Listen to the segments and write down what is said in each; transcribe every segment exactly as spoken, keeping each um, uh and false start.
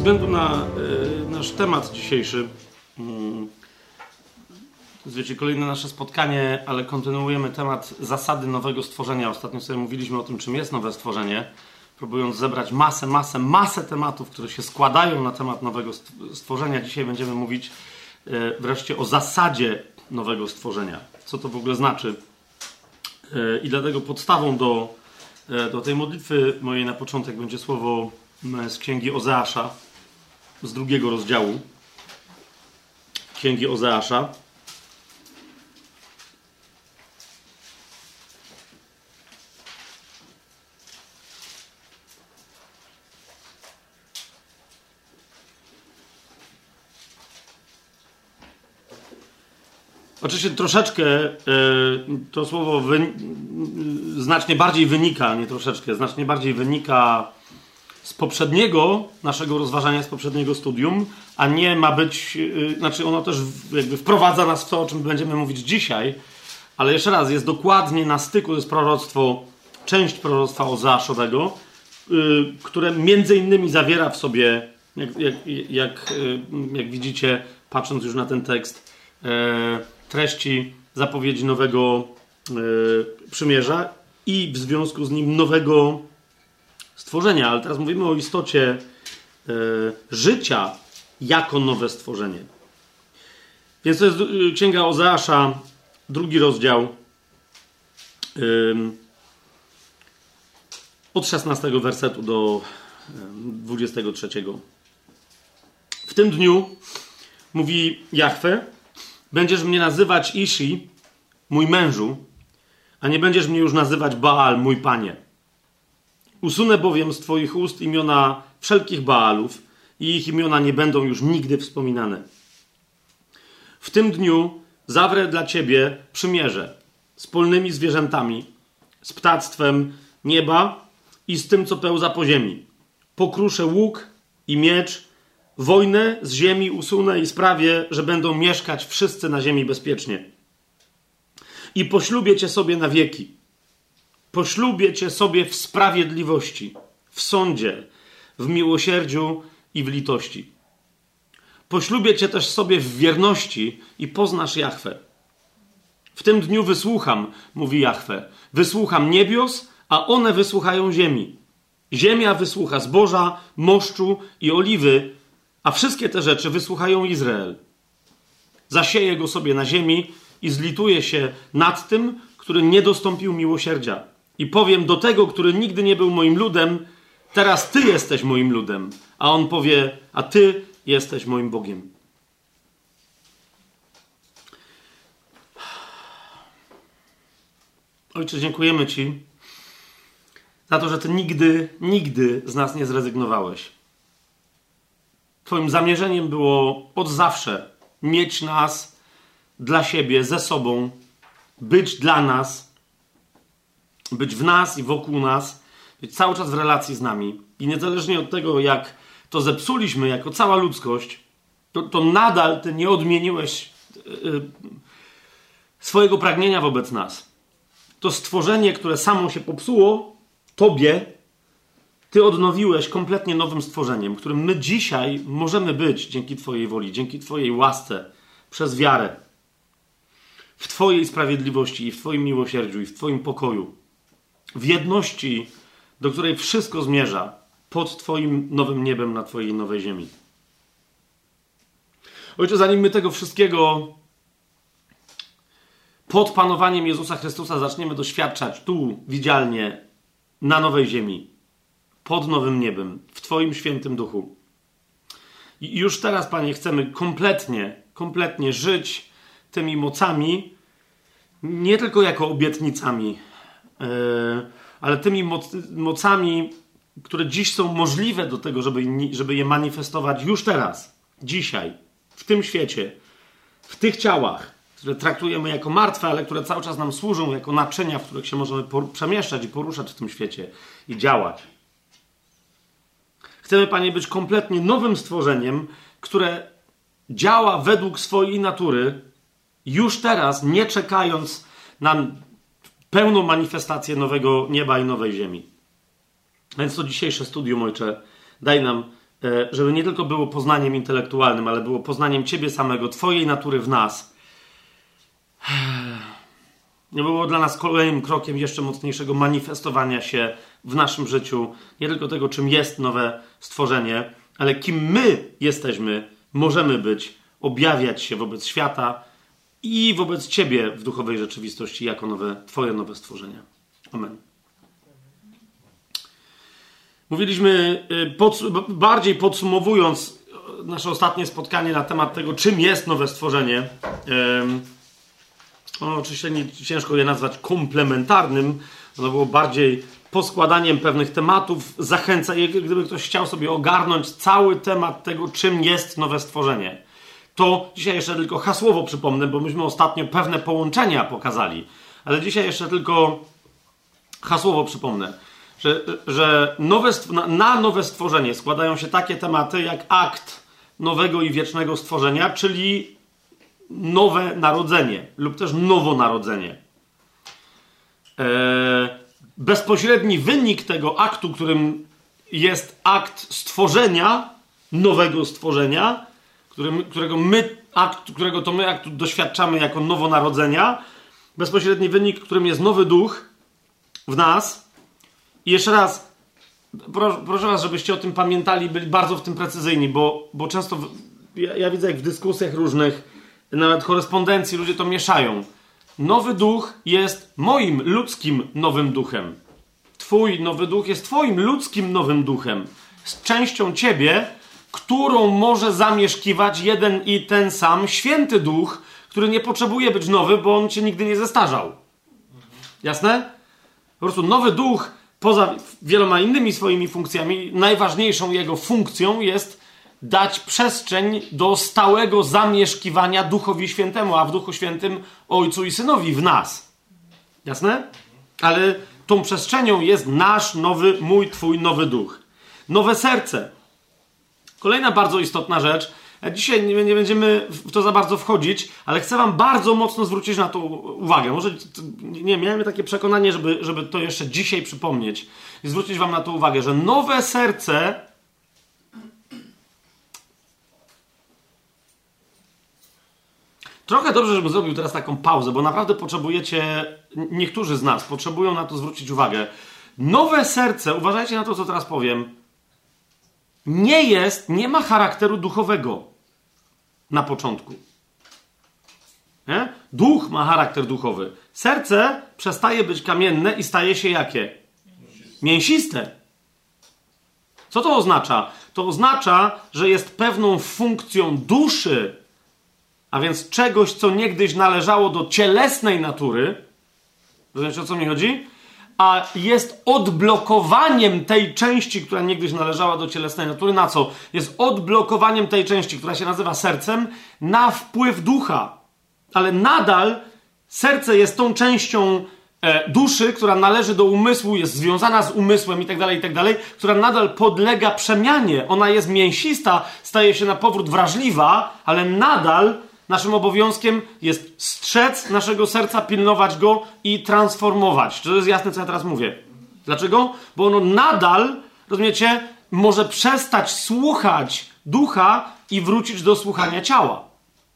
względu na y, nasz temat dzisiejszy, y, to jest, wiecie, kolejne nasze spotkanie, ale kontynuujemy temat zasady nowego stworzenia. Ostatnio sobie mówiliśmy o tym, czym jest nowe stworzenie, próbując zebrać masę, masę, masę tematów, które się składają na temat nowego stworzenia. Dzisiaj będziemy mówić y, wreszcie o zasadzie nowego stworzenia. Co to w ogóle znaczy? Y, I dlatego podstawą do, y, do tej modlitwy mojej na początek będzie słowo z księgi Ozeasza, z drugiego rozdziału księgi Ozeasza. Oczywiście troszeczkę to słowo wy... znacznie bardziej wynika, nie troszeczkę, znacznie bardziej wynika z poprzedniego naszego rozważania, z poprzedniego studium, a nie ma być, yy, znaczy ono też jakby wprowadza nas w to, o czym będziemy mówić dzisiaj, ale jeszcze raz, jest dokładnie na styku, to jest proroctwo, część proroctwa Ozeaszowego, yy, które między innymi zawiera w sobie, jak, jak, jak, yy, jak widzicie, patrząc już na ten tekst, yy, treści zapowiedzi nowego yy, przymierza i w związku z nim nowego stworzenia, ale teraz mówimy o istocie e, życia jako nowe stworzenie. Więc to jest y, księga Ozeasza, drugi rozdział, y, od szesnastego wersetu do dwudziestego trzeciego. W tym dniu, mówi Jahwe, będziesz mnie nazywać Ishi, mój mężu, a nie będziesz mnie już nazywać Baal, mój panie. Usunę bowiem z twoich ust imiona wszelkich Baalów i ich imiona nie będą już nigdy wspominane. W tym dniu zawrę dla ciebie przymierze z polnymi zwierzętami, z ptactwem nieba i z tym, co pełza po ziemi. Pokruszę łuk i miecz, wojnę z ziemi usunę i sprawię, że będą mieszkać wszyscy na ziemi bezpiecznie. I poślubię cię sobie na wieki. Poślubię cię sobie w sprawiedliwości, w sądzie, w miłosierdziu i w litości. Poślubię cię też sobie w wierności i poznasz Jahwe. W tym dniu wysłucham, mówi Jahwe, wysłucham niebios, a one wysłuchają ziemi. Ziemia wysłucha zboża, moszczu i oliwy, a wszystkie te rzeczy wysłuchają Izrael. Zasieję go sobie na ziemi i zlituję się nad tym, który nie dostąpił miłosierdzia. I powiem do tego, który nigdy nie był moim ludem, teraz ty jesteś moim ludem. A on powie, a ty jesteś moim Bogiem. Ojcze, dziękujemy ci za to, że ty nigdy, nigdy z nas nie zrezygnowałeś. Twoim zamierzeniem było od zawsze mieć nas dla siebie, ze sobą, być dla nas, być w nas i wokół nas, być cały czas w relacji z nami. I niezależnie od tego, jak to zepsuliśmy jako cała ludzkość, to, to nadal ty nie odmieniłeś yy, swojego pragnienia wobec nas. To stworzenie, które samo się popsuło, tobie, ty odnowiłeś kompletnie nowym stworzeniem, którym my dzisiaj możemy być dzięki twojej woli, dzięki twojej łasce, przez wiarę. W twojej sprawiedliwości i w twoim miłosierdziu i w twoim pokoju. W jedności, do której wszystko zmierza pod twoim nowym niebem na twojej nowej ziemi. Ojcze, zanim my tego wszystkiego pod panowaniem Jezusa Chrystusa zaczniemy doświadczać tu, widzialnie, na nowej ziemi, pod nowym niebem, w twoim świętym duchu. I już teraz, Panie, chcemy kompletnie, kompletnie żyć tymi mocami, nie tylko jako obietnicami, yy, ale tymi moc, mocami, które dziś są możliwe do tego, żeby, żeby je manifestować już teraz, dzisiaj, w tym świecie, w tych ciałach, które traktujemy jako martwe, ale które cały czas nam służą jako naczynia, w których się możemy por- przemieszczać i poruszać w tym świecie i działać. Chcemy, Panie, być kompletnie nowym stworzeniem, które działa według swojej natury, już teraz, nie czekając na pełną manifestację nowego nieba i nowej ziemi. Więc to dzisiejsze studium, Ojcze, daj nam żeby nie tylko było poznaniem intelektualnym, ale było poznaniem Ciebie samego, Twojej natury w nas. Nie było dla nas kolejnym krokiem jeszcze mocniejszego manifestowania się w naszym życiu, nie tylko tego, czym jest nowe stworzenie, ale kim my jesteśmy, możemy być, objawiać się wobec świata i wobec Ciebie w duchowej rzeczywistości jako nowe, Twoje nowe stworzenie. Amen. Mówiliśmy, podsu- bardziej podsumowując nasze ostatnie spotkanie na temat tego, czym jest nowe stworzenie. No, oczywiście nie, ciężko je nazwać komplementarnym, ono było bardziej poskładaniem pewnych tematów. Zachęca, gdyby ktoś chciał sobie ogarnąć cały temat tego, czym jest nowe stworzenie. To dzisiaj jeszcze tylko hasłowo przypomnę, bo myśmy ostatnio pewne połączenia pokazali. Ale dzisiaj jeszcze tylko hasłowo przypomnę, że, że nowe, na nowe stworzenie składają się takie tematy jak akt nowego i wiecznego stworzenia, czyli nowe narodzenie lub też nowonarodzenie. Eee, bezpośredni wynik tego aktu, którym jest akt stworzenia, nowego stworzenia, którym, którego my, akt, którego to my aktu doświadczamy jako nowonarodzenia, bezpośredni wynik, którym jest nowy duch w nas. I jeszcze raz, pro, proszę was, żebyście o tym pamiętali, byli bardzo w tym precyzyjni, bo, bo często w, ja, ja widzę, jak w dyskusjach różnych, nawet korespondencji ludzie to mieszają. Nowy duch jest moim ludzkim nowym duchem. Twój nowy duch jest twoim ludzkim nowym duchem. Z częścią ciebie, którą może zamieszkiwać jeden i ten sam święty duch, który nie potrzebuje być nowy, bo on cię nigdy nie zestarzał. Jasne? Po prostu nowy duch, poza wieloma innymi swoimi funkcjami, najważniejszą jego funkcją jest dać przestrzeń do stałego zamieszkiwania Duchowi Świętemu, a w Duchu Świętym Ojcu i Synowi w nas. Jasne? Ale tą przestrzenią jest nasz nowy, mój, twój nowy duch. Nowe serce. Kolejna bardzo istotna rzecz. Dzisiaj nie, nie będziemy w to za bardzo wchodzić, ale chcę wam bardzo mocno zwrócić na to uwagę. Może, nie, miałem takie przekonanie, żeby, żeby to jeszcze dzisiaj przypomnieć i zwrócić wam na to uwagę, że nowe serce trochę dobrze, żebym zrobił teraz taką pauzę, bo naprawdę potrzebujecie, niektórzy z nas potrzebują na to zwrócić uwagę. Nowe serce, uważajcie na to, co teraz powiem, nie jest, nie ma charakteru duchowego na początku. Nie? Duch ma charakter duchowy. Serce przestaje być kamienne i staje się jakie? Mięsiste. Co to oznacza? To oznacza, że jest pewną funkcją duszy, a więc czegoś, co niegdyś należało do cielesnej natury. Rozumiecie, o co mi chodzi? A jest odblokowaniem tej części, która niegdyś należała do cielesnej natury. Na co? Jest odblokowaniem tej części, która się nazywa sercem, na wpływ ducha. Ale nadal serce jest tą częścią e, duszy, która należy do umysłu, jest związana z umysłem i tak dalej, i tak dalej, która nadal podlega przemianie. Ona jest mięsista, staje się na powrót wrażliwa, ale nadal naszym obowiązkiem jest strzec naszego serca, pilnować go i transformować. Czy to jest jasne, co ja teraz mówię? Dlaczego? Bo ono nadal, rozumiecie, może przestać słuchać ducha i wrócić do słuchania ciała.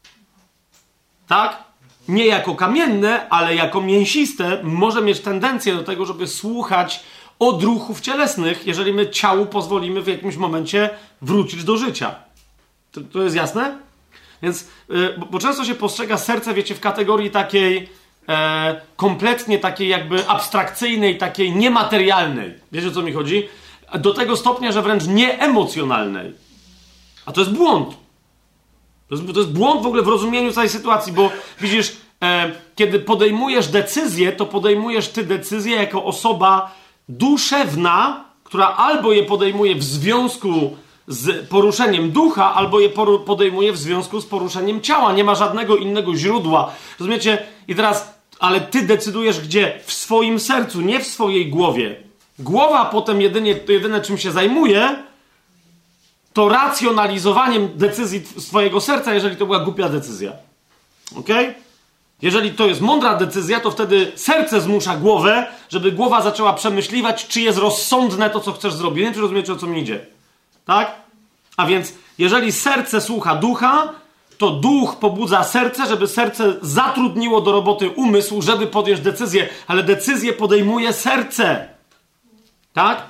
Tak? Nie jako kamienne, ale jako mięsiste może mieć tendencję do tego, żeby słuchać odruchów cielesnych, jeżeli my ciału pozwolimy w jakimś momencie wrócić do życia. To, to jest jasne? Więc, yy, bo, bo często się postrzega serce, wiecie, w kategorii takiej e, kompletnie takiej jakby abstrakcyjnej, takiej niematerialnej. Wiecie, o co mi chodzi? Do tego stopnia, że wręcz nieemocjonalnej. A to jest błąd. To jest, to jest błąd w ogóle w rozumieniu całej sytuacji, bo widzisz, e, kiedy podejmujesz decyzję, to podejmujesz ty decyzję jako osoba duszewna, która albo je podejmuje w związku z poruszeniem ducha, albo je podejmuje w związku z poruszeniem ciała. Nie ma żadnego innego źródła. Rozumiecie? I teraz, ale ty decydujesz gdzie? W swoim sercu, nie w swojej głowie. Głowa potem jedynie, jedyne czym się zajmuje, to racjonalizowaniem decyzji swojego serca, jeżeli to była głupia decyzja. Okej? Okay? Jeżeli to jest mądra decyzja, to wtedy serce zmusza głowę, żeby głowa zaczęła przemyśliwać, czy jest rozsądne to, co chcesz zrobić. Nie wiem, czy rozumiecie, o co mi idzie. Tak? A więc jeżeli serce słucha ducha, to duch pobudza serce, żeby serce zatrudniło do roboty umysł, żeby podjąć decyzję, ale decyzję podejmuje serce. Tak?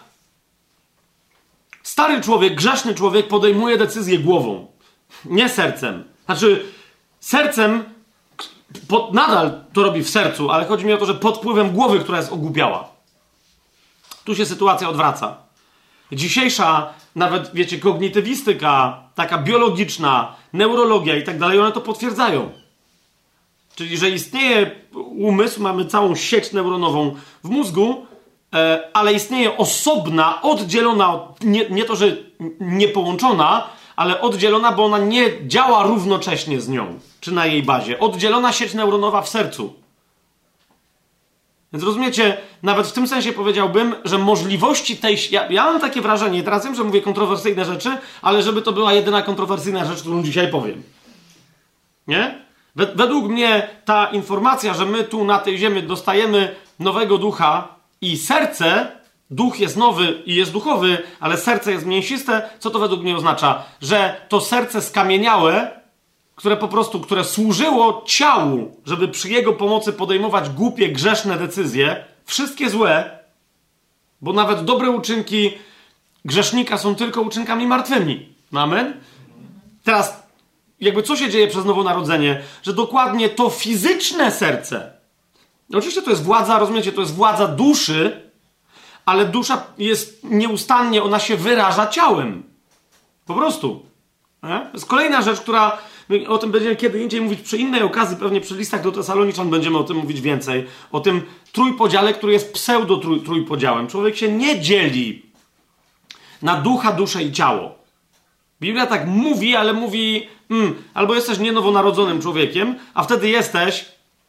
Stary człowiek, grzeszny człowiek podejmuje decyzję głową, nie sercem. Znaczy, sercem pod, nadal to robi w sercu, ale chodzi mi o to, że pod wpływem głowy, która jest ogłupiała. Tu się sytuacja odwraca. Dzisiejsza, nawet, wiecie, kognitywistyka, taka biologiczna, neurologia i tak dalej, one to potwierdzają. Czyli, że istnieje umysł, mamy całą sieć neuronową w mózgu, e, ale istnieje osobna, oddzielona, od, nie, nie to, że nie połączona, ale oddzielona, bo ona nie działa równocześnie z nią, czy na jej bazie. Oddzielona sieć neuronowa w sercu. Więc rozumiecie, nawet w tym sensie powiedziałbym, że możliwości tej... Ja, ja mam takie wrażenie, teraz wiem, że mówię kontrowersyjne rzeczy, ale żeby to była jedyna kontrowersyjna rzecz, którą dzisiaj powiem. Nie? Według mnie ta informacja, że my tu na tej ziemi dostajemy nowego ducha i serce, duch jest nowy i jest duchowy, ale serce jest mięsiste, co to według mnie oznacza? Że to serce skamieniałe, które po prostu, które służyło ciału, żeby przy jego pomocy podejmować głupie, grzeszne decyzje, wszystkie złe, bo nawet dobre uczynki grzesznika są tylko uczynkami martwymi. Amen? Teraz, jakby co się dzieje przez nowonarodzenie? Że dokładnie to fizyczne serce, oczywiście to jest władza, rozumiecie, to jest władza duszy, ale dusza jest nieustannie, ona się wyraża ciałem. Po prostu. Nie? To jest kolejna rzecz, która... My o tym będziemy kiedy indziej mówić przy innej okazji, pewnie przy listach do Tesaloniczan będziemy o tym mówić więcej. O tym trójpodziale, który jest pseudo-trójpodziałem. Człowiek się nie dzieli na ducha, duszę i ciało. Biblia tak mówi, ale mówi mm, albo jesteś nienowonarodzonym człowiekiem, a wtedy jesteś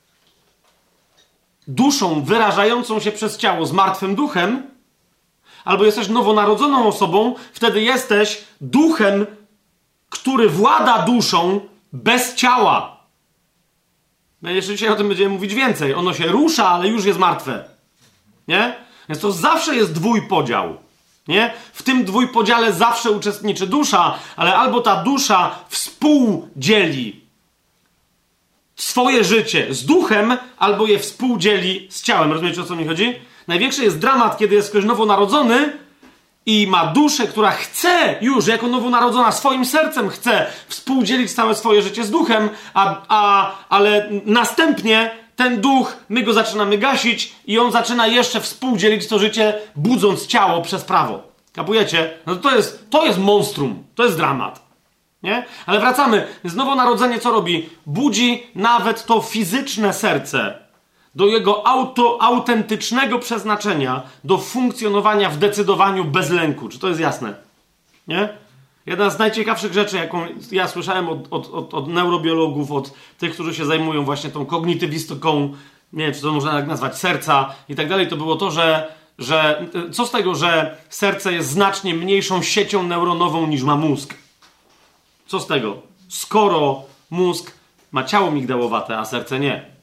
duszą wyrażającą się przez ciało z martwym duchem, albo jesteś nowonarodzoną osobą, wtedy jesteś duchem, który włada duszą bez ciała. No jeszcze dzisiaj o tym będziemy mówić więcej. Ono się rusza, ale już jest martwe. Nie? Więc to zawsze jest dwójpodział. Nie? W tym dwójpodziale zawsze uczestniczy dusza, ale albo ta dusza współdzieli swoje życie z duchem, albo je współdzieli z ciałem. Rozumiecie, o co mi chodzi? Największy jest dramat, kiedy jest ktoś nowonarodzony i ma duszę, która chce już, jako nowonarodzona, swoim sercem chce współdzielić całe swoje życie z duchem, a, a, ale następnie ten duch, my go zaczynamy gasić i on zaczyna jeszcze współdzielić to życie, budząc ciało przez prawo. Kapujecie? No to jest, to jest monstrum, to jest dramat. Nie? Ale wracamy. Więc nowonarodzenie co robi? Budzi nawet to fizyczne serce do jego auto, autentycznego przeznaczenia, do funkcjonowania w decydowaniu bez lęku. Czy to jest jasne? Nie? Jedna z najciekawszych rzeczy, jaką ja słyszałem od, od, od, od neurobiologów, od tych, którzy się zajmują właśnie tą kognitywistyką, nie wiem, czy to można tak nazwać, serca i tak dalej, to było to, że, że co z tego, że serce jest znacznie mniejszą siecią neuronową niż ma mózg? Co z tego? Skoro mózg ma ciało migdałowate, a serce nie.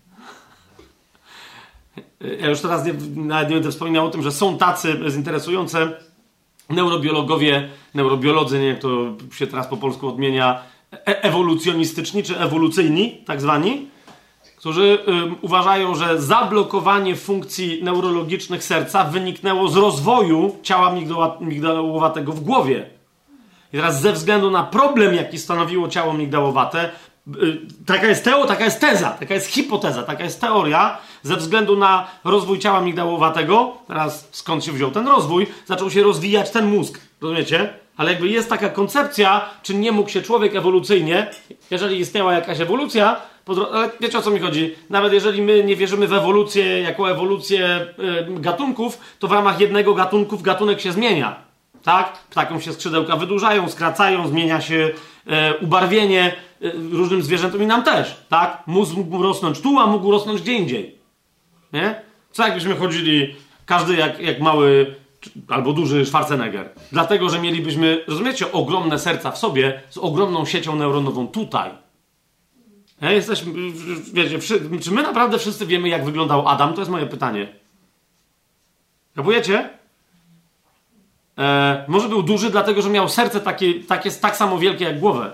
Ja już teraz nie, nawet nie będę wspominał o tym, że są tacy interesujące neurobiologowie, neurobiolodzy, nie wiem jak to się teraz po polsku odmienia, e- ewolucjonistyczni czy ewolucyjni, tak zwani, którzy y, uważają, że zablokowanie funkcji neurologicznych serca wyniknęło z rozwoju ciała migdała, migdałowatego w głowie. I teraz ze względu na problem, jaki stanowiło ciało migdałowate, taka jest teo, taka jest teza, taka jest hipoteza, taka jest teoria, ze względu na rozwój ciała migdałowatego, teraz skąd się wziął ten rozwój, zaczął się rozwijać ten mózg, rozumiecie? Ale jakby jest taka koncepcja, czy nie mógł się człowiek ewolucyjnie, jeżeli istniała jakaś ewolucja, ale wiecie o co mi chodzi, nawet jeżeli my nie wierzymy w ewolucję jako ewolucję yy, gatunków, to w ramach jednego gatunku gatunek się zmienia, tak? Ptakom się skrzydełka wydłużają, skracają, zmienia się e, ubarwienie e, różnym zwierzętom i nam też, tak? Mózg mógł rosnąć tu, a mógł rosnąć gdzie indziej. Nie? Co jakbyśmy chodzili, każdy jak, jak mały albo duży Schwarzenegger. Dlatego, że mielibyśmy, rozumiecie, ogromne serca w sobie z ogromną siecią neuronową tutaj. Nie? Jesteśmy, wiecie, czy my naprawdę wszyscy wiemy, jak wyglądał Adam? To jest moje pytanie. Kapujecie? E, może był duży, dlatego że miał serce takie, takie tak samo wielkie jak głowę.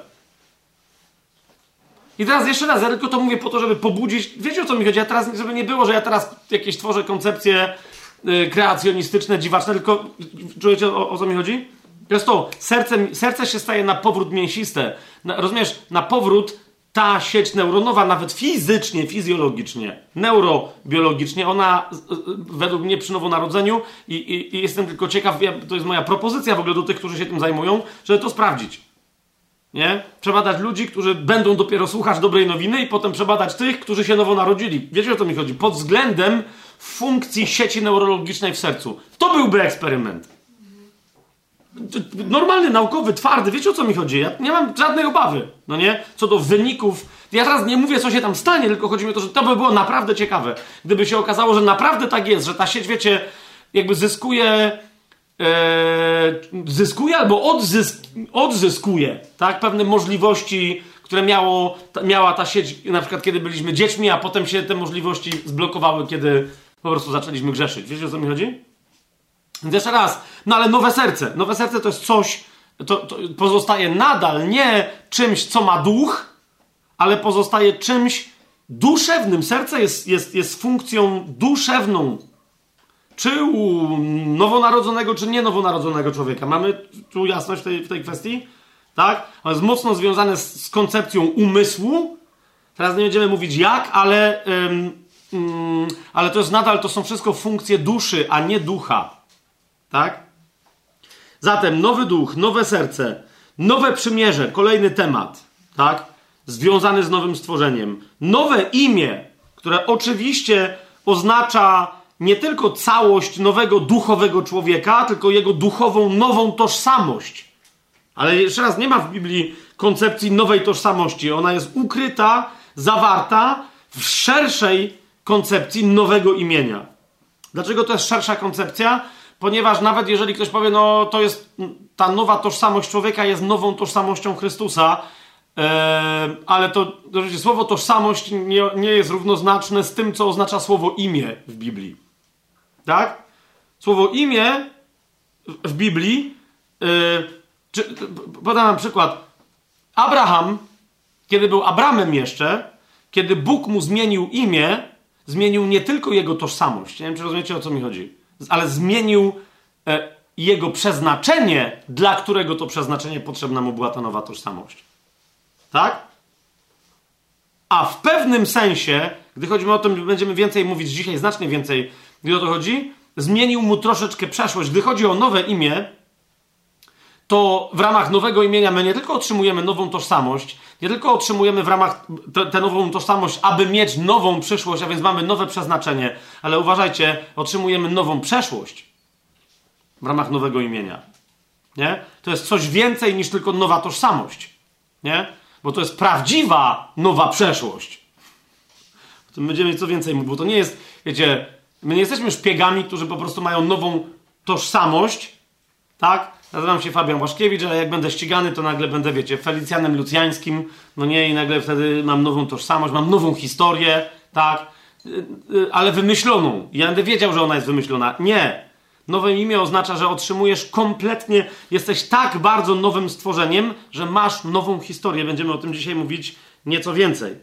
I teraz jeszcze raz, ja tylko to mówię po to, żeby pobudzić. Wiecie, o co mi chodzi? Ja teraz, żeby nie było, że ja teraz jakieś tworzę koncepcje y, kreacjonistyczne, dziwaczne, tylko czujecie, o, o co mi chodzi? To jest to, serce, serce się staje na powrót mięsiste. Na, rozumiesz, na powrót ta sieć neuronowa, nawet fizycznie, fizjologicznie, neurobiologicznie, ona y, y, według mnie przy nowonarodzeniu i, i, i jestem tylko ciekaw, ja, to jest moja propozycja w ogóle do tych, którzy się tym zajmują, żeby to sprawdzić. Nie? Przebadać ludzi, którzy będą dopiero słuchać dobrej nowiny i potem przebadać tych, którzy się nowo narodzili. Wiecie, o co mi chodzi? Pod względem funkcji sieci neurologicznej w sercu. To byłby eksperyment. Normalny, naukowy, twardy. Wiecie, o co mi chodzi? Ja nie mam żadnej obawy. No nie? Co do wyników. Ja teraz nie mówię, co się tam stanie, tylko chodzi mi o to, że to by było naprawdę ciekawe. Gdyby się okazało, że naprawdę tak jest, że ta sieć, wiecie, jakby zyskuje... Eee, zyskuje albo odzysk, odzyskuje, tak? Pewne możliwości, które miało, ta, miała ta sieć, na przykład kiedy byliśmy dziećmi, a potem się te możliwości zblokowały, kiedy po prostu zaczęliśmy grzeszyć. Wiecie, o co mi chodzi? Więc jeszcze raz, no ale nowe serce. Nowe serce to jest coś, to, to pozostaje nadal nie czymś, co ma duch, ale pozostaje czymś duszewnym. Serce jest, jest, jest funkcją duszewną. Czy u nowonarodzonego, czy nie nowonarodzonego człowieka. Mamy tu jasność w tej, w tej kwestii? Tak? On jest mocno związane z, z koncepcją umysłu. Teraz nie będziemy mówić jak, ale, ym, ym, ale to jest nadal, to są wszystko funkcje duszy, a nie ducha. Tak? Zatem nowy duch, nowe serce, nowe przymierze, kolejny temat. Tak? Związany z nowym stworzeniem. Nowe imię, które oczywiście oznacza nie tylko całość nowego duchowego człowieka, tylko jego duchową nową tożsamość. Ale jeszcze raz, nie ma w Biblii koncepcji nowej tożsamości. Ona jest ukryta, zawarta w szerszej koncepcji nowego imienia. Dlaczego to jest szersza koncepcja? Ponieważ nawet jeżeli ktoś powie, no to jest ta nowa tożsamość człowieka jest nową tożsamością Chrystusa, e, ale to, to słowo tożsamość nie, nie jest równoznaczne z tym, co oznacza słowo imię w Biblii. Tak? Słowo imię w Biblii, yy, czy, podam wam przykład. Abraham, kiedy był Abramem jeszcze, kiedy Bóg mu zmienił imię, zmienił nie tylko jego tożsamość. Nie wiem, czy rozumiecie, o co mi chodzi. Ale zmienił e, jego przeznaczenie, dla którego to przeznaczenie potrzebna mu była ta nowa tożsamość. Tak? A w pewnym sensie, gdy chodzi o to, będziemy więcej mówić dzisiaj, znacznie więcej, gdy o to chodzi, zmienił mu troszeczkę przeszłość. Gdy chodzi o nowe imię, to w ramach nowego imienia my nie tylko otrzymujemy nową tożsamość, nie tylko otrzymujemy w ramach tę nową tożsamość, aby mieć nową przyszłość, a więc mamy nowe przeznaczenie, ale uważajcie, otrzymujemy nową przeszłość w ramach nowego imienia. Nie? To jest coś więcej niż tylko nowa tożsamość. Nie? Bo to jest prawdziwa nowa przeszłość. O tym będziemy co więcej mówić, bo to nie jest, wiecie, my nie jesteśmy szpiegami, którzy po prostu mają nową tożsamość, tak? Nazywam się Fabian Łaszkiewicz, ale jak będę ścigany, to nagle będę, wiecie, Felicjanem Lucjańskim, no nie, i nagle wtedy mam nową tożsamość, mam nową historię, tak? Ale wymyśloną. Ja będę wiedział, że ona jest wymyślona. Nie. Nowe imię oznacza, że otrzymujesz kompletnie, jesteś tak bardzo nowym stworzeniem, że masz nową historię. Będziemy o tym dzisiaj mówić nieco więcej.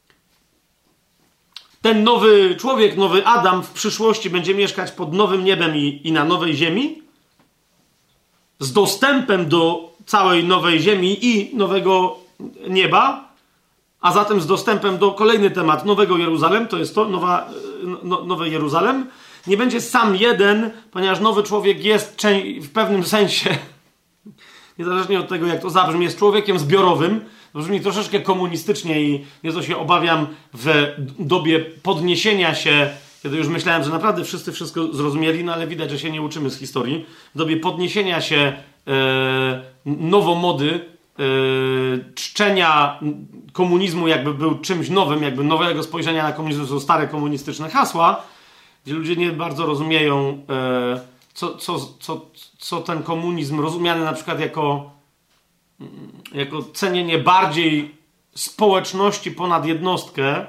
Ten nowy człowiek, nowy Adam w przyszłości będzie mieszkać pod nowym niebem i, i na nowej ziemi, z dostępem do całej nowej ziemi i nowego nieba, a zatem z dostępem do kolejny temat nowego Jeruzalem, to jest to, nowa, no, nowe Jeruzalem. Nie będzie sam jeden, ponieważ nowy człowiek jest w pewnym sensie, niezależnie od tego, jak to zabrzmi, jest człowiekiem zbiorowym. To brzmi troszeczkę komunistycznie i nieco się obawiam w dobie podniesienia się, kiedy już myślałem, że naprawdę wszyscy wszystko zrozumieli, no ale widać, że się nie uczymy z historii. W dobie podniesienia się e, nowomody, e, czczenia komunizmu jakby był czymś nowym, jakby nowego spojrzenia na komunizm, to są stare komunistyczne hasła, gdzie ludzie nie bardzo rozumieją, e, co, co, co, co ten komunizm rozumiany na przykład jako, jako cenienie bardziej społeczności ponad jednostkę,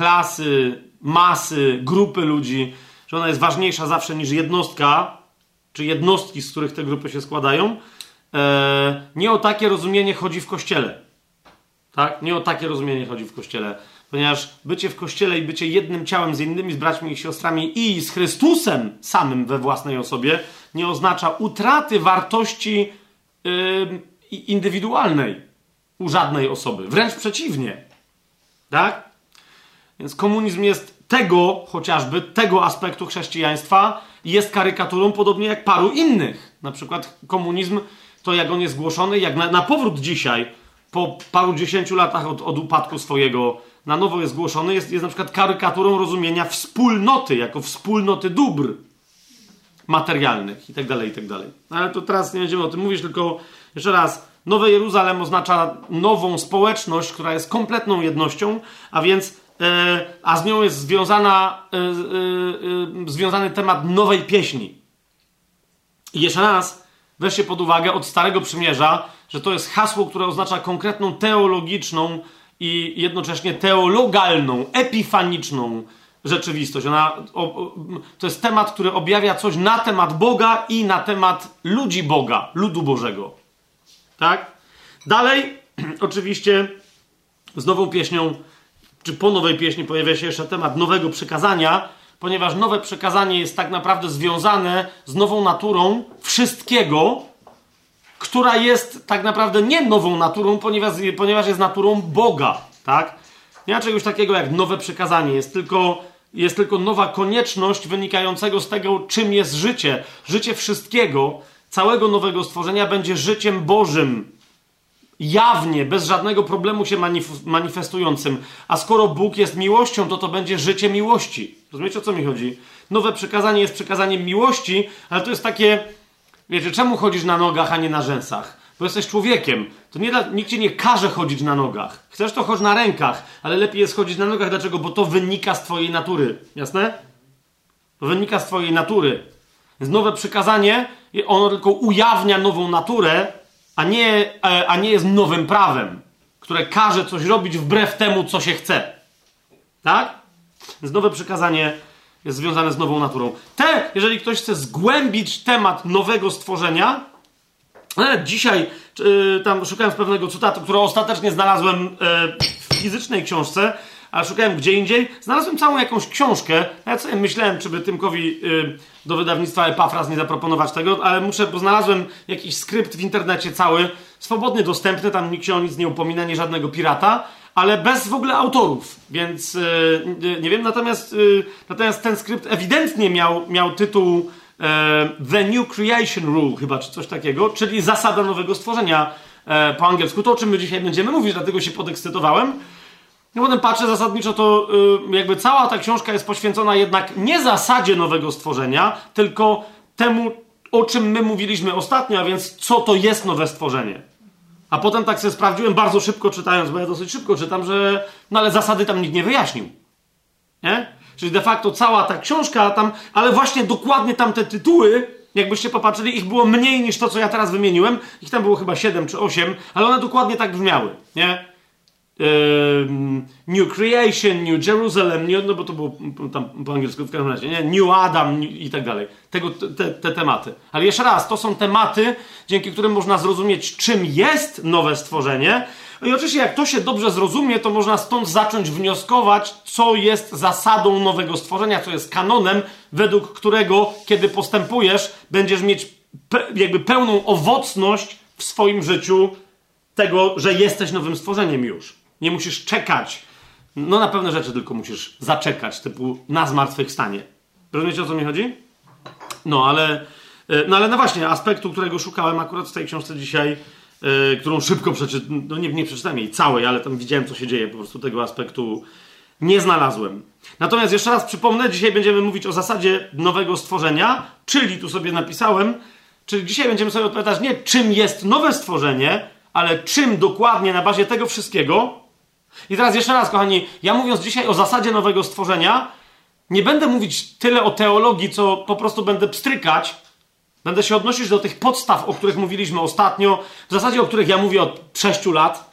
klasy, masy, grupy ludzi, że ona jest ważniejsza zawsze niż jednostka czy jednostki, z których te grupy się składają, e, nie o takie rozumienie chodzi w Kościele. Tak? Nie o takie rozumienie chodzi w Kościele. Ponieważ bycie w Kościele i bycie jednym ciałem z innymi, z braćmi i siostrami i z Chrystusem samym we własnej osobie nie oznacza utraty wartości yy, indywidualnej u żadnej osoby. Wręcz przeciwnie. Tak? Więc komunizm jest tego, chociażby tego aspektu chrześcijaństwa jest karykaturą podobnie jak paru innych. Na przykład komunizm, to jak on jest głoszony, jak na, na powrót dzisiaj, po paru dziesięciu latach od, od upadku swojego, na nowo jest głoszony, jest, jest na przykład karykaturą rozumienia wspólnoty, jako wspólnoty dóbr materialnych i tak dalej, i tak dalej. Ale to teraz nie będziemy o tym mówić, tylko jeszcze raz, Nowe Jeruzalem oznacza nową społeczność, która jest kompletną jednością, a więc e, a z nią jest związana, e, e, e, związany temat nowej pieśni. I jeszcze raz, weźcie pod uwagę od Starego Przymierza, że to jest hasło, które oznacza konkretną teologiczną i jednocześnie teologalną, epifaniczną rzeczywistość. Ona, o, o, to jest temat, który objawia coś na temat Boga i na temat ludzi Boga, ludu Bożego. Tak? Dalej, oczywiście, z nową pieśnią, czy po nowej pieśni pojawia się jeszcze temat nowego przykazania, ponieważ nowe przykazanie jest tak naprawdę związane z nową naturą wszystkiego, która jest tak naprawdę nie nową naturą, ponieważ, ponieważ jest naturą Boga. Tak? Nie ma czegoś takiego jak nowe przykazanie, jest tylko, jest tylko nowa konieczność wynikającego z tego, czym jest życie. Życie wszystkiego, całego nowego stworzenia będzie życiem Bożym. Jawnie, bez żadnego problemu się manif- manifestującym. A skoro Bóg jest miłością, to to będzie życie miłości. Rozumiecie, o co mi chodzi? Nowe przykazanie jest przykazaniem miłości, ale to jest takie... Wiecie, czemu chodzisz na nogach, a nie na rzęsach? Bo jesteś człowiekiem. To nie dla... Nikt cię nie każe chodzić na nogach. Chcesz, to chodź na rękach, ale lepiej jest chodzić na nogach. Dlaczego? Bo to wynika z twojej natury. Jasne? To wynika z twojej natury. Więc nowe przykazanie, ono tylko ujawnia nową naturę, a nie, a nie jest nowym prawem, które każe coś robić wbrew temu, co się chce. Tak? Więc nowe przykazanie jest związane z nową naturą. Te, jeżeli ktoś chce zgłębić temat nowego stworzenia, e, dzisiaj e, tam szukałem pewnego cytatu, który ostatecznie znalazłem e, w fizycznej książce, ale szukałem gdzie indziej. Znalazłem całą jakąś książkę. Ja sobie myślałem, czy by Tymkowi y, do wydawnictwa Epafras nie zaproponować tego, ale muszę, bo znalazłem jakiś skrypt w internecie cały, swobodnie dostępny, tam nikt się o nic nie upomina, nie żadnego pirata, ale bez w ogóle autorów, więc y, nie wiem, natomiast, y, natomiast ten skrypt ewidentnie miał, miał tytuł y, The New Creation Rule chyba, czy coś takiego, czyli zasada nowego stworzenia y, po angielsku. To, o czym my dzisiaj będziemy mówić, dlatego się podekscytowałem. No potem patrzę zasadniczo, to yy, jakby cała ta książka jest poświęcona jednak nie zasadzie nowego stworzenia, tylko temu, o czym my mówiliśmy ostatnio, a więc co to jest nowe stworzenie. A potem tak sobie sprawdziłem, bardzo szybko czytając, bo ja dosyć szybko czytam, że no ale zasady tam nikt nie wyjaśnił. Nie? Czyli de facto cała ta książka tam, ale właśnie dokładnie tamte tytuły, jakbyście popatrzyli, ich było mniej niż to, co ja teraz wymieniłem. Ich tam było chyba siedem czy osiem, ale one dokładnie tak brzmiały. Nie? New Creation, New Jerusalem, new, no bo to było tam po angielsku w każdym razie, nie? New Adam new, i tak dalej. Tego, te, te tematy. Ale jeszcze raz, to są tematy, dzięki którym można zrozumieć, czym jest nowe stworzenie. I oczywiście, jak to się dobrze zrozumie, to można stąd zacząć wnioskować, co jest zasadą nowego stworzenia, co jest kanonem, według którego, kiedy postępujesz, będziesz mieć pe- jakby pełną owocność w swoim życiu tego, że jesteś nowym stworzeniem już. Nie musisz czekać. No na pewne rzeczy tylko musisz zaczekać, typu na zmartwychwstanie. Rozumiecie, o co mi chodzi? No ale, no ale no właśnie, aspektu, którego szukałem akurat w tej książce dzisiaj, yy, którą szybko przeczytałem, no nie, nie przeczytałem jej całej, ale tam widziałem, co się dzieje, po prostu tego aspektu nie znalazłem. Natomiast jeszcze raz przypomnę, dzisiaj będziemy mówić o zasadzie nowego stworzenia, czyli tu sobie napisałem, czyli dzisiaj będziemy sobie odpowiadać nie czym jest nowe stworzenie, ale czym dokładnie na bazie tego wszystkiego. I teraz jeszcze raz, kochani, ja mówiąc dzisiaj o zasadzie nowego stworzenia, nie będę mówić tyle o teologii, co po prostu będę pstrykać. Będę się odnosić do tych podstaw, o których mówiliśmy ostatnio, w zasadzie o których ja mówię od sześciu lat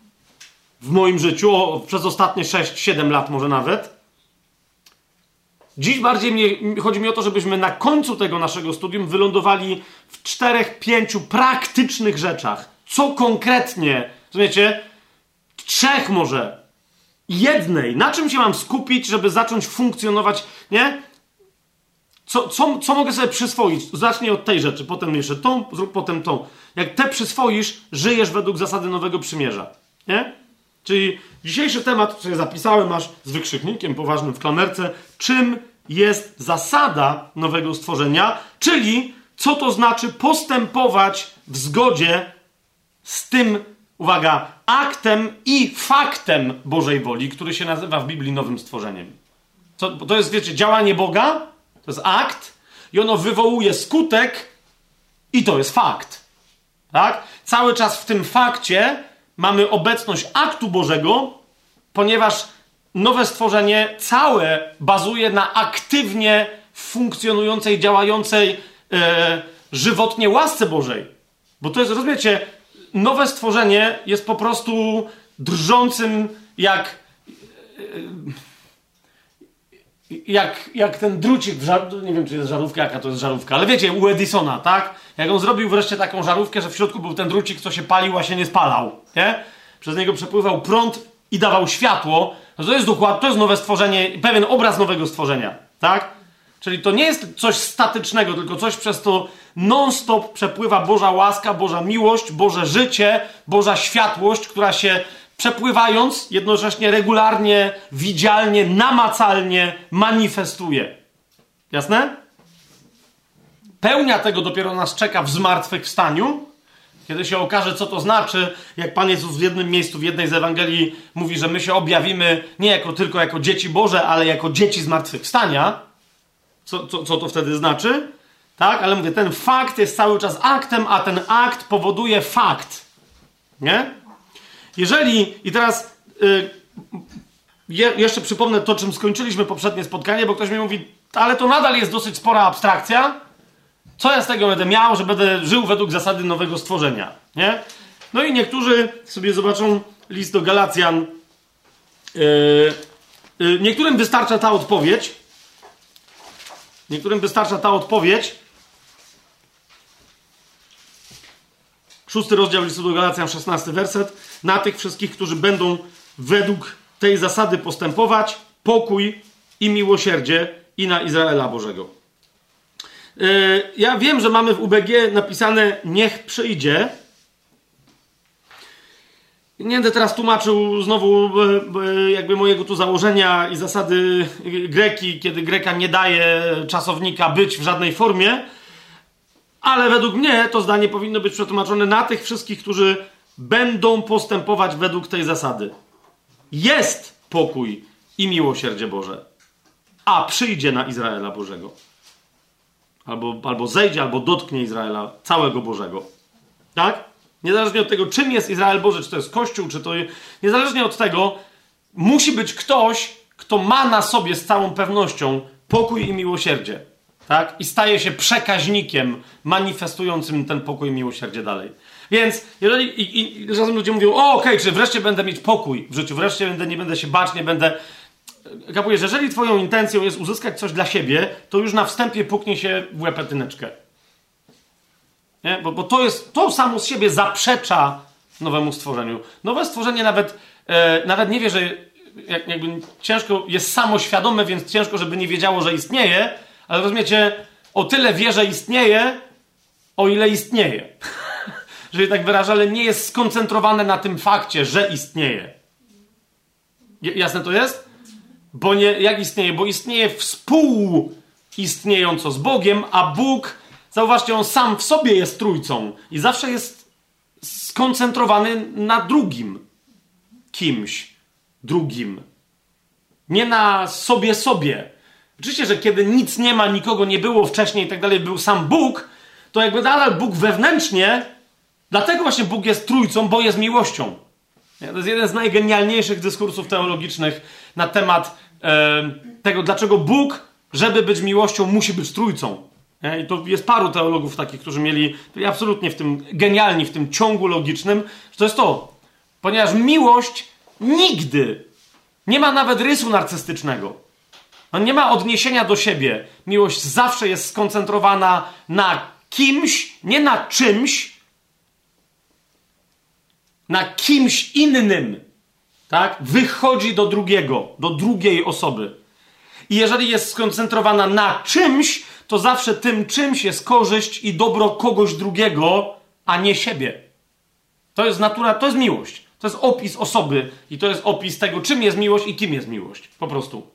w moim życiu, o, przez ostatnie sześć siedem lat może nawet. Dziś bardziej mnie, chodzi mi o to, żebyśmy na końcu tego naszego studium wylądowali w czterech, pięciu praktycznych rzeczach. Co konkretnie, rozumiecie? Trzech może. Jednej. Na czym się mam skupić, żeby zacząć funkcjonować, nie? Co, co, co mogę sobie przyswoić? Zacznij od tej rzeczy, potem jeszcze tą, zrób potem tą. Jak te przyswoisz, żyjesz według zasady Nowego Przymierza. Nie? Czyli dzisiejszy temat, który zapisałem aż z wykrzyknikiem poważnym w klamerce, czym jest zasada nowego stworzenia, czyli co to znaczy postępować w zgodzie z tym, uwaga, aktem i faktem Bożej woli, który się nazywa w Biblii nowym stworzeniem. Co, to jest, wiecie, działanie Boga, to jest akt i ono wywołuje skutek i to jest fakt. Tak? Cały czas w tym fakcie mamy obecność aktu Bożego, ponieważ nowe stworzenie całe bazuje na aktywnie funkcjonującej, działającej e, żywotnie łasce Bożej. Bo to jest, rozumiecie, nowe stworzenie jest po prostu drżącym jak jak, jak ten drucik w żar... nie wiem, czy jest żarówka, jaka to jest żarówka, ale wiecie, u Edisona, tak? Jak on zrobił wreszcie taką żarówkę, że w środku był ten drucik, co się palił, a się nie spalał, nie? Przez niego przepływał prąd i dawał światło. No to jest dokładnie, to jest nowe stworzenie, pewien obraz nowego stworzenia, tak? Czyli to nie jest coś statycznego, tylko coś, przez to non-stop przepływa Boża łaska, Boża miłość, Boże życie, Boża światłość, która się przepływając, jednocześnie regularnie, widzialnie, namacalnie manifestuje. Jasne? Pełnia tego dopiero nas czeka w zmartwychwstaniu, kiedy się okaże, co to znaczy, jak Pan Jezus w jednym miejscu, w jednej z Ewangelii mówi, że my się objawimy nie jako, tylko jako dzieci Boże, ale jako dzieci zmartwychwstania. Co, co, co to wtedy znaczy? Tak? Ale mówię, ten fakt jest cały czas aktem, a ten akt powoduje fakt. Nie? Jeżeli, i teraz yy, je, jeszcze przypomnę to, czym skończyliśmy poprzednie spotkanie, bo ktoś mi mówi, ale to nadal jest dosyć spora abstrakcja. Co ja z tego będę miał, że będę żył według zasady nowego stworzenia? Nie? No i niektórzy sobie zobaczą list do Galacjan. Yy, yy, niektórym wystarcza ta odpowiedź. Niektórym wystarcza ta odpowiedź. Szósty rozdział listu do Galacjan, szesnasty werset. Na tych wszystkich, którzy będą według tej zasady postępować, pokój i miłosierdzie i na Izraela Bożego. Yy, ja wiem, że mamy w U B G napisane niech przyjdzie. Nie będę teraz tłumaczył znowu jakby mojego tu założenia i zasady greki, kiedy Greka nie daje czasownika być w żadnej formie, ale według mnie to zdanie powinno być przetłumaczone na tych wszystkich, którzy będą postępować według tej zasady. Jest pokój i miłosierdzie Boże, a przyjdzie na Izraela Bożego. Albo, albo zejdzie, albo dotknie Izraela całego Bożego. Tak? Niezależnie od tego, czym jest Izrael Boży, czy to jest Kościół, czy to... Niezależnie od tego, musi być ktoś, kto ma na sobie z całą pewnością pokój i miłosierdzie. Tak? I staje się przekaźnikiem manifestującym ten pokój i miłosierdzie dalej. Więc jeżeli... I, i czasem ludzie mówią, o okej, okay, czy wreszcie będę mieć pokój w życiu, wreszcie będę, nie będę się bać, nie będę... Kapujesz, że jeżeli twoją intencją jest uzyskać coś dla siebie, to już na wstępie puknie się w łepetyneczkę. Nie? Bo, bo to jest, to samo z siebie zaprzecza nowemu stworzeniu. Nowe stworzenie nawet, e, nawet nie wie, że jak, jakby ciężko jest samoświadome, więc ciężko, żeby nie wiedziało, że istnieje, ale rozumiecie, o tyle wie, że istnieje, o ile istnieje. Że się tak wyrażę, ale nie jest skoncentrowane na tym fakcie, że istnieje. Jasne to jest? Bo nie, jak istnieje? Bo istnieje współistniejąco z Bogiem, a Bóg, zauważcie, on sam w sobie jest trójcą i zawsze jest skoncentrowany na drugim kimś, drugim. Nie na sobie sobie. Oczywiście, że kiedy nic nie ma, nikogo nie było wcześniej i tak dalej, był sam Bóg, to jakby nadal Bóg wewnętrznie, dlatego właśnie Bóg jest trójcą, bo jest miłością. To jest jeden z najgenialniejszych dyskursów teologicznych na temat e, tego, dlaczego Bóg, żeby być miłością, musi być trójcą. Nie? I to jest paru teologów takich, którzy mieli byli absolutnie w tym genialni, w tym ciągu logicznym, że to jest to. Ponieważ miłość nigdy nie ma nawet rysu narcystycznego. On nie ma odniesienia do siebie. Miłość zawsze jest skoncentrowana na kimś, nie na czymś, na kimś innym. Tak? Wychodzi do drugiego, do drugiej osoby. I jeżeli jest skoncentrowana na czymś, to zawsze tym czymś jest korzyść i dobro kogoś drugiego, a nie siebie. To jest natura, to jest miłość. To jest opis osoby i to jest opis tego, czym jest miłość i kim jest miłość. Po prostu.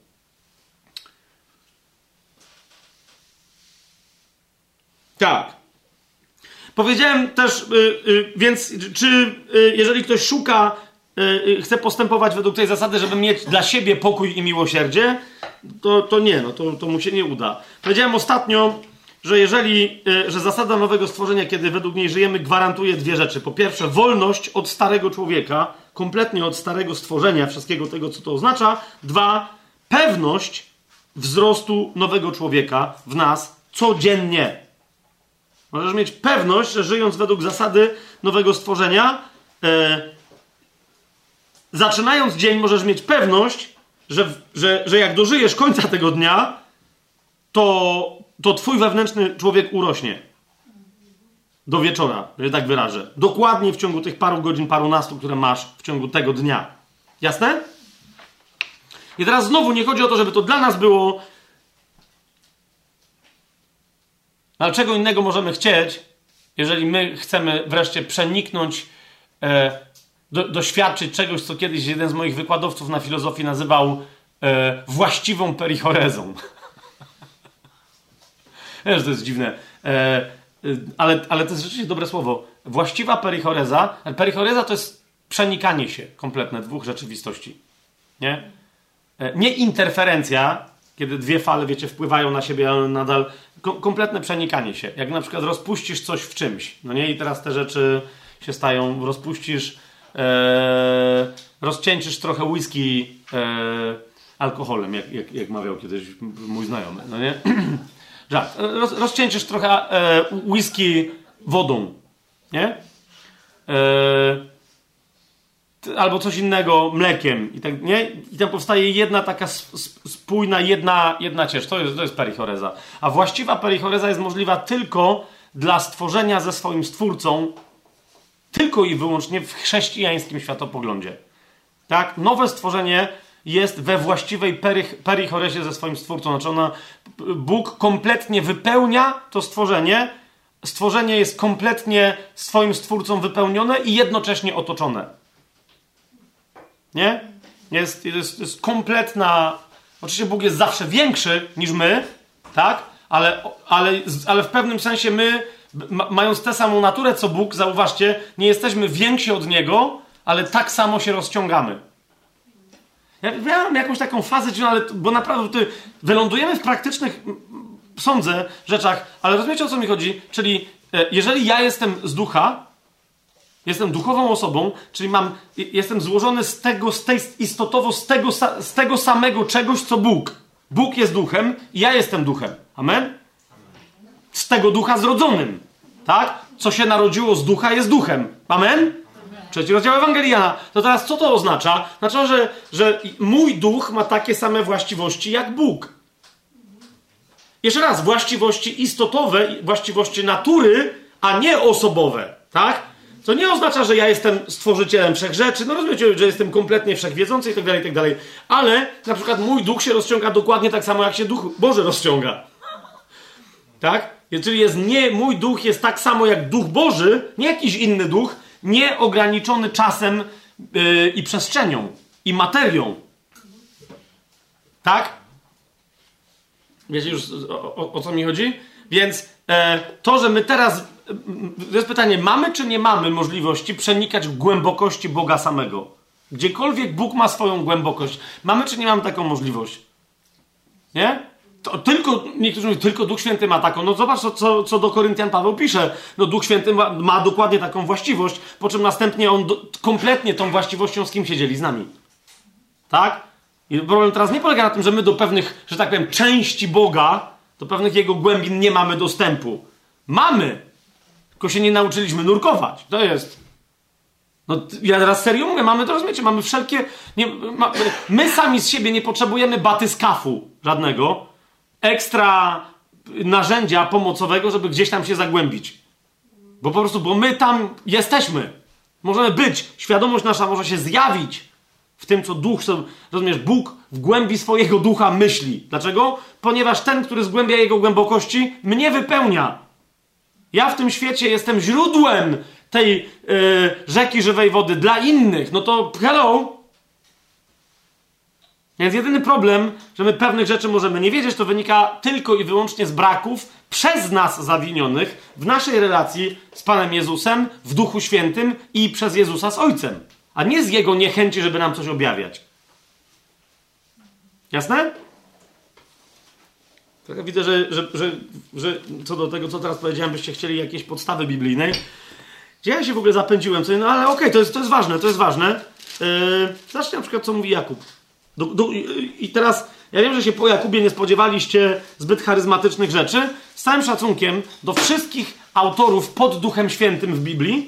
Tak. Powiedziałem też, yy, yy, więc czy yy, jeżeli ktoś szuka, yy, chce postępować według tej zasady, żeby mieć dla siebie pokój i miłosierdzie, to, to nie, no to, to mu się nie uda. Powiedziałem ostatnio, że jeżeli, yy, że zasada nowego stworzenia, kiedy według niej żyjemy, gwarantuje dwie rzeczy. Po pierwsze, wolność od starego człowieka, kompletnie od starego stworzenia, wszystkiego tego, co to oznacza. Dwa, pewność wzrostu nowego człowieka w nas codziennie. Możesz mieć pewność, że żyjąc według zasady nowego stworzenia, e, zaczynając dzień, możesz mieć pewność, że, że, że jak dożyjesz końca tego dnia, to, to twój wewnętrzny człowiek urośnie. Do wieczora, że tak wyrażę. Dokładnie w ciągu tych paru godzin, parunastu, które masz w ciągu tego dnia. Jasne? I teraz znowu nie chodzi o to, żeby to dla nas było... Ale czego innego możemy chcieć, jeżeli my chcemy wreszcie przeniknąć, e, do, doświadczyć czegoś, co kiedyś jeden z moich wykładowców na filozofii nazywał e, właściwą perichorezą. Wiesz, to jest dziwne, e, e, ale, ale to jest rzeczywiście dobre słowo. Właściwa perichoreza, perichoreza to jest przenikanie się kompletne dwóch rzeczywistości. Nie? E, nie interferencja, kiedy dwie fale, wiecie, wpływają na siebie, ale nadal kom- kompletne przenikanie się. Jak na przykład rozpuścisz coś w czymś, no nie? I teraz te rzeczy się stają, rozpuścisz, e, rozcieńczysz trochę whisky e, alkoholem, jak, jak, jak mawiał kiedyś mój znajomy, no nie? Żart. Roz, rozcieńczysz trochę e, whisky wodą, nie? E, albo coś innego mlekiem i tak, nie? I tam powstaje jedna taka spójna, jedna, jedna ciecz. To jest, to jest perichoreza. A właściwa perichoreza jest możliwa tylko dla stworzenia ze swoim Stwórcą, tylko i wyłącznie w chrześcijańskim światopoglądzie. Tak? Nowe stworzenie jest we właściwej perych, perichorezie ze swoim Stwórcą. Znaczy ona, Bóg kompletnie wypełnia to stworzenie. Stworzenie jest kompletnie swoim Stwórcą wypełnione i jednocześnie otoczone. Nie? Jest, jest, jest kompletna... Oczywiście Bóg jest zawsze większy niż my, tak? Ale, ale, ale w pewnym sensie my, ma, mając tę samą naturę co Bóg, zauważcie, nie jesteśmy więksi od Niego, ale tak samo się rozciągamy. Ja, ja mam jakąś taką fazę, ale, bo naprawdę ty, wylądujemy w praktycznych, sądzę, rzeczach, ale rozumiecie, o co mi chodzi? Czyli jeżeli ja jestem z ducha, jestem duchową osobą, czyli mam, jestem złożony z tego, z tej istotowo, z tego, z tego samego czegoś, co Bóg. Bóg jest duchem i ja jestem duchem. Amen? Z tego ducha zrodzonym. Tak? Co się narodziło z ducha jest duchem. Amen? Trzeci rozdział Ewangelii Jana. To teraz co to oznacza? Znaczy, że, że mój duch ma takie same właściwości jak Bóg. Jeszcze raz, właściwości istotowe, właściwości natury, a nie osobowe. Tak? To nie oznacza, że ja jestem stworzycielem wszechrzeczy, no rozumiecie, że jestem kompletnie wszechwiedzący i tak dalej, i tak dalej. Ale na przykład mój duch się rozciąga dokładnie tak samo, jak się duch Boży rozciąga. Tak? Czyli jest nie, mój duch jest tak samo jak duch Boży, nie jakiś inny duch, nieograniczony czasem yy, i przestrzenią, i materią. Tak? Wiecie już o, o, o co mi chodzi? Więc e, to, że my teraz... To jest pytanie, mamy czy nie mamy możliwości przenikać w głębokości Boga samego? Gdziekolwiek Bóg ma swoją głębokość. Mamy czy nie mamy taką możliwość? Nie? To tylko, niektórzy mówią, tylko Duch Święty ma taką. No zobacz, co, co do Koryntian Paweł pisze. No Duch Święty ma, ma dokładnie taką właściwość, po czym następnie on do, kompletnie tą właściwością z kim się dzieli? Z nami. Tak? I problem teraz nie polega na tym, że my do pewnych, że tak powiem, części Boga, do pewnych Jego głębin nie mamy dostępu. Mamy! Tylko się nie nauczyliśmy nurkować. To jest... No, ja teraz serio mówię, mamy to, rozumiecie, mamy wszelkie... Nie, ma, my sami z siebie nie potrzebujemy batyskafu żadnego, ekstra narzędzia pomocowego, żeby gdzieś tam się zagłębić. Bo po prostu, bo my tam jesteśmy. Możemy być. Świadomość nasza może się zjawić w tym, co duch, rozumiesz, Bóg w głębi swojego ducha myśli. Dlaczego? Ponieważ ten, który zgłębia jego głębokości, mnie wypełnia. Ja w tym świecie jestem źródłem tej yy, rzeki żywej wody dla innych. No to hello! Więc jedyny problem, że my pewnych rzeczy możemy nie wiedzieć, to wynika tylko i wyłącznie z braków przez nas zawinionych w naszej relacji z Panem Jezusem, w Duchu Świętym i przez Jezusa z Ojcem. A nie z Jego niechęci, żeby nam coś objawiać. Jasne? Trochę widzę, że, że, że, że co do tego, co teraz powiedziałem, byście chcieli jakieś podstawy biblijnej. Gdzie ja się w ogóle zapędziłem? Co, no ale okej, okay, to, jest, to jest ważne, to jest ważne. Yy, zacznij na przykład, co mówi Jakub. Do, do, I teraz, ja wiem, że się po Jakubie nie spodziewaliście zbyt charyzmatycznych rzeczy. Z całym szacunkiem do wszystkich autorów pod Duchem Świętym w Biblii,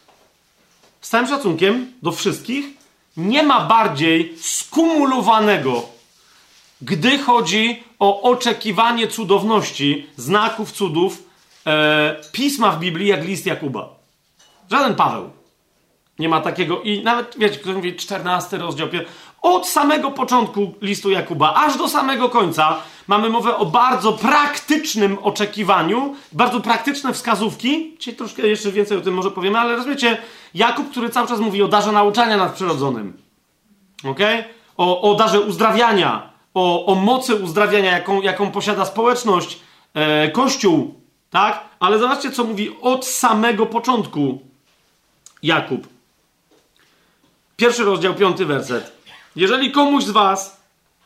z całym szacunkiem do wszystkich, nie ma bardziej skumulowanego, gdy chodzi o oczekiwanie cudowności, znaków, cudów, e, pisma w Biblii, jak list Jakuba. Żaden Paweł nie ma takiego. I nawet, wiecie, ktoś mówi czternasty rozdział, od samego początku listu Jakuba, aż do samego końca mamy mowę o bardzo praktycznym oczekiwaniu, bardzo praktyczne wskazówki. Dzisiaj troszkę jeszcze więcej o tym może powiemy, ale rozumiecie, Jakub, który cały czas mówi o darze nauczania nadprzyrodzonym, okay? o, o darze uzdrawiania, o, o mocy uzdrawiania, jaką, jaką posiada społeczność, e, Kościół, tak? Ale zobaczcie, co mówi od samego początku Jakub. Pierwszy rozdział, piąty werset. Jeżeli komuś z was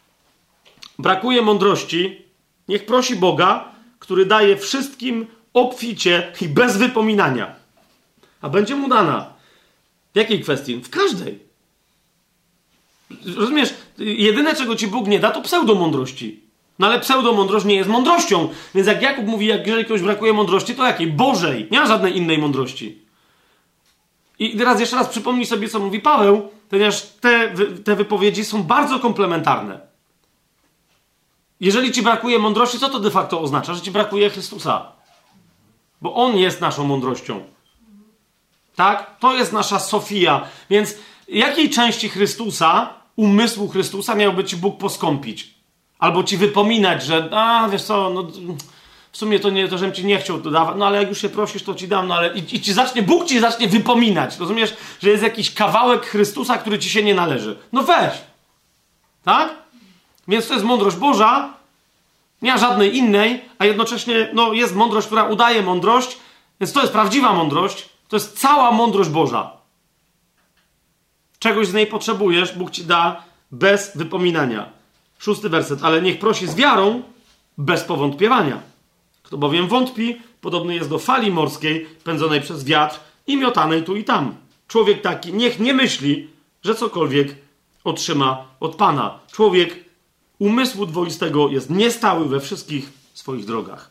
brakuje mądrości, niech prosi Boga, który daje wszystkim obficie i bez wypominania. A będzie mu dana. W jakiej kwestii? W każdej. Rozumiesz? Jedyne, czego ci Bóg nie da, to pseudomądrości. No ale pseudomądrość nie jest mądrością. Więc jak Jakub mówi, jak jeżeli komuś brakuje mądrości, to jakiej? Bożej. Nie ma żadnej innej mądrości. I teraz jeszcze raz przypomnij sobie, co mówi Paweł, ponieważ te, te wypowiedzi są bardzo komplementarne. Jeżeli ci brakuje mądrości, co to de facto oznacza? Że ci brakuje Chrystusa. Bo On jest naszą mądrością. Tak? To jest nasza Sofia. Więc jakiej części Chrystusa, umysłu Chrystusa miałby ci Bóg poskąpić? Albo ci wypominać, że a, wiesz co, no... W sumie to nie, to żebym ci nie chciał to dawać, no ale jak już się prosisz, to ci dam, no ale i, i ci zacznie, Bóg ci zacznie wypominać, rozumiesz, że jest jakiś kawałek Chrystusa, który ci się nie należy. No weź! Tak? Więc to jest mądrość Boża, nie ma żadnej innej, a jednocześnie, no jest mądrość, która udaje mądrość, więc to jest prawdziwa mądrość, to jest cała mądrość Boża. Czegoś z niej potrzebujesz, Bóg ci da bez wypominania. Szósty werset, ale niech prosi z wiarą, bez powątpiewania. Kto bowiem wątpi, podobny jest do fali morskiej, pędzonej przez wiatr i miotanej tu i tam. Człowiek taki niech nie myśli, że cokolwiek otrzyma od Pana. Człowiek umysłu dwoistego jest niestały we wszystkich swoich drogach.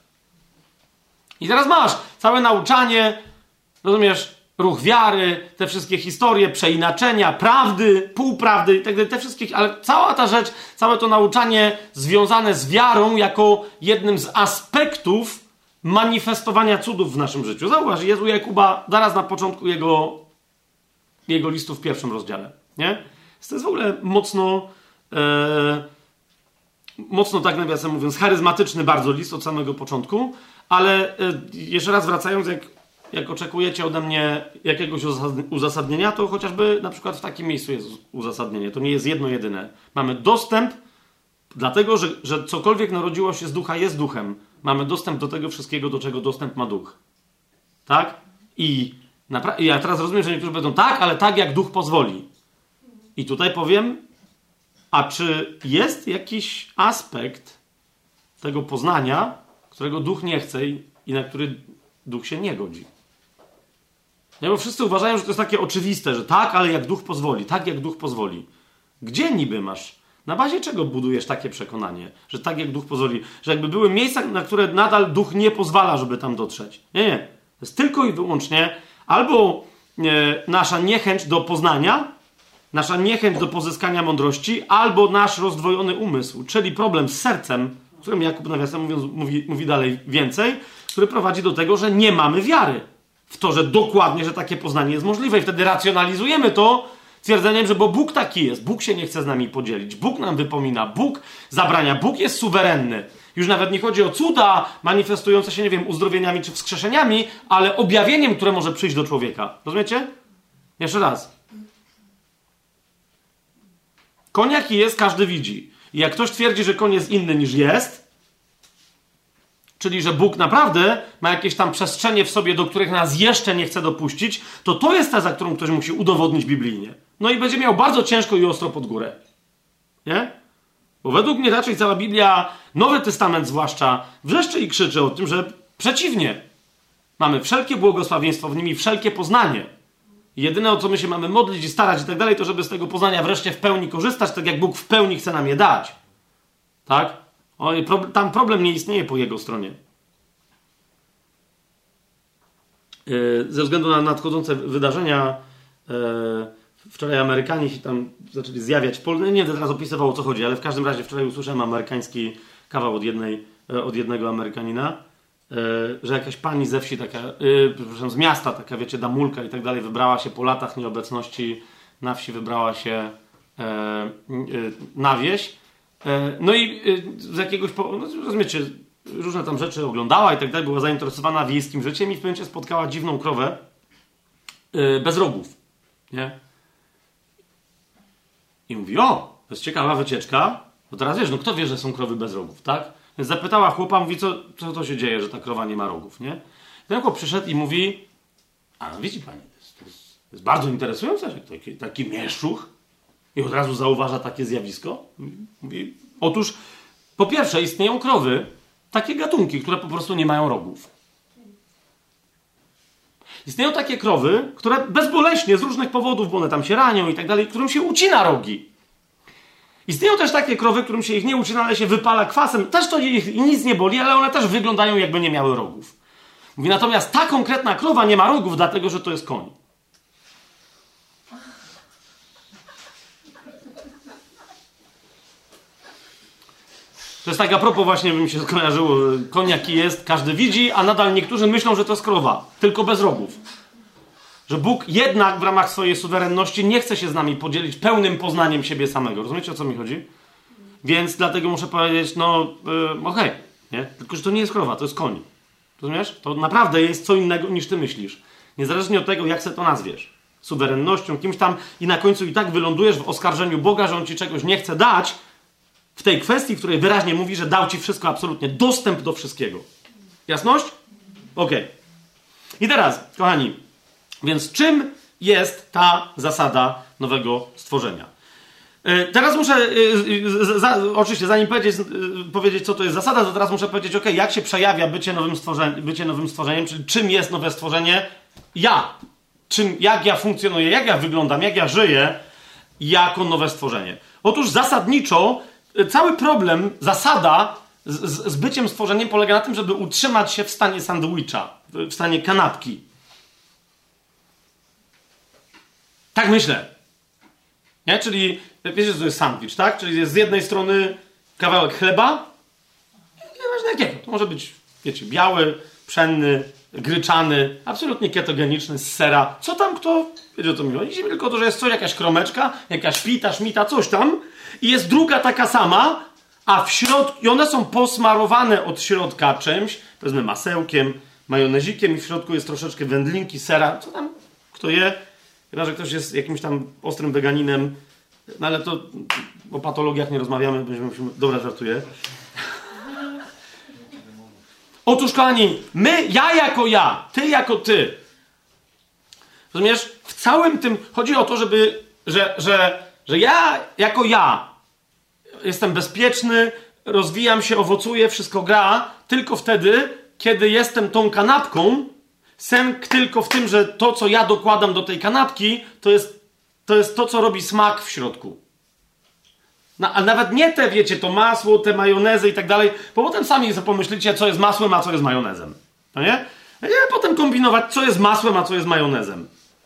I teraz masz całe nauczanie, rozumiesz, ruch wiary, te wszystkie historie, przeinaczenia, prawdy, półprawdy i tak dalej, te wszystkie, ale cała ta rzecz, całe to nauczanie związane z wiarą jako jednym z aspektów manifestowania cudów w naszym życiu. Zauważ, Jezu Jakuba zaraz na początku jego, jego listu w pierwszym rozdziale, nie? To jest w ogóle mocno e, mocno, tak nawiasem mówiąc, charyzmatyczny bardzo list od samego początku, ale e, jeszcze raz wracając, jak Jak oczekujecie ode mnie jakiegoś uzasadnienia, to chociażby na przykład w takim miejscu jest uzasadnienie. To nie jest jedno jedyne. Mamy dostęp, dlatego że, że cokolwiek narodziło się z ducha jest duchem. Mamy dostęp do tego wszystkiego, do czego dostęp ma duch. Tak? I napra- ja teraz rozumiem, że niektórzy powiedzą tak, ale tak jak duch pozwoli. I tutaj powiem, a czy jest jakiś aspekt tego poznania, którego duch nie chce i, i na który duch się nie godzi? Nie, bo wszyscy uważają, że to jest takie oczywiste, że tak, ale jak duch pozwoli, tak jak duch pozwoli. Gdzie niby masz? Na bazie czego budujesz takie przekonanie, że tak jak duch pozwoli? Że jakby były miejsca, na które nadal duch nie pozwala, żeby tam dotrzeć. Nie, nie. To jest tylko i wyłącznie albo nasza niechęć do poznania, nasza niechęć do pozyskania mądrości, albo nasz rozdwojony umysł, czyli problem z sercem, o którym Jakub, nawiasem mówiąc, mówi, mówi dalej więcej, który prowadzi do tego, że nie mamy wiary w to, że dokładnie, że takie poznanie jest możliwe. I wtedy racjonalizujemy to twierdzeniem, że bo Bóg taki jest, Bóg się nie chce z nami podzielić, Bóg nam wypomina, Bóg zabrania, Bóg jest suwerenny. Już nawet nie chodzi o cuda manifestujące się, nie wiem, uzdrowieniami czy wskrzeszeniami, ale objawieniem, które może przyjść do człowieka. Rozumiecie? Jeszcze raz. Koń jaki jest, każdy widzi. I jak ktoś twierdzi, że koń jest inny niż jest, czyli że Bóg naprawdę ma jakieś tam przestrzenie w sobie, do których nas jeszcze nie chce dopuścić, to to jest teza, którą ktoś musi udowodnić biblijnie. No i będzie miał bardzo ciężko i ostro pod górę. Nie? Bo według mnie raczej cała Biblia, Nowy Testament zwłaszcza, wrzeszczy i krzyczy o tym, że przeciwnie. Mamy wszelkie błogosławieństwo w nim i wszelkie poznanie. I jedyne, o co my się mamy modlić i starać i tak dalej, to żeby z tego poznania wreszcie w pełni korzystać, tak jak Bóg w pełni chce nam je dać. Tak? O, tam problem nie istnieje po jego stronie. Yy, ze względu na nadchodzące wydarzenia, yy, wczoraj Amerykanie się tam zaczęli zjawiać w Polsce. Nie będę teraz opisywał, o co chodzi, ale w każdym razie wczoraj usłyszałem amerykański kawał od, jednej, od jednego Amerykanina, yy, że jakaś pani ze wsi, taka, yy, przepraszam, z miasta, taka wiecie, damulka i tak dalej, wybrała się po latach nieobecności na wsi, wybrała się yy, yy, na wieś. Yy, no i yy, z jakiegoś powodu, no, rozumiecie, różne tam rzeczy oglądała i tak dalej, była zainteresowana wiejskim życiem i w pewnym momencie spotkała dziwną krowę yy, bez rogów. Nie? I mówi, o, to jest ciekawa wycieczka, bo teraz wiesz, no kto wie, że są krowy bez rogów, tak? Więc zapytała chłopa, mówi, co, co to się dzieje, że ta krowa nie ma rogów, nie? I ten chłop przyszedł i mówi, a no widzi pani, to jest, to jest, to jest bardzo interesujące, taki, taki mieszczuch i od razu zauważa takie zjawisko. Mówi, otóż, po pierwsze, istnieją krowy, takie gatunki, które po prostu nie mają rogów. Istnieją takie krowy, które bezboleśnie, z różnych powodów, bo one tam się ranią i tak dalej, którym się ucina rogi. Istnieją też takie krowy, którym się ich nie ucina, ale się wypala kwasem. Też to ich nic nie boli, ale one też wyglądają, jakby nie miały rogów. Mówi, natomiast ta konkretna krowa nie ma rogów, dlatego że to jest koń. To jest tak a propos właśnie, by mi się skojarzyło, koń jaki jest, każdy widzi, a nadal niektórzy myślą, że to jest krowa, tylko bez rogów. Że Bóg jednak w ramach swojej suwerenności nie chce się z nami podzielić pełnym poznaniem siebie samego. Rozumiecie, o co mi chodzi? Więc dlatego muszę powiedzieć, no yy, okej, okay, nie? Tylko że to nie jest krowa, to jest koń. Rozumiesz? To naprawdę jest co innego niż ty myślisz. Niezależnie od tego, jak sobie to nazwiesz. Suwerennością, kimś tam i na końcu i tak wylądujesz w oskarżeniu Boga, że on ci czegoś nie chce dać, w tej kwestii, w której wyraźnie mówi, że dał ci wszystko absolutnie, dostęp do wszystkiego. Jasność? Okej. Okay. I teraz, kochani, więc czym jest ta zasada nowego stworzenia? Yy, teraz muszę, yy, za, oczywiście zanim powiedzieć, yy, powiedzieć, co to jest zasada, to teraz muszę powiedzieć, ok, jak się przejawia bycie nowym, stworzeniem, bycie nowym stworzeniem, czyli czym jest nowe stworzenie? Ja. Czym, jak ja funkcjonuję, jak ja wyglądam, jak ja żyję jako nowe stworzenie. Otóż zasadniczo cały problem, zasada z, z, z byciem stworzeniem polega na tym, żeby utrzymać się w stanie sandwicha, w stanie kanapki. Tak myślę. Nie? Czyli, wiecie, co to jest sandwich, tak? Czyli jest z jednej strony kawałek chleba, nieważne jakiego. To może być, wiecie, biały, pszenny, gryczany, absolutnie ketogeniczny, z sera. Co tam kto, wiecie o co mi chodzi? Tylko to, że jest coś, jakaś kromeczka, jakaś pita, szmita, coś tam. I jest druga taka sama, a w środku, i one są posmarowane od środka czymś, powiedzmy masełkiem, majonezikiem i w środku jest troszeczkę wędlinki, sera. Co tam kto je? Chyba, że ktoś jest jakimś tam ostrym weganinem, no ale to o patologiach nie rozmawiamy, będziemy musimy... Dobra, żartuję. Otóż, kochani, my, ja jako ja, ty jako ty. Rozumiesz? W całym tym chodzi o to, żeby, że, że, że ja jako ja jestem bezpieczny, rozwijam się, owocuję, wszystko gra, tylko wtedy, kiedy jestem tą kanapką. Sęk tylko w tym, że to, co ja dokładam do tej kanapki, to jest to, jest to co robi smak w środku. No, a nawet nie te, wiecie, to masło, te majonezy i tak dalej, bo potem sami sobie pomyślicie, co jest masłem, a co jest majonezem. No nie? A nie potem kombinować, co jest masłem, a co jest majonezem.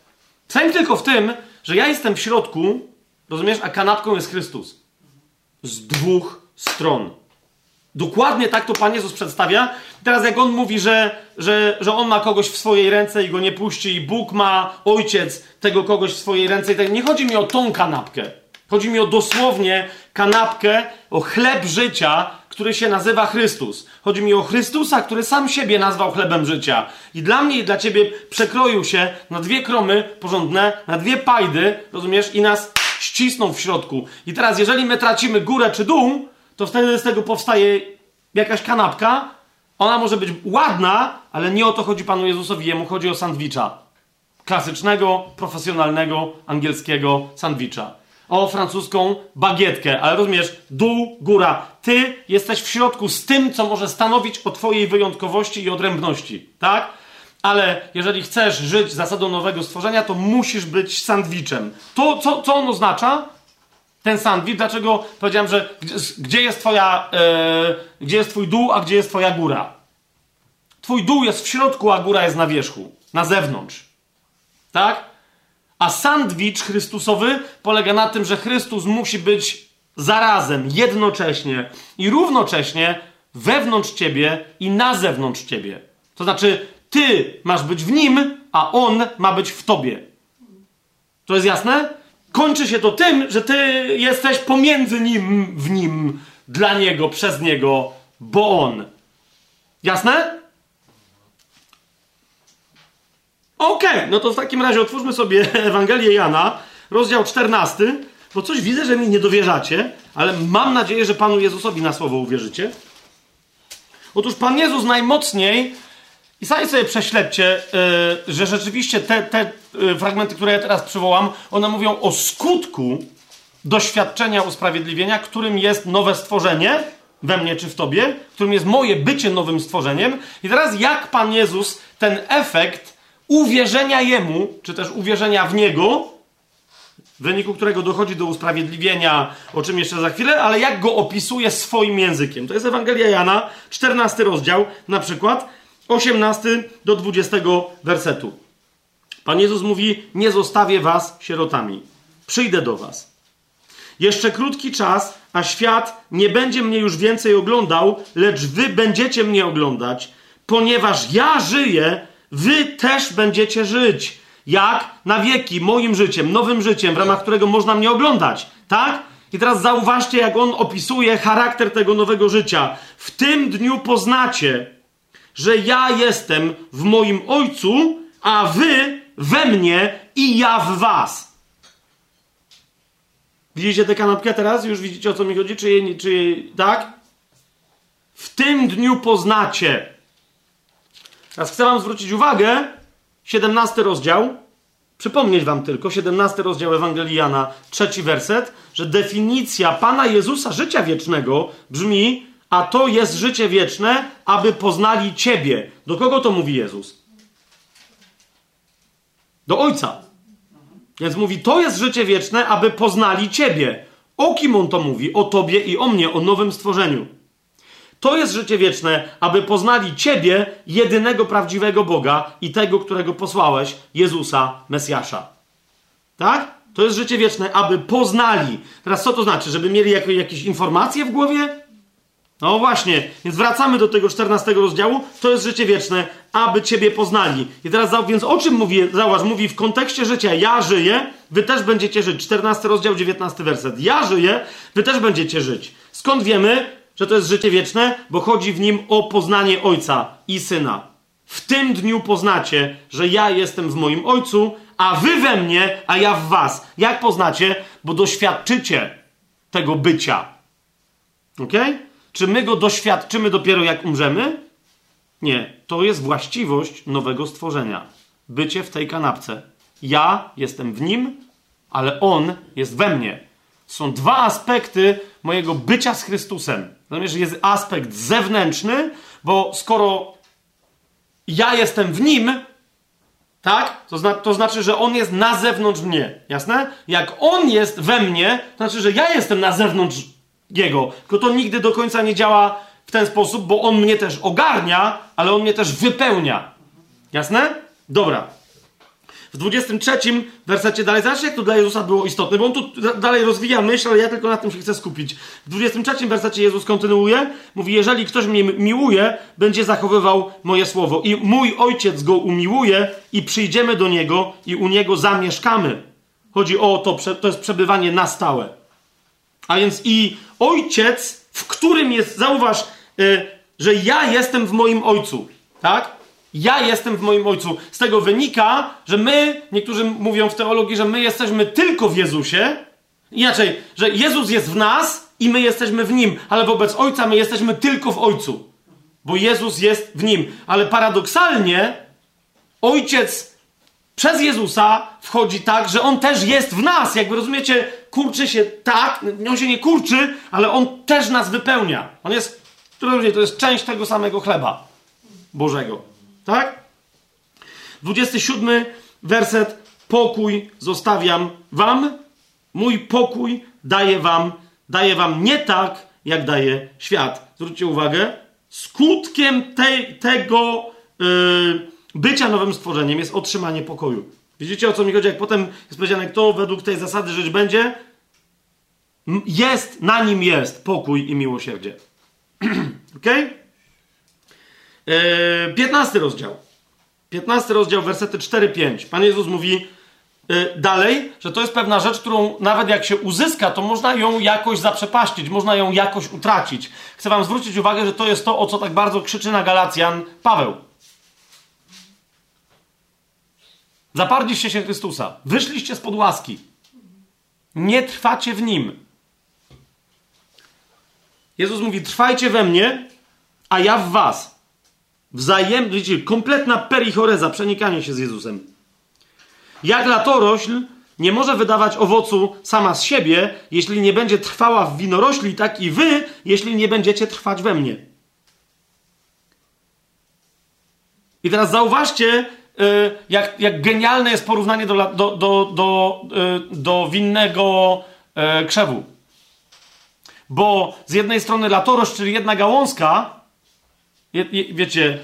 Sęk tylko w tym, że ja jestem w środku, rozumiesz, a kanapką jest Chrystus. Z dwóch stron. Dokładnie tak to Pan Jezus przedstawia. Teraz jak On mówi, że, że, że On ma kogoś w swojej ręce i go nie puści, i Bóg ma, Ojciec, tego kogoś w swojej ręce. I tak, nie chodzi mi o tą kanapkę. Chodzi mi o dosłownie kanapkę, o chleb życia, który się nazywa Chrystus. Chodzi mi o Chrystusa, który sam siebie nazwał chlebem życia. I dla mnie i dla ciebie przekroił się na dwie kromy porządne, na dwie pajdy, rozumiesz, i nas ścisnął w środku. I teraz, jeżeli my tracimy górę czy dół, to wtedy z tego powstaje jakaś kanapka. Ona może być ładna, ale nie o to chodzi Panu Jezusowi. Jemu chodzi o sandwicza. Klasycznego, profesjonalnego, angielskiego sandwicza. O francuską bagietkę, ale rozumiesz, dół, góra. Ty jesteś w środku z tym, co może stanowić o twojej wyjątkowości i odrębności, tak? Ale jeżeli chcesz żyć zasadą nowego stworzenia, to musisz być sandwiczem. To, co, co on oznacza? Ten sandwich, dlaczego powiedziałem, że gdzie jest twoja, e, gdzie jest twój dół, a gdzie jest twoja góra? Twój dół jest w środku, a góra jest na wierzchu, na zewnątrz. Tak? A sandwich chrystusowy polega na tym, że Chrystus musi być zarazem, jednocześnie i równocześnie wewnątrz ciebie i na zewnątrz ciebie. To znaczy, ty masz być w nim, a on ma być w tobie. To jest jasne? Kończy się to tym, że ty jesteś pomiędzy nim, w nim, dla niego, przez niego, bo on. Jasne? Okej, okay, no to w takim razie otwórzmy sobie Ewangelię Jana, rozdział czternasty, bo coś widzę, że mi nie dowierzacie, ale mam nadzieję, że Panu Jezusowi na słowo uwierzycie. Otóż Pan Jezus najmocniej, i sami sobie prześledźcie, yy, że rzeczywiście te, te yy, fragmenty, które ja teraz przywołam, one mówią o skutku doświadczenia usprawiedliwienia, którym jest nowe stworzenie, we mnie czy w tobie, którym jest moje bycie nowym stworzeniem. I teraz jak Pan Jezus ten efekt uwierzenia Jemu, czy też uwierzenia w Niego, w wyniku którego dochodzi do usprawiedliwienia, o czym jeszcze za chwilę, ale jak go opisuje swoim językiem. To jest Ewangelia Jana, czternasty rozdział, na przykład osiemnasty do dwudziestego wersetu. Pan Jezus mówi: nie zostawię was sierotami. Przyjdę do was. Jeszcze krótki czas, a świat nie będzie mnie już więcej oglądał, lecz wy będziecie mnie oglądać, ponieważ ja żyję, wy też będziecie żyć. Jak? Na wieki, moim życiem, nowym życiem, w ramach którego można mnie oglądać. Tak? I teraz zauważcie, jak on opisuje charakter tego nowego życia. W tym dniu poznacie, że ja jestem w moim Ojcu, a wy we mnie i ja w was. Widzicie tę kanapkę teraz? Już widzicie, o co mi chodzi? Czy, je, czy je, tak? W tym dniu poznacie. Teraz chcę wam zwrócić uwagę, siedemnasty rozdział, przypomnieć wam tylko, siedemnasty rozdział Ewangelii Jana, trzeci werset, że definicja Pana Jezusa życia wiecznego brzmi: a to jest życie wieczne, aby poznali Ciebie. Do kogo to mówi Jezus? Do Ojca. Więc mówi, to jest życie wieczne, aby poznali Ciebie. O kim on to mówi? O Tobie i o mnie, o nowym stworzeniu. To jest życie wieczne, aby poznali Ciebie, jedynego prawdziwego Boga i tego, którego posłałeś, Jezusa, Mesjasza. Tak? To jest życie wieczne, aby poznali. Teraz co to znaczy? Żeby mieli jakieś informacje w głowie? No właśnie, więc wracamy do tego czternastego rozdziału. To jest życie wieczne, aby Ciebie poznali. I teraz, więc o czym mówi? Zauważ, mówi w kontekście życia: ja żyję, wy też będziecie żyć. czternasty rozdział, dziewiętnasty werset. Ja żyję, wy też będziecie żyć. Skąd wiemy, że to jest życie wieczne? Bo chodzi w nim o poznanie Ojca i Syna. W tym dniu poznacie, że ja jestem w moim Ojcu, a wy we mnie, a ja w was. Jak poznacie? Bo doświadczycie tego bycia. Okej? Okay? Czy my go doświadczymy dopiero jak umrzemy? Nie. To jest właściwość nowego stworzenia. Bycie w tej kanapce. Ja jestem w nim, ale on jest we mnie. Są dwa aspekty mojego bycia z Chrystusem. Rozumiesz, że jest aspekt zewnętrzny, bo skoro ja jestem w nim, tak? To, zna, to znaczy, że on jest na zewnątrz mnie. Jasne? Jak on jest we mnie, to znaczy, że ja jestem na zewnątrz Jego. Tylko to nigdy do końca nie działa w ten sposób, bo on mnie też ogarnia, ale on mnie też wypełnia. Jasne? Dobra. W dwudziestym trzecim wersecie dalej, zobaczcie, jak to dla Jezusa było istotne, bo on tu dalej rozwija myśl, ale ja tylko na tym się chcę skupić. W dwudziestym trzecim wersecie Jezus kontynuuje, mówi, jeżeli ktoś mnie miłuje, będzie zachowywał moje słowo i mój Ojciec go umiłuje i przyjdziemy do Niego i u Niego zamieszkamy. Chodzi o to, to jest przebywanie na stałe. A więc i Ojciec, w którym jest, zauważ, yy, że ja jestem w moim Ojcu, tak? Ja jestem w moim Ojcu. Z tego wynika, że my, niektórzy mówią w teologii, że my jesteśmy tylko w Jezusie. Inaczej, że Jezus jest w nas i my jesteśmy w Nim. Ale wobec Ojca my jesteśmy tylko w Ojcu. Bo Jezus jest w Nim. Ale paradoksalnie Ojciec przez Jezusa wchodzi tak, że On też jest w nas. Jakby rozumiecie, kurczy się tak, On się nie kurczy, ale On też nas wypełnia. On jest, to jest część tego samego chleba Bożego. Tak? dwudziesty siódmy werset. Pokój zostawiam wam. Mój pokój daję wam. Daję wam nie tak, jak daje świat. Zwróćcie uwagę. Skutkiem tej, tego yy, bycia nowym stworzeniem jest otrzymanie pokoju. Widzicie, o co mi chodzi? Jak potem jest powiedziane, kto według tej zasady żyć będzie, jest, na nim jest pokój i miłosierdzie. Okej? Okay? piętnasty rozdział. piętnasty rozdział, wersety cztery pięć. Pan Jezus mówi yy, dalej, że to jest pewna rzecz, którą nawet jak się uzyska, to można ją jakoś zaprzepaścić, można ją jakoś utracić. Chcę wam zwrócić uwagę, że to jest to, o co tak bardzo krzyczy na Galacjan Paweł. Zaparliście się Chrystusa. Wyszliście spod łaski. Nie trwacie w Nim. Jezus mówi, trwajcie we mnie, a ja w was. Wzajemnie, widzicie, kompletna perichoreza, przenikanie się z Jezusem. Jak latorośl nie może wydawać owocu sama z siebie, jeśli nie będzie trwała w winorośli, tak i wy, jeśli nie będziecie trwać we mnie. I teraz zauważcie, jak, jak genialne jest porównanie do, do, do, do, do winnego krzewu. Bo z jednej strony latorośl, czyli jedna gałązka, wiecie,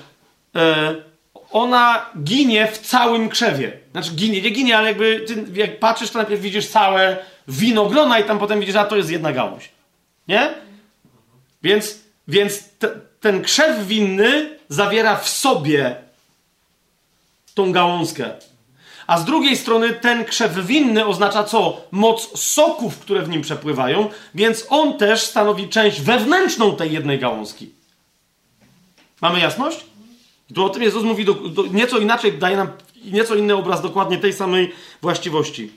ona ginie w całym krzewie. Znaczy ginie, nie ginie, ale jakby ty, jak patrzysz, to najpierw widzisz całe winogrona i tam potem widzisz, a to jest jedna gałąź. Nie? Więc, więc te, ten krzew winny zawiera w sobie tą gałązkę. A z drugiej strony ten krzew winny oznacza co? Moc soków, które w nim przepływają, więc on też stanowi część wewnętrzną tej jednej gałązki. Mamy jasność? Tu o tym Jezus mówi do, do, nieco inaczej, daje nam nieco inny obraz dokładnie tej samej właściwości.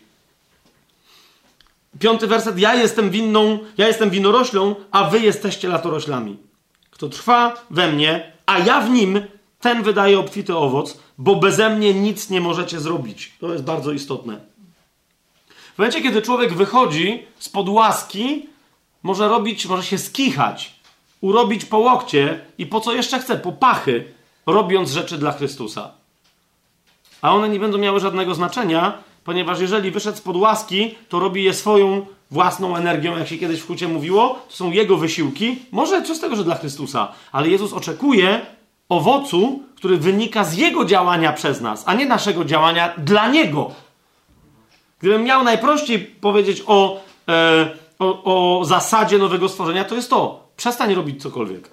Piąty werset. Ja jestem winną, ja jestem winoroślą, a wy jesteście latoroślami. Kto trwa we mnie, a ja w nim, ten wydaje obfity owoc, bo beze mnie nic nie możecie zrobić. To jest bardzo istotne. W momencie, kiedy człowiek wychodzi spod łaski, może robić, może się skichać, urobić po łokcie i po co jeszcze chce? Po pachy, robiąc rzeczy dla Chrystusa. A one nie będą miały żadnego znaczenia, ponieważ jeżeli wyszedł spod łaski, to robi je swoją własną energią, jak się kiedyś w Hucie mówiło. To są jego wysiłki. Może co z tego, że dla Chrystusa. Ale Jezus oczekuje owocu, który wynika z Jego działania przez nas, a nie naszego działania dla Niego. Gdybym miał najprościej powiedzieć o, e, o, o zasadzie nowego stworzenia, to jest to. Przestań robić cokolwiek.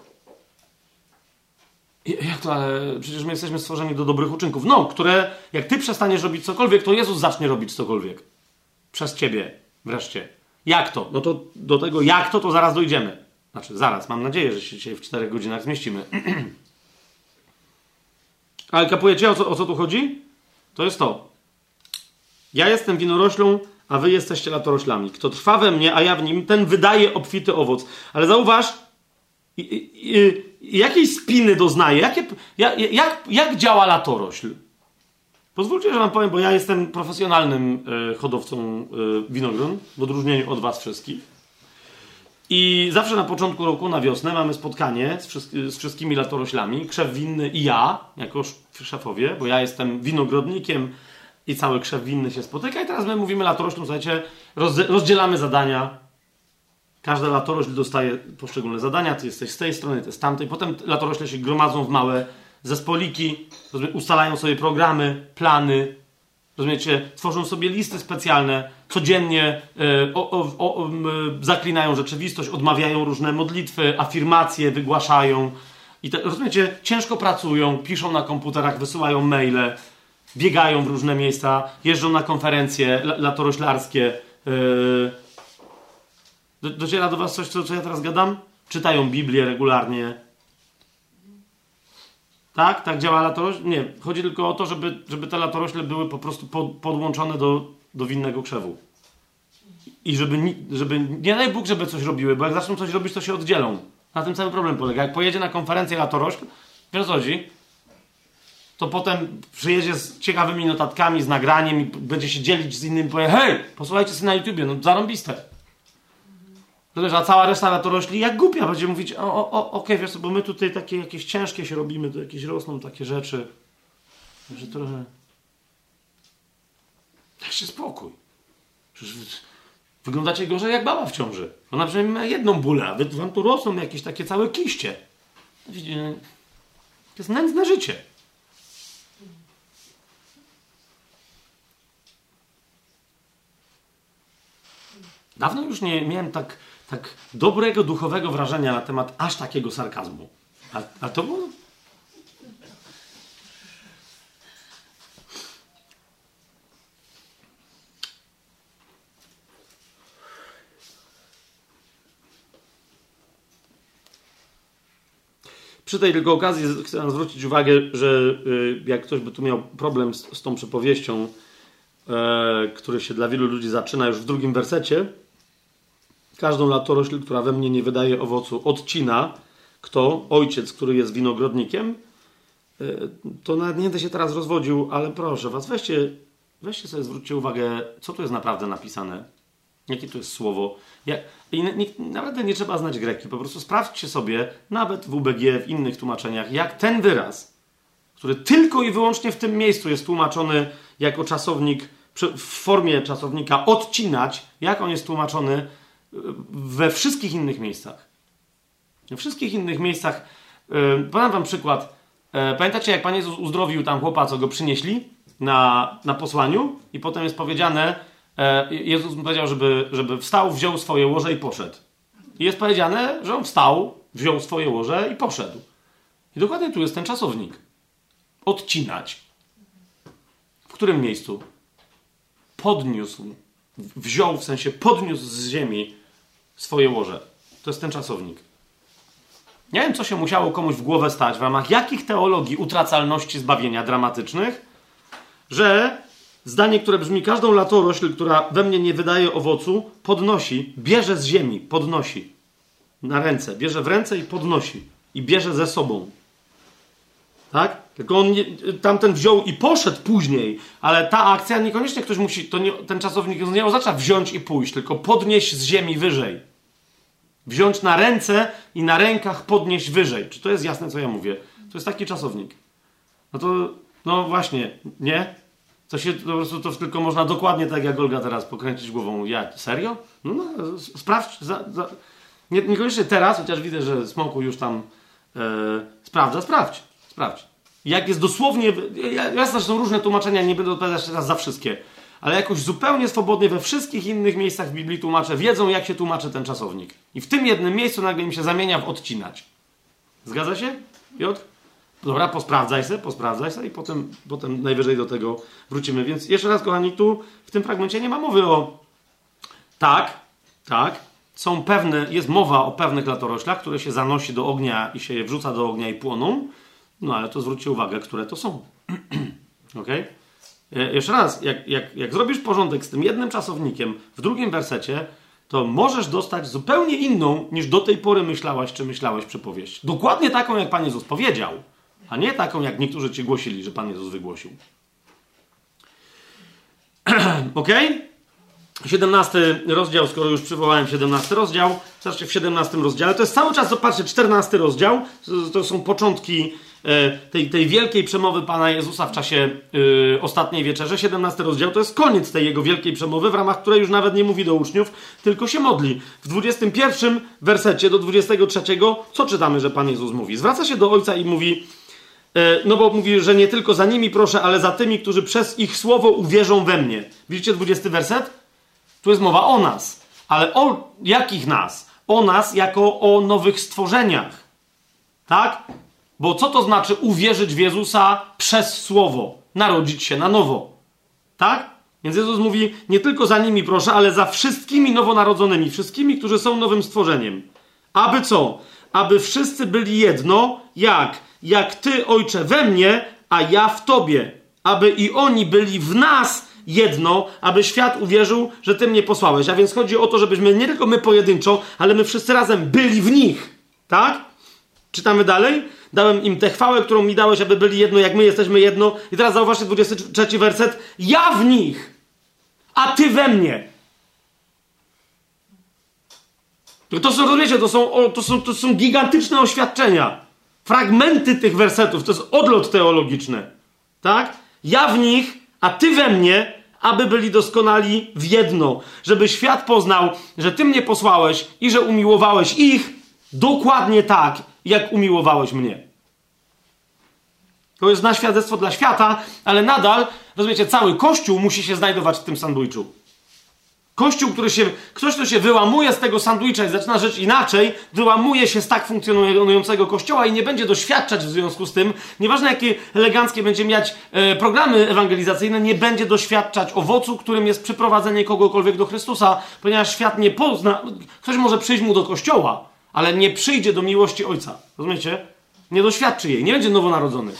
Jak to? Ale przecież my jesteśmy stworzeni do dobrych uczynków. No, które jak ty przestaniesz robić cokolwiek, to Jezus zacznie robić cokolwiek. Przez ciebie wreszcie. Jak to? No to do tego jak to, to zaraz dojdziemy. Znaczy zaraz, mam nadzieję, że się dzisiaj w czterech godzinach zmieścimy. Ale kapujecie, o co, o co tu chodzi? To jest to. Ja jestem winoroślą, a wy jesteście latoroślami. Kto trwa we mnie, a ja w nim, ten wydaje obfity owoc. Ale zauważ, i, i, i, jakiej spiny doznaje? Jakie, jak, jak, jak działa latorośl? Pozwólcie, że wam powiem, bo ja jestem profesjonalnym y, hodowcą y, winogron, w odróżnieniu od was wszystkich. I zawsze na początku roku, na wiosnę, mamy spotkanie z, wszystk- z wszystkimi latoroślami, krzew winny i ja, jako szefowie, bo ja jestem winogrodnikiem i cały krzew winny się spotyka. I teraz my mówimy latoroślom, słuchajcie, roz- rozdzielamy zadania. Każda latorośl dostaje poszczególne zadania, ty jesteś z tej strony, ty z tamtej. Potem latorośle się gromadzą w małe zespoliki, ustalają sobie programy, plany Rozumiecie? Tworzą sobie listy specjalne, codziennie y, o, o, o, y, zaklinają rzeczywistość, odmawiają różne modlitwy, afirmacje wygłaszają. I te, rozumiecie? Ciężko pracują, piszą na komputerach, wysyłają maile, biegają w różne miejsca, jeżdżą na konferencje latoroślarskie. Yy. Do, dociera do was coś, co, co ja teraz gadam? Czytają Biblię regularnie. Tak? Tak działa latorośl? Nie. Chodzi tylko o to, żeby, żeby te latorośle były po prostu pod, podłączone do, do winnego krzewu. I żeby, żeby, nie daj Bóg, żeby coś robiły, bo jak zaczną coś robić, to się oddzielą. Na tym cały problem polega. Jak pojedzie na konferencję latorośl, wiesz o co chodzi? To potem przyjedzie z ciekawymi notatkami, z nagraniem i będzie się dzielić z innymi, powie, hej, posłuchajcie sobie na YouTubie, no zarąbiste. Wiesz, a cała reszta latorośli jak głupia będzie mówić, o, o, o okej, wiesz co, bo my tutaj takie jakieś ciężkie się robimy, to jakieś rosną takie rzeczy, że trochę... Dajcie spokój. Przecież wyglądacie gorzej jak baba w ciąży. Ona przynajmniej ma jedną bólę, a wy, wam tu rosną jakieś takie całe kiście. Widzicie, to jest nędzne życie. Dawno już nie miałem tak, tak dobrego, duchowego wrażenia na temat aż takiego sarkazmu. A, a to było... Przy tej tylko okazji chcę zwrócić uwagę, że y, jak ktoś by tu miał problem z, z tą przypowieścią, y, który się dla wielu ludzi zaczyna już w drugim wersecie, każdą latorośl, która we mnie nie wydaje owocu, odcina. Kto? Ojciec, który jest winogrodnikiem. Y, to nawet nie będę się teraz rozwodził, ale proszę was, weźcie, weźcie sobie, zwróćcie uwagę, co tu jest naprawdę napisane. Jakie to jest słowo. Ja, i nie, nawet nie trzeba znać greki. Po prostu sprawdźcie sobie, nawet w U B G, w innych tłumaczeniach, jak ten wyraz, który tylko i wyłącznie w tym miejscu jest tłumaczony jako czasownik, w formie czasownika odcinać, jak on jest tłumaczony we wszystkich innych miejscach. We wszystkich innych miejscach. Yy, podam wam przykład. Yy, pamiętacie, jak Pan Jezus uzdrowił tam chłopa, co go przynieśli na, na posłaniu i potem jest powiedziane, Jezus mu powiedział, żeby, żeby wstał, wziął swoje łoże i poszedł. I jest powiedziane, że on wstał, wziął swoje łoże i poszedł. I dokładnie tu jest ten czasownik. Odcinać. W którym miejscu? Podniósł. Wziął, w sensie podniósł z ziemi swoje łoże. To jest ten czasownik. Nie wiem, co się musiało komuś w głowę stać, w ramach jakich teologii utracalności zbawienia dramatycznych, że zdanie, które brzmi, każdą latorośl, która we mnie nie wydaje owocu, podnosi, bierze z ziemi, podnosi na ręce, bierze w ręce i podnosi. I bierze ze sobą. Tak? Tylko on nie, tamten wziął i poszedł później, ale ta akcja niekoniecznie ktoś musi, to nie, ten czasownik nie oznacza wziąć i pójść, tylko podnieść z ziemi wyżej. Wziąć na ręce i na rękach podnieść wyżej. Czy to jest jasne, co ja mówię? To jest taki czasownik. No to, no właśnie, nie? To się po prostu to tylko można dokładnie tak jak Olga teraz pokręcić głową. Ja, serio? No, no sprawdź. Za, za. Nie, niekoniecznie teraz, chociaż widzę, że Smoku już tam e, sprawdza. Sprawdź. Sprawdź. Jak jest dosłownie... Jasne, że są różne tłumaczenia, nie będę odpowiadać teraz za wszystkie. Ale jakoś zupełnie swobodnie we wszystkich innych miejscach w Biblii tłumacze wiedzą, jak się tłumaczy ten czasownik. I w tym jednym miejscu nagle im się zamienia w odcinać. Zgadza się, Piotr? Dobra, posprawdzaj se, posprawdzaj se i potem, potem najwyżej do tego wrócimy. Więc jeszcze raz, kochani, tu w tym fragmencie nie ma mowy o... Tak, tak, są pewne, jest mowa o pewnych latoroślach, które się zanosi do ognia i się je wrzuca do ognia i płoną. No ale to zwróćcie uwagę, które to są. Okej? Okay? Jeszcze raz, jak, jak, jak zrobisz porządek z tym jednym czasownikiem w drugim wersecie, to możesz dostać zupełnie inną, niż do tej pory myślałaś, czy myślałeś przypowieść. Dokładnie taką, jak Pan Jezus powiedział, a nie taką, jak niektórzy ci głosili, że Pan Jezus wygłosił. Okej? Okay? siedemnasty rozdział, skoro już przywołałem siedemnasty rozdział, zobaczcie, w siedemnastym rozdziale, to jest cały czas, zobaczcie, czternasty rozdział, to są początki tej, tej wielkiej przemowy Pana Jezusa w czasie yy, ostatniej wieczerzy. siedemnasty rozdział to jest koniec tej jego wielkiej przemowy, w ramach której już nawet nie mówi do uczniów, tylko się modli. W dwudziestym pierwszym wersecie do dwudziestego trzeciego co czytamy, że Pan Jezus mówi? Zwraca się do Ojca i mówi: No bo mówi, że nie tylko za nimi proszę, ale za tymi, którzy przez ich słowo uwierzą we mnie. Widzicie dwudziesty werset? Tu jest mowa o nas. Ale o jakich nas? O nas jako o nowych stworzeniach. Tak? Bo co to znaczy uwierzyć w Jezusa przez słowo? Narodzić się na nowo. Tak? Więc Jezus mówi, nie tylko za nimi proszę, ale za wszystkimi nowonarodzonymi, wszystkimi, którzy są nowym stworzeniem. Aby co? Aby wszyscy byli jedno, jak? Jak Ty, Ojcze, we mnie, a ja w Tobie. Aby i oni byli w nas jedno, aby świat uwierzył, że Ty mnie posłałeś. A więc chodzi o to, żebyśmy nie tylko my pojedynczo, ale my wszyscy razem byli w nich. Tak? Czytamy dalej. Dałem im tę chwałę, którą mi dałeś, aby byli jedno, jak my jesteśmy jedno. I teraz zauważcie dwudziesty trzeci werset. Ja w nich, a Ty we mnie. To są, rozumiecie, to są, to są, to są gigantyczne oświadczenia. Fragmenty tych wersetów. To jest odlot teologiczny. Tak? Ja w nich, a Ty we mnie, aby byli doskonali w jedno. Żeby świat poznał, że Ty mnie posłałeś i że umiłowałeś ich dokładnie tak, jak umiłowałeś mnie. To jest na świadectwo dla świata, ale nadal, rozumiecie, cały Kościół musi się znajdować w tym sandwichu. Kościół, który się, ktoś, kto się wyłamuje z tego sandwicha i zaczyna żyć inaczej, wyłamuje się z tak funkcjonującego Kościoła i nie będzie doświadczać w związku z tym, nieważne jakie eleganckie będzie mieć e, programy ewangelizacyjne, nie będzie doświadczać owocu, którym jest przyprowadzenie kogokolwiek do Chrystusa, ponieważ świat nie pozna, ktoś może przyjść mu do Kościoła, ale nie przyjdzie do miłości Ojca. Rozumiecie? Nie doświadczy jej, nie będzie nowonarodzony.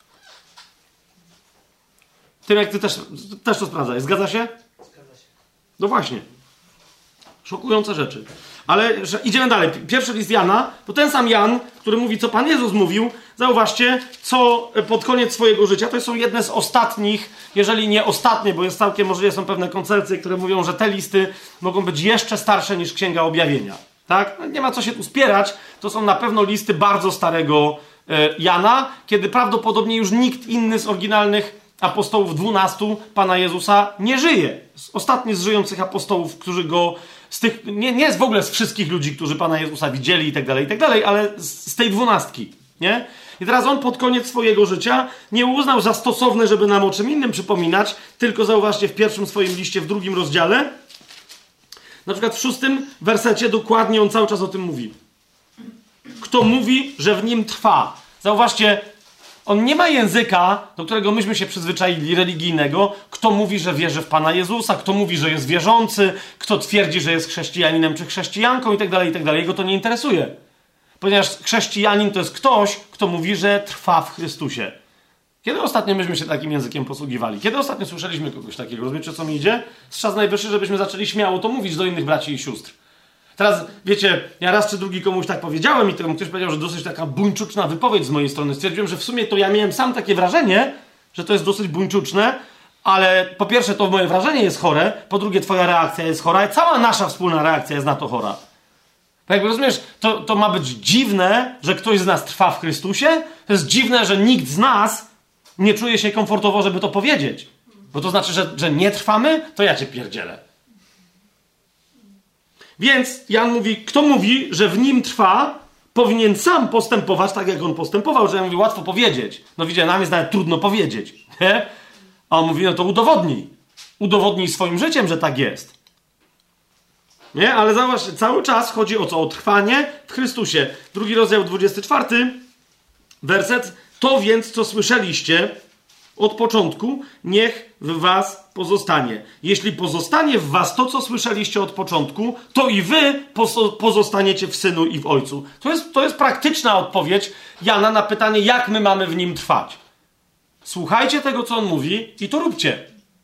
Tym jak ty też, też to sprawdzaj. Zgadza się? Zgadza się. No właśnie. Szokujące rzeczy. Ale że idziemy dalej. Pierwszy list Jana, to ten sam Jan, który mówi, co Pan Jezus mówił. Zauważcie, co pod koniec swojego życia. To są jedne z ostatnich, jeżeli nie ostatnie, bo jest całkiem możliwe, są pewne koncepcje, które mówią, że te listy mogą być jeszcze starsze niż Księga Objawienia. Tak? No nie ma co się tu spierać. To są na pewno listy bardzo starego e, Jana, kiedy prawdopodobnie już nikt inny z oryginalnych apostołów dwunastu Pana Jezusa nie żyje. Ostatni z żyjących apostołów, którzy go z tych, nie, nie jest w ogóle z wszystkich ludzi, którzy Pana Jezusa widzieli i tak dalej, i tak dalej, ale z, z tej dwunastki, nie? I teraz on pod koniec swojego życia nie uznał za stosowne, żeby nam o czym innym przypominać, tylko zauważcie w pierwszym swoim liście, w drugim rozdziale, na przykład w szóstym wersecie dokładnie on cały czas o tym mówi. Kto mówi, że w nim trwa. Zauważcie, on nie ma języka, do którego myśmy się przyzwyczaili, religijnego. Kto mówi, że wierzy w Pana Jezusa, kto mówi, że jest wierzący, kto twierdzi, że jest chrześcijaninem czy chrześcijanką i tak dalej, i tak dalej. Jego to nie interesuje. Ponieważ chrześcijanin to jest ktoś, kto mówi, że trwa w Chrystusie. Kiedy ostatnio myśmy się takim językiem posługiwali? Kiedy ostatnio słyszeliśmy kogoś takiego? Rozumiecie, co mi idzie? Z czas najwyższy, żebyśmy zaczęli śmiało to mówić do innych braci i sióstr. Teraz, wiecie, ja raz czy drugi komuś tak powiedziałem i to ktoś powiedział, że dosyć taka buńczuczna wypowiedź z mojej strony. Stwierdziłem, że w sumie to ja miałem sam takie wrażenie, że to jest dosyć buńczuczne, ale po pierwsze to moje wrażenie jest chore, po drugie twoja reakcja jest chora i cała nasza wspólna reakcja jest na to chora. Tak jakby rozumiesz, to, to ma być dziwne, że ktoś z nas trwa w Chrystusie, to jest dziwne, że nikt z nas nie czuje się komfortowo, żeby to powiedzieć. Bo to znaczy, że, że nie trwamy, to ja cię pierdzielę. Więc Jan mówi, kto mówi, że w nim trwa, powinien sam postępować tak, jak on postępował, że ja mówi, łatwo powiedzieć. No widzicie, nam jest nawet trudno powiedzieć. Nie? A on mówi, no to udowodnij. Udowodnij swoim życiem, że tak jest. Nie? Ale zauważ, cały czas chodzi o co? O trwanie w Chrystusie. Drugi rozdział, dwudziesty czwarty werset. To więc, co słyszeliście od początku, niech w was pozostanie. Jeśli pozostanie w was to, co słyszeliście od początku, to i wy pozostaniecie w Synu i w Ojcu. To jest, to jest praktyczna odpowiedź Jana na pytanie, jak my mamy w nim trwać. Słuchajcie tego, co on mówi i to róbcie.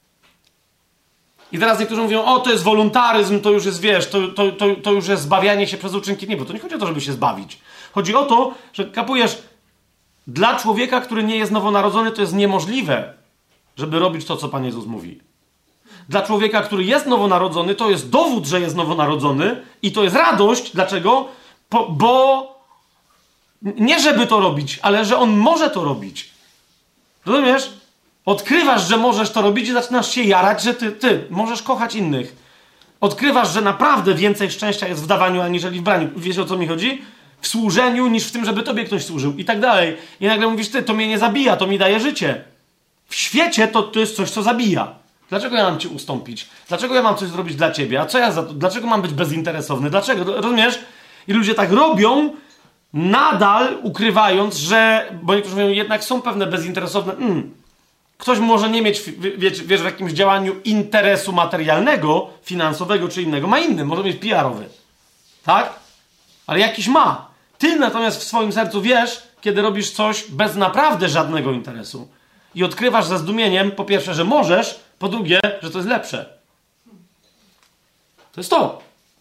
I teraz niektórzy mówią, o, to jest wolontaryzm, to już jest, wiesz, to, to, to, to już jest zbawianie się przez uczynki. Nie, bo to nie chodzi o to, żeby się zbawić. Chodzi o to, że kapujesz, dla człowieka, który nie jest nowonarodzony, to jest niemożliwe, żeby robić to, co Pan Jezus mówi. Dla człowieka, który jest nowonarodzony, to jest dowód, że jest nowonarodzony i to jest radość. Dlaczego? Po, bo nie żeby to robić, ale że on może to robić. Rozumiesz? Odkrywasz, że możesz to robić i zaczynasz się jarać, że ty, ty możesz kochać innych. Odkrywasz, że naprawdę więcej szczęścia jest w dawaniu, aniżeli w braniu. Wiesz, o co mi chodzi? w służeniu, niż w tym, żeby tobie ktoś służył i tak dalej. I nagle mówisz, ty, to mnie nie zabija, to mi daje życie. W świecie to, to jest coś, co zabija. Dlaczego ja mam ci ustąpić? Dlaczego ja mam coś zrobić dla ciebie? A co ja za to? Dlaczego mam być bezinteresowny? Dlaczego? Rozumiesz? I ludzie tak robią, nadal ukrywając, że, bo niektórzy mówią, jednak są pewne bezinteresowne... Mm. Ktoś może nie mieć, wiesz, wiesz, w jakimś działaniu interesu materialnego, finansowego czy innego. Ma inny, może mieć P R-owy. Tak? Ale jakiś ma. Ty natomiast w swoim sercu wiesz, kiedy robisz coś bez naprawdę żadnego interesu. I odkrywasz ze zdumieniem, po pierwsze, że możesz, po drugie, że to jest lepsze. To jest to.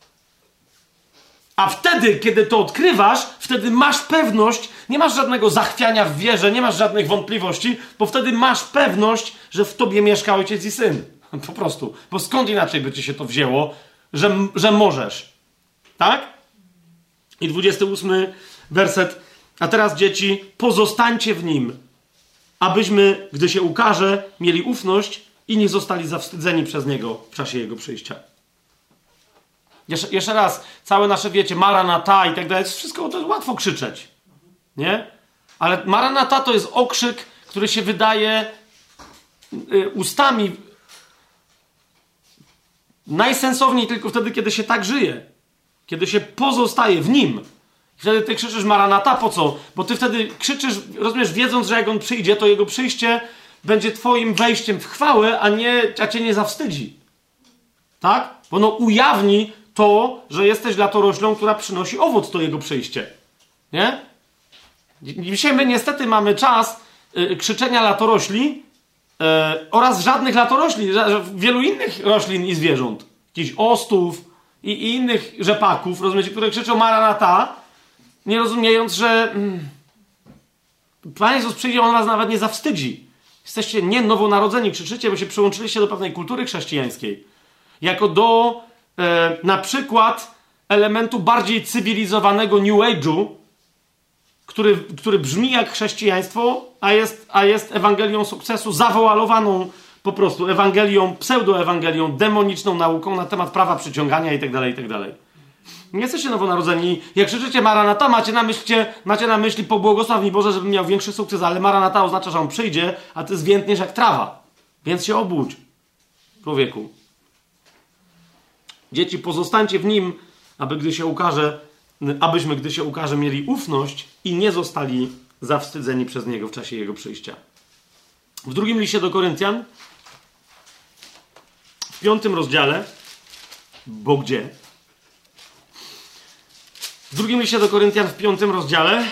A wtedy, kiedy to odkrywasz, wtedy masz pewność, nie masz żadnego zachwiania w wierze, nie masz żadnych wątpliwości, bo wtedy masz pewność, że w tobie mieszka Ojciec i Syn. Po prostu. Bo skąd inaczej by ci się to wzięło, że, że możesz. Tak? I dwudziesty ósmy werset. A teraz, dzieci, pozostańcie w Nim, abyśmy, gdy się ukaże, mieli ufność i nie zostali zawstydzeni przez Niego w czasie Jego przyjścia. Jeszcze, jeszcze raz, całe nasze, wiecie, Maranata i tak dalej, wszystko to jest łatwo krzyczeć. Nie? Ale Maranata to jest okrzyk, który się wydaje y, ustami najsensowniej tylko wtedy, kiedy się tak żyje. Kiedy się pozostaje w Nim. Wtedy ty krzyczysz Maranata, po co? Bo ty wtedy krzyczysz, rozumiesz, wiedząc, że jak On przyjdzie, to Jego przyjście będzie twoim wejściem w chwałę, a, nie, a cię nie zawstydzi. Tak? Bo ono ujawni to, że jesteś latoroślą, która przynosi owoc, to Jego przyjście. Nie? Dzisiaj my niestety mamy czas yy, krzyczenia latorośli yy, oraz żadnych latorośli, wielu innych roślin i zwierząt. Jakichś ostów i, i innych rzepaków, rozumiecie, które krzyczą Maranata, nie rozumiejąc, że mm, Pan Jezus przyjdzie, On was nawet nie zawstydzi. Jesteście nie nowonarodzeni, krzyczycie, bo się przyłączyliście do pewnej kultury chrześcijańskiej. Jako do e, na przykład elementu bardziej cywilizowanego New Age'u, który, który brzmi jak chrześcijaństwo, a jest, a jest Ewangelią sukcesu zawoalowaną po prostu Ewangelią, pseudoewangelią, demoniczną nauką na temat prawa przyciągania itd., itd. Nie jesteście nowonarodzeni. Jak krzyczycie Maranata, macie na myśli, macie na myśli pobłogosław mi Boże, żebym miał większy sukces, ale Maranata oznacza, że On przyjdzie, a ty zwiętniesz jak trawa. Więc się obudź, człowieku. Dzieci, pozostańcie w Nim, aby gdy się ukaże, abyśmy, gdy się ukaże, mieli ufność i nie zostali zawstydzeni przez Niego w czasie Jego przyjścia. W drugim liście do Koryntian, w piątym rozdziale, bo gdzie? W drugim liście do Koryntian, w piątym rozdziale,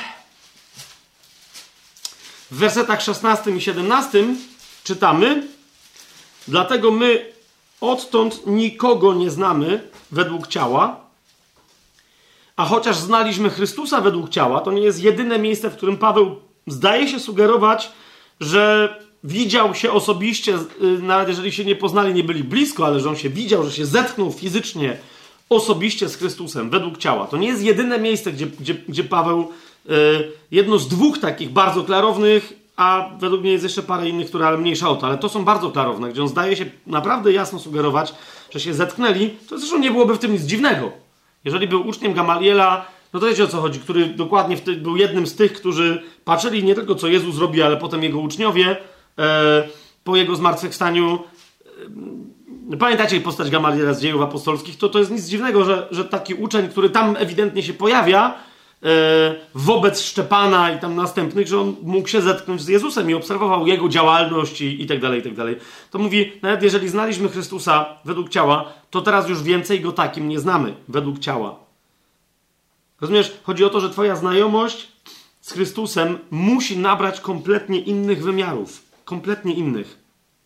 w wersetach szesnastym i siedemnastym czytamy: dlatego my odtąd nikogo nie znamy według ciała, a chociaż znaliśmy Chrystusa według ciała, to nie jest jedyne miejsce, w którym Paweł zdaje się sugerować, że widział się osobiście, nawet jeżeli się nie poznali, nie byli blisko, ale że on się widział, że się zetknął fizycznie, osobiście z Chrystusem według ciała. To nie jest jedyne miejsce, gdzie, gdzie, gdzie Paweł, yy, jedno z dwóch takich bardzo klarownych, a według mnie jest jeszcze parę innych, które ale mniejsza o to, ale to są bardzo klarowne, gdzie on zdaje się naprawdę jasno sugerować, że się zetknęli. To zresztą nie byłoby w tym nic dziwnego. Jeżeli był uczniem Gamaliela, no to wiecie, o co chodzi, który dokładnie wtedy był jednym z tych, którzy patrzyli nie tylko, co Jezus robi, ale potem Jego uczniowie e, po Jego zmartwychwstaniu. E, pamiętacie postać Gamaliela z Dziejów Apostolskich? To, to jest nic dziwnego, że, że taki uczeń, który tam ewidentnie się pojawia e, wobec Szczepana i tam następnych, że on mógł się zetknąć z Jezusem i obserwował Jego działalność i, i tak dalej, i tak dalej. To mówi, nawet jeżeli znaliśmy Chrystusa według ciała, to teraz już więcej Go takim nie znamy według ciała. Rozumiesz? Chodzi o to, że twoja znajomość z Chrystusem musi nabrać kompletnie innych wymiarów. Kompletnie innych.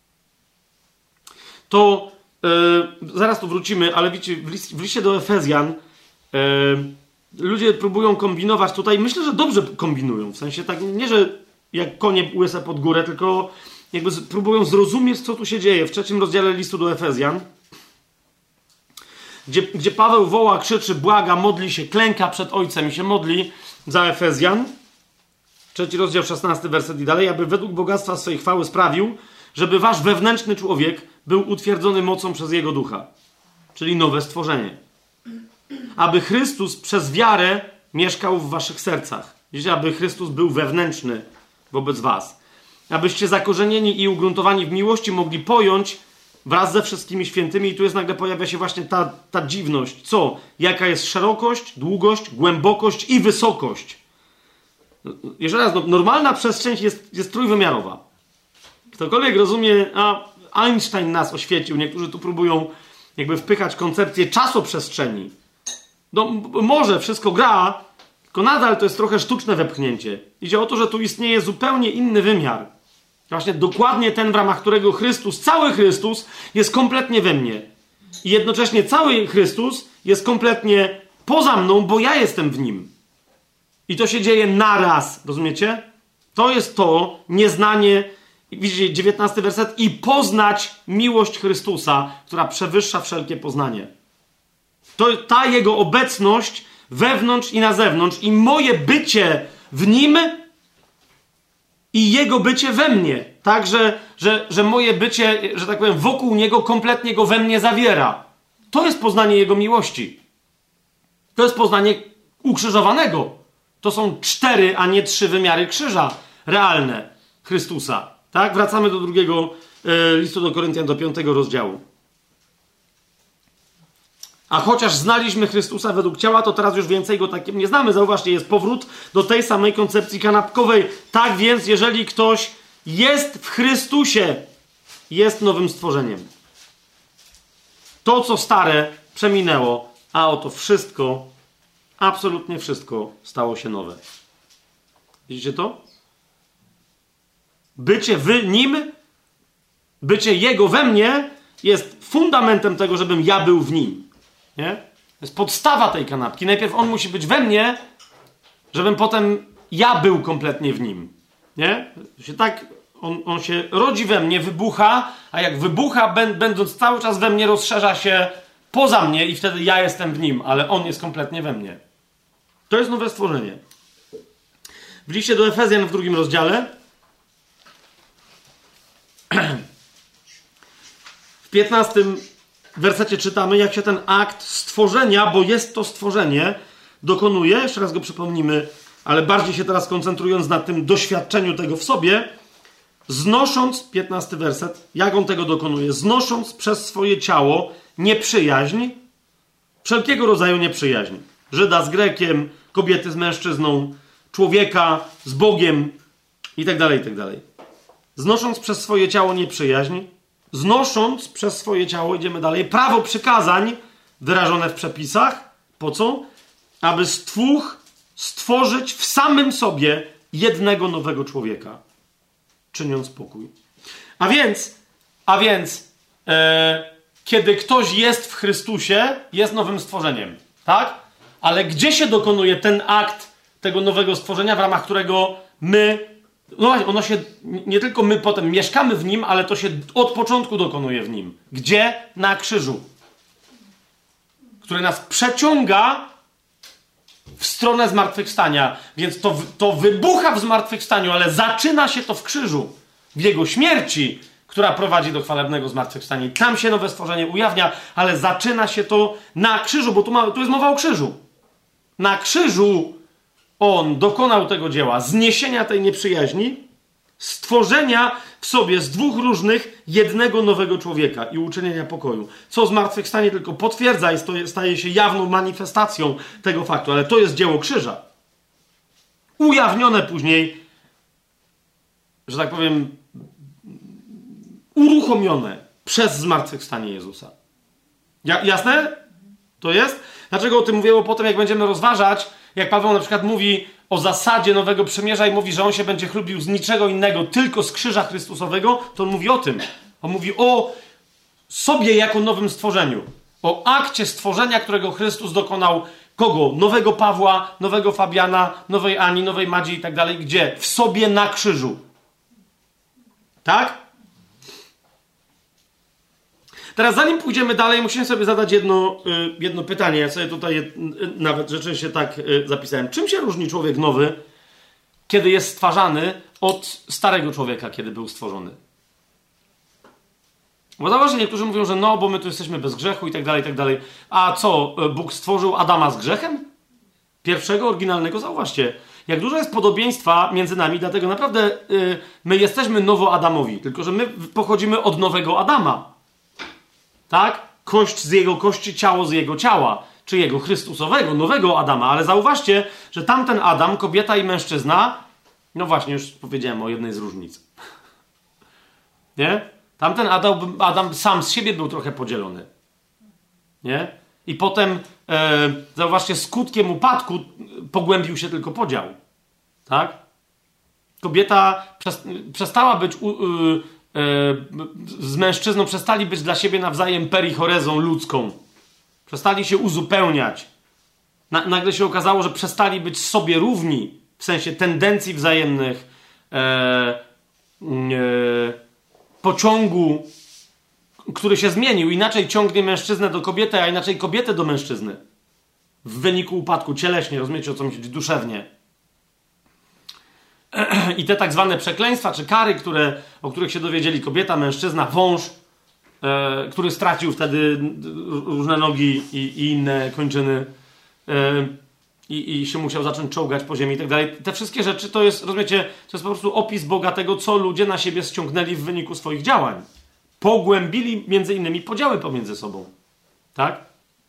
To yy, zaraz tu wrócimy, ale widzicie, w, list, w liście do Efezjan yy, ludzie próbują kombinować tutaj. Myślę, że dobrze kombinują. W sensie tak, nie, że jak konie łyse pod górę, tylko jakby z, próbują zrozumieć, co tu się dzieje. W trzecim rozdziale listu do Efezjan, Gdzie, gdzie Paweł woła, krzyczy, błaga, modli się, klęka przed Ojcem i się modli za Efezjan. Trzeci rozdział, szesnasty werset i dalej. Aby według bogactwa swojej chwały sprawił, żeby wasz wewnętrzny człowiek był utwierdzony mocą przez Jego Ducha. Czyli nowe stworzenie. Aby Chrystus przez wiarę mieszkał w waszych sercach. Widzicie, aby Chrystus był wewnętrzny wobec was. Abyście zakorzenieni i ugruntowani w miłości mogli pojąć wraz ze wszystkimi świętymi. I tu jest nagle pojawia się właśnie ta, ta dziwność. Co? Jaka jest szerokość, długość, głębokość i wysokość. Jeszcze raz, no, normalna przestrzeń jest, jest trójwymiarowa. Ktokolwiek rozumie, a Einstein nas oświecił, niektórzy tu próbują jakby wpychać koncepcję czasoprzestrzeni. No może wszystko gra, tylko nadal to jest trochę sztuczne wepchnięcie. Idzie o to, że tu istnieje zupełnie inny wymiar. Właśnie dokładnie ten, w ramach którego Chrystus, cały Chrystus jest kompletnie we mnie. I jednocześnie cały Chrystus jest kompletnie poza mną, bo ja jestem w Nim. I to się dzieje naraz, rozumiecie? To jest to nieznanie, widzicie, dziewiętnasty werset, i poznać miłość Chrystusa, która przewyższa wszelkie poznanie. To ta Jego obecność wewnątrz i na zewnątrz i moje bycie w Nim i Jego bycie we mnie. Tak, że, że, że moje bycie, że tak powiem, wokół Niego kompletnie Go we mnie zawiera. To jest poznanie Jego miłości. To jest poznanie ukrzyżowanego. To są cztery, a nie trzy wymiary krzyża realne Chrystusa. Tak? Wracamy do drugiego e, listu do Koryntian, do piątego rozdziału. A chociaż znaliśmy Chrystusa według ciała, to teraz już więcej Go takim nie znamy. Zauważcie, jest powrót do tej samej koncepcji kanapkowej. Tak więc, jeżeli ktoś jest w Chrystusie, jest nowym stworzeniem. To, co stare, przeminęło, a oto wszystko, absolutnie wszystko stało się nowe. Widzicie to? Bycie w Nim, bycie Jego we mnie jest fundamentem tego, żebym ja był w Nim. Nie? To jest podstawa tej kanapki. Najpierw On musi być we mnie, żebym potem ja był kompletnie w Nim. Nie? To się tak, on, on się rodzi we mnie, wybucha, a jak wybucha, będąc cały czas we mnie, rozszerza się poza mnie i wtedy ja jestem w Nim, ale On jest kompletnie we mnie. To jest nowe stworzenie. W liście do Efezjan w drugim rozdziale w piętnastym wersecie czytamy, jak się ten akt stworzenia, bo jest to stworzenie, dokonuje. Jeszcze raz go przypomnimy, ale bardziej się teraz koncentrując na tym doświadczeniu tego w sobie, znosząc, piętnasty werset, jak on tego dokonuje? Znosząc przez swoje ciało nieprzyjaźń, wszelkiego rodzaju nieprzyjaźń. Żyda z Grekiem, kobiety z mężczyzną, człowieka z Bogiem i tak dalej, i tak dalej. Znosząc przez swoje ciało nieprzyjaźń, znosząc przez swoje ciało, idziemy dalej, prawo przykazań wyrażone w przepisach. Po co? Aby z dwóch stworzyć w samym sobie jednego nowego człowieka, czyniąc pokój. A więc, a więc, e, kiedy ktoś jest w Chrystusie, jest nowym stworzeniem, tak? Ale gdzie się dokonuje ten akt tego nowego stworzenia, w ramach którego my, no właśnie, ono się, nie tylko my potem mieszkamy w nim, ale to się od początku dokonuje w nim. Gdzie? Na krzyżu. Który nas przeciąga w stronę zmartwychwstania. Więc to, to wybucha w zmartwychwstaniu, ale zaczyna się to w krzyżu. W Jego śmierci, która prowadzi do chwalebnego zmartwychwstania. I tam się nowe stworzenie ujawnia, ale zaczyna się to na krzyżu, bo tu, ma, tu jest mowa o krzyżu. Na krzyżu On dokonał tego dzieła, zniesienia tej nieprzyjaźni, stworzenia w sobie z dwóch różnych jednego nowego człowieka i uczynienia pokoju. Co zmartwychwstanie tylko potwierdza i staje się jawną manifestacją tego faktu, ale to jest dzieło krzyża. Ujawnione później, że tak powiem, uruchomione przez zmartwychwstanie Jezusa. Ja, jasne? To jest? Dlaczego o tym mówię? Bo potem, jak będziemy rozważać, jak Paweł na przykład mówi o zasadzie Nowego Przymierza i mówi, że on się będzie chlubił z niczego innego, tylko z krzyża Chrystusowego, to on mówi o tym. On mówi o sobie jako nowym stworzeniu. O akcie stworzenia, którego Chrystus dokonał kogo? Nowego Pawła, nowego Fabiana, nowej Ani, nowej Madzi i tak dalej. Gdzie? W sobie na krzyżu. Tak? Teraz zanim pójdziemy dalej, musimy sobie zadać jedno, y, jedno pytanie. Ja sobie tutaj y, nawet rzeczywiście tak y, zapisałem. Czym się różni człowiek nowy, kiedy jest stwarzany, od starego człowieka, kiedy był stworzony? Bo zauważcie, niektórzy mówią, że no, bo my tu jesteśmy bez grzechu i tak dalej, i tak dalej. A co, Bóg stworzył Adama z grzechem? pierwszego, oryginalnego, zauważcie, jak dużo jest podobieństwa między nami, dlatego naprawdę yy, my jesteśmy nowoadamowi, tylko że my pochodzimy od nowego Adama. Tak? Kość z jego kości, ciało z jego ciała, czy jego Chrystusowego, nowego Adama, ale zauważcie, że tamten Adam, kobieta i mężczyzna, no właśnie, już powiedziałem o jednej z różnic. Nie? Tamten Adam, Adam sam z siebie był trochę podzielony. Nie? I potem, e, zauważcie, skutkiem upadku pogłębił się tylko podział. Tak? Kobieta przez, przestała być u, y, y, z mężczyzną, przestali być dla siebie nawzajem perichorezą ludzką. Przestali się uzupełniać. Na, nagle się okazało, że przestali być sobie równi, w sensie tendencji wzajemnych, e, e, pociągu, który się zmienił. Inaczej ciągnie mężczyznę do kobiety, a inaczej kobietę do mężczyzny. W wyniku upadku, cieleśnie, rozumiecie, o co mi chodzi, duszewnie. I te tak zwane przekleństwa, czy kary, które, o których się dowiedzieli kobieta, mężczyzna, wąż, e, który stracił wtedy różne nogi i, i inne kończyny e, i, i się musiał zacząć czołgać po ziemi i tak dalej. Te wszystkie rzeczy to jest, rozumiecie, to jest po prostu opis Boga tego, co ludzie na siebie ściągnęli w wyniku swoich działań. Pogłębili między innymi podziały pomiędzy sobą. Tak?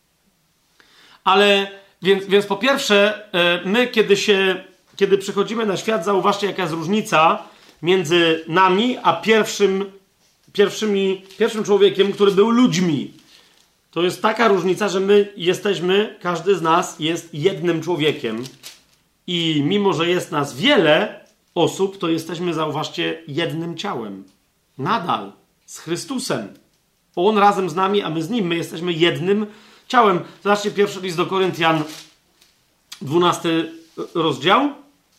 Ale, więc, więc po pierwsze, my kiedy się, kiedy przychodzimy na świat, zauważcie, jaka jest różnica między nami, a pierwszym, pierwszymi, pierwszym człowiekiem, który był ludźmi. To jest taka różnica, że my jesteśmy, każdy z nas jest jednym człowiekiem i mimo, że jest nas wiele osób, to jesteśmy, zauważcie, jednym ciałem. Nadal. Z Chrystusem. On razem z nami, a my z Nim. My jesteśmy jednym ciałem. Zobaczcie pierwszy list do Koryntian, dwunasty rozdział.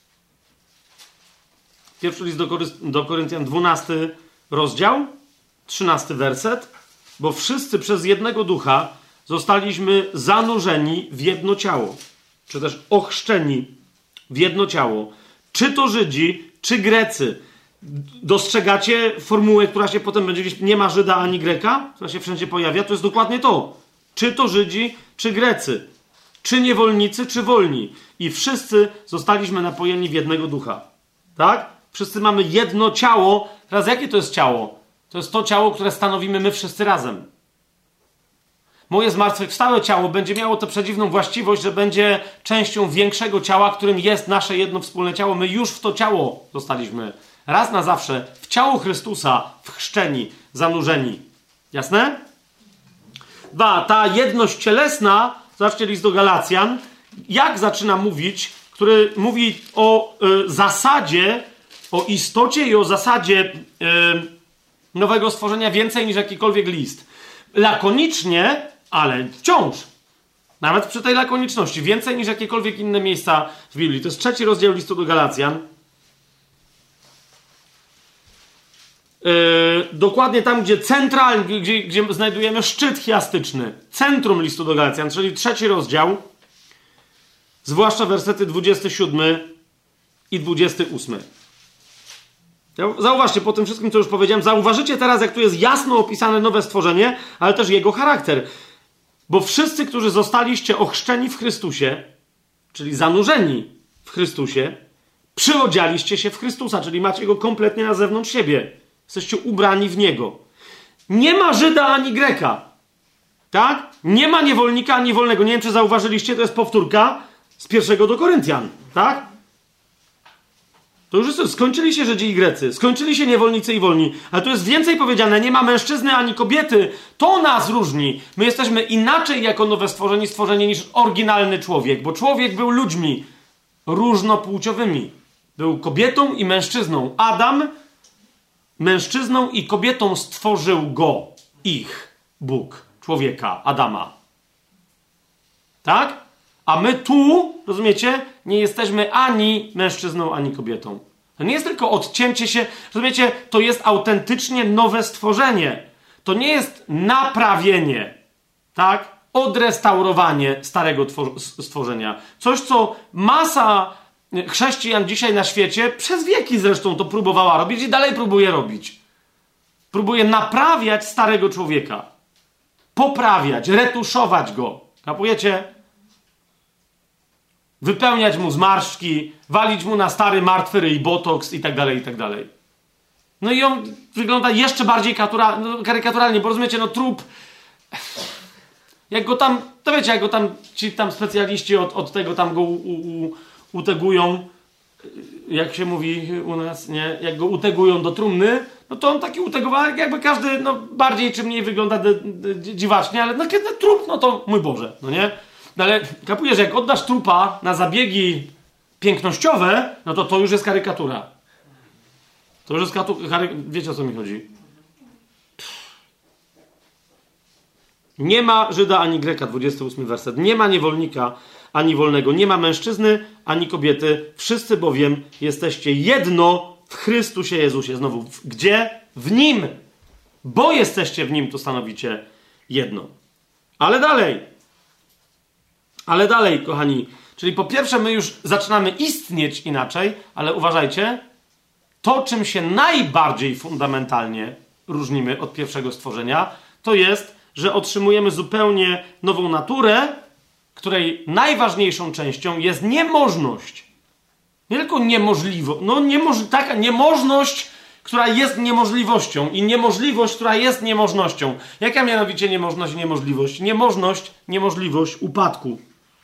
Pierwszy list do, Kory- do Koryntian, dwunasty rozdział, trzynasty werset. Bo wszyscy przez jednego ducha zostaliśmy zanurzeni w jedno ciało. Czy też ochrzczeni w jedno ciało. Czy to Żydzi, czy Grecy. Dostrzegacie formułę, która się potem będzie gdzieś, nie ma Żyda ani Greka, która się wszędzie pojawia, to jest dokładnie to. Czy to Żydzi, czy Grecy, czy niewolnicy, czy wolni. I wszyscy zostaliśmy napojeni w jednego ducha. Tak? Wszyscy mamy jedno ciało. Teraz jakie to jest ciało? To jest to ciało, które stanowimy my wszyscy razem. Moje zmartwychwstałe ciało będzie miało tę przedziwną właściwość, że będzie częścią większego ciała, którym jest nasze jedno wspólne ciało. My już w to ciało zostaliśmy raz na zawsze w ciało Chrystusa wchrzczeni, zanurzeni. Jasne? Dwa, ta jedność cielesna, zobaczcie list do Galacjan, jak zaczyna mówić, który mówi o y, zasadzie, o istocie i o zasadzie y, nowego stworzenia więcej niż jakikolwiek list. Lakonicznie, ale wciąż. Nawet przy tej lakoniczności. Więcej niż jakiekolwiek inne miejsca w Biblii. To jest trzeci rozdział listu do Galacjan. Yy, dokładnie tam, gdzie centralnie, gdzie, gdzie znajdujemy szczyt chiastyczny. Centrum listu do Galacjan, czyli trzeci rozdział. Zwłaszcza wersety dwudziesty siódmy i dwudziesty ósmy. Zauważcie, po tym wszystkim, co już powiedziałem, zauważycie teraz, jak tu jest jasno opisane nowe stworzenie, ale też jego charakter. Bo wszyscy, którzy zostaliście ochrzczeni w Chrystusie, czyli zanurzeni w Chrystusie, przyodzialiście się w Chrystusa, czyli macie go kompletnie na zewnątrz siebie. Jesteście ubrani w Niego. Nie ma Żyda ani Greka. Tak? Nie ma niewolnika ani wolnego. Nie wiem, czy zauważyliście, to jest powtórka z pierwszego do Koryntian. Tak? To już jest, skończyli się Żydzi i Grecy, skończyli się niewolnicy i wolni, ale tu jest więcej powiedziane, nie ma mężczyzny ani kobiety, to nas różni. My jesteśmy inaczej jako nowe stworzeni, stworzeni niż oryginalny człowiek, bo człowiek był ludźmi różnopłciowymi. Był kobietą i mężczyzną. Adam mężczyzną i kobietą stworzył go, ich, Bóg, człowieka, Adama. Tak? A my tu, rozumiecie, nie jesteśmy ani mężczyzną, ani kobietą. To nie jest tylko odcięcie się, rozumiecie, to jest autentycznie nowe stworzenie. To nie jest naprawienie, tak? Odrestaurowanie starego stworzenia. Coś, co masa chrześcijan dzisiaj na świecie, przez wieki zresztą to próbowała robić i dalej próbuje robić. Próbuje naprawiać starego człowieka. Poprawiać, retuszować go. Kapujecie? wypełniać mu zmarszczki, walić mu na stary, martwy ryj, botoks i tak dalej, i tak dalej. No i on wygląda jeszcze bardziej katura, no, karykaturalnie, bo rozumiecie, no trup, jak go tam, to wiecie, jak go tam, ci tam specjaliści od, od tego tam go u, u, utegują, jak się mówi u nas, nie, jak go utegują do trumny, no to on taki utegowany, jakby każdy, no bardziej czy mniej wygląda de, de, dziwacznie, ale no kiedy trup, no to mój Boże, no nie? No ale kapujesz, jak oddasz trupa na zabiegi pięknościowe, no to to już jest karykatura. To już jest katu- kary... Wiecie, o co mi chodzi? Nie ma Żyda ani Greka, dwudziesty ósmy werset. Nie ma niewolnika ani wolnego. Nie ma mężczyzny ani kobiety. Wszyscy bowiem jesteście jedno w Chrystusie Jezusie. Znowu, gdzie? W Nim. Bo jesteście w Nim, to stanowicie jedno. Ale dalej. Ale dalej, kochani. Czyli po pierwsze my już zaczynamy istnieć inaczej, ale uważajcie, to czym się najbardziej fundamentalnie różnimy od pierwszego stworzenia, to jest, że otrzymujemy zupełnie nową naturę, której najważniejszą częścią jest niemożność. Nie tylko niemożliwość, no niemoż- taka niemożność, która jest niemożliwością i niemożliwość, która jest niemożnością. Jaka mianowicie niemożność i niemożliwość? Niemożność, niemożliwość upadku.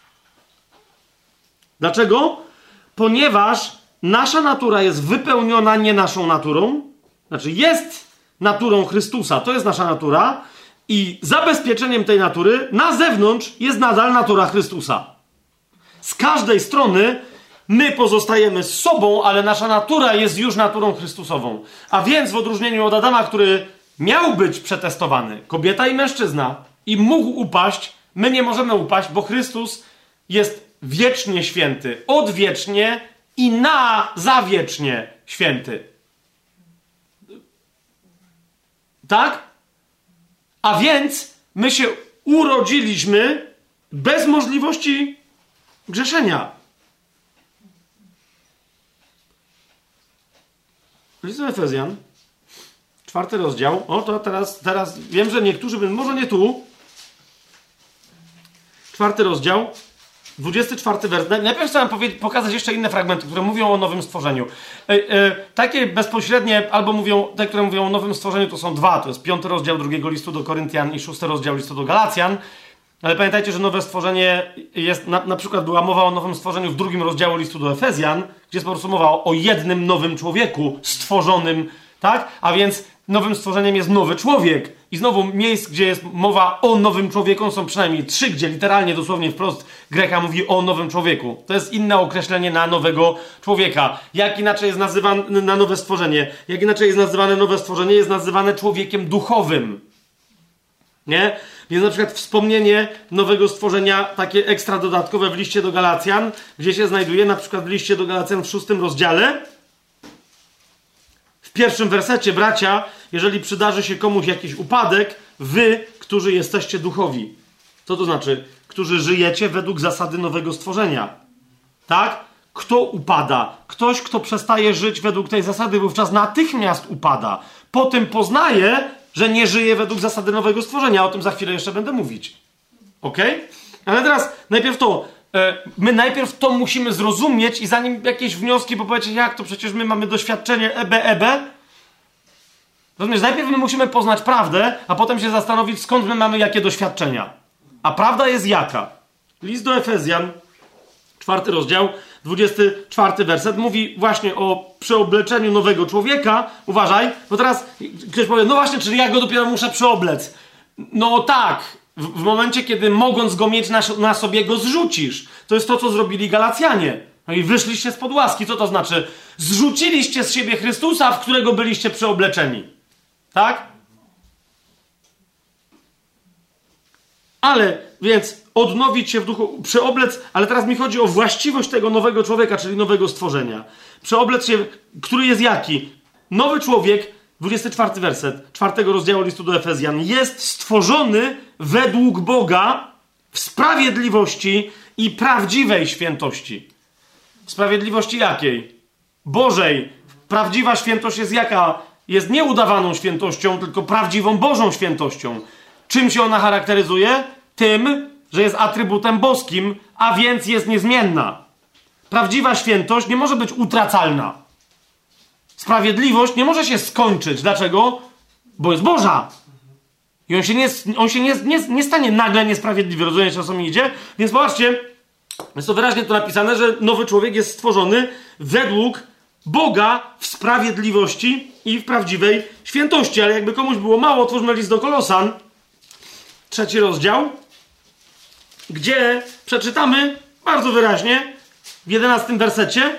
Dlaczego? Ponieważ nasza natura jest wypełniona nie naszą naturą, znaczy jest naturą Chrystusa, to jest nasza natura i zabezpieczeniem tej natury na zewnątrz jest nadal natura Chrystusa. Z każdej strony my pozostajemy z sobą, ale nasza natura jest już naturą Chrystusową. A więc w odróżnieniu od Adama, który miał być przetestowany, kobieta i mężczyzna, i mógł upaść, my nie możemy upaść, bo Chrystus jest wiecznie święty, odwiecznie i na zawiecznie święty. Tak? A więc my się urodziliśmy bez możliwości grzeszenia. List do Efezjan, czwarty rozdział. O, to teraz, teraz wiem, że niektórzy będą, może nie tu. Czwarty rozdział. dwudziesty czwarty wers. Najpierw chciałem pokazać jeszcze inne fragmenty, które mówią o nowym stworzeniu. E, e, takie bezpośrednie, albo mówią, te, które mówią o nowym stworzeniu, to są dwa. To jest piąty rozdział drugiego listu do Koryntian i szósty rozdział listu do Galacjan. Ale pamiętajcie, że nowe stworzenie jest, na, na przykład była mowa o nowym stworzeniu w drugim rozdziale listu do Efezjan, gdzie jest po prostu mowa o, o jednym nowym człowieku stworzonym, tak? A więc nowym stworzeniem jest nowy człowiek. I znowu miejsc, gdzie jest mowa o nowym człowieku, są przynajmniej trzy, gdzie literalnie, dosłownie wprost Greka mówi o nowym człowieku. To jest inne określenie na nowego człowieka. Jak inaczej jest nazywane na nowe stworzenie? Jak inaczej jest nazywane nowe stworzenie? Jest nazywane człowiekiem duchowym. Nie? Więc na przykład wspomnienie nowego stworzenia, takie ekstra dodatkowe w liście do Galacjan, gdzie się znajduje na przykład w liście do Galacjan w szóstym rozdziale, w pierwszym wersecie, bracia, jeżeli przydarzy się komuś jakiś upadek, wy, którzy jesteście duchowi. Co to znaczy? Którzy żyjecie według zasady nowego stworzenia. Tak? Kto upada? Ktoś, kto przestaje żyć według tej zasady, wówczas natychmiast upada. Potem poznaje, że nie żyje według zasady nowego stworzenia. O tym za chwilę jeszcze będę mówić. Okej? Okay? Ale teraz najpierw to. E, my najpierw to musimy zrozumieć i zanim jakieś wnioski, bo powiecie, jak to przecież my mamy doświadczenie ebe, ebe. Rozumiesz? Najpierw my musimy poznać prawdę, a potem się zastanowić, skąd my mamy jakie doświadczenia. A prawda jest jaka? List do Efezjan, czwarty rozdział, dwudziesty czwarty werset, mówi właśnie o przeobleczeniu nowego człowieka. Uważaj, bo teraz ktoś powie, no właśnie, czyli ja go dopiero muszę przeoblec. No tak, w, w momencie, kiedy mogąc go mieć na, na sobie, go zrzucisz. To jest to, co zrobili Galacjanie. No i wyszliście spod łaski. Co to znaczy? Zrzuciliście z siebie Chrystusa, w którego byliście przeobleczeni. Tak? Ale, więc odnowić się w duchu, przeoblec, ale teraz mi chodzi o właściwość tego nowego człowieka, czyli nowego stworzenia. Przeoblec się, który jest jaki? Nowy człowiek, dwudziesty czwarty werset, czwartego rozdziału listu do Efezjan, jest stworzony według Boga w sprawiedliwości i prawdziwej świętości. W sprawiedliwości jakiej? Bożej. Prawdziwa świętość jest jaka? Jest nieudawaną świętością, tylko prawdziwą Bożą świętością. Czym się ona charakteryzuje? Tym, że jest atrybutem boskim, a więc jest niezmienna. prawdziwa świętość nie może być utracalna. Sprawiedliwość nie może się skończyć. Dlaczego? Bo jest Boża. I on się nie, on się nie, nie, nie stanie nagle niesprawiedliwy. Rozumiecie, o co mi idzie? Więc zobaczcie, jest to wyraźnie tu napisane, że nowy człowiek jest stworzony według Boga w sprawiedliwości i w prawdziwej świętości. Ale jakby komuś było mało, otwórzmy list do Kolosan, trzeci rozdział, gdzie przeczytamy bardzo wyraźnie w jedenastym wersecie,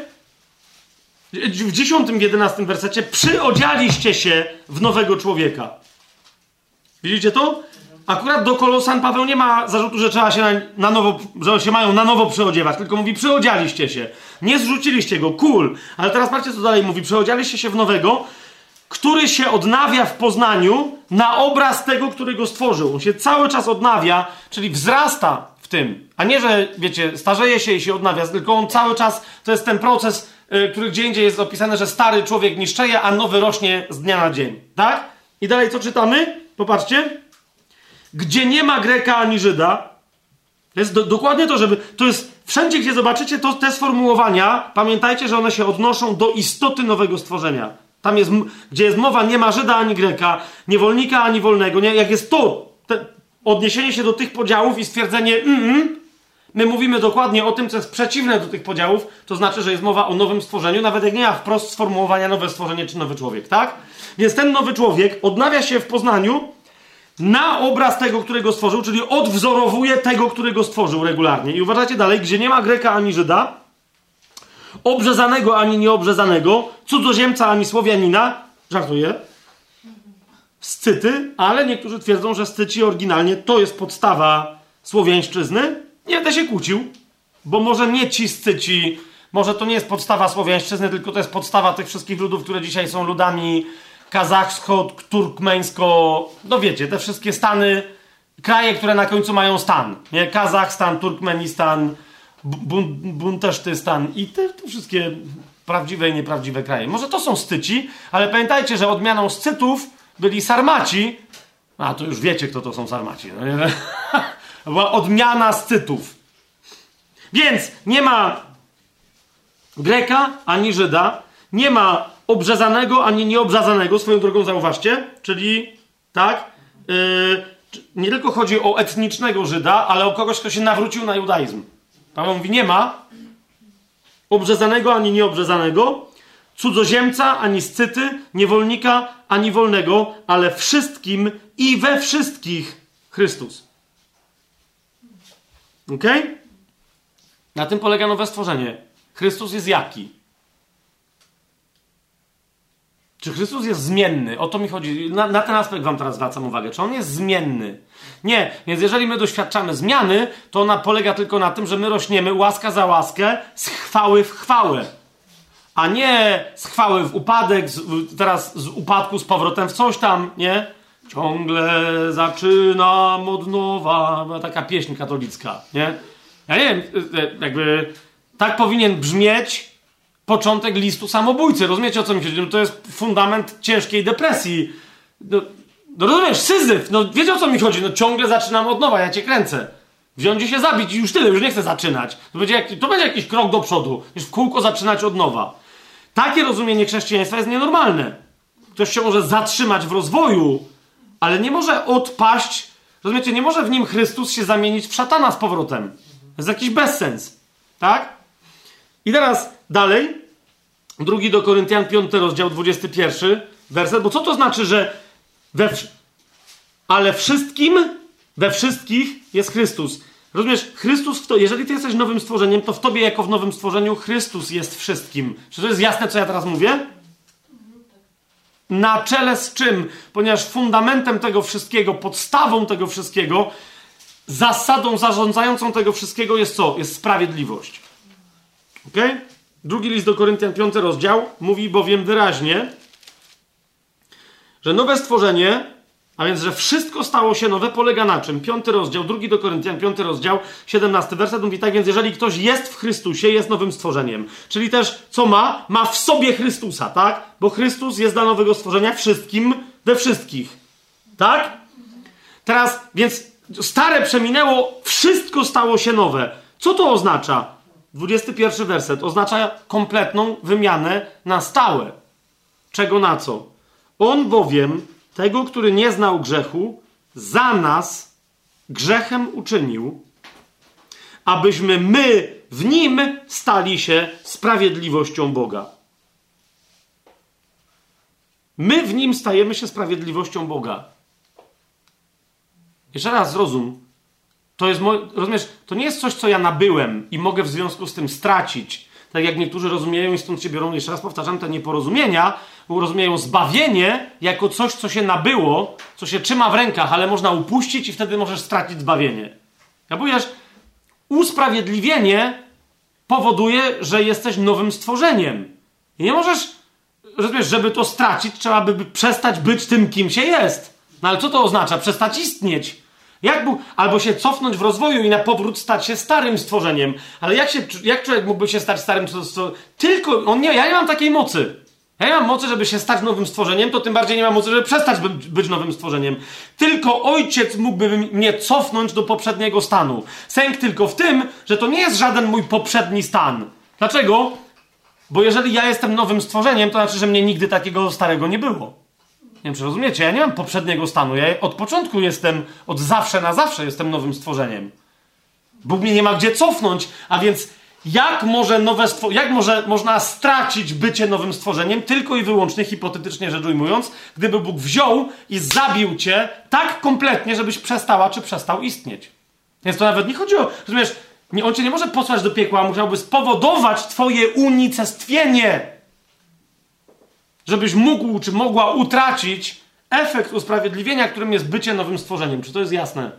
w dziesiątym, w jedenastym wersecie, przyodzialiście się w nowego człowieka. Widzicie to? Akurat do Kolosan Paweł nie ma zarzutu, że trzeba się na, na nowo, że się mają na nowo przyodziewać, tylko mówi, przyodzialiście się. Nie zrzuciliście go, cool. Ale teraz patrzcie, co dalej mówi. Przyodzialiście się w nowego, który się odnawia w poznaniu na obraz tego, który go stworzył. On się cały czas odnawia, czyli wzrasta w tym. A nie, że, wiecie, starzeje się i się odnawia, tylko on cały czas, to jest ten proces, yy, który gdzie indziej jest opisane, że stary człowiek niszczeje, a nowy rośnie z dnia na dzień. Tak? I dalej co czytamy? Popatrzcie. Gdzie nie ma Greka ani Żyda. To jest do, dokładnie to, żeby... To jest wszędzie, gdzie zobaczycie to, te sformułowania, pamiętajcie, że one się odnoszą do istoty nowego stworzenia. Tam jest, gdzie jest mowa, nie ma Żyda ani Greka, niewolnika ani wolnego. Nie? Jak jest to, te, odniesienie się do tych podziałów i stwierdzenie mm, my mówimy dokładnie o tym, co jest przeciwne do tych podziałów, to znaczy, że jest mowa o nowym stworzeniu, nawet jak nie ma wprost sformułowania nowe stworzenie czy nowy człowiek, tak? Więc ten nowy człowiek odnawia się w poznaniu na obraz tego, którego stworzył, czyli odwzorowuje tego, którego stworzył regularnie. I uważajcie dalej, gdzie nie ma Greka ani Żyda, obrzezanego ani nieobrzezanego, cudzoziemca ani Słowianina, żartuję, Scyty, ale niektórzy twierdzą, że Scyci oryginalnie to jest podstawa słowiańszczyzny. Nie będę się kłócił, bo może nie ci Scyci, może to nie jest podstawa słowiańszczyzny, tylko to jest podstawa tych wszystkich ludów, które dzisiaj są ludami kazachsko, turkmeńsko, no wiecie, te wszystkie stany, kraje, które na końcu mają stan, nie? Kazachstan, Turkmenistan, Bun- Buntesztystan i te, te wszystkie prawdziwe i nieprawdziwe kraje. Może to są Scyci, ale pamiętajcie, że odmianą Scytów byli Sarmaci, a to już wiecie, kto to są Sarmaci, no nie? Była odmiana Scytów. Więc nie ma Greka ani Żyda, nie ma obrzezanego ani nieobrzezanego, swoją drogą zauważcie, czyli tak, yy, nie tylko chodzi o etnicznego Żyda, ale o kogoś, kto się nawrócił na judaizm. Paweł mówi, nie ma obrzezanego ani nieobrzezanego, cudzoziemca ani Scyty, niewolnika ani wolnego, ale wszystkim i we wszystkich Chrystus. Okej? Okay? Na tym polega nowe stworzenie. Chrystus jest jaki? Czy Chrystus jest zmienny? O to mi chodzi. Na, na ten aspekt wam teraz zwracam uwagę. Czy on jest zmienny? Nie. Więc jeżeli my doświadczamy zmiany, to ona polega tylko na tym, że my rośniemy łaska za łaskę, z chwały w chwałę. A nie z chwały w upadek, z, teraz z upadku z powrotem w coś tam, nie? Ciągle zaczynam od nowa. Taka pieśń katolicka, nie? Ja nie wiem, jakby tak powinien brzmieć początek listu samobójcy. Rozumiecie, o co mi chodzi? No to jest fundament ciężkiej depresji. No, no rozumiesz, Syzyf, no wiecie, o co mi chodzi? No ciągle zaczynam od nowa, ja cię kręcę. Wziąć się zabić i już tyle, już nie chcę zaczynać. To będzie, jak, to będzie jakiś krok do przodu, niż w kółko zaczynać od nowa. Takie rozumienie chrześcijaństwa jest nienormalne. Ktoś się może zatrzymać w rozwoju, ale nie może odpaść, rozumiecie, nie może w nim Chrystus się zamienić w szatana z powrotem. To jest jakiś bezsens. Tak? I teraz dalej, drugi do Koryntian, piąty rozdział, dwudziesty pierwszy werset, bo co to znaczy, że we, ale wszystkim, we wszystkich jest Chrystus. Rozumiesz, Chrystus, w to, jeżeli ty jesteś nowym stworzeniem, to w tobie jako w nowym stworzeniu Chrystus jest wszystkim. Czy to jest jasne, co ja teraz mówię? Na czele z czym? Ponieważ fundamentem tego wszystkiego, podstawą tego wszystkiego, zasadą zarządzającą tego wszystkiego jest co? Jest sprawiedliwość. Okej? Okay? Drugi list do Koryntian, piąty rozdział, mówi bowiem wyraźnie, że nowe stworzenie, a więc, że wszystko stało się nowe, polega na czym? Piąty rozdział, drugi do Koryntian, piąty rozdział, siedemnasty werset mówi tak, więc jeżeli ktoś jest w Chrystusie, jest nowym stworzeniem. Czyli też, co ma? Ma w sobie Chrystusa, tak? Bo Chrystus jest dla nowego stworzenia wszystkim, we wszystkich. Tak? Teraz, więc stare przeminęło, wszystko stało się nowe. Co to oznacza? dwudziesty pierwszy werset oznacza kompletną wymianę na stałe. Czego na co? On bowiem tego, który nie znał grzechu, za nas grzechem uczynił, abyśmy my w nim stali się sprawiedliwością Boga. My w nim stajemy się sprawiedliwością Boga. Jeszcze raz zrozum. To jest moje, rozumiesz, to nie jest coś, co ja nabyłem i mogę w związku z tym stracić. Tak jak niektórzy rozumieją i stąd się biorą, jeszcze raz powtarzam, te nieporozumienia, bo rozumieją zbawienie jako coś, co się nabyło, co się trzyma w rękach, ale można upuścić i wtedy możesz stracić zbawienie. Ja powiesz, usprawiedliwienie powoduje, że jesteś nowym stworzeniem. I nie możesz, rozumiesz, żeby to stracić, trzeba by przestać być tym, kim się jest. No ale co to oznacza? Przestać istnieć. Jak Bóg, albo się cofnąć w rozwoju i na powrót stać się starym stworzeniem. Ale jak, się, jak człowiek mógłby się stać starym stworzeniem? Tylko, on nie, ja nie mam takiej mocy. Ja nie mam mocy, żeby się stać nowym stworzeniem, to tym bardziej nie mam mocy, żeby przestać by, być nowym stworzeniem. Tylko Ojciec mógłby mnie cofnąć do poprzedniego stanu. Sęk tylko w tym, że to nie jest żaden mój poprzedni stan. Dlaczego? Bo jeżeli ja jestem nowym stworzeniem, to znaczy, że mnie nigdy takiego starego nie było. Nie wiem, czy rozumiecie? Ja nie mam poprzedniego stanu. Ja od początku jestem, od zawsze na zawsze jestem nowym stworzeniem. Bóg mnie nie ma gdzie cofnąć, a więc jak może nowe stwo- jak może, można stracić bycie nowym stworzeniem, tylko i wyłącznie, hipotetycznie rzecz ujmując, gdyby Bóg wziął i zabił cię tak kompletnie, żebyś przestała czy przestał istnieć. Więc to nawet nie chodzi o, rozumiesz, nie, on cię nie może posłać do piekła, musiałby spowodować twoje unicestwienie, żebyś mógł, czy mogła utracić efekt usprawiedliwienia, którym jest bycie nowym stworzeniem. Czy to jest jasne?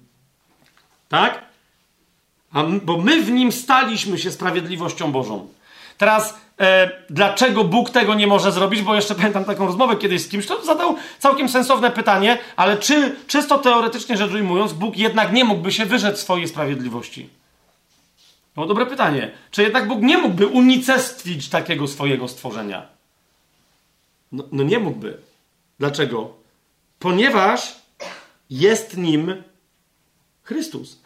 Tak? A m- bo my w nim staliśmy się sprawiedliwością Bożą. Teraz, e, dlaczego Bóg tego nie może zrobić? Bo jeszcze pamiętam taką rozmowę kiedyś z kimś, kto zadał całkiem sensowne pytanie, ale czy, czysto teoretycznie rzecz ujmując, Bóg jednak nie mógłby się wyrzec swojej sprawiedliwości? No dobre pytanie. Czy jednak Bóg nie mógłby unicestwić takiego swojego stworzenia? No, no nie mógłby. Dlaczego? Ponieważ jest nim Chrystus.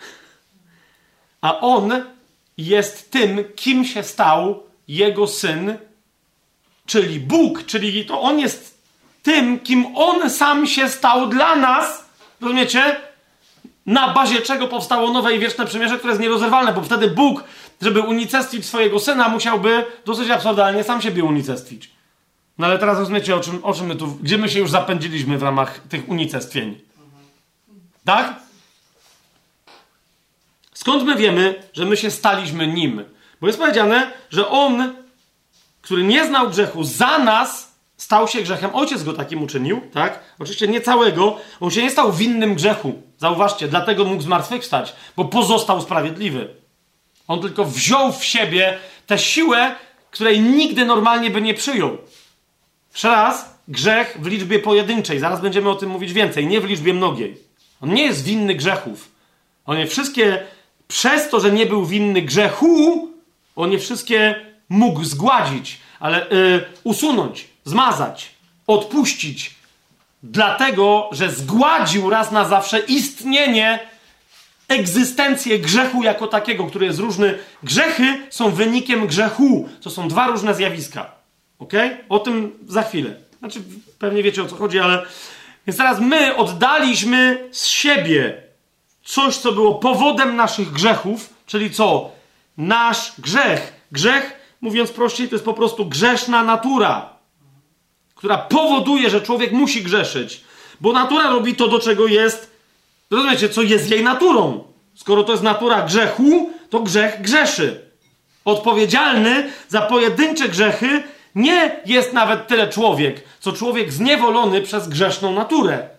A On jest tym, kim się stał Jego Syn, czyli Bóg, czyli to On jest tym, kim On sam się stał dla nas. Rozumiecie? Na bazie czego powstało nowe i wieczne przymierze, które jest nierozerwalne, bo wtedy Bóg, żeby unicestwić swojego Syna, musiałby dosyć absurdalnie sam siebie unicestwić. No ale teraz rozumiecie, o czym, o czym my tu, gdzie my się już zapędziliśmy w ramach tych unicestwień. Tak? Skąd my wiemy, że my się staliśmy Nim? Bo jest powiedziane, że On, który nie znał grzechu, za nas stał się grzechem. Ojciec go takim uczynił, tak? Oczywiście nie całego. On się nie stał winnym grzechu. Zauważcie, dlatego mógł zmartwychwstać, bo pozostał sprawiedliwy. On tylko wziął w siebie tę siłę, której nigdy normalnie by nie przyjął. Jeszcze raz, grzech w liczbie pojedynczej. Zaraz będziemy o tym mówić więcej. Nie w liczbie mnogiej. On nie jest winny grzechów. On je wszystkie, przez to, że nie był winny grzechu, on je wszystkie mógł zgładzić, ale yy, usunąć, zmazać, odpuścić. Dlatego, że zgładził raz na zawsze istnienie, egzystencję grzechu jako takiego, który jest różny. Grzechy są wynikiem grzechu. To są dwa różne zjawiska. Okej? Okay? O tym za chwilę. Znaczy, pewnie wiecie, o co chodzi, ale... Więc teraz my oddaliśmy z siebie coś, co było powodem naszych grzechów, czyli co? Nasz grzech. Grzech, mówiąc prościej, to jest po prostu grzeszna natura, która powoduje, że człowiek musi grzeszyć. Bo natura robi to, do czego jest... Rozumiecie, co jest jej naturą. Skoro to jest natura grzechu, to grzech grzeszy. Odpowiedzialny za pojedyncze grzechy nie jest nawet tyle człowiek, co człowiek zniewolony przez grzeszną naturę.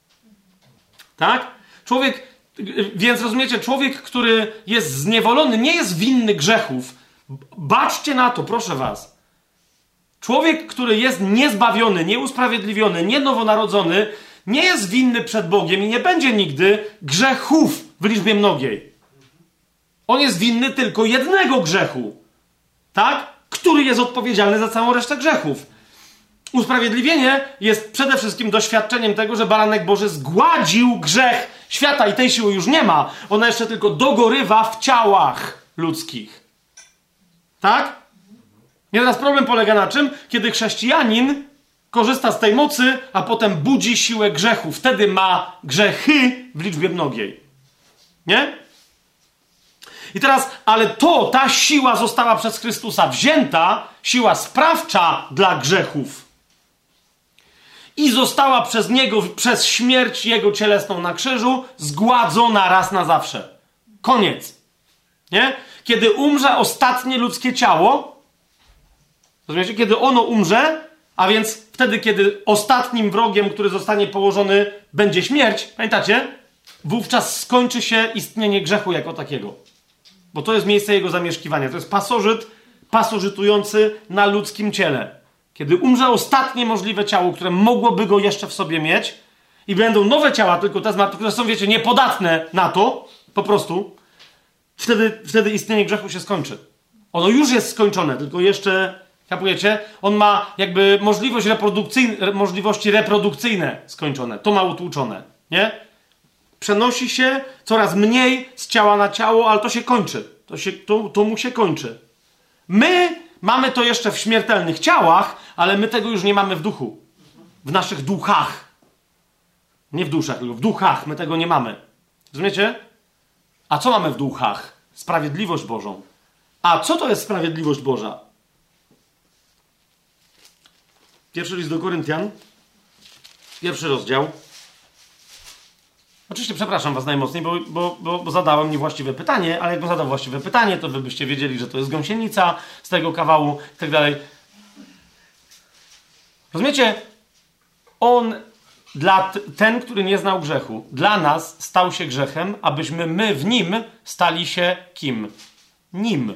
Tak? Człowiek, więc rozumiecie, człowiek, który jest zniewolony, nie jest winny grzechów. Baczcie na to, proszę was. Człowiek, który jest niezbawiony, nieusprawiedliwiony, nienowonarodzony, nie jest winny przed Bogiem i nie będzie nigdy grzechów w liczbie mnogiej. On jest winny tylko jednego grzechu. Tak? Który jest odpowiedzialny za całą resztę grzechów. Usprawiedliwienie jest przede wszystkim doświadczeniem tego, że baranek Boży zgładził grzech świata i tej siły już nie ma. Ona jeszcze tylko dogorywa w ciałach ludzkich. Tak? I teraz problem polega na czym? Kiedy chrześcijanin korzysta z tej mocy, a potem budzi siłę grzechu. Wtedy ma grzechy w liczbie mnogiej. Nie? I teraz, ale to, ta siła została przez Chrystusa wzięta, siła sprawcza dla grzechów. I została przez Niego, przez śmierć Jego cielesną na krzyżu, zgładzona raz na zawsze. Koniec. Nie? Kiedy umrze ostatnie ludzkie ciało, rozumiecie? Kiedy ono umrze, a więc wtedy, kiedy ostatnim wrogiem, który zostanie położony, będzie śmierć, pamiętacie? Wówczas skończy się istnienie grzechu jako takiego. Bo to jest miejsce jego zamieszkiwania. To jest pasożyt, pasożytujący na ludzkim ciele. Kiedy umrze ostatnie możliwe ciało, które mogłoby go jeszcze w sobie mieć i będą nowe ciała, tylko te zmartwe, które są, wiecie, niepodatne na to, po prostu, wtedy, wtedy istnienie grzechu się skończy. Ono już jest skończone, tylko jeszcze, kapujecie, on ma jakby możliwość reprodukcyjne, możliwości reprodukcyjne skończone. To ma utłuczone, nie? Przenosi się coraz mniej z ciała na ciało, ale to się kończy. To, się, to, to mu się kończy. My mamy to jeszcze w śmiertelnych ciałach, ale my tego już nie mamy w duchu. W naszych duchach. Nie w duszach, tylko w duchach. My tego nie mamy. Rozumiecie? A co mamy w duchach? Sprawiedliwość Bożą. A co to jest sprawiedliwość Boża? Pierwszy list do Koryntian. Pierwszy rozdział. Oczywiście przepraszam was najmocniej, bo, bo, bo, bo zadałem niewłaściwe pytanie, ale jakbym zadał właściwe pytanie, to wy byście wiedzieli, że to jest gąsienica z tego kawału i tak dalej. Rozumiecie? On, dla t- ten, który nie znał grzechu, dla nas stał się grzechem, abyśmy my w nim stali się kim? Nim.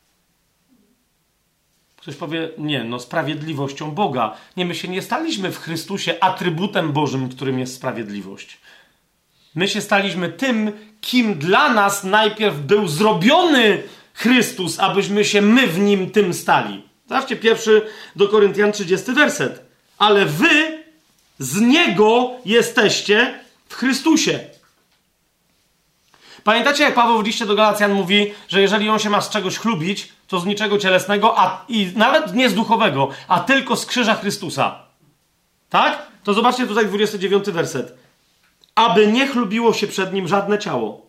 Ktoś powie, nie, no sprawiedliwością Boga. Nie, my się nie staliśmy w Chrystusie atrybutem Bożym, którym jest sprawiedliwość. My się staliśmy tym, kim dla nas najpierw był zrobiony Chrystus, abyśmy się my w Nim tym stali. Zobaczcie, pierwszy do Koryntian trzydziesty werset. Ale wy z Niego jesteście w Chrystusie. Pamiętacie, jak Paweł w liście do Galacjan mówi, że jeżeli on się ma z czegoś chlubić, to z niczego cielesnego, a i nawet nie z duchowego, a tylko z krzyża Chrystusa. Tak? To zobaczcie tutaj dwudziesty dziewiąty werset. Aby nie chlubiło się przed nim żadne ciało.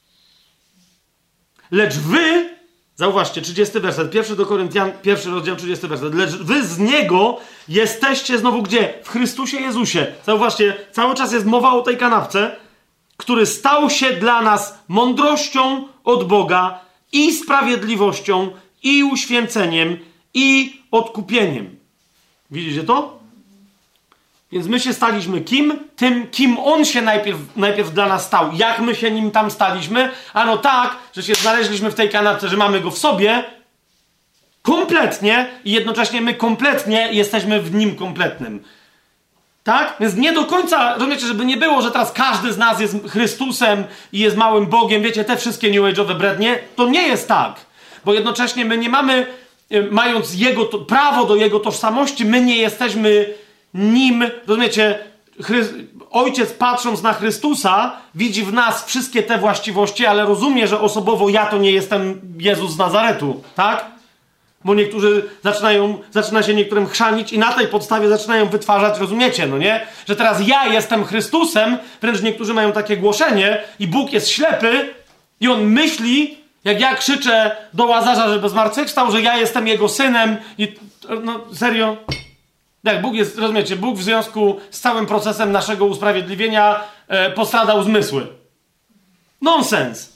Lecz wy, zauważcie, trzydziesty werset, pierwszy do Koryntian, pierwszy rozdział, trzydziesty werset, lecz wy z Niego jesteście znowu gdzie? W Chrystusie Jezusie. Zauważcie, cały czas jest mowa o tej kanapce, który stał się dla nas mądrością od Boga i sprawiedliwością, i uświęceniem, i odkupieniem. Widzicie to? Więc my się staliśmy kim? Tym, kim On się najpierw, najpierw dla nas stał. Jak my się Nim tam staliśmy? Ano tak, że się znaleźliśmy w tej kanapce, że mamy Go w sobie kompletnie i jednocześnie my kompletnie jesteśmy w Nim kompletnym. Tak? Więc nie do końca, rozumiecie, żeby nie było, że teraz każdy z nas jest Chrystusem i jest małym Bogiem, wiecie, te wszystkie New Age'owe brednie, to nie jest tak. Bo jednocześnie my nie mamy, mając Jego to, prawo do Jego tożsamości, my nie jesteśmy Nim, rozumiecie, Chry... Ojciec patrząc na Chrystusa widzi w nas wszystkie te właściwości, ale rozumie, że osobowo ja to nie jestem Jezus z Nazaretu, tak? Bo niektórzy zaczynają, zaczyna się niektórym chrzanić i na tej podstawie zaczynają wytwarzać, rozumiecie, no nie? Że teraz ja jestem Chrystusem, wręcz niektórzy mają takie głoszenie i Bóg jest ślepy i on myśli, jak ja krzyczę do Łazarza, żeby zmartwychwstał, że ja jestem jego synem i no serio... Tak, Bóg jest, rozumiecie, Bóg w związku z całym procesem naszego usprawiedliwienia e, postradał zmysły. Nonsens.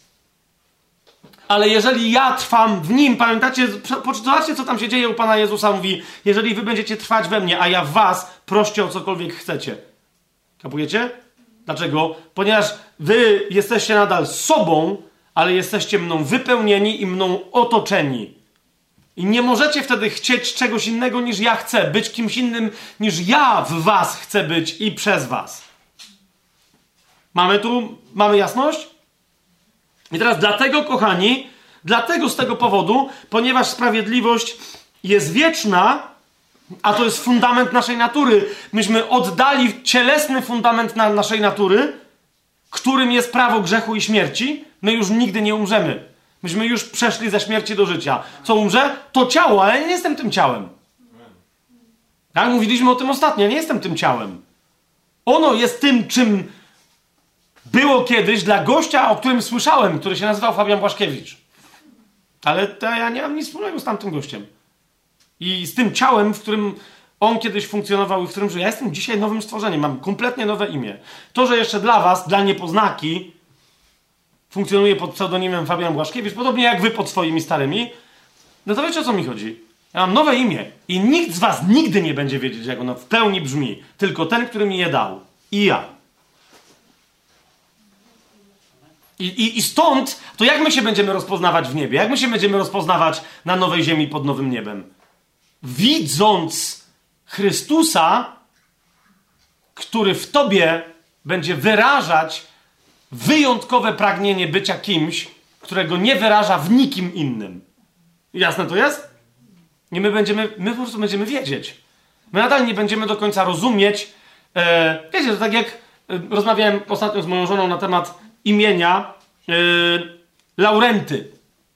Ale jeżeli ja trwam w Nim, pamiętacie, zobaczcie, co tam się dzieje u Pana Jezusa, mówi, jeżeli wy będziecie trwać we mnie, a ja w was, proście o cokolwiek chcecie. Kapujecie? Dlaczego? Ponieważ wy jesteście nadal sobą, ale jesteście mną wypełnieni i mną otoczeni. I nie możecie wtedy chcieć czegoś innego niż ja chcę, być kimś innym niż ja w was chcę być i przez was. Mamy tu, mamy jasność? I teraz dlatego, kochani, dlatego z tego powodu, ponieważ sprawiedliwość jest wieczna, a to jest fundament naszej natury, myśmy oddali cielesny fundament na naszej natury, którym jest prawo grzechu i śmierci, my już nigdy nie umrzemy. Myśmy już przeszli ze śmierci do życia. Co umrze? To ciało, ale ja nie jestem tym ciałem. Tak? Mówiliśmy o tym ostatnio. Ja nie jestem tym ciałem. Ono jest tym, czym było kiedyś dla gościa, o którym słyszałem, który się nazywał Fabian Błaszkiewicz. Ale to ja nie mam nic wspólnego z tamtym gościem. I z tym ciałem, w którym on kiedyś funkcjonował i w którym żyję. Ja jestem dzisiaj nowym stworzeniem. Mam kompletnie nowe imię. To, że jeszcze dla was, dla niepoznaki, funkcjonuje pod pseudonimem Fabian Błaszkiewicz, podobnie jak wy pod swoimi starymi, no to wiecie, o co mi chodzi. Ja mam nowe imię i nikt z was nigdy nie będzie wiedzieć, jak ono w pełni brzmi. Tylko ten, który mi je dał. I ja. I, i, I stąd, to jak my się będziemy rozpoznawać w niebie? Jak my się będziemy rozpoznawać na nowej ziemi pod nowym niebem? Widząc Chrystusa, który w tobie będzie wyrażać wyjątkowe pragnienie bycia kimś, którego nie wyraża w nikim innym. Jasne to jest? I my będziemy, my po prostu będziemy wiedzieć. My nadal nie będziemy do końca rozumieć. E, wiecie, to tak jak e, rozmawiałem ostatnio z moją żoną na temat imienia e, Laurenty.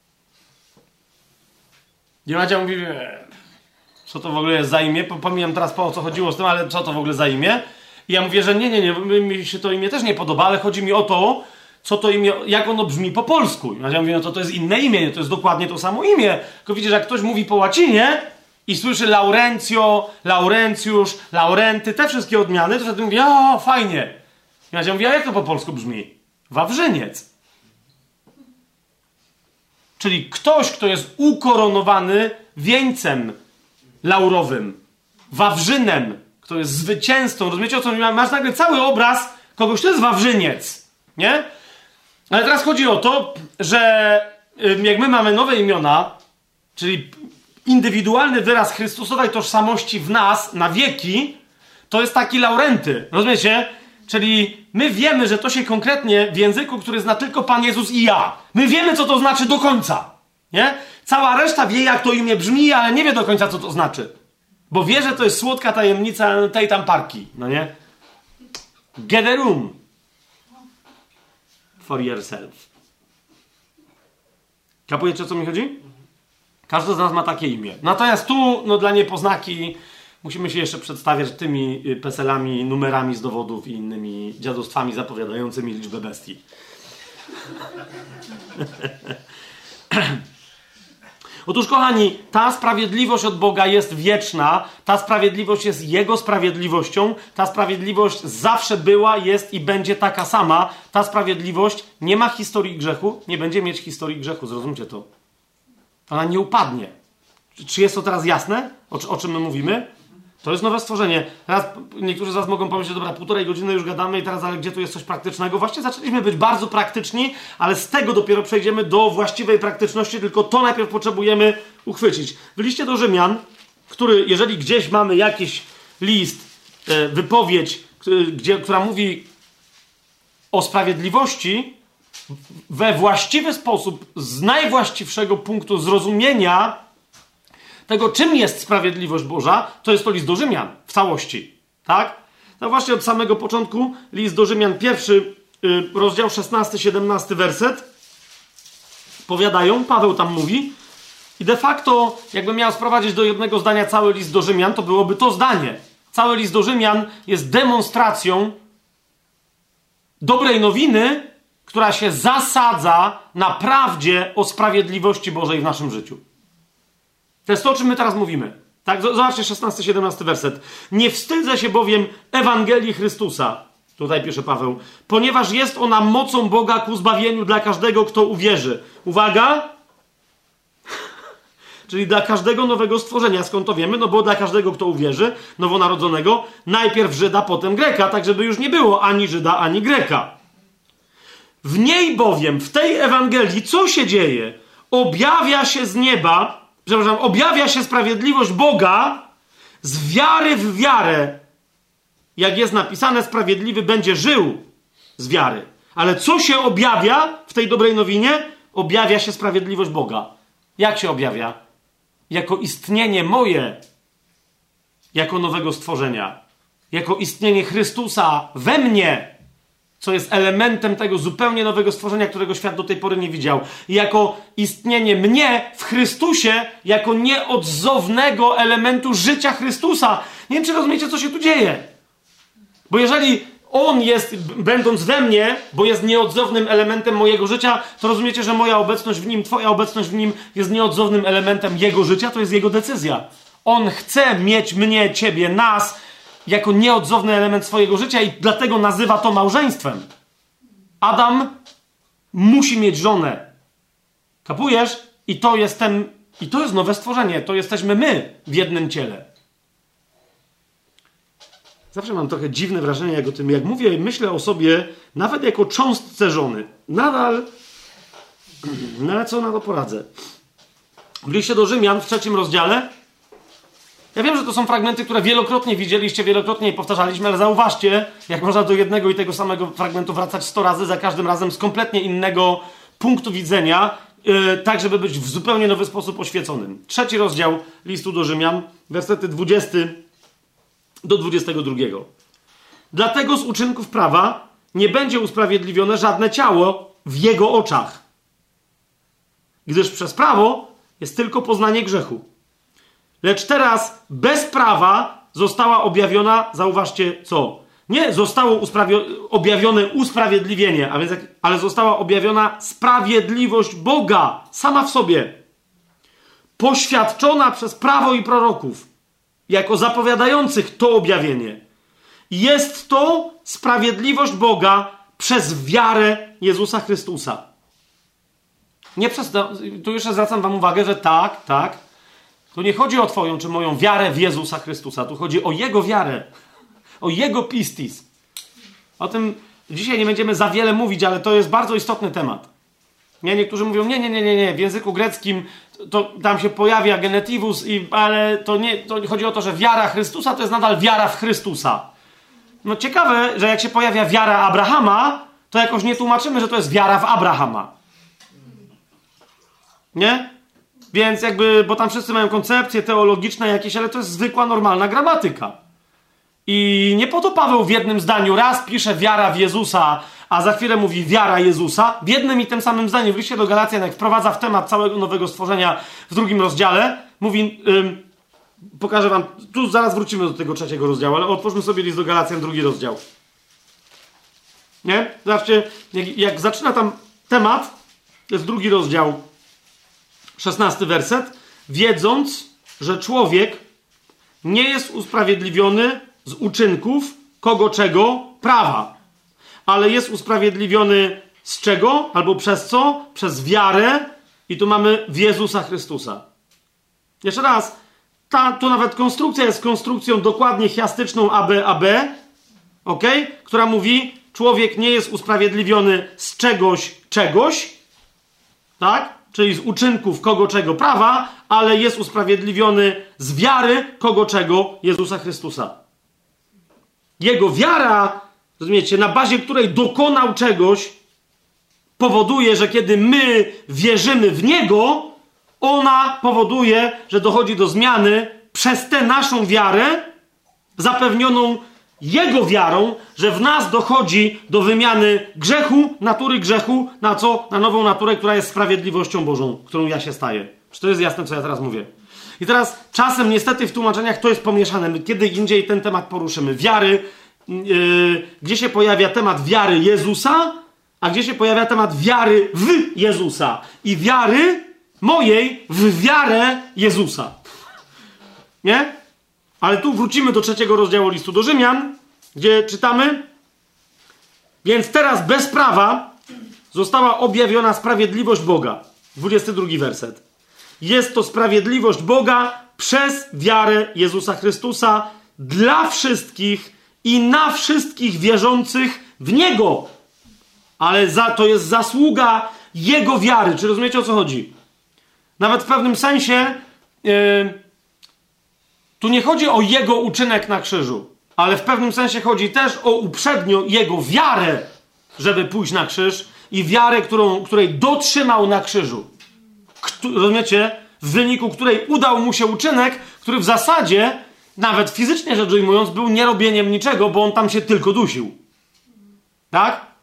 I Madzia mówi, e, co to w ogóle jest za imię? Pomijam teraz, po o co chodziło z tym, ale co to w ogóle za imię? I ja mówię, że nie, nie, nie, mi się to imię też nie podoba, ale chodzi mi o to, co to imię, jak ono brzmi po polsku. I ja mówię, no to to jest inne imię, to jest dokładnie to samo imię. Tylko widzisz, jak ktoś mówi po łacinie i słyszy Laurencio, Laurencjusz, Laurenty, te wszystkie odmiany, to wtedy mówi, o, fajnie. I ja mówię, a jak to po polsku brzmi? Wawrzyniec. Czyli ktoś, kto jest ukoronowany wieńcem laurowym, wawrzynem, kto jest zwycięzcą. Rozumiecie, o co mi? Masz nagle cały obraz kogoś, to jest wawrzyniec. Nie? Ale teraz chodzi o to, że jak my mamy nowe imiona, czyli indywidualny wyraz Chrystusowej tożsamości w nas na wieki, to jest taki Laurenty. Rozumiecie? Czyli my wiemy, że to się konkretnie w języku, który zna tylko Pan Jezus i ja. My wiemy, co to znaczy do końca. Nie? Cała reszta wie, jak to imię brzmi, ale nie wie do końca, co to znaczy. Bo wie, że to jest słodka tajemnica tej tam parki. No nie? Get a room. For yourself. Kapujecie, o co mi chodzi? Każdy z nas ma takie imię. Natomiast tu, no dla niepoznaki, musimy się jeszcze przedstawiać tymi peselami, numerami z dowodów i innymi dziadostwami zapowiadającymi liczbę bestii. Otóż, kochani, ta sprawiedliwość od Boga jest wieczna, ta sprawiedliwość jest Jego sprawiedliwością, ta sprawiedliwość zawsze była, jest i będzie taka sama. Ta sprawiedliwość nie ma historii grzechu, nie będzie mieć historii grzechu, zrozumcie to. Ona nie upadnie. Czy jest to teraz jasne, o, o czym my mówimy? To jest nowe stworzenie. Teraz niektórzy z was mogą powiedzieć, dobra, półtorej godziny już gadamy i teraz, ale gdzie tu jest coś praktycznego? Właśnie zaczęliśmy być bardzo praktyczni, ale z tego dopiero przejdziemy do właściwej praktyczności, tylko to najpierw potrzebujemy uchwycić. W liście do Rzymian, który, jeżeli gdzieś mamy jakiś list, wypowiedź, gdzie, która mówi o sprawiedliwości, we właściwy sposób, z najwłaściwszego punktu zrozumienia tego, czym jest sprawiedliwość Boża, to jest to list do Rzymian w całości. Tak? No właśnie od samego początku list do Rzymian, pierwszy y, rozdział, szesnasty, siedemnasty werset, powiadają, Paweł tam mówi i de facto, jakbym miał sprowadzić do jednego zdania cały list do Rzymian, to byłoby to zdanie. Cały list do Rzymian jest demonstracją dobrej nowiny, która się zasadza na prawdzie o sprawiedliwości Bożej w naszym życiu. To jest to, o czym my teraz mówimy. Tak? Zobaczcie szesnasty, siedemnasty werset. Nie wstydzę się bowiem Ewangelii Chrystusa, tutaj pisze Paweł, ponieważ jest ona mocą Boga ku zbawieniu dla każdego, kto uwierzy. Uwaga! Czyli dla każdego nowego stworzenia. Skąd to wiemy? No bo dla każdego, kto uwierzy, nowonarodzonego, najpierw Żyda, potem Greka, tak żeby już nie było ani Żyda, ani Greka. W niej bowiem, w tej Ewangelii, co się dzieje? Objawia się z nieba, przepraszam, objawia się sprawiedliwość Boga z wiary w wiarę. Jak jest napisane, sprawiedliwy będzie żył z wiary. Ale co się objawia w tej dobrej nowinie? Objawia się sprawiedliwość Boga. Jak się objawia? Jako istnienie moje, jako nowego stworzenia. Jako istnienie Chrystusa we mnie. co jest elementem tego zupełnie nowego stworzenia, którego świat do tej pory nie widział. I jako istnienie mnie w Chrystusie, jako nieodzownego elementu życia Chrystusa. Nie wiem, czy rozumiecie, co się tu dzieje. Bo jeżeli On jest, będąc we mnie, bo jest nieodzownym elementem mojego życia, to rozumiecie, że moja obecność w Nim, twoja obecność w Nim jest nieodzownym elementem Jego życia, to jest Jego decyzja. On chce mieć mnie, ciebie, nas jako nieodzowny element swojego życia i dlatego nazywa to małżeństwem. Adam musi mieć żonę. Kapujesz? I to jest ten, i to jest nowe stworzenie. To jesteśmy my w jednym ciele. Zawsze mam trochę dziwne wrażenie, jak o tym, jak mówię, myślę o sobie nawet jako cząstce żony. Nadal, no ale co na to poradzę? W liście do Rzymian w trzecim rozdziale, ja wiem, że to są fragmenty, które wielokrotnie widzieliście, wielokrotnie je powtarzaliśmy, ale zauważcie, jak można do jednego i tego samego fragmentu wracać sto razy, za każdym razem z kompletnie innego punktu widzenia, yy, tak żeby być w zupełnie nowy sposób oświeconym. Trzeci rozdział listu do Rzymian, wersety dwudziesty do dwudziestego drugiego. Dlatego z uczynków prawa nie będzie usprawiedliwione żadne ciało w jego oczach, gdyż przez prawo jest tylko poznanie grzechu. Lecz teraz bez prawa została objawiona, zauważcie co? Nie zostało usprawio- objawione usprawiedliwienie, a więc jak, ale została objawiona sprawiedliwość Boga sama w sobie, poświadczona przez prawo i proroków, jako zapowiadających to objawienie. Jest to sprawiedliwość Boga przez wiarę Jezusa Chrystusa. Nie przez to, tu jeszcze zwracam wam uwagę, że tak, tak, tu nie chodzi o twoją czy moją wiarę w Jezusa Chrystusa. Tu chodzi o Jego wiarę. O Jego pistis. O tym dzisiaj nie będziemy za wiele mówić, ale to jest bardzo istotny temat. Nie, niektórzy mówią, nie, nie, nie, nie, nie. W języku greckim to tam się pojawia genetivus, i, ale to nie, to chodzi o to, że wiara Chrystusa to jest nadal wiara w Chrystusa. No ciekawe, że jak się pojawia wiara Abrahama, to jakoś nie tłumaczymy, że to jest wiara w Abrahama. Nie? Więc jakby, bo tam wszyscy mają koncepcje teologiczne jakieś, ale to jest zwykła, normalna gramatyka. I nie po to Paweł w jednym zdaniu raz pisze wiara w Jezusa, a za chwilę mówi wiara Jezusa. W jednym i tym samym zdaniu w liście do Galacjan, jak wprowadza w temat całego nowego stworzenia w drugim rozdziale, mówi, ym, pokażę wam, tu zaraz wrócimy do tego trzeciego rozdziału, ale otwórzmy sobie list do Galacjan, drugi rozdział. Nie? Zobaczcie, jak, jak zaczyna tam temat, to jest drugi rozdział, szesnasty werset, wiedząc, że człowiek nie jest usprawiedliwiony z uczynków kogo czego prawa, ale jest usprawiedliwiony z czego albo przez co? Przez wiarę i tu mamy w Jezusa Chrystusa. Jeszcze raz, ta, tu nawet konstrukcja jest konstrukcją dokładnie chiastyczną A B A B, ok? Która mówi, człowiek nie jest usprawiedliwiony z czegoś czegoś, tak? Czyli z uczynków kogo czego prawa, ale jest usprawiedliwiony z wiary kogo czego Jezusa Chrystusa. Jego wiara, rozumiecie, na bazie której dokonał czegoś, powoduje, że kiedy my wierzymy w Niego, ona powoduje, że dochodzi do zmiany przez tę naszą wiarę, zapewnioną Jego wiarą, że w nas dochodzi do wymiany grzechu, natury grzechu, na co? Na nową naturę, która jest sprawiedliwością Bożą, którą ja się staję. Czy to jest jasne, co ja teraz mówię? I teraz czasem niestety w tłumaczeniach to jest pomieszane. My kiedy indziej ten temat poruszymy. Wiary, yy, gdzie się pojawia temat wiary Jezusa, a gdzie się pojawia temat wiary w Jezusa. I wiary mojej w wiarę Jezusa. Nie? Ale tu wrócimy do trzeciego rozdziału listu do Rzymian, gdzie czytamy: więc teraz bez prawa została objawiona sprawiedliwość Boga. dwudziesty drugi werset. Jest to sprawiedliwość Boga przez wiarę Jezusa Chrystusa dla wszystkich i na wszystkich wierzących w Niego. Ale za, to jest zasługa Jego wiary. Czy rozumiecie, o co chodzi? Nawet w pewnym sensie yy, tu nie chodzi o Jego uczynek na krzyżu, ale w pewnym sensie chodzi też o uprzednio Jego wiarę, żeby pójść na krzyż i wiarę, którą, której dotrzymał na krzyżu. Kto, rozumiecie? W wyniku której udał mu się uczynek, który w zasadzie, nawet fizycznie rzecz ujmując, był nierobieniem niczego, bo on tam się tylko dusił. Tak?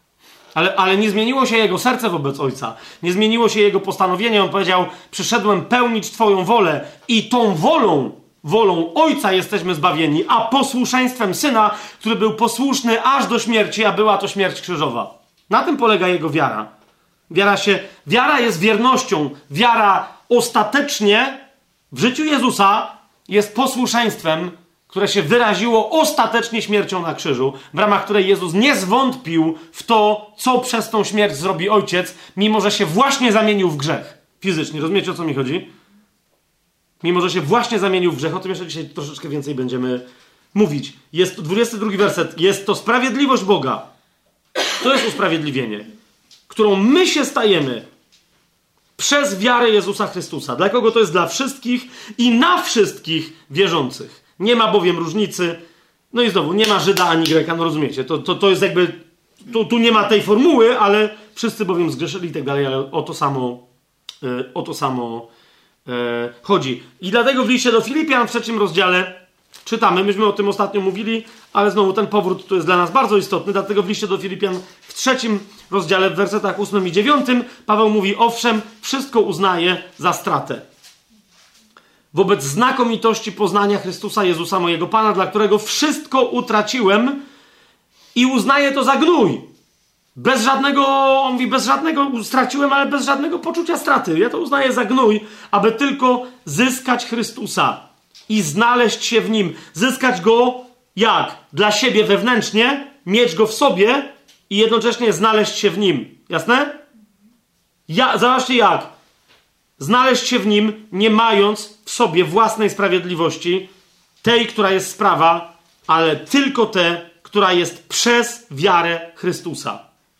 Ale, ale nie zmieniło się jego serce wobec Ojca. Nie zmieniło się jego postanowienie. On powiedział, przyszedłem pełnić Twoją wolę i tą wolą, wolą Ojca jesteśmy zbawieni, a posłuszeństwem Syna, który był posłuszny aż do śmierci, a była to śmierć krzyżowa. Na tym polega jego wiara. Wiara się, wiara jest wiernością. Wiara ostatecznie w życiu Jezusa jest posłuszeństwem, które się wyraziło ostatecznie śmiercią na krzyżu, w ramach której Jezus nie zwątpił w to, co przez tą śmierć zrobi Ojciec, mimo że się właśnie zamienił w grzech. Fizycznie, rozumiecie, o co mi chodzi? Mimo że się właśnie zamienił w grzech, o tym jeszcze dzisiaj troszeczkę więcej będziemy mówić. Jest dwudziesty drugi werset. Jest to sprawiedliwość Boga. To jest usprawiedliwienie, którą my się stajemy przez wiarę Jezusa Chrystusa. Dla kogo to jest? Dla wszystkich i na wszystkich wierzących. Nie ma bowiem różnicy. No i znowu, nie ma Żyda ani Greka, no rozumiecie. To, to, to jest jakby, tu, tu nie ma tej formuły, ale wszyscy bowiem zgrzeszyli i tak dalej, ale o to samo, yy, o to samo yy, chodzi. I dlatego w liście do Filipian w trzecim rozdziale czytamy, myśmy o tym ostatnio mówili, ale znowu ten powrót tu jest dla nas bardzo istotny, dlatego w liście do Filipian w trzecim rozdziale, w wersetach ósmym i dziewiątym, Paweł mówi, owszem, wszystko uznaję za stratę. Wobec znakomitości poznania Chrystusa Jezusa mojego Pana, dla którego wszystko utraciłem i uznaję to za gnój. Bez żadnego, on mówi, bez żadnego straciłem, ale bez żadnego poczucia straty. Ja to uznaję za gnój, aby tylko zyskać Chrystusa i znaleźć się w Nim. Zyskać Go jak? Dla siebie wewnętrznie, mieć Go w sobie i jednocześnie znaleźć się w Nim. Jasne? Ja, zobaczcie jak. Znaleźć się w Nim, nie mając w sobie własnej sprawiedliwości, tej, która jest z prawa, ale tylko tę, która jest przez wiarę Chrystusa.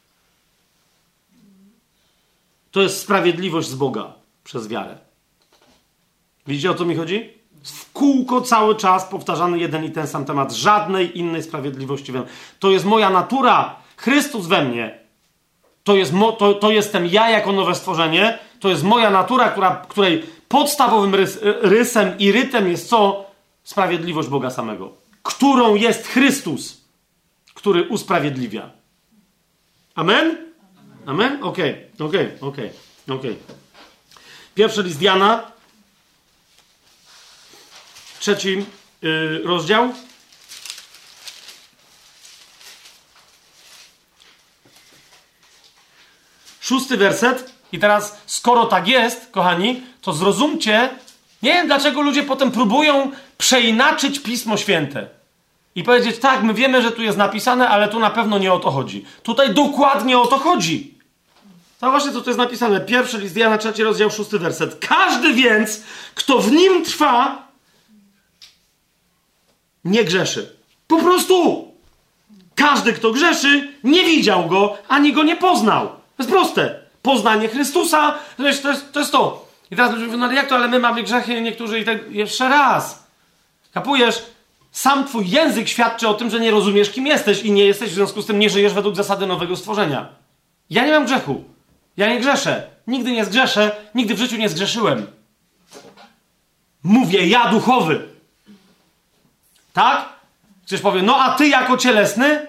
To jest sprawiedliwość z Boga przez wiarę. Widzicie, o co mi chodzi? W kółko cały czas powtarzany jeden i ten sam temat. Żadnej innej sprawiedliwości we mnie. To jest moja natura. Chrystus we mnie. To, jest mo, to, to jestem ja jako nowe stworzenie. To jest moja natura, która, której podstawowym rys, rysem i rytem jest co? Sprawiedliwość Boga samego. Którą jest Chrystus, który usprawiedliwia. Amen? Amen? Okej, okay, okej, okay, okej, okay, okej. Okay. Pierwszy list Jana, trzeci yy, rozdział. Szósty werset. I teraz, skoro tak jest, kochani, to zrozumcie, nie wiem dlaczego ludzie potem próbują przeinaczyć Pismo Święte. I powiedzieć, tak, my wiemy, że tu jest napisane, ale tu na pewno nie o to chodzi. Tutaj dokładnie o to chodzi. To właśnie, co tu jest napisane. Pierwszy list Jana, trzeci rozdział, szósty werset. Każdy więc, kto w nim trwa, nie grzeszy. Po prostu. Każdy, kto grzeszy, nie widział go, ani go nie poznał. To jest proste. Poznanie Chrystusa, to jest to. Jest, to, jest to. I teraz ludzie mówią, no jak to, ale my mamy grzechy, niektórzy i tak. Jeszcze raz. Kapujesz? Sam twój język świadczy o tym, że nie rozumiesz, kim jesteś i nie jesteś, w związku z tym nie żyjesz według zasady nowego stworzenia. Ja nie mam grzechu. Ja nie grzeszę. Nigdy nie zgrzeszę. Nigdy w życiu nie zgrzeszyłem. Mówię ja duchowy. Tak? Ktoś powie, no a ty jako cielesny?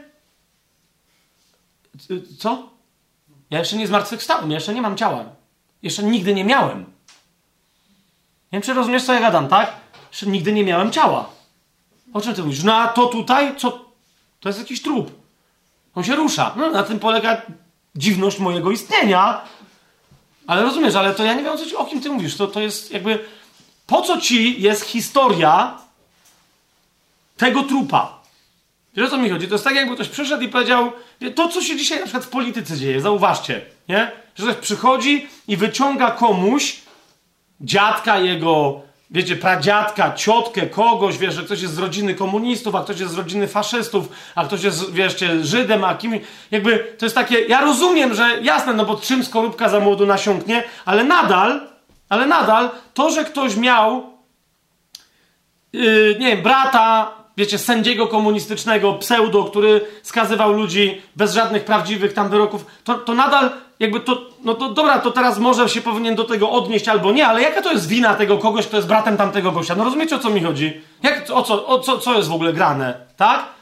Co? Ja jeszcze nie zmartwychwstałem. Ja jeszcze nie mam ciała. Jeszcze nigdy nie miałem. Nie wiem, czy rozumiesz, co ja gadam, tak? Jeszcze nigdy nie miałem ciała. O czym ty mówisz? No a to tutaj? Co? To jest jakiś trup. On się rusza. No na tym polega dziwność mojego istnienia. Ale rozumiesz, ale to ja nie wiem, o, co, o kim ty mówisz. To, to jest jakby... Po co ci jest historia tego trupa? Wiesz, o co mi chodzi? To jest tak, jakby ktoś przyszedł i powiedział, to, co się dzisiaj na przykład w polityce dzieje, zauważcie, nie? Że ktoś przychodzi i wyciąga komuś, dziadka jego, wiecie, pradziadka, ciotkę, kogoś, wiesz, że ktoś jest z rodziny komunistów, a ktoś jest z rodziny faszystów, a ktoś jest, wieszcie, Żydem, a kim... Jakby to jest takie... Ja rozumiem, że jasne, no bo czym skorupka za młodu nasiąknie, ale nadal, ale nadal to, że ktoś miał, yy, nie wiem, brata, wiecie, sędziego komunistycznego, pseudo, który skazywał ludzi bez żadnych prawdziwych tam wyroków, to, to nadal jakby to, no to dobra, to teraz może się powinien do tego odnieść albo nie, ale jaka to jest wina tego kogoś, kto jest bratem tamtego gościa? No rozumiecie, o co mi chodzi? Jak, o co, o co, co jest w ogóle grane, tak?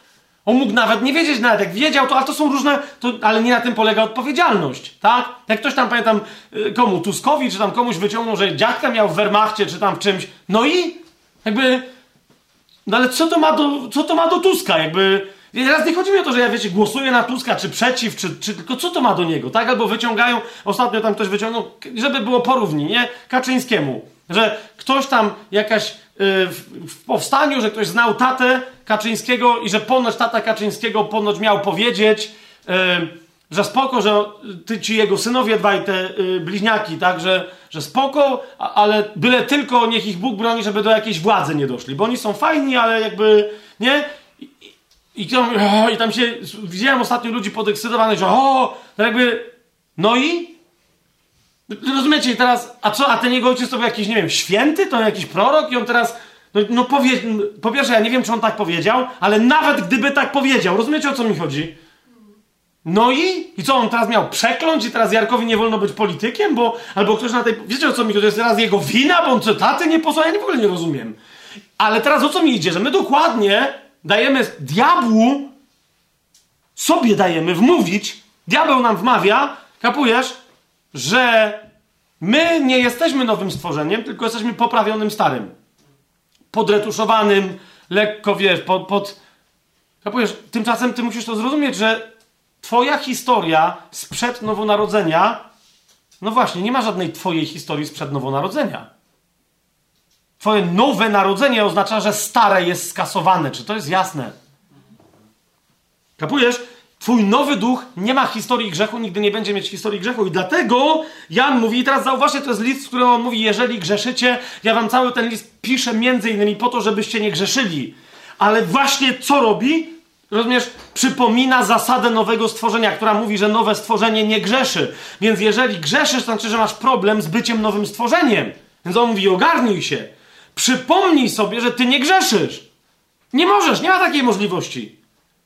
On mógł nawet nie wiedzieć, nawet jak wiedział, to, ale to są różne, to, ale nie na tym polega odpowiedzialność, tak? Jak ktoś tam, pamiętam, komu, Tuskowi, czy tam komuś wyciągnął, że dziadka miał w Wehrmachcie, czy tam w czymś, no i jakby, no ale co to ma do, co to ma do Tuska, jakby, teraz nie chodzi mi o to, że ja, wiecie, głosuję na Tuska, czy przeciw, czy, czy tylko co to ma do niego, tak? Albo wyciągają, ostatnio tam ktoś wyciągnął, żeby było porówni, nie? Kaczyńskiemu, że ktoś tam jakaś w, w powstaniu, że ktoś znał tatę Kaczyńskiego i że ponoć tata Kaczyńskiego ponoć miał powiedzieć, yy, że spoko, że ty, ci jego synowie dwaj, te yy, bliźniaki, tak, że, że spoko, a, ale byle tylko niech ich Bóg broni, żeby do jakiejś władzy nie doszli, bo oni są fajni, ale jakby, nie? I, i, i, tam, i tam się, widziałem ostatnio ludzi podekscytowanych, że o, to jakby, no i? Rozumiecie, teraz, a co, a ten jego ojciec to był jakiś, nie wiem, święty, to jakiś prorok i on teraz, no, no powie, po pierwsze, ja nie wiem, czy on tak powiedział, ale nawet gdyby tak powiedział, rozumiecie, o co mi chodzi? No i? I co, on teraz miał przekląć i teraz Jarkowi nie wolno być politykiem, bo, albo ktoś na tej, wiecie, o co mi chodzi, to jest teraz jego wina, bo on co, taty nie posłał, ja nie, w ogóle nie rozumiem. Ale teraz o co mi idzie, że my dokładnie dajemy diabłu, sobie dajemy wmówić, diabeł nam wmawia, kapujesz, że my nie jesteśmy nowym stworzeniem, tylko jesteśmy poprawionym starym. Podretuszowanym, lekko, wiesz, pod... pod... Kapujesz? Tymczasem ty musisz to zrozumieć, że twoja historia sprzed nowonarodzenia, no właśnie, nie ma żadnej twojej historii sprzed nowonarodzenia. Twoje nowe narodzenie oznacza, że stare jest skasowane. Czy to jest jasne? Kapujesz? Twój nowy duch nie ma historii grzechu, nigdy nie będzie mieć historii grzechu. I dlatego Jan mówi, i teraz zauważcie, to jest list, w którym on mówi, jeżeli grzeszycie, ja wam cały ten list piszę między innymi po to, żebyście nie grzeszyli. Ale właśnie co robi? Rozumiesz? Przypomina zasadę nowego stworzenia, która mówi, że nowe stworzenie nie grzeszy. Więc jeżeli grzeszysz, to znaczy, że masz problem z byciem nowym stworzeniem. Więc on mówi, ogarnij się. Przypomnij sobie, że ty nie grzeszysz. Nie możesz, nie ma takiej możliwości.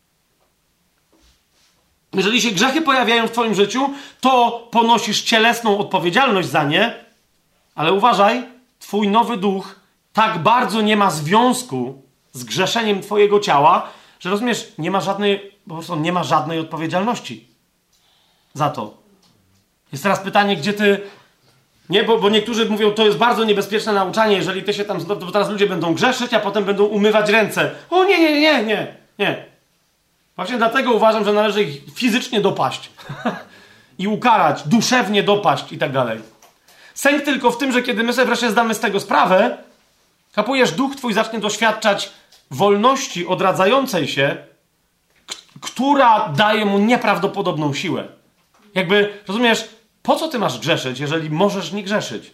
Jeżeli się grzechy pojawiają w twoim życiu, to ponosisz cielesną odpowiedzialność za nie, ale uważaj, twój nowy duch tak bardzo nie ma związku z grzeszeniem twojego ciała, że rozumiesz, nie ma żadnej, po prostu nie ma żadnej odpowiedzialności za to. Jest teraz pytanie, gdzie ty... Nie, bo, bo niektórzy mówią, to jest bardzo niebezpieczne nauczanie, jeżeli ty się tam... To teraz ludzie będą grzeszyć, a potem będą umywać ręce. O nie, nie, nie, nie, nie. Właśnie dlatego uważam, że należy ich fizycznie dopaść i ukarać, duszewnie dopaść i tak dalej. Sęk tylko w tym, że kiedy my sobie wreszcie zdamy z tego sprawę, kapujesz, duch twój zacznie doświadczać wolności odradzającej się, k- która daje mu nieprawdopodobną siłę. Jakby, rozumiesz, po co ty masz grzeszyć, jeżeli możesz nie grzeszyć?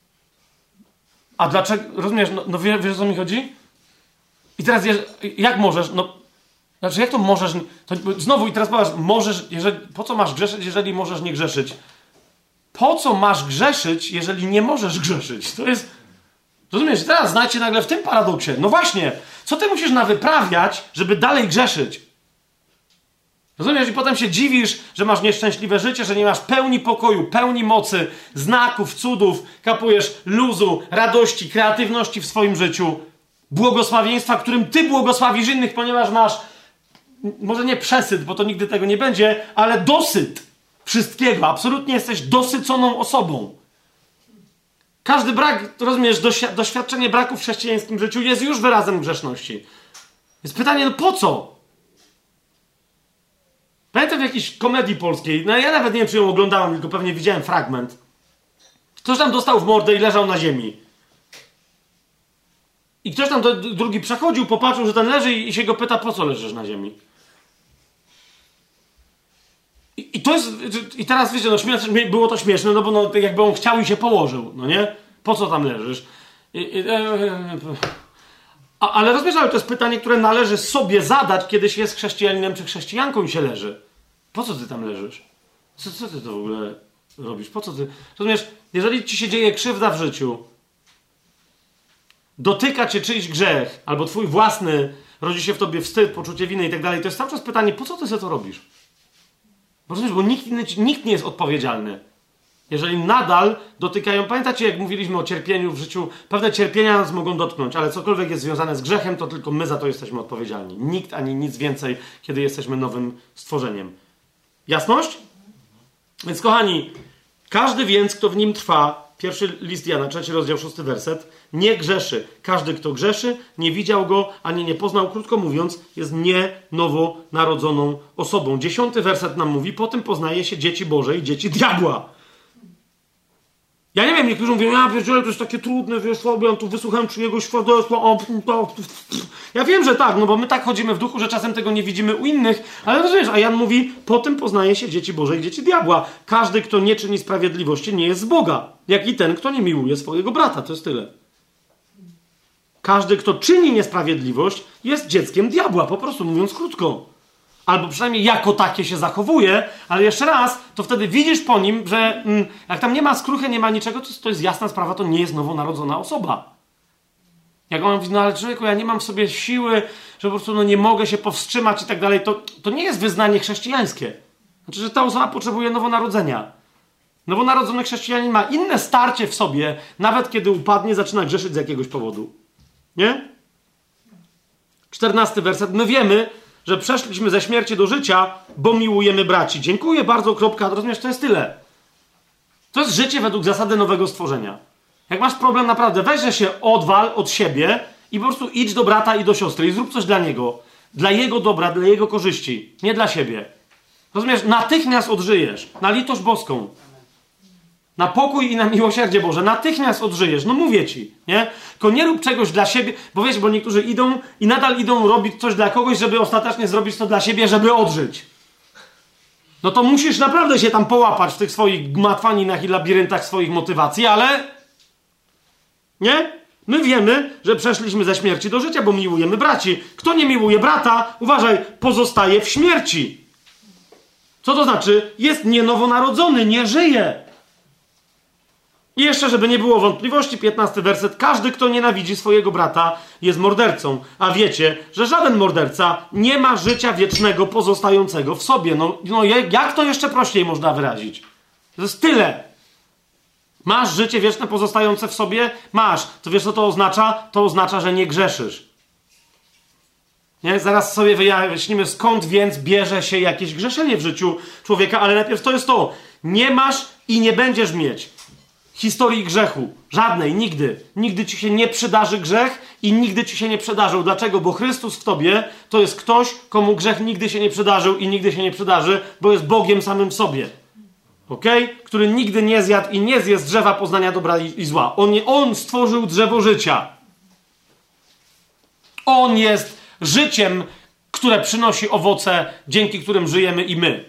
A dlaczego, rozumiesz, no, no wiesz, wiesz, o co mi chodzi? I teraz, jak możesz, no, znaczy, jak to możesz... To znowu i teraz powiesz, możesz... Jeżeli, po co masz grzeszyć, jeżeli możesz nie grzeszyć? Po co masz grzeszyć, jeżeli nie możesz grzeszyć? To jest... Rozumiesz? Teraz znajdźcie nagle w tym paradoksie. No właśnie, co ty musisz nawyprawiać, żeby dalej grzeszyć? Rozumiesz? I potem się dziwisz, że masz nieszczęśliwe życie, że nie masz pełni pokoju, pełni mocy, znaków, cudów, kapujesz luzu, radości, kreatywności w swoim życiu, błogosławieństwa, którym ty błogosławisz innych, ponieważ masz może nie przesyt, bo to nigdy tego nie będzie, ale dosyt wszystkiego. Absolutnie jesteś dosyconą osobą. Każdy brak, rozumiesz, doświadczenie braku w chrześcijańskim życiu jest już wyrazem grzeszności. Jest pytanie, no po co? Pamiętam w jakiejś komedii polskiej, no ja nawet nie wiem, czy ją oglądałem, tylko pewnie widziałem fragment. Ktoś tam dostał w mordę i leżał na ziemi. I ktoś tam do, drugi przechodził, popatrzył, że ten leży i, i się go pyta, po co leżysz na ziemi? I, i to jest... I teraz wiecie, no śmieszne, było to śmieszne, no bo no, jakby on chciał i się położył, no nie? Po co tam leżysz? I, i, e, e, a, ale rozumiesz, ale to jest pytanie, które należy sobie zadać, kiedy się jest chrześcijaninem czy chrześcijanką i się leży. Po co ty tam leżysz? Co, co ty to w ogóle robisz? Po co ty... Rozumiesz, jeżeli ci się dzieje krzywda w życiu, dotyka cię czyjś grzech, albo twój własny, rodzi się w tobie wstyd, poczucie winy i tak dalej, to jest cały czas pytanie, po co ty sobie to robisz? Bo rozumiesz, bo nikt, inny, nikt nie jest odpowiedzialny. Jeżeli nadal dotykają... Pamiętacie, jak mówiliśmy o cierpieniu w życiu? Pewne cierpienia nas mogą dotknąć, ale cokolwiek jest związane z grzechem, to tylko my za to jesteśmy odpowiedzialni. Nikt ani nic więcej, kiedy jesteśmy nowym stworzeniem. Jasność? Więc kochani, każdy więc, kto w nim trwa, pierwszy list Jana, trzeci rozdział, szósty werset, nie grzeszy. Każdy, kto grzeszy, nie widział go, ani nie poznał, krótko mówiąc, jest nie nowonarodzoną osobą. Dziesiąty werset nam mówi, po tym poznaje się dzieci Boże i dzieci diabła. Ja nie wiem, niektórzy mówią, ja pierdzielę, to jest takie trudne, wiesz, ja tu wysłuchałem czyjegoś świadectwa, o, o, ja wiem, że tak, no bo my tak chodzimy w duchu, że czasem tego nie widzimy u innych, ale rozumiesz, a Jan mówi, po tym poznaje się dzieci Boże i dzieci diabła. Każdy, kto nie czyni sprawiedliwości, nie jest z Boga, jak i ten, kto nie miłuje swojego brata, to jest tyle. Każdy, kto czyni niesprawiedliwość, jest dzieckiem diabła, po prostu mówiąc krótko. Albo przynajmniej jako takie się zachowuje, ale jeszcze raz, to wtedy widzisz po nim, że mm, jak tam nie ma skruchy, nie ma niczego, to, to jest jasna sprawa, to nie jest nowonarodzona osoba. Jak on mówi, no ale człowieku, ja nie mam w sobie siły, że po prostu no, nie mogę się powstrzymać i tak dalej, to, to nie jest wyznanie chrześcijańskie. Znaczy, że ta osoba potrzebuje nowonarodzenia. Nowonarodzony chrześcijanin ma inne starcie w sobie, nawet kiedy upadnie, zaczyna grzeszyć z jakiegoś powodu. Nie? Czternasty werset. My wiemy, że przeszliśmy ze śmierci do życia, bo miłujemy braci. Dziękuję bardzo, kropka. Rozumiesz, to jest tyle. To jest życie według zasady nowego stworzenia. Jak masz problem naprawdę, weź się odwal od siebie i po prostu idź do brata i do siostry i zrób coś dla niego. Dla jego dobra, dla jego korzyści. Nie dla siebie. Rozumiesz, natychmiast odżyjesz. Na litość boską. Na pokój i na miłosierdzie Boże. Natychmiast odżyjesz. No mówię ci, nie? Tylko nie rób czegoś dla siebie, bo wiesz, bo niektórzy idą i nadal idą robić coś dla kogoś, żeby ostatecznie zrobić to dla siebie, żeby odżyć. No to musisz naprawdę się tam połapać w tych swoich gmatwaninach i labiryntach swoich motywacji, ale... Nie? My wiemy, że przeszliśmy ze śmierci do życia, bo miłujemy braci. Kto nie miłuje brata, uważaj, pozostaje w śmierci. Co to znaczy? Jest nienowonarodzony, nie żyje. I jeszcze, żeby nie było wątpliwości, piętnasty werset. Każdy, kto nienawidzi swojego brata, jest mordercą. A wiecie, że żaden morderca nie ma życia wiecznego pozostającego w sobie. No, no jak to jeszcze prościej można wyrazić? To jest tyle. Masz życie wieczne pozostające w sobie? Masz. To wiesz, co to oznacza? To oznacza, że nie grzeszysz. Nie? Zaraz sobie wyjaśnimy, skąd więc bierze się jakieś grzeszenie w życiu człowieka, ale najpierw to jest to. Nie masz i nie będziesz mieć historii grzechu. Żadnej, nigdy. Nigdy ci się nie przydarzy grzech i nigdy ci się nie przydarzył. Dlaczego? Bo Chrystus w tobie to jest ktoś, komu grzech nigdy się nie przydarzył i nigdy się nie przydarzy, bo jest Bogiem samym w sobie. Okej? Okay? Który nigdy nie zjadł i nie zje z drzewa poznania dobra i, i zła. On, on stworzył drzewo życia. On jest życiem, które przynosi owoce, dzięki którym żyjemy i my.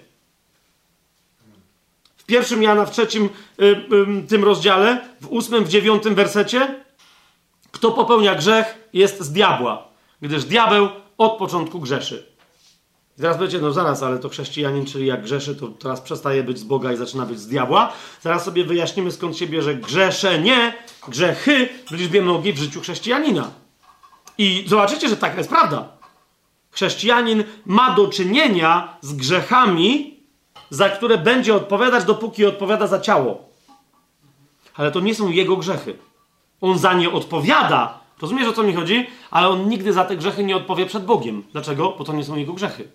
W pierwszym Jana, w trzecim y, y, tym rozdziale, w ósmym, w dziewiątym wersecie, kto popełnia grzech, jest z diabła, gdyż diabeł od początku grzeszy. I teraz będziecie, no zaraz, ale to chrześcijanin, czyli jak grzeszy, to teraz przestaje być z Boga i zaczyna być z diabła. Zaraz sobie wyjaśnimy, skąd się bierze grzeszenie, grzechy w liczbie mnogiej w życiu chrześcijanina. I zobaczycie, że taka jest prawda. Chrześcijanin ma do czynienia z grzechami, za które będzie odpowiadać, dopóki odpowiada za ciało. Ale to nie są jego grzechy. On za nie odpowiada. Rozumiesz, o co mi chodzi? Ale on nigdy za te grzechy nie odpowie przed Bogiem. Dlaczego? Bo to nie są jego grzechy.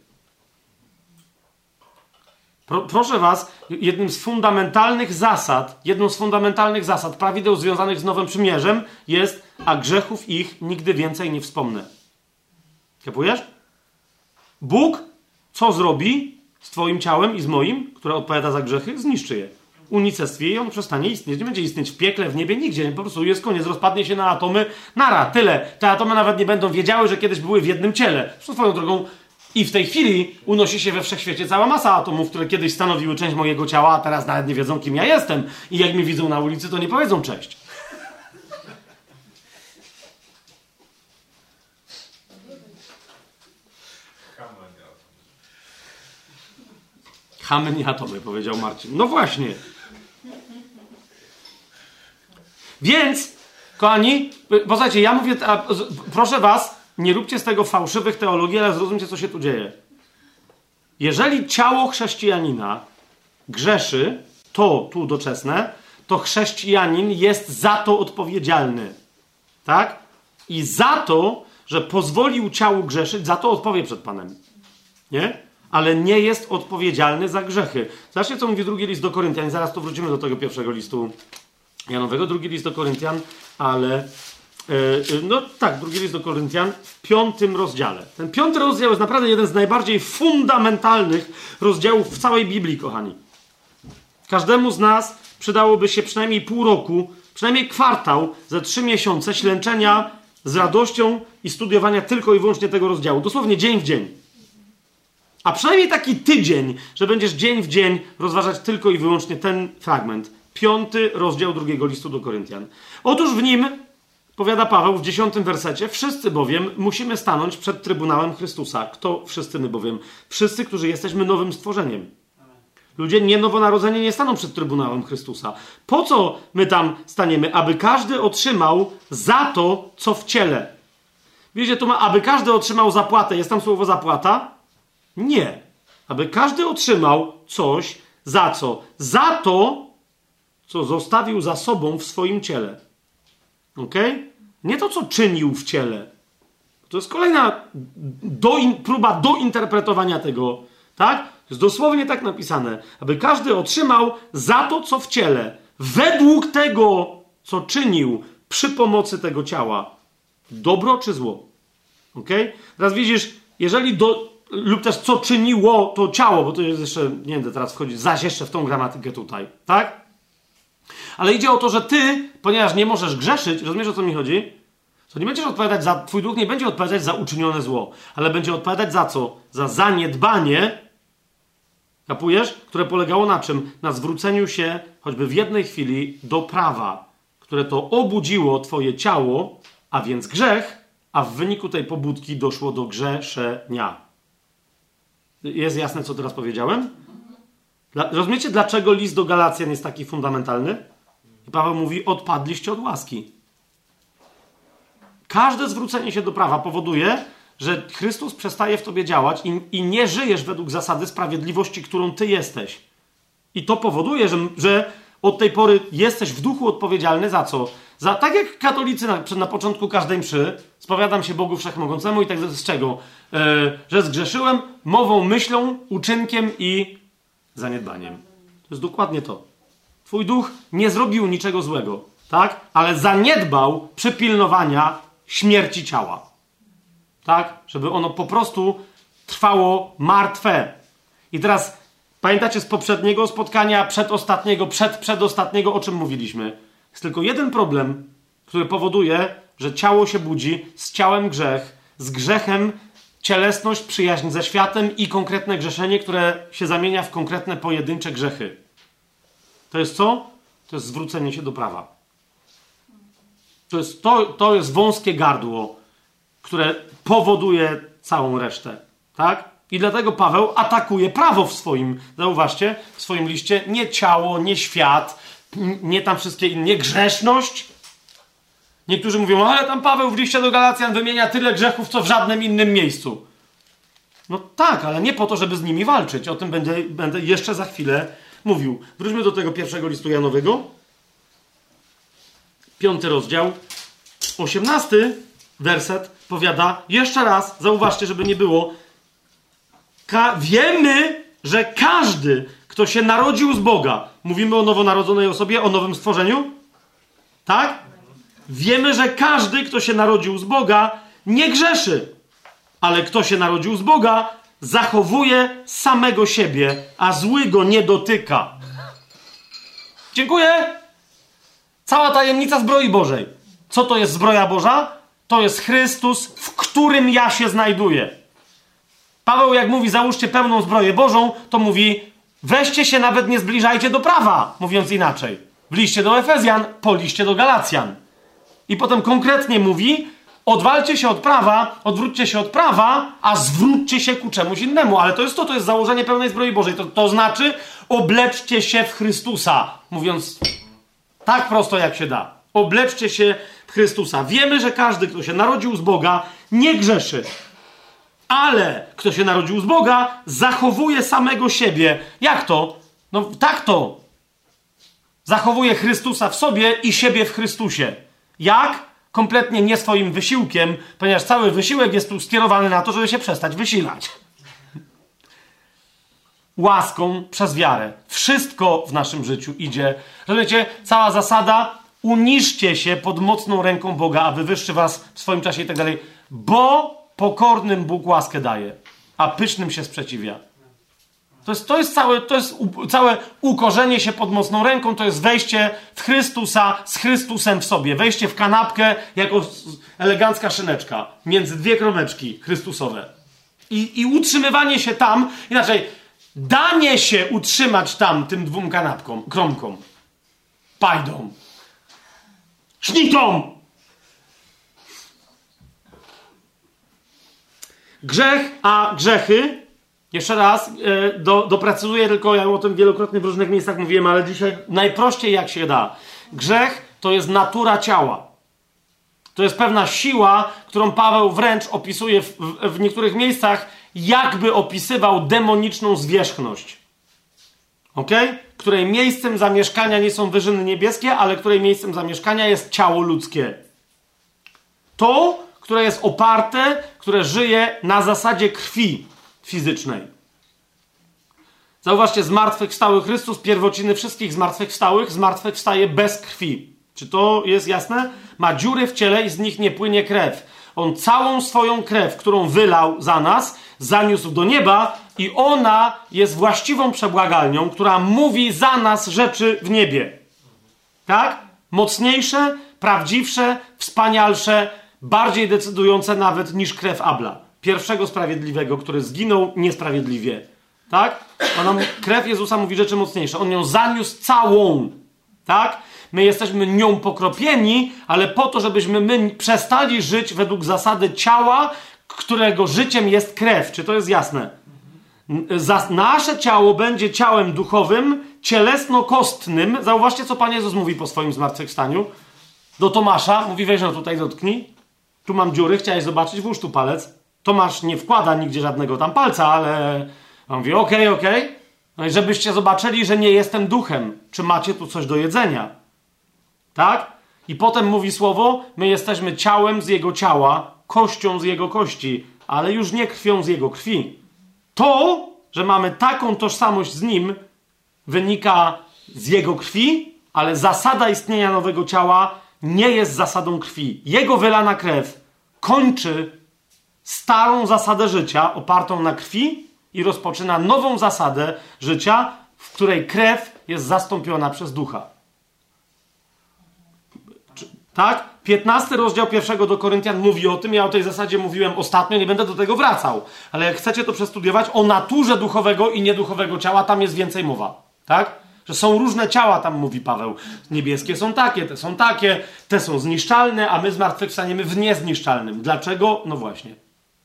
Pro, proszę was, jednym z fundamentalnych zasad, jedną z fundamentalnych zasad, prawideł związanych z Nowym Przymierzem jest, a grzechów ich nigdy więcej nie wspomnę. Kapujesz? Bóg co zrobi z twoim ciałem i z moim, które odpowiada za grzechy? Zniszczy je. Unicestwi i on przestanie istnieć. Nie będzie istnieć w piekle, w niebie, nigdzie. Po prostu jest koniec, rozpadnie się na atomy. Nara, tyle. Te atomy nawet nie będą wiedziały, że kiedyś były w jednym ciele. Zresztą swoją drogą i w tej chwili unosi się we wszechświecie cała masa atomów, które kiedyś stanowiły część mojego ciała, a teraz nawet nie wiedzą, kim ja jestem. I jak mnie widzą na ulicy, to nie powiedzą cześć. Chamy nie atomy, powiedział Marcin. No właśnie. Więc, kochani, posłuchajcie, ja mówię, a, proszę was, nie róbcie z tego fałszywych teologii, ale zrozumcie, co się tu dzieje. Jeżeli ciało chrześcijanina grzeszy, to tu doczesne, to chrześcijanin jest za to odpowiedzialny. Tak? I za to, że pozwolił ciału grzeszyć, za to odpowie przed Panem. Nie? Ale nie jest odpowiedzialny za grzechy. Zobaczcie, co mówi drugi list do Koryntian. Zaraz to wrócimy do tego pierwszego listu Janowego. Drugi list do Koryntian, ale... Yy, no tak, drugi list do Koryntian w piątym rozdziale. Ten piąty rozdział jest naprawdę jeden z najbardziej fundamentalnych rozdziałów w całej Biblii, kochani. Każdemu z nas przydałoby się przynajmniej pół roku, przynajmniej kwartał, ze trzy miesiące ślęczenia z radością i studiowania tylko i wyłącznie tego rozdziału. Dosłownie dzień w dzień. A przynajmniej taki tydzień, że będziesz dzień w dzień rozważać tylko i wyłącznie ten fragment. Piąty rozdział drugiego listu do Koryntian. Otóż w nim, powiada Paweł w dziesiątym wersecie, wszyscy bowiem musimy stanąć przed Trybunałem Chrystusa. Kto wszyscy my bowiem? Wszyscy, którzy jesteśmy nowym stworzeniem. Ludzie nie nowonarodzeni nie staną przed Trybunałem Chrystusa. Po co my tam staniemy? Aby każdy otrzymał za to, co w ciele. Wiecie, to ma, aby każdy otrzymał zapłatę. Jest tam słowo zapłata? Nie. Aby każdy otrzymał coś, za co? Za to, co zostawił za sobą w swoim ciele. Okej? Okay? Nie to, co czynił w ciele. To jest kolejna doin, próba dointerpretowania tego. Tak? Jest dosłownie tak napisane. Aby każdy otrzymał za to, co w ciele. Według tego, co czynił przy pomocy tego ciała. Dobro czy zło? Okej? Okay? Teraz widzisz, jeżeli do... lub też co czyniło to ciało, bo to jest jeszcze, nie będę teraz wchodzić zaś jeszcze w tą gramatykę tutaj, tak? Ale idzie o to, że ty, ponieważ nie możesz grzeszyć, rozumiesz, o co mi chodzi? To nie będziesz odpowiadać za, twój duch nie będzie odpowiadać za uczynione zło, ale będzie odpowiadać za co? Za zaniedbanie, kapujesz? Które polegało na czym? Na zwróceniu się, choćby w jednej chwili, do prawa, które to obudziło twoje ciało, a więc grzech, a w wyniku tej pobudki doszło do grzeszenia. Jest jasne, co teraz powiedziałem? Dla, rozumiecie, dlaczego list do Galacjan jest taki fundamentalny? I Paweł mówi, odpadliście od łaski. Każde zwrócenie się do prawa powoduje, że Chrystus przestaje w tobie działać i, i nie żyjesz według zasady sprawiedliwości, którą ty jesteś. I to powoduje, że, że od tej pory jesteś w duchu odpowiedzialny za co? Za, tak jak katolicy na, na początku każdej mszy, spowiadam się Bogu Wszechmogącemu i tak z czego? E, że zgrzeszyłem mową, myślą, uczynkiem i zaniedbaniem. To jest dokładnie to. Twój duch nie zrobił niczego złego, tak? Ale zaniedbał przypilnowania śmierci ciała. Tak? Żeby ono po prostu trwało martwe. I teraz pamiętacie z poprzedniego spotkania, przedostatniego, przed przedostatniego, o czym mówiliśmy? Jest tylko jeden problem, który powoduje, że ciało się budzi, z ciałem grzech, z grzechem cielesność, przyjaźń ze światem i konkretne grzeszenie, które się zamienia w konkretne pojedyncze grzechy. To jest co? To jest zwrócenie się do prawa. To jest, to, to jest wąskie gardło, które powoduje całą resztę. Tak? I dlatego Paweł atakuje prawo w swoim, zauważcie, w swoim liście. Nie ciało, nie świat, nie tam wszystkie inne, nie grzeszność. Niektórzy mówią, ale tam Paweł w liście do Galacjan wymienia tyle grzechów, co w żadnym innym miejscu. No tak, ale nie po to, żeby z nimi walczyć. O tym będę, będę jeszcze za chwilę mówił. Wróćmy do tego pierwszego listu Janowego. Piąty rozdział. Osiemnasty werset powiada, jeszcze raz, zauważcie, żeby nie było, Ka- wiemy, że każdy, kto się narodził z Boga, mówimy o nowonarodzonej osobie, o nowym stworzeniu? Tak? Wiemy, że każdy, kto się narodził z Boga, nie grzeszy. Ale kto się narodził z Boga, zachowuje samego siebie, a zły go nie dotyka. Dziękuję. Cała tajemnica zbroi Bożej. Co to jest zbroja Boża? To jest Chrystus, w którym ja się znajduję. Paweł, jak mówi, załóżcie pełną zbroję Bożą, to mówi, weźcie się, nawet nie zbliżajcie do prawa, mówiąc inaczej. W liście do Efezjan, po liście do Galacjan. I potem konkretnie mówi, odwalcie się od prawa, odwróćcie się od prawa, a zwróćcie się ku czemuś innemu. Ale to jest to, to jest założenie pełnej zbroi Bożej. To, to znaczy, obleczcie się w Chrystusa. Mówiąc tak prosto, jak się da. Obleczcie się w Chrystusa. Wiemy, że każdy, kto się narodził z Boga, nie grzeszy. Ale kto się narodził z Boga, zachowuje samego siebie. Jak to? No tak to. zachowuje Chrystusa w sobie i siebie w Chrystusie. Jak? Kompletnie nie swoim wysiłkiem, ponieważ cały wysiłek jest tu skierowany na to, żeby się przestać wysilać. Łaską przez wiarę. Wszystko w naszym życiu idzie. Rozumiecie? Cała zasada, uniżcie się pod mocną ręką Boga, a wywyższy was w swoim czasie i tak dalej. Bo pokornym Bóg łaskę daje, a pysznym się sprzeciwia. To jest, to jest, całe, to jest u, całe ukorzenie się pod mocną ręką, to jest wejście w Chrystusa z Chrystusem w sobie. Wejście w kanapkę jako elegancka szyneczka między dwie kromeczki chrystusowe. I, i utrzymywanie się tam, inaczej danie się utrzymać tam tym dwóm kanapkom, kromkom, pajdom, sznitom. Grzech, a grzechy, jeszcze raz, yy, do, doprecyzuję, tylko ja o tym wielokrotnie w różnych miejscach mówiłem, ale dzisiaj najprościej jak się da. Grzech to jest natura ciała. To jest pewna siła, którą Paweł wręcz opisuje w, w, w niektórych miejscach, jakby opisywał demoniczną zwierzchność. Okay? Której miejscem zamieszkania nie są wyżyny niebieskie, ale której miejscem zamieszkania jest ciało ludzkie. To, które jest oparte, które żyje na zasadzie krwi fizycznej. Zauważcie, zmartwychwstały Chrystus, pierwociny wszystkich zmartwychwstałych, zmartwychwstaje bez krwi. Czy to jest jasne? Ma dziury w ciele i z nich nie płynie krew. On całą swoją krew, którą wylał za nas, zaniósł do nieba i ona jest właściwą przebłagalnią, która mówi za nas rzeczy w niebie. Tak? Mocniejsze, prawdziwsze, wspanialsze, bardziej decydujące nawet niż krew Abla. Pierwszego sprawiedliwego, który zginął niesprawiedliwie. Tak? Ona, krew Jezusa mówi rzeczy mocniejsze. On ją zaniósł całą. Tak? My jesteśmy nią pokropieni, ale po to, żebyśmy my przestali żyć według zasady ciała, którego życiem jest krew. Czy to jest jasne? Zas- nasze ciało będzie ciałem duchowym, cielesno-kostnym. Zauważcie, co Pan Jezus mówi po swoim zmartwychwstaniu. Do Tomasza mówi, weź no tutaj dotknij. Tu mam dziury, chciałeś zobaczyć, włóż tu palec. Tomasz nie wkłada nigdzie żadnego tam palca, ale on mówi, okej, okay, okej. Okay. No i żebyście zobaczyli, że nie jestem duchem. Czy macie tu coś do jedzenia? Tak? I potem mówi słowo, my jesteśmy ciałem z jego ciała, kością z jego kości, ale już nie krwią z jego krwi. To, że mamy taką tożsamość z nim, wynika z jego krwi, ale zasada istnienia nowego ciała nie jest zasadą krwi. Jego wylana krew kończy starą zasadę życia opartą na krwi i rozpoczyna nową zasadę życia, w której krew jest zastąpiona przez ducha. Tak? piętnasty rozdział pierwszego do Koryntian mówi o tym, ja o tej zasadzie mówiłem ostatnio, nie będę do tego wracał, ale jak chcecie to przestudiować, o naturze duchowego i nieduchowego ciała, tam jest więcej mowa. Tak? Że są różne ciała, tam mówi Paweł. Niebieskie są takie, te są takie, te są zniszczalne, a my zmartwychwstaniemy w niezniszczalnym. Dlaczego? No właśnie.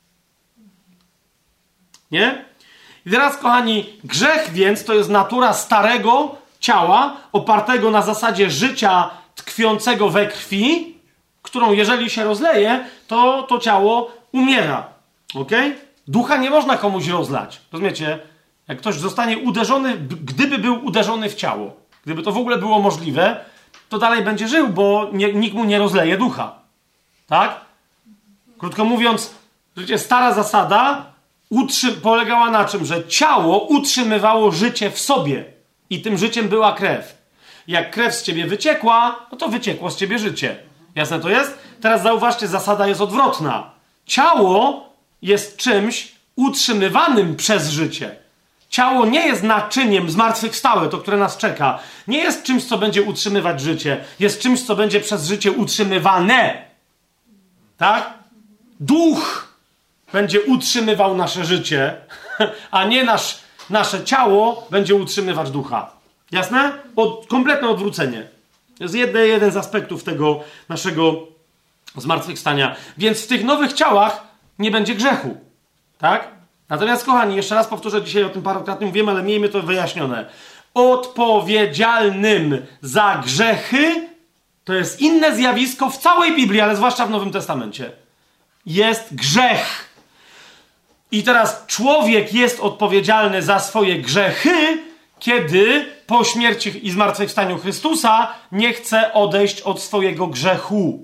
Nie? I teraz, kochani, grzech więc to jest natura starego ciała, opartego na zasadzie życia tkwiącego we krwi, którą jeżeli się rozleje, to to ciało umiera. Okej? Ducha nie można komuś rozlać. Rozumiecie? Jak ktoś zostanie uderzony, gdyby był uderzony w ciało, gdyby to w ogóle było możliwe, to dalej będzie żył, bo nie, nikt mu nie rozleje ducha. Tak? Krótko mówiąc, wiecie, stara zasada utrzy- polegała na czym? Że ciało utrzymywało życie w sobie i tym życiem była krew. Jak krew z ciebie wyciekła, no to wyciekło z ciebie życie. Jasne to jest? Teraz zauważcie, zasada jest odwrotna. Ciało jest czymś utrzymywanym przez życie. Ciało nie jest naczyniem zmartwychwstałe, to które nas czeka. Nie jest czymś, co będzie utrzymywać życie. Jest czymś, co będzie przez życie utrzymywane. Tak? Duch będzie utrzymywał nasze życie, a nie nasz, nasze ciało będzie utrzymywać ducha. Jasne? Od, kompletne odwrócenie. To jest jeden, jeden z aspektów tego naszego zmartwychwstania. Więc w tych nowych ciałach nie będzie grzechu. Tak? Natomiast, kochani, jeszcze raz powtórzę, dzisiaj o tym parokrotnie mówimy, ale miejmy to wyjaśnione. Odpowiedzialnym za grzechy to jest inne zjawisko w całej Biblii, ale zwłaszcza w Nowym Testamencie. Jest grzech. I teraz człowiek jest odpowiedzialny za swoje grzechy, kiedy po śmierci i zmartwychwstaniu Chrystusa nie chce odejść od swojego grzechu.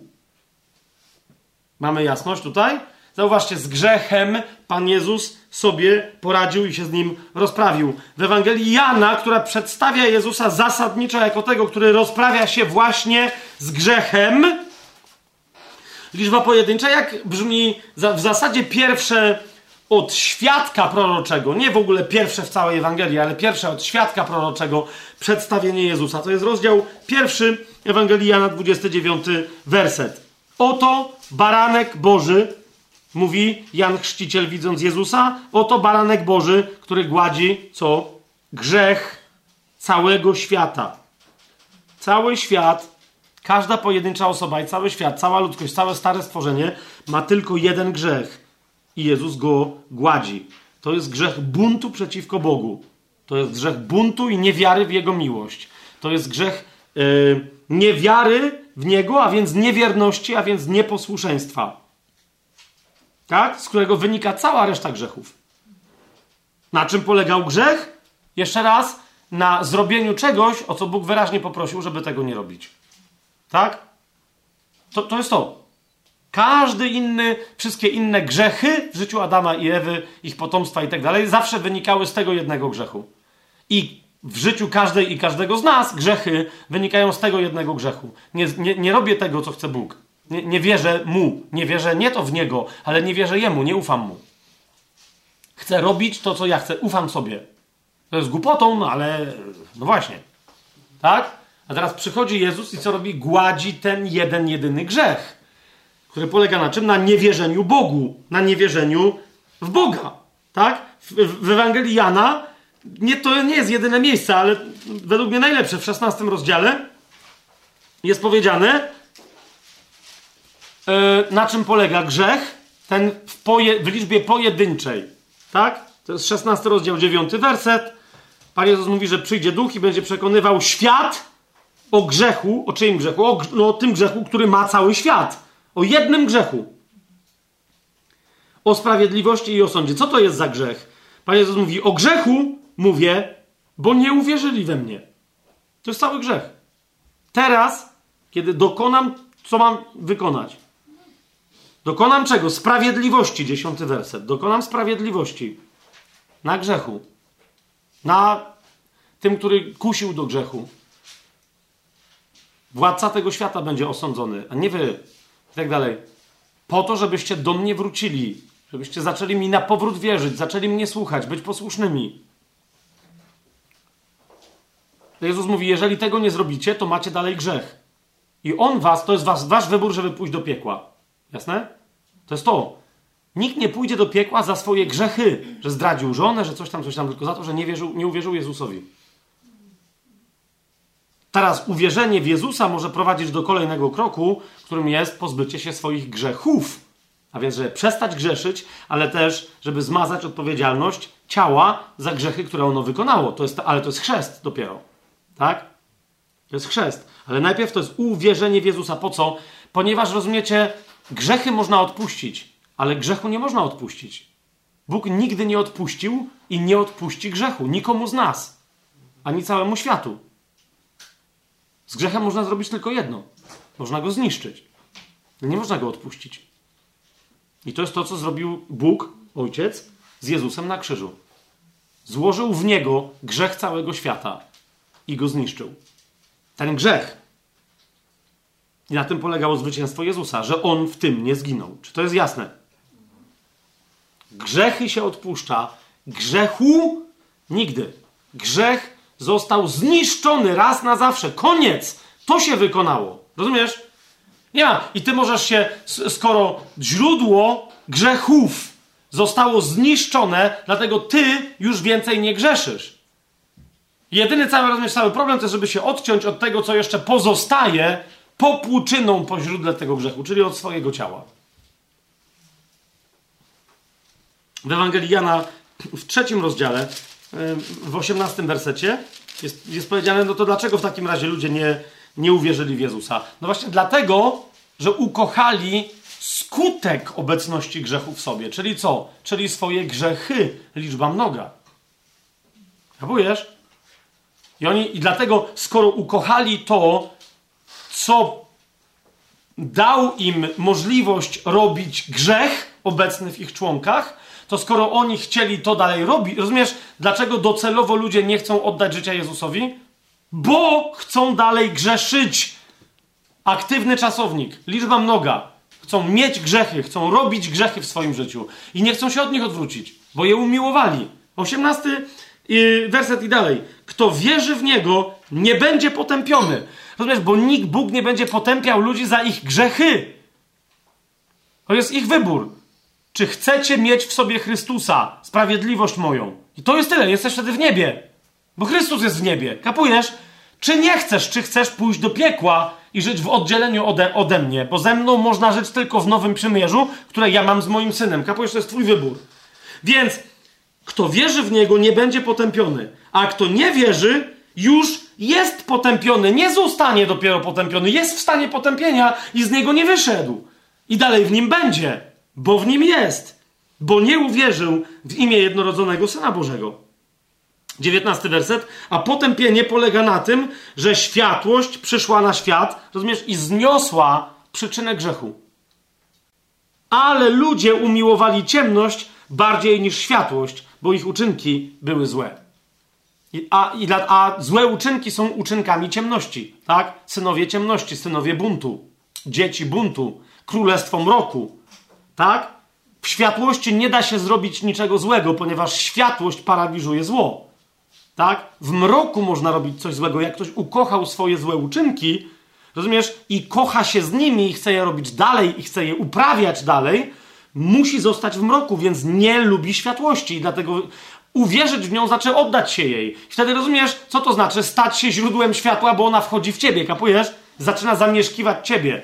Mamy jasność tutaj? Zauważcie, z grzechem Pan Jezus sobie poradził i się z nim rozprawił. W Ewangelii Jana, która przedstawia Jezusa zasadniczo jako tego, który rozprawia się właśnie z grzechem, liczba pojedyncza, jak brzmi w zasadzie pierwsze od świadka proroczego, nie w ogóle pierwsze w całej Ewangelii, ale pierwsze od świadka proroczego przedstawienie Jezusa. To jest rozdział pierwszy Ewangelii Jana, dwudziesty dziewiąty werset. Oto baranek Boży, mówi Jan Chrzciciel, widząc Jezusa, oto baranek Boży, który gładzi, co? Grzech całego świata. Cały świat, każda pojedyncza osoba i cały świat, cała ludzkość, całe stare stworzenie ma tylko jeden grzech. I Jezus go gładzi. To jest grzech buntu przeciwko Bogu. To jest grzech buntu i niewiary w Jego miłość. To jest grzech yy, niewiary w Niego, a więc niewierności, a więc nieposłuszeństwa. Tak? Z którego wynika cała reszta grzechów. Na czym polegał grzech? Jeszcze raz, na zrobieniu czegoś, o co Bóg wyraźnie poprosił, żeby tego nie robić. Tak? To, to jest to. Każdy inny, wszystkie inne grzechy w życiu Adama i Ewy, ich potomstwa i tak dalej, zawsze wynikały z tego jednego grzechu. I w życiu każdej i każdego z nas grzechy wynikają z tego jednego grzechu. Nie, nie, nie robię tego, co chce Bóg. Nie, nie wierzę Mu. Nie wierzę nie to w Niego, ale nie wierzę Jemu, nie ufam Mu. Chcę robić to, co ja chcę. Ufam sobie. To jest głupotą, no ale no właśnie. Tak? A teraz przychodzi Jezus i co robi? Gładzi ten jeden, jedyny grzech. Który polega na czym? Na niewierzeniu Bogu. Na niewierzeniu w Boga. Tak? W, w Ewangelii Jana nie, to nie jest jedyne miejsce, ale według mnie najlepsze. W szesnastym rozdziale jest powiedziane, yy, na czym polega grzech. Ten w, poje, w liczbie pojedynczej. Tak? To jest szesnasty rozdział, dziewiąty werset. Pan Jezus mówi, że przyjdzie Duch i będzie przekonywał świat o grzechu. O czyim grzechu? O, no, o tym grzechu, który ma cały świat. O jednym grzechu. O sprawiedliwości i o sądzie. Co to jest za grzech? Pan Jezus mówi, o grzechu mówię, bo nie uwierzyli we mnie. To jest cały grzech. Teraz, kiedy dokonam, co mam wykonać? Dokonam czego? Sprawiedliwości, dziesiąty werset. Dokonam sprawiedliwości. Na grzechu. Na tym, który kusił do grzechu. Władca tego świata będzie osądzony, a nie wy. I tak dalej. Po to, żebyście do mnie wrócili. Żebyście zaczęli mi na powrót wierzyć. Zaczęli mnie słuchać. Być posłusznymi. Jezus mówi, jeżeli tego nie zrobicie, to macie dalej grzech. I On was, to jest was, wasz wybór, żeby pójść do piekła. Jasne? To jest to. Nikt nie pójdzie do piekła za swoje grzechy. Że zdradził żonę, że coś tam, coś tam. Tylko za to, że nie, wierzył, nie uwierzył Jezusowi. Teraz uwierzenie w Jezusa może prowadzić do kolejnego kroku, którym jest pozbycie się swoich grzechów. A więc, żeby przestać grzeszyć, ale też, żeby zmazać odpowiedzialność ciała za grzechy, które ono wykonało. To jest, ale to jest chrzest dopiero. Tak? To jest chrzest. Ale najpierw to jest uwierzenie w Jezusa. Po co? Ponieważ, rozumiecie, grzechy można odpuścić, ale grzechu nie można odpuścić. Bóg nigdy nie odpuścił i nie odpuści grzechu. Nikomu z nas. Ani całemu światu. Z grzechem można zrobić tylko jedno. Można go zniszczyć. Nie można go odpuścić. I to jest to, co zrobił Bóg, Ojciec, z Jezusem na krzyżu. Złożył w Niego grzech całego świata i go zniszczył. Ten grzech. I na tym polegało zwycięstwo Jezusa, że On w tym nie zginął. Czy to jest jasne? Grzechy się odpuszcza. Grzechu nigdy. Grzech został zniszczony raz na zawsze. Koniec. To się wykonało. Rozumiesz? Nie ma. I ty możesz się, skoro źródło grzechów zostało zniszczone, dlatego ty już więcej nie grzeszysz. Jedyny cały, rozumiesz, cały problem to jest, żeby się odciąć od tego, co jeszcze pozostaje popłuczyną po źródle tego grzechu, czyli od swojego ciała. W Ewangelii Jana w trzecim rozdziale, w osiemnastym wersecie jest, jest powiedziane, no to dlaczego w takim razie ludzie nie, nie uwierzyli w Jezusa? No właśnie dlatego, że ukochali skutek obecności grzechu w sobie. Czyli co? Czyli swoje grzechy. Liczba mnoga. Kapujesz? I oni, i dlatego, skoro ukochali to, co dał im możliwość robić grzech obecny w ich członkach, to skoro oni chcieli to dalej robić, rozumiesz, dlaczego docelowo ludzie nie chcą oddać życia Jezusowi? Bo chcą dalej grzeszyć. Aktywny czasownik, liczba mnoga. Chcą mieć grzechy, chcą robić grzechy w swoim życiu i nie chcą się od nich odwrócić, bo je umiłowali. osiemnasty werset i dalej. Kto wierzy w Niego, nie będzie potępiony. Rozumiesz, bo nikt, Bóg nie będzie potępiał ludzi za ich grzechy. To jest ich wybór. Czy chcecie mieć w sobie Chrystusa, sprawiedliwość moją? I to jest tyle, jesteś wtedy w niebie. Bo Chrystus jest w niebie. Kapujesz? Czy nie chcesz, czy chcesz pójść do piekła i żyć w oddzieleniu ode, ode mnie? Bo ze mną można żyć tylko w Nowym Przymierzu, które ja mam z moim synem. Kapujesz? To jest twój wybór. Więc kto wierzy w Niego, nie będzie potępiony. A kto nie wierzy, już jest potępiony. Nie zostanie dopiero potępiony. Jest w stanie potępienia i z niego nie wyszedł. I dalej w nim będzie. Bo w nim jest. Bo nie uwierzył w imię jednorodzonego Syna Bożego. dziewiętnasty werset. A potępienie polega na tym, że światłość przyszła na świat, rozumiesz, i zniosła przyczynę grzechu. Ale ludzie umiłowali ciemność bardziej niż światłość, bo ich uczynki były złe. I, a, i dla, a złe uczynki są uczynkami ciemności, tak? Synowie ciemności, synowie buntu, dzieci buntu, królestwo mroku, tak? W światłości nie da się zrobić niczego złego, ponieważ światłość paraliżuje zło, tak? W mroku można robić coś złego. Jak ktoś ukochał swoje złe uczynki, rozumiesz, i kocha się z nimi i chce je robić dalej i chce je uprawiać dalej, musi zostać w mroku, więc nie lubi światłości i dlatego uwierzyć w nią znaczy oddać się jej. Wtedy rozumiesz, co to znaczy? Stać się źródłem światła, bo ona wchodzi w ciebie, kapujesz? Zaczyna zamieszkiwać ciebie.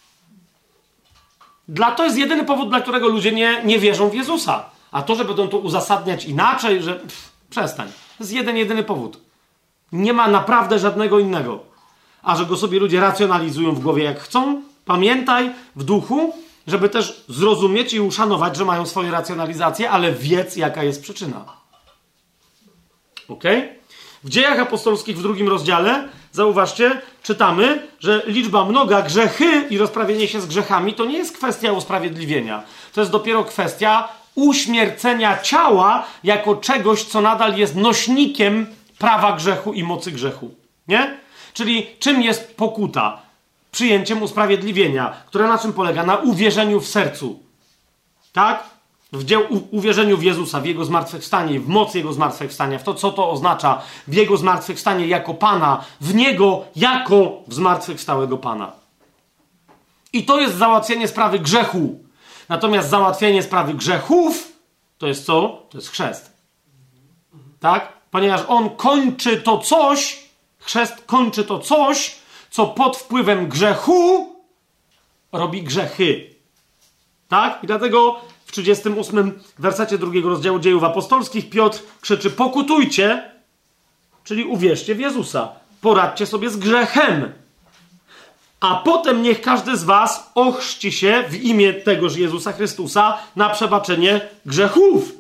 Dla to jest jedyny powód, dla którego ludzie nie, nie wierzą w Jezusa. A to, że będą to uzasadniać inaczej, że... Pff, przestań. To jest jeden, jedyny powód. Nie ma naprawdę żadnego innego. A że go sobie ludzie racjonalizują w głowie jak chcą, pamiętaj w duchu, żeby też zrozumieć i uszanować, że mają swoje racjonalizacje, ale wiedz, jaka jest przyczyna. Okej? Okay? W Dziejach Apostolskich w drugim rozdziale, zauważcie, czytamy, że liczba mnoga, grzechy i rozprawienie się z grzechami to nie jest kwestia usprawiedliwienia. To jest dopiero kwestia uśmiercenia ciała jako czegoś, co nadal jest nośnikiem prawa grzechu i mocy grzechu. Nie? Czyli czym jest pokuta? Przyjęciem usprawiedliwienia, które na czym polega? Na uwierzeniu w sercu. Tak? W dzieł, u, uwierzeniu w Jezusa, w Jego zmartwychwstanie, w moc Jego zmartwychwstania, w to, co to oznacza, w Jego zmartwychwstanie jako Pana, w Niego jako w zmartwychwstałego Pana. I to jest załatwienie sprawy grzechu. Natomiast załatwienie sprawy grzechów to jest co? To jest chrzest. Tak? Ponieważ On kończy to coś, chrzest kończy to coś, co pod wpływem grzechu robi grzechy. Tak? I dlatego w trzydziestym ósmym wersecie drugiego rozdziału Dziejów Apostolskich Piotr krzyczy: pokutujcie, czyli uwierzcie w Jezusa. Poradźcie sobie z grzechem. A potem niech każdy z was ochrzci się w imię tegoż Jezusa Chrystusa na przebaczenie grzechów.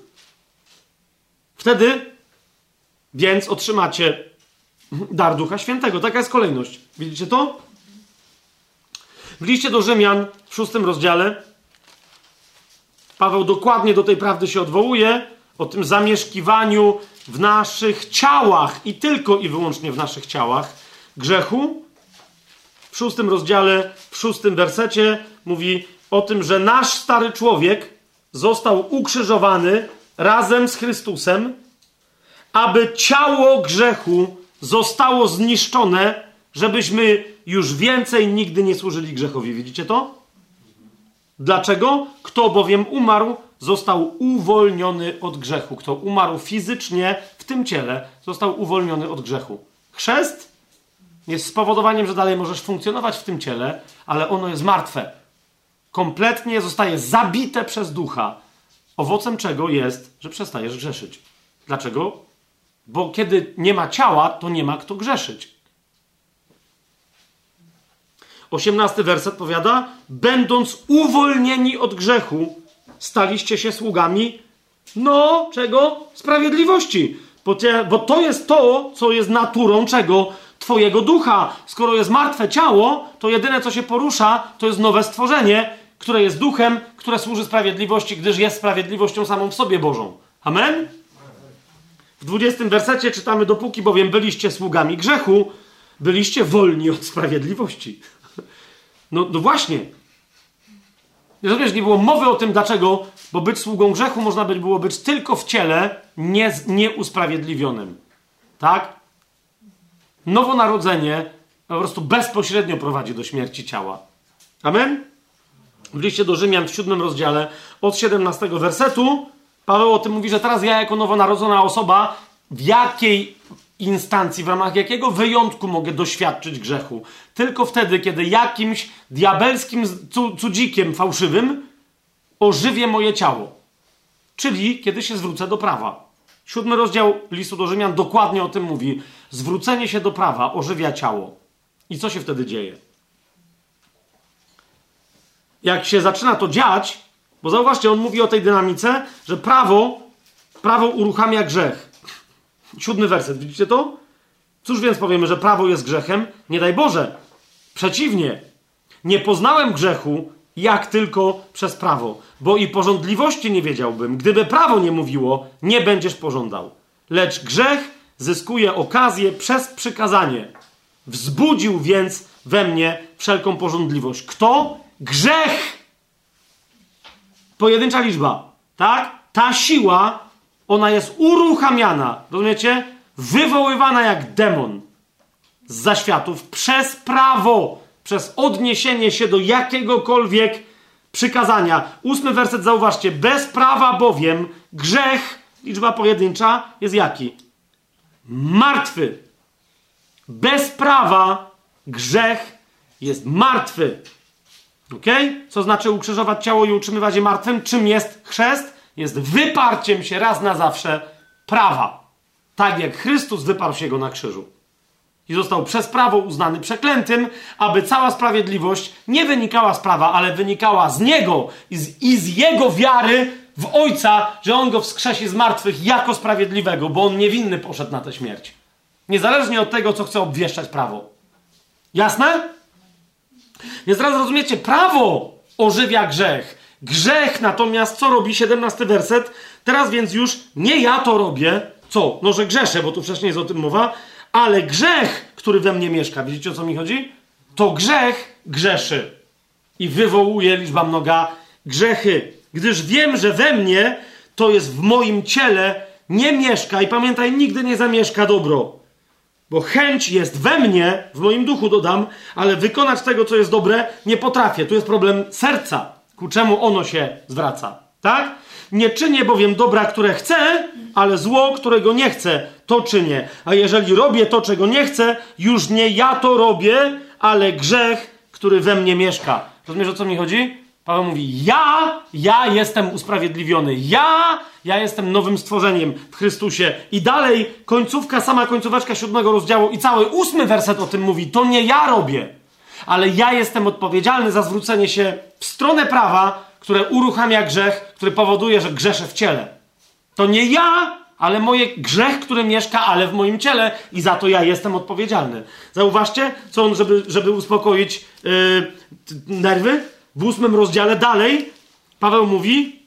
Wtedy więc otrzymacie dar Ducha Świętego. Taka jest kolejność. Widzicie to? W liście do Rzymian w szóstym rozdziale Paweł dokładnie do tej prawdy się odwołuje, o tym zamieszkiwaniu w naszych ciałach i tylko i wyłącznie w naszych ciałach grzechu. W szóstym rozdziale, w szóstym wersecie mówi o tym, że nasz stary człowiek został ukrzyżowany razem z Chrystusem, aby ciało grzechu zostało zniszczone, żebyśmy już więcej nigdy nie służyli grzechowi. Widzicie to? Dlaczego? Kto bowiem umarł, został uwolniony od grzechu. Kto umarł fizycznie w tym ciele, został uwolniony od grzechu. Chrzest jest spowodowaniem, że dalej możesz funkcjonować w tym ciele, ale ono jest martwe. Kompletnie zostaje zabite przez ducha. Owocem czego jest, że przestajesz grzeszyć. Dlaczego? Bo kiedy nie ma ciała, to nie ma kto grzeszyć. Osiemnasty werset powiada: będąc uwolnieni od grzechu, staliście się sługami, no, czego? Sprawiedliwości. Bo, cię, bo to jest to, co jest naturą czego? Twojego ducha. Skoro jest martwe ciało, to jedyne, co się porusza, to jest nowe stworzenie, które jest duchem, które służy sprawiedliwości, gdyż jest sprawiedliwością samą w sobie Bożą. Amen? W dwudziestym wersecie czytamy, dopóki bowiem byliście sługami grzechu, byliście wolni od sprawiedliwości. No, no właśnie. Rozumiesz, nie było mowy o tym, dlaczego, bo być sługą grzechu można by było być tylko w ciele, nie, nieusprawiedliwionym. Tak? Nowonarodzenie po prostu bezpośrednio prowadzi do śmierci ciała. Amen? W liście do Rzymian w siódmym rozdziale od siedemnastego wersetu Paweł o tym mówi, że teraz ja jako nowonarodzona osoba w jakiej instancji, w ramach jakiego wyjątku mogę doświadczyć grzechu? Tylko wtedy, kiedy jakimś diabelskim cudzikiem fałszywym ożywię moje ciało. Czyli kiedy się zwrócę do prawa. Siódmy rozdział listu do Rzymian dokładnie o tym mówi. Zwrócenie się do prawa ożywia ciało. I co się wtedy dzieje? Jak się zaczyna to dziać, bo zauważcie, on mówi o tej dynamice, że prawo, prawo uruchamia grzech. Siódmy werset, widzicie to? Cóż więc powiemy, że prawo jest grzechem? Nie daj Boże. Przeciwnie. Nie poznałem grzechu, jak tylko przez prawo, bo i porządliwości nie wiedziałbym. Gdyby prawo nie mówiło, nie będziesz pożądał. Lecz grzech zyskuje okazję przez przykazanie. Wzbudził więc we mnie wszelką porządliwość. Kto? Grzech! Pojedyncza liczba. Tak? Ta siła, ona jest uruchamiana. Rozumiecie? Wywoływana jak demon z zaświatów przez prawo. Przez odniesienie się do jakiegokolwiek przykazania. Ósmy werset, zauważcie. Bez prawa bowiem grzech, liczba pojedyncza, jest jaki? Martwy. Bez prawa grzech jest martwy. Okej? Okay? Co znaczy ukrzyżować ciało i utrzymywać je martwym? Czym jest chrzest? Jest wyparciem się raz na zawsze prawa. Tak jak Chrystus wyparł się go na krzyżu. I został przez prawo uznany przeklętym, aby cała sprawiedliwość nie wynikała z prawa, ale wynikała z Niego i z, i z Jego wiary w Ojca, że On go wskrzesi z martwych jako sprawiedliwego, bo On niewinny poszedł na tę śmierć. Niezależnie od tego, co chce obwieszczać prawo. Jasne? Więc teraz rozumiecie, prawo ożywia grzech. Grzech natomiast co robi? siedemnasty werset. Teraz więc już nie ja to robię. Co? No, że grzeszę, bo tu wcześniej jest o tym mowa. Ale grzech, który we mnie mieszka, widzicie, o co mi chodzi? To grzech grzeszy. I wywołuje liczba mnoga grzechy. Gdyż wiem, że we mnie, to jest w moim ciele, nie mieszka. I pamiętaj, nigdy nie zamieszka dobro. Bo chęć jest we mnie, w moim duchu dodam, ale wykonać tego, co jest dobre, nie potrafię. Tu jest problem serca, ku czemu ono się zwraca. Tak? Nie czynię bowiem dobra, które chcę, ale zło, którego nie chcę, to czynię. A jeżeli robię to, czego nie chcę, już nie ja to robię, ale grzech, który we mnie mieszka. Rozumiesz, o co mi chodzi? Paweł mówi, ja, ja jestem usprawiedliwiony. Ja, ja jestem nowym stworzeniem w Chrystusie. I dalej końcówka, sama końcóweczka siódmego rozdziału i cały ósmy werset o tym mówi. To nie ja robię, ale ja jestem odpowiedzialny za zwrócenie się w stronę prawa, które uruchamia grzech, który powoduje, że grzeszę w ciele. To nie ja, ale moje grzech, który mieszka, ale w moim ciele i za to ja jestem odpowiedzialny. Zauważcie, co on, żeby, żeby uspokoić yy, nerwy, w ósmym rozdziale dalej Paweł mówi,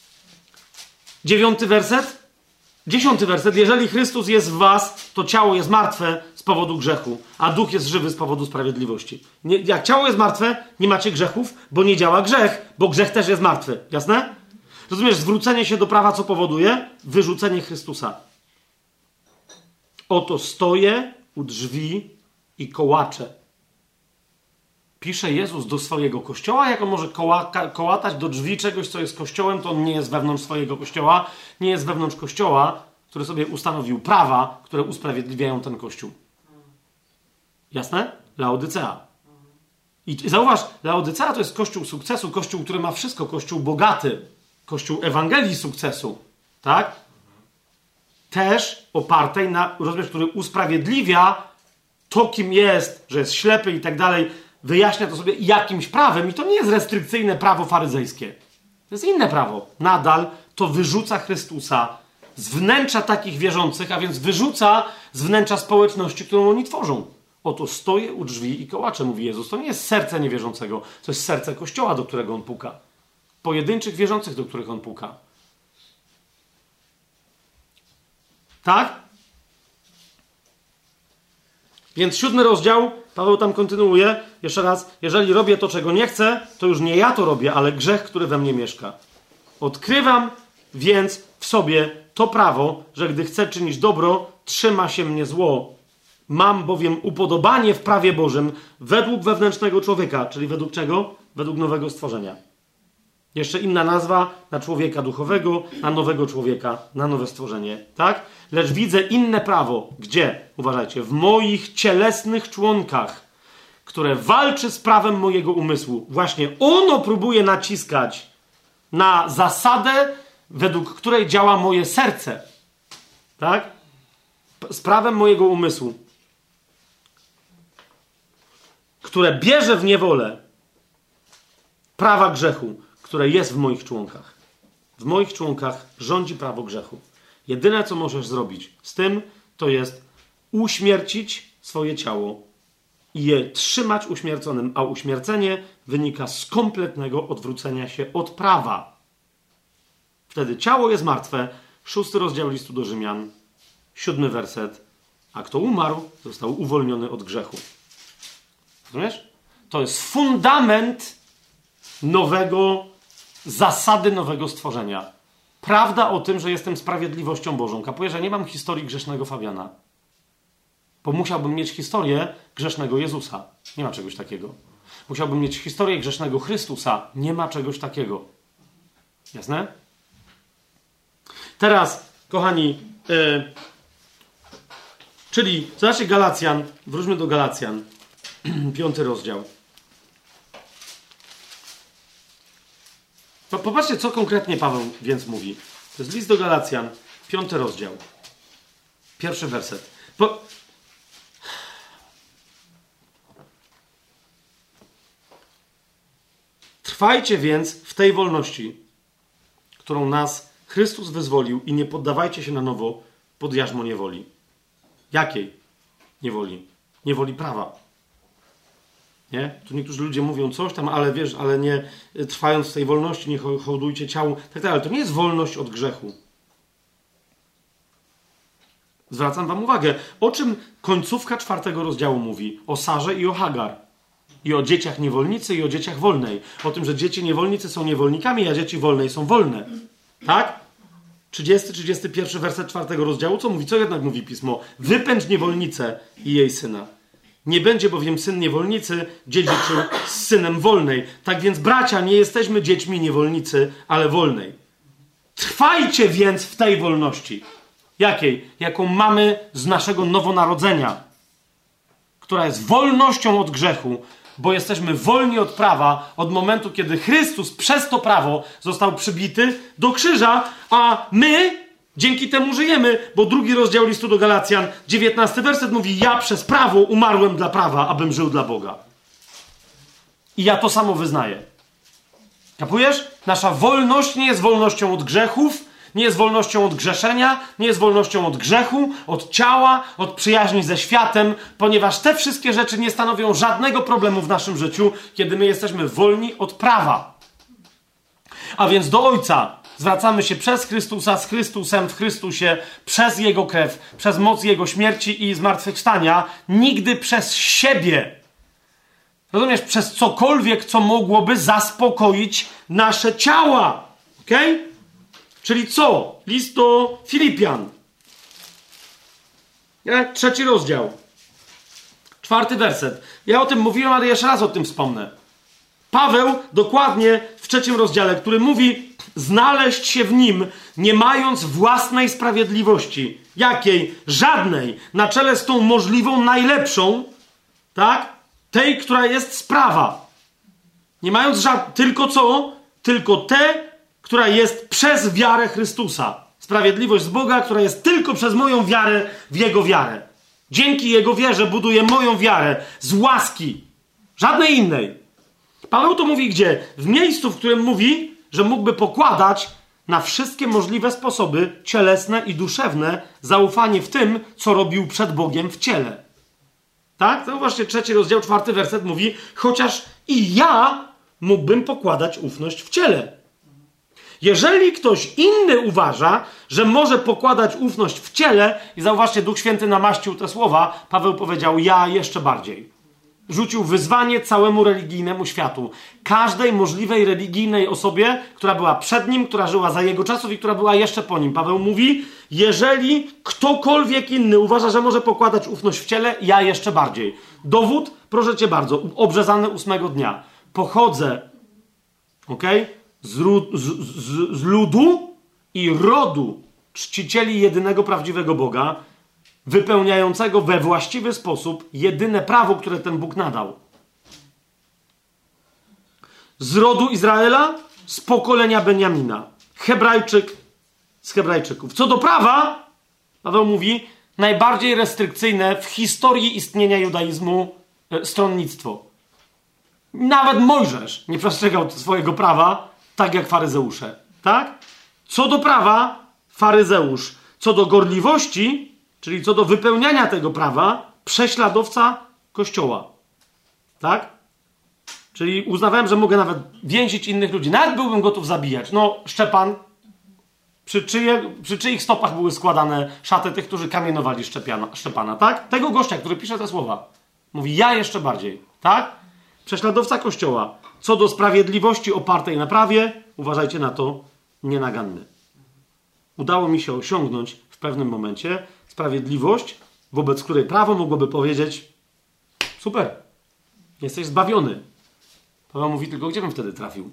dziewiąty werset, dziesiąty werset, jeżeli Chrystus jest w was, to ciało jest martwe z powodu grzechu, a duch jest żywy z powodu sprawiedliwości. Nie, jak ciało jest martwe, nie macie grzechów, bo nie działa grzech, bo grzech też jest martwy. Jasne? Rozumiesz, zwrócenie się do prawa co powoduje? Wyrzucenie Chrystusa. Oto stoję u drzwi i kołaczę. Pisze Jezus do swojego kościoła, jak on może kołaka, kołatać do drzwi czegoś, co jest kościołem, to on nie jest wewnątrz swojego kościoła, nie jest wewnątrz kościoła, który sobie ustanowił prawa, które usprawiedliwiają ten kościół. Jasne? Laodycea. I zauważ, Laodycea to jest kościół sukcesu, kościół, który ma wszystko, kościół bogaty, kościół Ewangelii sukcesu, tak? Też opartej na, rozumiesz, który usprawiedliwia to, kim jest, że jest ślepy i tak dalej, wyjaśnia to sobie jakimś prawem i to nie jest restrykcyjne prawo faryzejskie. To jest inne prawo. Nadal to wyrzuca Chrystusa z wnętrza takich wierzących, a więc wyrzuca z wnętrza społeczności, którą oni tworzą. Oto stoję u drzwi i kołaczę, mówi Jezus. To nie jest serce niewierzącego, to jest serce Kościoła, do którego on puka. Pojedynczych wierzących, do których on puka. Tak? Więc siódmy rozdział, Paweł tam kontynuuje, jeszcze raz, jeżeli robię to, czego nie chcę, to już nie ja to robię, ale grzech, który we mnie mieszka. Odkrywam więc w sobie to prawo, że gdy chcę czynić dobro, trzyma się mnie zło. Mam bowiem upodobanie w prawie Bożym według wewnętrznego człowieka, czyli według czego? Według nowego stworzenia. Jeszcze inna nazwa na człowieka duchowego, na nowego człowieka, na nowe stworzenie. Tak? Lecz widzę inne prawo. Gdzie? Uważajcie. W moich cielesnych członkach, które walczy z prawem mojego umysłu. Właśnie ono próbuje naciskać na zasadę, według której działa moje serce. Tak? Z prawem mojego umysłu. Które bierze w niewolę prawa grzechu, które jest w moich członkach. W moich członkach rządzi prawo grzechu. Jedyne, co możesz zrobić z tym, to jest uśmiercić swoje ciało i je trzymać uśmierconym, a uśmiercenie wynika z kompletnego odwrócenia się od prawa. Wtedy ciało jest martwe. Szósty rozdział listu do Rzymian, siódmy werset. A kto umarł, został uwolniony od grzechu. Rozumiesz? To jest fundament nowego, zasady nowego stworzenia. Prawda o tym, że jestem sprawiedliwością Bożą. Kapujesz, że nie mam historii grzesznego Fabiana. Bo musiałbym mieć historię grzesznego Jezusa. Nie ma czegoś takiego. Musiałbym mieć historię grzesznego Chrystusa. Nie ma czegoś takiego. Jasne? Teraz, kochani, yy, czyli, zobaczcie Galacjan, wróćmy do Galacjan, piąty rozdział. Popatrzcie, co konkretnie Paweł więc mówi. To jest list do Galacjan, piąty rozdział, pierwszy werset. Po... Trwajcie więc w tej wolności, którą nas Chrystus wyzwolił i nie poddawajcie się na nowo pod jarzmo niewoli. Jakiej niewoli? Niewoli prawa. Nie? Tu niektórzy ludzie mówią coś tam, ale wiesz, ale nie trwając w tej wolności, nie hołdujcie ciału. Tak, tak, ale to nie jest wolność od grzechu. Zwracam wam uwagę, o czym końcówka czwartego rozdziału mówi. O Sarze i o Hagar. I o dzieciach niewolnicy i o dzieciach wolnej. O tym, że dzieci niewolnicy są niewolnikami, a dzieci wolnej są wolne. Tak? trzydziesty trzydziesty pierwszy werset czwartego rozdziału. Co mówi? Co jednak mówi Pismo? Wypędź niewolnicę i jej syna. Nie będzie bowiem syn niewolnicy dziedziczył z synem wolnej. Tak więc, bracia, nie jesteśmy dziećmi niewolnicy, ale wolnej. Trwajcie więc w tej wolności. Jakiej? Jaką mamy z naszego nowonarodzenia. Która jest wolnością od grzechu, bo jesteśmy wolni od prawa od momentu, kiedy Chrystus przez to prawo został przybity do krzyża, a my dzięki temu żyjemy, bo drugi rozdział listu do Galacjan, dziewiętnasty werset mówi: ja przez prawo umarłem dla prawa, abym żył dla Boga. I ja to samo wyznaję. Kapujesz? Nasza wolność nie jest wolnością od grzechów, nie jest wolnością od grzeszenia, nie jest wolnością od grzechu, od ciała, od przyjaźni ze światem, ponieważ te wszystkie rzeczy nie stanowią żadnego problemu w naszym życiu, kiedy my jesteśmy wolni od prawa. A więc do Ojca zwracamy się przez Chrystusa, z Chrystusem, w Chrystusie, przez Jego krew, przez moc Jego śmierci i zmartwychwstania, nigdy przez siebie. Rozumiesz? Przez cokolwiek, co mogłoby zaspokoić nasze ciała. Okej? Okay? Czyli co? List do Filipian. Nie? Trzeci rozdział. Czwarty werset. Ja o tym mówiłem, ale jeszcze raz o tym wspomnę. Paweł dokładnie w trzecim rozdziale, który mówi znaleźć się w nim, nie mając własnej sprawiedliwości. Jakiej? Żadnej. Na czele z tą możliwą najlepszą, tak? Tej, która jest z prawa. Nie mając żadnej. Tylko co? Tylko te, która jest przez wiarę Chrystusa. Sprawiedliwość z Boga, która jest tylko przez moją wiarę w Jego wiarę. Dzięki Jego wierze buduję moją wiarę z łaski. Żadnej innej. Paweł to mówi gdzie? W miejscu, w którym mówi, że mógłby pokładać na wszystkie możliwe sposoby cielesne i duszewne zaufanie w tym, co robił przed Bogiem w ciele. Tak? Zauważcie, trzeci rozdział, czwarty werset mówi, chociaż i ja mógłbym pokładać ufność w ciele. Jeżeli ktoś inny uważa, że może pokładać ufność w ciele, i zauważcie, Duch Święty namaścił te słowa, Paweł powiedział, ja jeszcze bardziej. Rzucił wyzwanie całemu religijnemu światu. Każdej możliwej religijnej osobie, która była przed nim, która żyła za jego czasów i która była jeszcze po nim. Paweł mówi, jeżeli ktokolwiek inny uważa, że może pokładać ufność w ciele, ja jeszcze bardziej. Dowód, proszę cię bardzo, obrzezany ósmego dnia. Pochodzę, okej, okay? z, z, z, z ludu i rodu czcicieli jedynego prawdziwego Boga, wypełniającego we właściwy sposób jedyne prawo, które ten Bóg nadał. Z rodu Izraela, z pokolenia Benjamina. Hebrajczyk z Hebrajczyków. Co do prawa, Paweł mówi, najbardziej restrykcyjne w historii istnienia judaizmu e, stronnictwo. Nawet Mojżesz nie przestrzegał swojego prawa, tak jak faryzeusze. Tak? Co do prawa, faryzeusz. Co do gorliwości, czyli co do wypełniania tego prawa, prześladowca Kościoła. Tak? Czyli uznawałem, że mogę nawet więzić innych ludzi. Nawet byłbym gotów zabijać. No, Szczepan, przy, czyje, przy czyich stopach były składane szaty tych, którzy kamienowali Szczepiana, Szczepana, tak? Tego gościa, który pisze te słowa. Mówi, ja jeszcze bardziej. Tak? Prześladowca Kościoła. Co do sprawiedliwości opartej na prawie, uważajcie na to, nienaganny. Udało mi się osiągnąć w pewnym momencie sprawiedliwość, wobec której prawo mogłoby powiedzieć super, jesteś zbawiony. Paweł mówi tylko, gdzie bym wtedy trafił?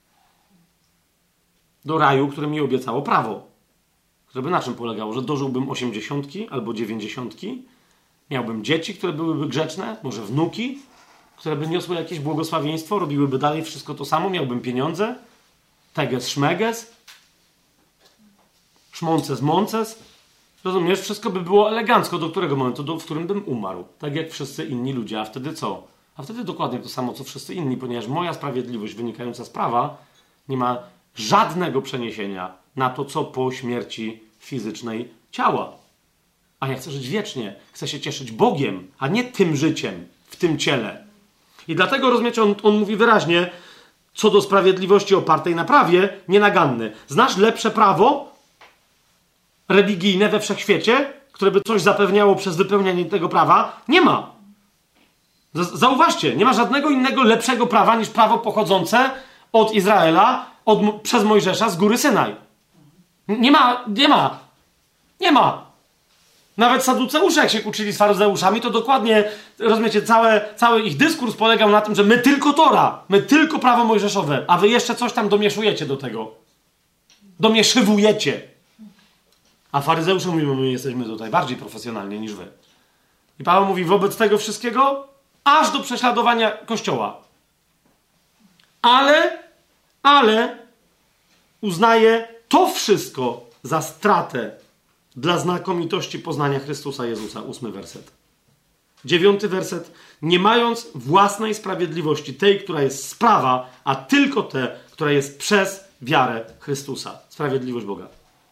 Do raju, który mi obiecało prawo. Które by na czym polegało? Że dożyłbym osiemdziesiątki albo dziewięćdziesiątki, miałbym dzieci, które byłyby grzeczne, może wnuki, które by niosły jakieś błogosławieństwo, robiłyby dalej wszystko to samo, miałbym pieniądze, teges, szmeges, szmonces, monces. Rozumiesz? Wszystko by było elegancko do którego momentu, do, w którym bym umarł. Tak jak wszyscy inni ludzie. A wtedy co? A wtedy dokładnie to samo, co wszyscy inni, ponieważ moja sprawiedliwość wynikająca z prawa nie ma żadnego przeniesienia na to, co po śmierci fizycznej ciała. A ja chcę żyć wiecznie. Chcę się cieszyć Bogiem, a nie tym życiem w tym ciele. I dlatego, rozumiecie, on, on mówi wyraźnie, co do sprawiedliwości opartej na prawie, nienaganny. Znasz lepsze prawo religijne we wszechświecie, które by coś zapewniało przez wypełnianie tego prawa? Nie ma. Zauważcie, nie ma żadnego innego lepszego prawa niż prawo pochodzące od Izraela, od, przez Mojżesza z góry Synaj. Nie ma, nie ma, nie ma. Nawet saduceusze, jak się kłócili z faryzeuszami, to dokładnie, rozumiecie, całe, cały ich dyskurs polegał na tym, że my tylko Tora, my tylko prawo mojżeszowe, a wy jeszcze coś tam domieszujecie do tego. Domieszywujecie. A faryzeusze mówią, my jesteśmy tutaj bardziej profesjonalni niż wy. I Paweł mówi, wobec tego wszystkiego, aż do prześladowania Kościoła. Ale, ale uznaje to wszystko za stratę dla znakomitości poznania Chrystusa Jezusa. Ósmy werset. Dziewiąty werset. Nie mając własnej sprawiedliwości, tej, która jest z prawa, a tylko te, która jest przez wiarę Chrystusa. Sprawiedliwość Boga.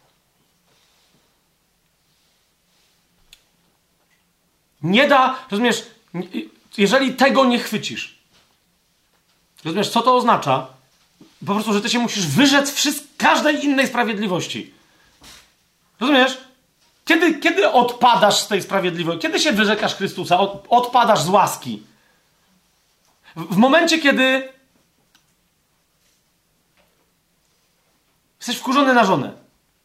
Nie da, rozumiesz, jeżeli tego nie chwycisz, rozumiesz, co to oznacza? Po prostu, że ty się musisz wyrzec wszystk- każdej innej sprawiedliwości. Rozumiesz? Kiedy, kiedy odpadasz z tej sprawiedliwości? Kiedy się wyrzekasz Chrystusa? Od, odpadasz z łaski. W, w momencie, kiedy jesteś wkurzony na żonę.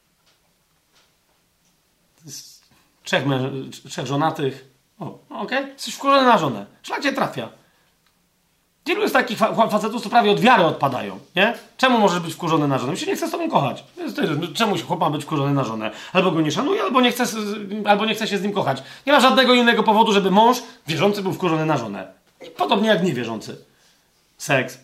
Trzech, męż- trzech żonatych. O, okej? Okay. Jesteś wkurzony na żonę. Szlak cię trafia. Wielu jest takich fa- facetów, co prawie od wiary odpadają, nie? Czemu możesz być wkurzony na żonę? Mi się nie chce z tobą kochać. Czemu się chłop ma być wkurzony na żonę? Albo go nie szanuje, albo nie chce, albo nie chce się z nim kochać. Nie ma żadnego innego powodu, żeby mąż wierzący był wkurzony na żonę. I podobnie jak niewierzący. Seks.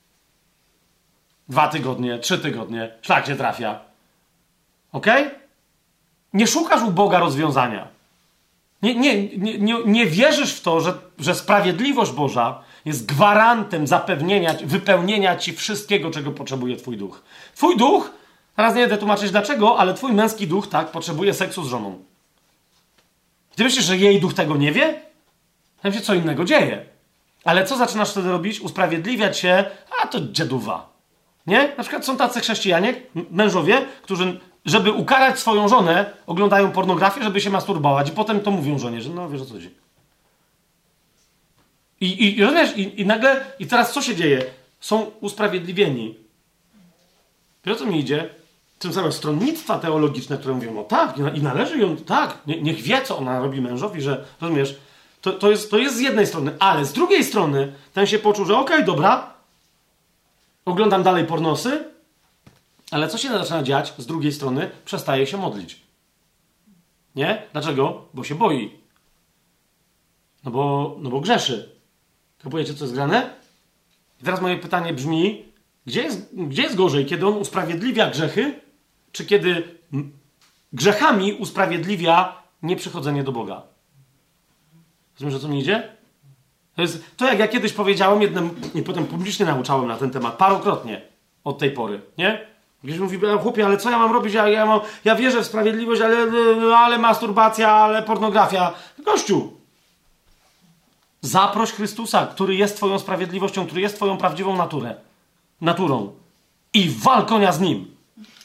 Dwa tygodnie, trzy tygodnie. Szlak cię trafia. Okej? Okay? Nie szukasz u Boga rozwiązania. Nie, nie, nie, nie, nie wierzysz w to, że, że sprawiedliwość Boża jest gwarantem zapewnienia, wypełnienia ci wszystkiego, czego potrzebuje twój duch. Twój duch Teraz nie będę tłumaczyć dlaczego, ale twój męski duch, tak, potrzebuje seksu z żoną. Ty myślisz, że jej duch tego nie wie? Tam się co innego dzieje. Ale co zaczynasz wtedy robić? Usprawiedliwiać się, a to dziaduwa. Nie? Na przykład są tacy chrześcijanie, mężowie, którzy, żeby ukarać swoją żonę, oglądają pornografię, żeby się masturbować i potem to mówią żonie, że no wiesz o co chodzi. I, i, i rozumiesz? I, I nagle, i teraz co się dzieje? Są usprawiedliwieni. Wiesz o co mi idzie? Tym samym stronnictwa teologiczne, które mówią, no tak, i należy ją, tak, nie, niech wie, co ona robi mężowi, że, rozumiesz, to, to, jest, to jest z jednej strony, ale z drugiej strony ten się poczuł, że okej, okay, dobra, oglądam dalej pornosy, ale co się zaczyna dziać? Z drugiej strony przestaje się modlić. Nie? Dlaczego? Bo się boi. No bo, no bo grzeszy. Kapujecie, co jest grane? I teraz moje pytanie brzmi, gdzie jest, gdzie jest gorzej? Kiedy on usprawiedliwia grzechy, czy kiedy grzechami usprawiedliwia nieprzychodzenie do Boga? Rozumiesz, o co mi idzie? To jest to, jak ja kiedyś powiedziałem jednym, i potem publicznie nauczałem na ten temat, parokrotnie od tej pory, nie? Gdzieś mówi, chłopie, ale co ja mam robić? Ja, ja, mam, ja wierzę w sprawiedliwość, ale, ale masturbacja, ale pornografia. Gościu, zaproś Chrystusa, który jest twoją sprawiedliwością, który jest twoją prawdziwą naturę, naturą i wal konia z nim.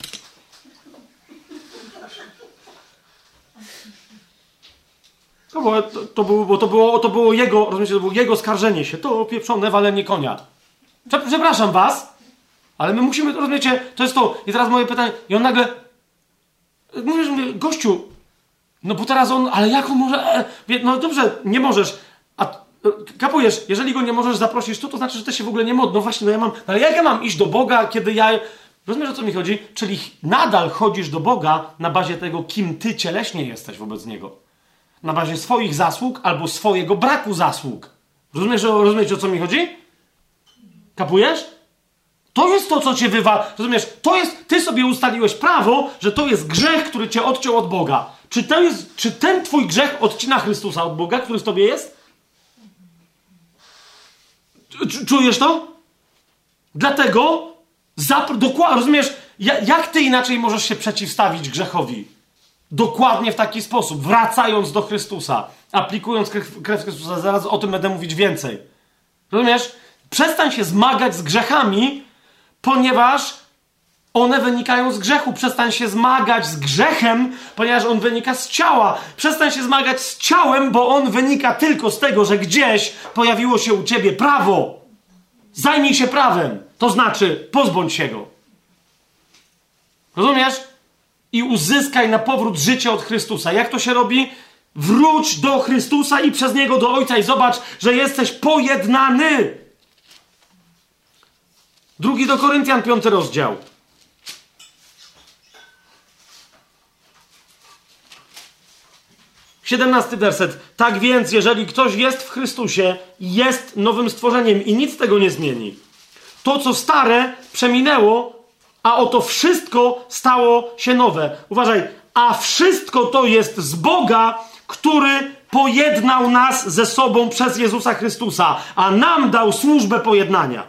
To było, to, to, było, bo to, było, to było jego, rozumiecie, to było jego skarżenie się. To pieprzone walenie konia. Przepraszam was, ale my musimy, rozumiecie, to jest to. I teraz moje pytanie, i on nagle, mówisz mi, gościu, no bo teraz on, ale jak on może, no dobrze, nie możesz, a kapujesz, jeżeli go nie możesz zaprosić tu, to znaczy, że ty się w ogóle nie modl. No właśnie, no ja mam, ale jak ja mam iść do Boga, kiedy ja, rozumiesz, o co mi chodzi? Czyli nadal chodzisz do Boga na bazie tego, kim ty cieleśnie jesteś wobec Niego. Na bazie swoich zasług albo swojego braku zasług. Rozumiesz, rozumiecie, o co mi chodzi? Kapujesz? To jest to, co cię wywa... Rozumiesz? To jest... Ty sobie ustaliłeś prawo, że to jest grzech, który cię odciął od Boga. Czy, to jest... Czy ten twój grzech odcina Chrystusa od Boga, który w tobie jest? Czujesz to? Dlatego... Zapr... Dokładnie... Rozumiesz? Jak ty inaczej możesz się przeciwstawić grzechowi? Dokładnie w taki sposób, wracając do Chrystusa, aplikując krew, krew Chrystusa, zaraz o tym będę mówić więcej. Rozumiesz? Przestań się zmagać z grzechami, ponieważ one wynikają z grzechu. Przestań się zmagać z grzechem, ponieważ on wynika z ciała. Przestań się zmagać z ciałem, bo on wynika tylko z tego, że gdzieś pojawiło się u ciebie prawo. Zajmij się prawem. To znaczy, pozbądź się go. Rozumiesz? I uzyskaj na powrót życie od Chrystusa. Jak to się robi? Wróć do Chrystusa i przez Niego do Ojca i zobacz, że jesteś pojednany. Drugi do Koryntian, piąty rozdział. Siedemnasty werset. Tak więc, jeżeli ktoś jest w Chrystusie, jest nowym stworzeniem i nic tego nie zmieni. To, co stare, przeminęło, a oto wszystko stało się nowe. Uważaj, a wszystko to jest z Boga, który pojednał nas ze sobą przez Jezusa Chrystusa, a nam dał służbę pojednania.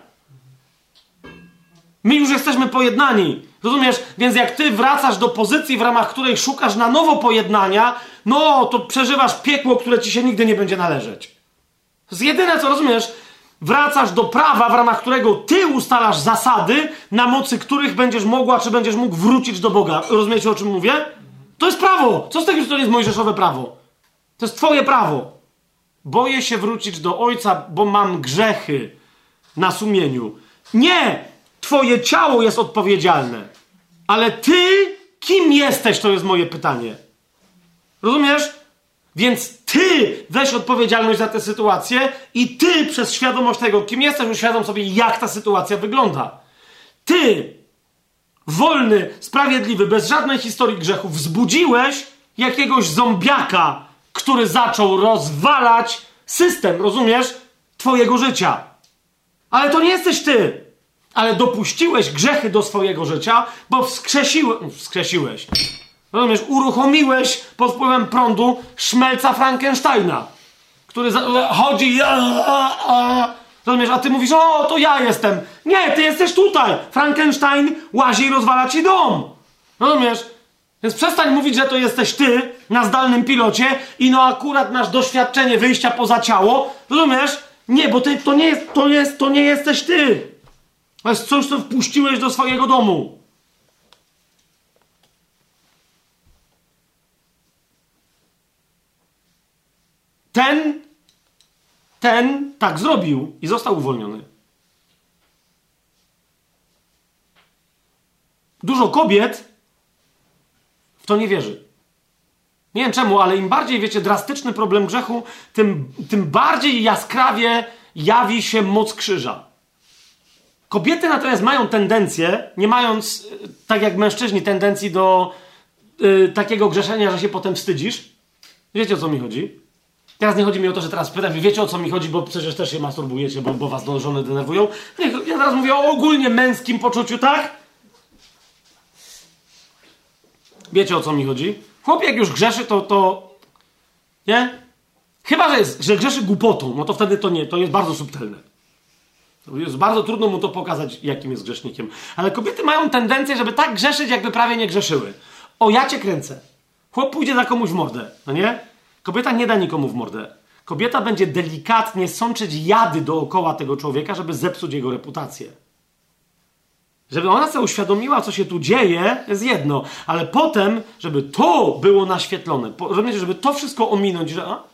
My już jesteśmy pojednani. Rozumiesz? Więc jak ty wracasz do pozycji, w ramach której szukasz na nowo pojednania, no to przeżywasz piekło, które ci się nigdy nie będzie należeć. To jest jedyne, co rozumiesz. Wracasz do prawa, w ramach którego ty ustalasz zasady, na mocy których będziesz mogła, czy będziesz mógł wrócić do Boga. Rozumiecie, o czym mówię? To jest prawo. Co z tego, że to nie jest mojżeszowe prawo? To jest twoje prawo. Boję się wrócić do Ojca, bo mam grzechy na sumieniu. Nie! Twoje ciało jest odpowiedzialne. Ale ty, kim jesteś, to jest moje pytanie. Rozumiesz? Więc ty weź odpowiedzialność za tę sytuację i ty przez świadomość tego, kim jesteś, uświadom sobie, jak ta sytuacja wygląda. Ty, wolny, sprawiedliwy, bez żadnej historii grzechów, wzbudziłeś jakiegoś zombiaka, który zaczął rozwalać system, rozumiesz, twojego życia. Ale to nie jesteś ty. Ale dopuściłeś grzechy do swojego życia, bo wskrzesiłeś, wskrzesiłeś. Rozumiesz, uruchomiłeś pod wpływem prądu szmelca Frankensteina, który za, chodzi, a, a, a, Rozumiesz? A ty mówisz, o, to ja jestem. Nie, ty jesteś tutaj. Frankenstein łazi i rozwala ci dom. Rozumiesz? Więc przestań mówić, że to jesteś ty na zdalnym pilocie i no akurat masz doświadczenie wyjścia poza ciało. Rozumiesz? Nie, bo ty, to, nie jest, to, jest, to nie jesteś ty. To jest coś, co wpuściłeś do swojego domu. Ten, ten tak zrobił i został uwolniony. Dużo kobiet w to nie wierzy. Nie wiem czemu, ale im bardziej, wiecie, drastyczny problem grzechu, tym, tym bardziej jaskrawie jawi się moc krzyża. Kobiety natomiast mają tendencję, nie mając, tak jak mężczyźni, tendencji do y, takiego grzeszenia, że się potem wstydzisz. Wiecie, o co mi chodzi? Teraz nie chodzi mi o to, że teraz pytam, wiecie, o co mi chodzi, bo przecież też się masturbujecie, bo, bo was do żony denerwują. Nie, ja teraz mówię o ogólnie męskim poczuciu, tak? Wiecie, o co mi chodzi? Chłop jak już grzeszy, to... to nie? Chyba, że, jest, że grzeszy głupotą, no to wtedy to nie, to jest bardzo subtelne. To jest bardzo trudno mu to pokazać, jakim jest grzesznikiem. Ale kobiety mają tendencję, żeby tak grzeszyć, jakby prawie nie grzeszyły. O, ja cię kręcę. Chłop pójdzie za komuś w mordę, no nie? Kobieta nie da nikomu w mordę. Kobieta będzie delikatnie sączyć jady dookoła tego człowieka, żeby zepsuć jego reputację. Żeby ona sobie uświadomiła, co się tu dzieje, jest jedno. Ale potem, żeby to było naświetlone, rozumiecie, żeby to wszystko ominąć, że... A?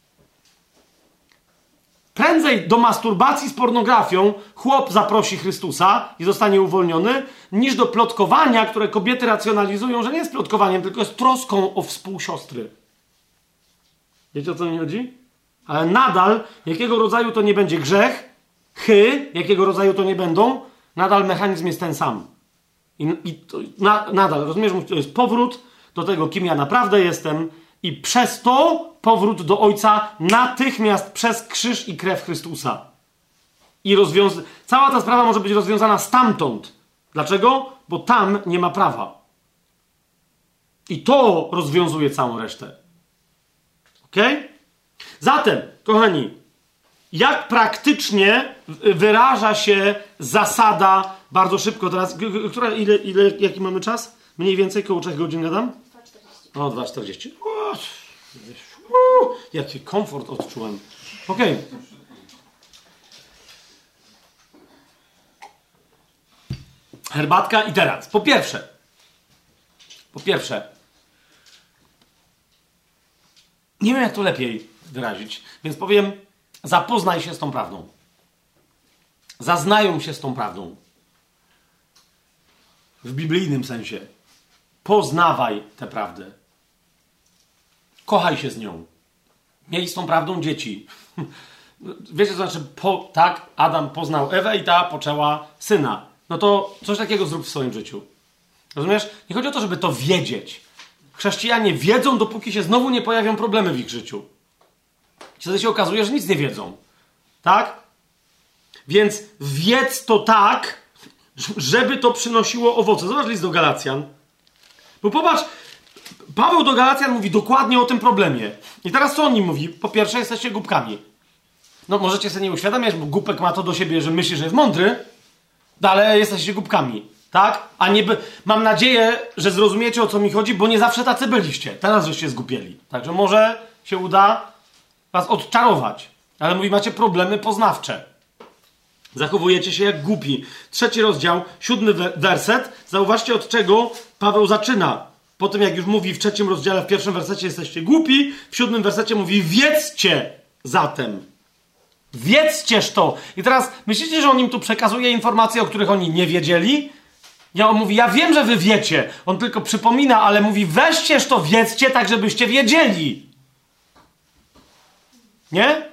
Prędzej do masturbacji z pornografią chłop zaprosi Chrystusa i zostanie uwolniony, niż do plotkowania, które kobiety racjonalizują, że nie jest plotkowaniem, tylko jest troską o współsiostry. Wiecie, o co mi chodzi? Ale nadal, jakiego rodzaju to nie będzie grzech, chy, jakiego rodzaju to nie będą, nadal mechanizm jest ten sam. I, i to, na, nadal, rozumiesz, to jest powrót do tego, kim ja naprawdę jestem i przez to powrót do Ojca natychmiast przez krzyż i krew Chrystusa. I rozwiąz... Cała ta sprawa może być rozwiązana stamtąd. Dlaczego? Bo tam nie ma prawa. I to rozwiązuje całą resztę. Okej? Okay? Zatem, kochani, jak praktycznie wyraża się zasada, bardzo szybko teraz, która, ile, ile, jaki mamy czas? Mniej więcej, koło trzech godzin gadam? dwa czterdzieści. O, dwa czterdzieści. Jaki komfort odczułem. Okej. Okay. Herbatka i teraz. Po pierwsze. Po pierwsze. Nie wiem, jak to lepiej wyrazić, więc powiem, zapoznaj się z tą prawdą. Zaznajom się z tą prawdą. W biblijnym sensie. Poznawaj tę prawdę. Kochaj się z nią. Miej z tą prawdą dzieci. Wiecie, co znaczy, po, tak, Adam poznał Ewę i ta poczęła syna. No to coś takiego zrób w swoim życiu. Rozumiesz? Nie chodzi o to, żeby to wiedzieć. Chrześcijanie wiedzą, dopóki się znowu nie pojawią problemy w ich życiu. Wtedy się okazuje, że nic nie wiedzą. Tak? Więc wiedz to tak, żeby to przynosiło owoce. Zobacz list do Galacjan. Bo popatrz, Paweł do Galacjan mówi dokładnie o tym problemie. I teraz co on im mówi? Po pierwsze, jesteście głupkami. No możecie sobie nie uświadamiać, bo głupek ma to do siebie, że myśli, że jest mądry, no, ale jesteście głupkami. Tak? A nie by... Mam nadzieję, że zrozumiecie, o co mi chodzi, bo nie zawsze tacy byliście. Teraz żeście zgubieli. Także może się uda was odczarować. Ale mówi, macie problemy poznawcze. Zachowujecie się jak głupi. Trzeci rozdział, siódmy werset. Zauważcie, od czego Paweł zaczyna. Po tym, jak już mówi w trzecim rozdziale, w pierwszym wersecie jesteście głupi, w siódmym wersecie mówi, wiedzcie zatem. Wiedzcież to. I teraz myślicie, że on im tu przekazuje informacje, o których oni nie wiedzieli? Ja, on mówi, ja wiem, że wy wiecie. On tylko przypomina, ale mówi, weźcież to, wiedzcie, tak żebyście wiedzieli. Nie?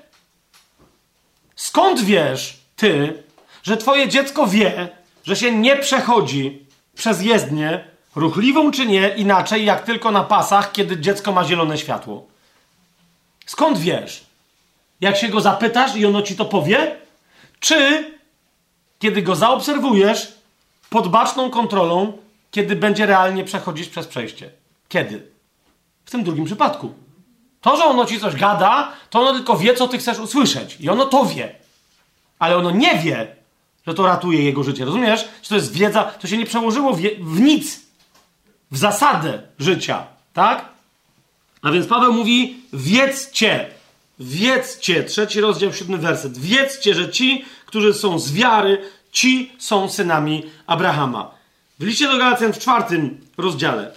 Skąd wiesz, ty, że twoje dziecko wie, że się nie przechodzi przez jezdnię, ruchliwą czy nie, inaczej jak tylko na pasach, kiedy dziecko ma zielone światło? Skąd wiesz? Jak się go zapytasz i ono ci to powie? Czy kiedy go zaobserwujesz pod baczną kontrolą, kiedy będzie realnie przechodzić przez przejście? Kiedy? W tym drugim przypadku. To, że ono ci coś gada, to ono tylko wie, co ty chcesz usłyszeć. I ono to wie. ale ono nie wie, że to ratuje jego życie. Rozumiesz? Że to jest wiedza, to się nie przełożyło w, w nic, w zasadę życia, tak? A więc Paweł mówi, wiedzcie, wiedzcie, trzeci rozdział, siódmy werset, wiedzcie, że ci, którzy są z wiary, ci są synami Abrahama. W liście do Galacjan w czwartym rozdziale,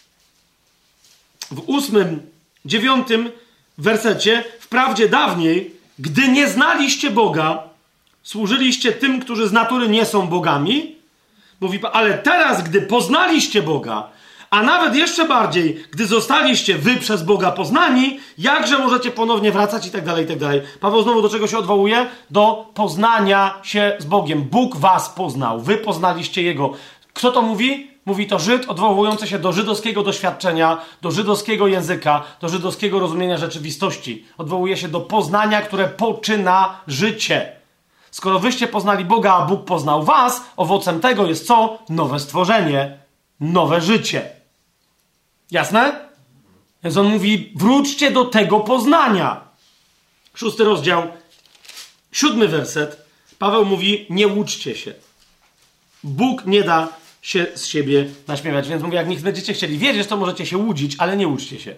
w ósmym, dziewiątym wersecie, wprawdzie dawniej, gdy nie znaliście Boga, służyliście tym, którzy z natury nie są bogami, mówi, ale teraz, gdy poznaliście Boga, a nawet jeszcze bardziej, gdy zostaliście wy przez Boga poznani, jakże możecie ponownie wracać i tak dalej, i tak dalej. Paweł znowu do czego się odwołuje? Do poznania się z Bogiem. Bóg was poznał, wy poznaliście Jego. Kto to mówi? Mówi to Żyd odwołujący się do żydowskiego doświadczenia, do żydowskiego języka, do żydowskiego rozumienia rzeczywistości. Odwołuje się do poznania, które poczyna życie. Skoro wyście poznali Boga, a Bóg poznał was, owocem tego jest co? Nowe stworzenie, nowe życie. Jasne? Więc on mówi, wróćcie do tego poznania. Szósty rozdział, siódmy werset. Paweł mówi, nie łuczcie się. Bóg nie da się z siebie naśmiewać. Więc mówię, jak nie będziecie chcieli wiedzieć, to możecie się łudzić, ale nie łuczcie się.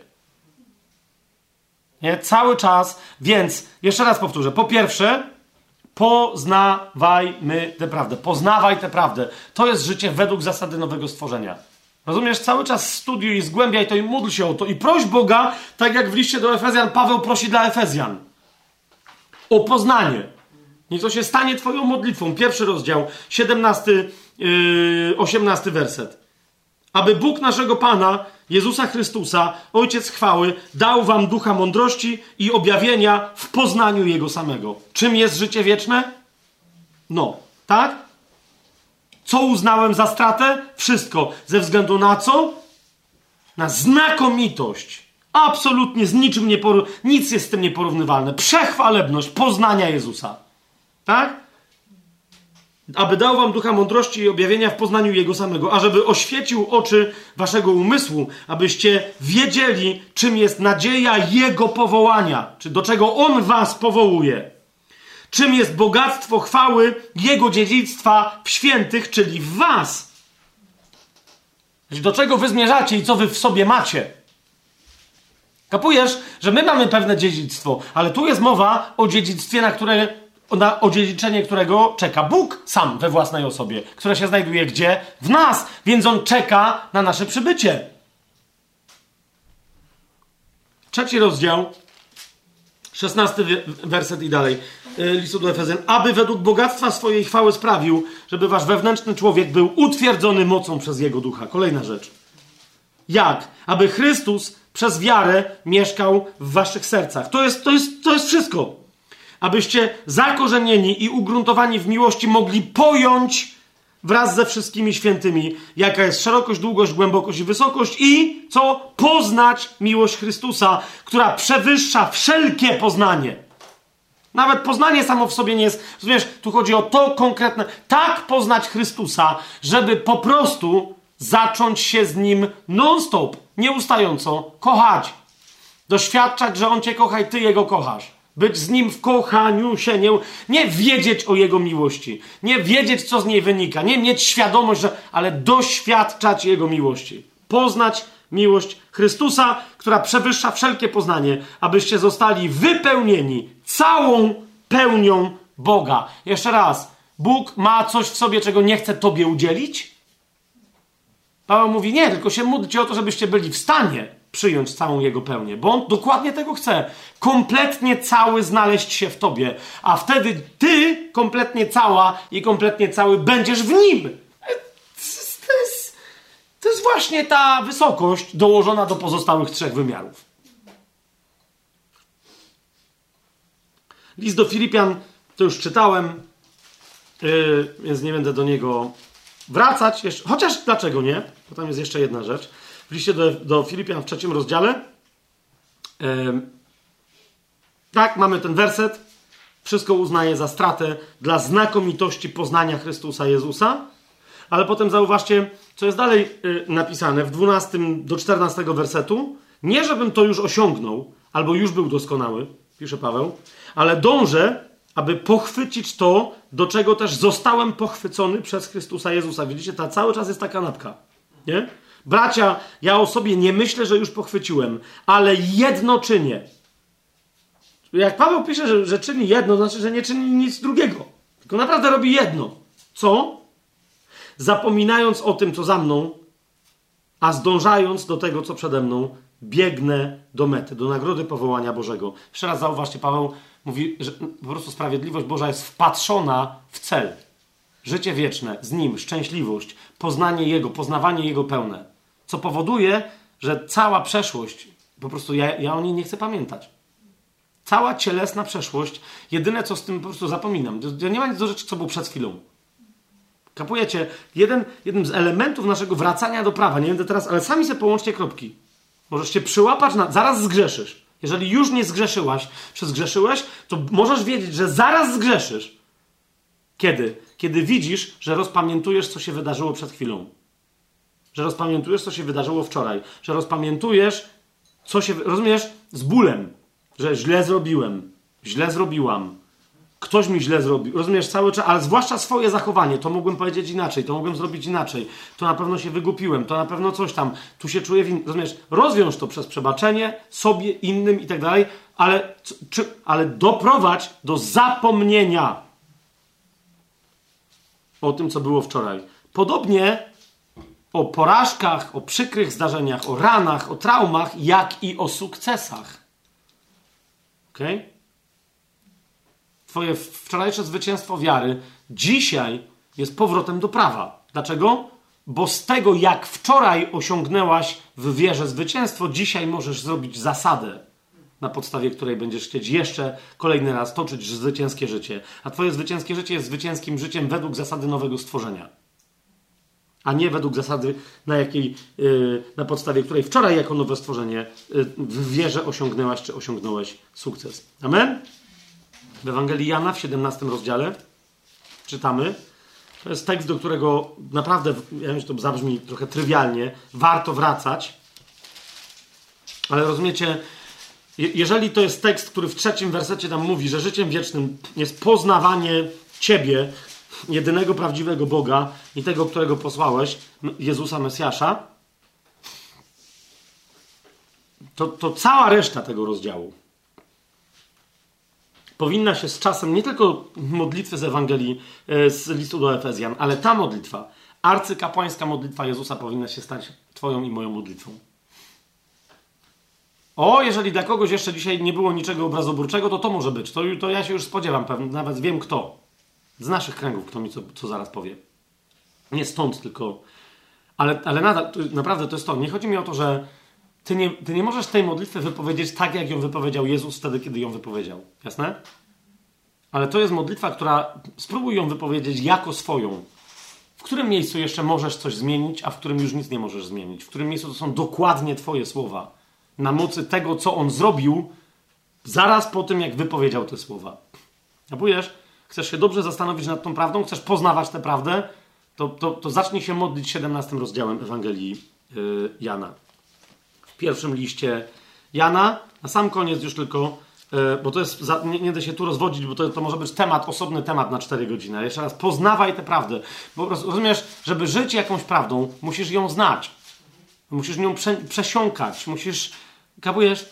Nie? Cały czas. Więc, jeszcze raz powtórzę. Po pierwsze, poznawajmy tę prawdę. Poznawaj tę prawdę. To jest życie według zasady nowego stworzenia. Rozumiesz? Cały czas studiuj i zgłębiaj to i módl się o to. I proś Boga, tak jak w liście do Efezjan Paweł prosi dla Efezjan. O poznanie. Niech to się stanie twoją modlitwą. Pierwszy rozdział, siedemnasty, yy, osiemnasty werset. Aby Bóg naszego Pana, Jezusa Chrystusa, Ojciec chwały, dał wam ducha mądrości i objawienia w poznaniu Jego samego. Czym jest życie wieczne? No, tak? Co uznałem za stratę? Wszystko. Ze względu na co? Na znakomitość. Absolutnie z niczym nie poru... Nic jest z tym nieporównywalne. Przechwalebność poznania Jezusa. Tak? Aby dał wam ducha mądrości i objawienia w poznaniu Jego samego, ażeby oświecił oczy waszego umysłu, abyście wiedzieli, czym jest nadzieja Jego powołania, czy do czego On was powołuje. Czym jest bogactwo chwały Jego dziedzictwa w świętych, czyli w was. Do czego wy zmierzacie i co wy w sobie macie. Kapujesz, że my mamy pewne dziedzictwo, ale tu jest mowa o dziedzictwie, na które, na odziedziczenie którego czeka Bóg sam we własnej osobie, które się znajduje gdzie? W nas, więc On czeka na nasze przybycie. Trzeci rozdział, szesnasty werset i dalej, listu do Efezjan. Aby według bogactwa swojej chwały sprawił, żeby wasz wewnętrzny człowiek był utwierdzony mocą przez Jego ducha. Kolejna rzecz. Jak? Aby Chrystus przez wiarę mieszkał w waszych sercach. To jest, to jest, to jest wszystko. Abyście zakorzenieni i ugruntowani w miłości mogli pojąć wraz ze wszystkimi świętymi, jaka jest szerokość, długość, głębokość i wysokość i co? Poznać miłość Chrystusa, która przewyższa wszelkie poznanie. Nawet poznanie samo w sobie nie jest... Rozumiesz, tu chodzi o to konkretne... Tak poznać Chrystusa, żeby po prostu zacząć się z Nim non-stop, nieustająco kochać. Doświadczać, że On cię kocha i ty Jego kochasz. Być z Nim w kochaniu się, nie, nie wiedzieć o Jego miłości, nie wiedzieć, co z niej wynika, nie mieć świadomość, że, ale doświadczać Jego miłości. Poznać miłość Chrystusa, która przewyższa wszelkie poznanie, abyście zostali wypełnieni całą pełnią Boga. Jeszcze raz, Bóg ma coś w sobie, czego nie chce tobie udzielić? Paweł mówi, nie, tylko się módlcie o to, żebyście byli w stanie przyjąć całą Jego pełnię, bo On dokładnie tego chce. Kompletnie cały znaleźć się w tobie, a wtedy ty kompletnie cała i kompletnie cały będziesz w Nim. To jest, to jest właśnie ta wysokość dołożona do pozostałych trzech wymiarów. List do Filipian, to już czytałem, yy, więc nie będę do niego wracać. Jeszcze, chociaż dlaczego nie? Bo tam jest jeszcze jedna rzecz. W liście do, do Filipian w trzecim rozdziale yy, tak, mamy ten werset. Wszystko uznaje za stratę dla znakomitości poznania Chrystusa Jezusa. Ale potem zauważcie, co jest dalej yy, napisane w dwunastym do czternastego wersetu. Nie, żebym to już osiągnął, albo już był doskonały, pisze Paweł, ale dążę, aby pochwycić to, do czego też zostałem pochwycony przez Chrystusa Jezusa. Widzicie, ta cały czas jest ta kanapka, nie? Bracia, ja o sobie nie myślę, że już pochwyciłem, ale jedno czynię. Jak Paweł pisze, że, że czyni jedno, to znaczy, że nie czyni nic drugiego. Tylko naprawdę robi jedno. Co? Zapominając o tym, co za mną, a zdążając do tego, co przede mną, biegnę do mety, do nagrody powołania Bożego. Jeszcze raz zauważcie, Paweł mówi, że po prostu sprawiedliwość Boża jest wpatrzona w cel. Życie wieczne z Nim, szczęśliwość, poznanie Jego, poznawanie Jego pełne. Co powoduje, że cała przeszłość, po prostu ja, ja o niej nie chcę pamiętać. Cała cielesna przeszłość, jedyne co z tym po prostu zapominam. Nie ma nic do rzeczy, co było przed chwilą. Kapujecie? Jeden, jednym z elementów naszego wracania do prawa, nie będę teraz, ale sami sobie połączcie kropki. Możesz się przyłapać na... Zaraz zgrzeszysz. Jeżeli już nie zgrzeszyłaś, czy zgrzeszyłeś, to możesz wiedzieć, że zaraz zgrzeszysz. Kiedy? Kiedy widzisz, że rozpamiętujesz, co się wydarzyło przed chwilą. Że rozpamiętujesz, co się wydarzyło wczoraj. Że rozpamiętujesz, co się... Rozumiesz? Z bólem. Że źle zrobiłem. Źle zrobiłam. Ktoś mi źle zrobił. Rozumiesz? Cały czas, ale zwłaszcza swoje zachowanie. To mogłem powiedzieć inaczej. To mogłem zrobić inaczej. To na pewno się wygupiłem. To na pewno coś tam. Tu się czuję winny. Rozumiesz? Rozwiąż to przez przebaczenie sobie, innym i tak dalej, ale, czy, ale doprowadź do zapomnienia o tym, co było wczoraj. Podobnie o porażkach, o przykrych zdarzeniach, o ranach, o traumach, jak i o sukcesach. Okej? Okay? Twoje wczorajsze zwycięstwo wiary dzisiaj jest powrotem do prawa. Dlaczego? Bo z tego, jak wczoraj osiągnęłaś w wierze zwycięstwo, dzisiaj możesz zrobić zasadę, na podstawie której będziesz chcieć jeszcze kolejny raz toczyć zwycięskie życie. A twoje zwycięskie życie jest zwycięskim życiem według zasady nowego stworzenia. A nie według zasady, na, jakiej, yy, na podstawie której wczoraj jako nowe stworzenie yy, w wierze osiągnęłaś czy osiągnąłeś sukces. Amen? W Ewangelii Jana w siedemnastym rozdziale czytamy. To jest tekst, do którego naprawdę, ja wiem, że to zabrzmi trochę trywialnie, warto wracać. Ale rozumiecie, jeżeli to jest tekst, który w trzecim wersecie tam mówi, że życiem wiecznym jest poznawanie Ciebie, jedynego prawdziwego Boga i tego, którego posłałeś, Jezusa Mesjasza, to, to cała reszta tego rozdziału powinna się z czasem, nie tylko modlitwy z Ewangelii, z listu do Efezjan, ale ta modlitwa, arcykapłańska modlitwa Jezusa powinna się stać twoją i moją modlitwą. O, jeżeli dla kogoś jeszcze dzisiaj nie było niczego obrazoburczego, to to może być. To, to ja się już spodziewam, pewnie, nawet wiem kto. Z naszych kręgów, kto mi co, co zaraz powie. Nie stąd tylko. Ale, ale nadal, to, naprawdę to jest to. Nie chodzi mi o to, że ty nie, ty nie możesz tej modlitwy wypowiedzieć tak, jak ją wypowiedział Jezus wtedy, kiedy ją wypowiedział. Jasne? Ale to jest modlitwa, która... Spróbuj ją wypowiedzieć jako swoją. W którym miejscu jeszcze możesz coś zmienić, a w którym już nic nie możesz zmienić. W którym miejscu to są dokładnie twoje słowa. Na mocy tego, co on zrobił zaraz po tym, jak wypowiedział te słowa. Kapujesz? Chcesz się dobrze zastanowić nad tą prawdą? Chcesz poznawać tę prawdę? To, to, to zacznij się modlić siedemnastym rozdziałem Ewangelii yy, Jana. W pierwszym liście Jana, na sam koniec już tylko, yy, bo to jest, za, nie, nie da się tu rozwodzić, bo to, to może być temat, osobny temat na cztery godziny. Jeszcze raz, poznawaj tę prawdę. Bo rozumiesz, żeby żyć jakąś prawdą, musisz ją znać. Musisz nią prze, przesiąkać. Musisz... Kapujesz?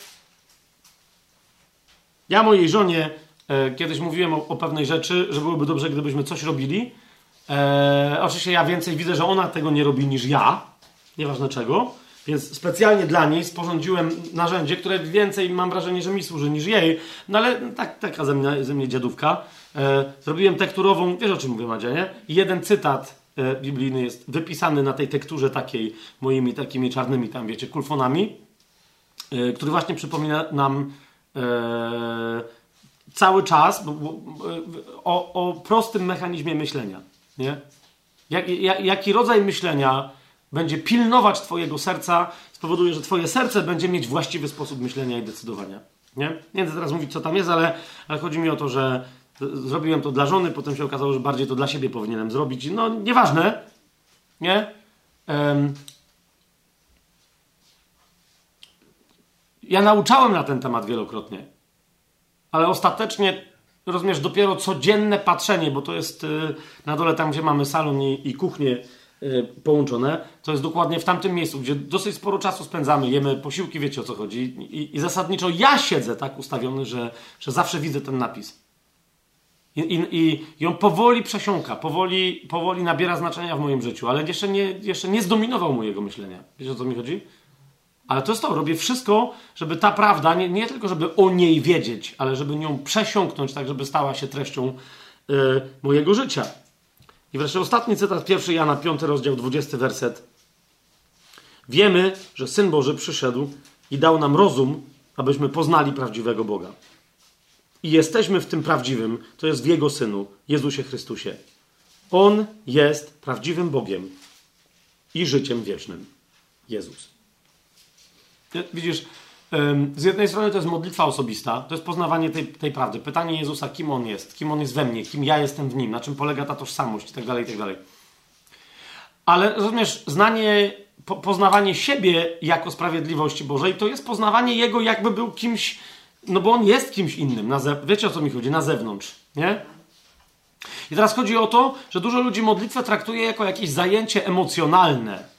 Ja mojej żonie e, kiedyś mówiłem o, o pewnej rzeczy, że byłoby dobrze, gdybyśmy coś robili. E, oczywiście ja więcej widzę, że ona tego nie robi niż ja. Nieważne czego. Więc specjalnie dla niej sporządziłem narzędzie, które więcej mam wrażenie, że mi służy niż jej. No ale tak, taka ze mnie, ze mnie dziadówka. E, zrobiłem tekturową, wiesz o czym mówię, Madzia, nie? I jeden cytat e, biblijny jest wypisany na tej tekturze takiej, moimi takimi czarnymi tam, wiecie, kulfonami, e, który właśnie przypomina nam e, cały czas bo, bo, o, o prostym mechanizmie myślenia, nie? Jak, jak, jaki rodzaj myślenia będzie pilnować twojego serca, spowoduje, że twoje serce będzie mieć właściwy sposób myślenia i decydowania. Nie, nie chcę teraz mówić, co tam jest, ale, ale chodzi mi o to, że zrobiłem to dla żony, potem się okazało, że bardziej to dla siebie powinienem zrobić. No, nieważne. Nie? Um, ja nauczałem na ten temat wielokrotnie. Ale ostatecznie rozumiesz, dopiero codzienne patrzenie, bo to jest yy, na dole tam, gdzie mamy salon i, i kuchnię yy, połączone, to jest dokładnie w tamtym miejscu, gdzie dosyć sporo czasu spędzamy, jemy posiłki, wiecie o co chodzi. I, i zasadniczo ja siedzę tak ustawiony, że, że zawsze widzę ten napis. I, i, i, I on powoli przesiąka, powoli, powoli nabiera znaczenia w moim życiu, ale jeszcze nie, jeszcze nie zdominował mojego myślenia. Wiecie o co mi chodzi? Ale to jest to, robię wszystko, żeby ta prawda, nie, nie tylko żeby o niej wiedzieć, ale żeby nią przesiąknąć, tak żeby stała się treścią yy, mojego życia. I wreszcie ostatni cytat, pierwszy Jana, piąty rozdział, dwudziesty werset. Wiemy, że Syn Boży przyszedł i dał nam rozum, abyśmy poznali prawdziwego Boga. I jesteśmy w tym prawdziwym, to jest w Jego Synu, Jezusie Chrystusie. On jest prawdziwym Bogiem i życiem wiecznym. Jezus. Widzisz, z jednej strony to jest modlitwa osobista, to jest poznawanie tej, tej prawdy. Pytanie Jezusa, kim On jest, kim On jest we mnie, kim ja jestem w Nim, na czym polega ta tożsamość i tak dalej, i tak dalej. Ale rozumiesz, znanie, po, poznawanie siebie jako sprawiedliwości Bożej, to jest poznawanie Jego, jakby był kimś, no bo On jest kimś innym. Na ze- wiecie o co mi chodzi? Na zewnątrz, nie? I teraz chodzi o to, że dużo ludzi modlitwę traktuje jako jakieś zajęcie emocjonalne.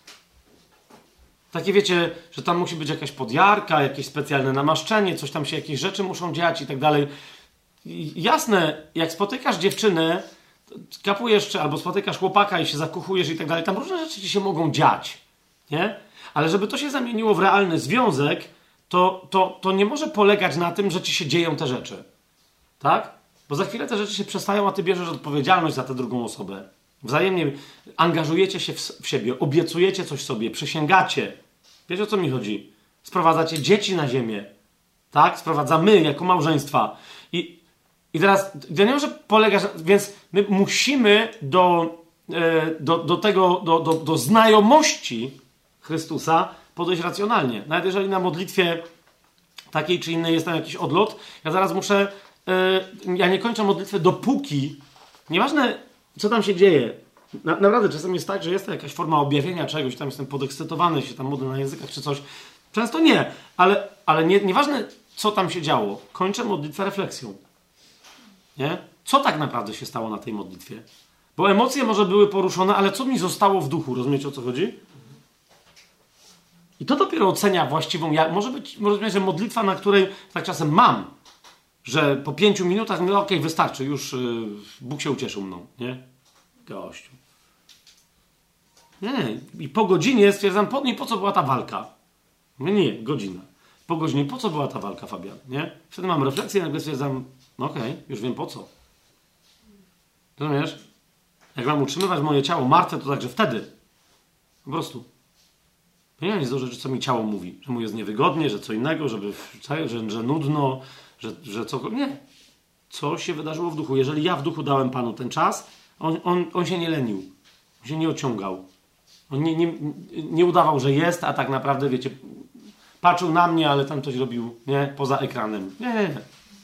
Takie wiecie, że tam musi być jakaś podjarka, jakieś specjalne namaszczenie, coś tam się, jakieś rzeczy muszą dziać i tak dalej. Jasne, jak spotykasz dziewczynę, kapujesz, czy albo spotykasz chłopaka i się zakochujesz i tak dalej, tam różne rzeczy ci się mogą dziać, nie? Ale żeby to się zamieniło w realny związek, to, to, to nie może polegać na tym, że ci się dzieją te rzeczy. Tak? Bo za chwilę te rzeczy się przestają, a ty bierzesz odpowiedzialność za tę drugą osobę. Wzajemnie angażujecie się w, w siebie, obiecujecie coś sobie, przysięgacie. Wiecie o co mi chodzi? Sprowadzacie dzieci na ziemię. Tak? Sprowadzamy jako małżeństwa. I, i teraz to nie może polegać, więc my musimy do, do, do tego, do, do, do znajomości Chrystusa podejść racjonalnie. Nawet jeżeli na modlitwie takiej czy innej jest tam jakiś odlot, ja zaraz muszę, ja nie kończę modlitwy dopóki, nieważne co tam się dzieje. Na, naprawdę czasem jest tak, że jest to jakaś forma objawienia czegoś, tam jestem podekscytowany, się tam modlę na językach czy coś. Często nie, ale, ale nie, nieważne co tam się działo, kończę modlitwę refleksją. Nie? Co tak naprawdę się stało na tej modlitwie? Bo emocje może były poruszone, ale co mi zostało w duchu? Rozumiecie o co chodzi? I to dopiero ocenia właściwą... Ja, może być, może być, że modlitwa, na której tak czasem mam, że po pięciu minutach mówię, okej, okay, wystarczy, już yy, Bóg się ucieszył mną, nie? Gościu. Nie, i po godzinie stwierdzam, po, nie, po co była ta walka? Mówię, nie, godzina. Po godzinie, po co była ta walka, Fabian? Nie? Wtedy mam refleksję i nagle stwierdzam, no okej, okay, już wiem po co. Rozumiesz? Jak mam utrzymywać moje ciało martwe, to także wtedy. Po prostu. Nie mam nic do rzeczy, co mi ciało mówi. Że mu jest niewygodnie, że co innego, żeby, że, że nudno, że, że co... Nie. Co się wydarzyło w duchu? Jeżeli ja w duchu dałem Panu ten czas, on, on, on się nie lenił. On się nie ociągał. On nie, nie, nie udawał, że jest, a tak naprawdę, wiecie, patrzył na mnie, ale tam coś robił, nie? Poza ekranem. Nie, nie, nie.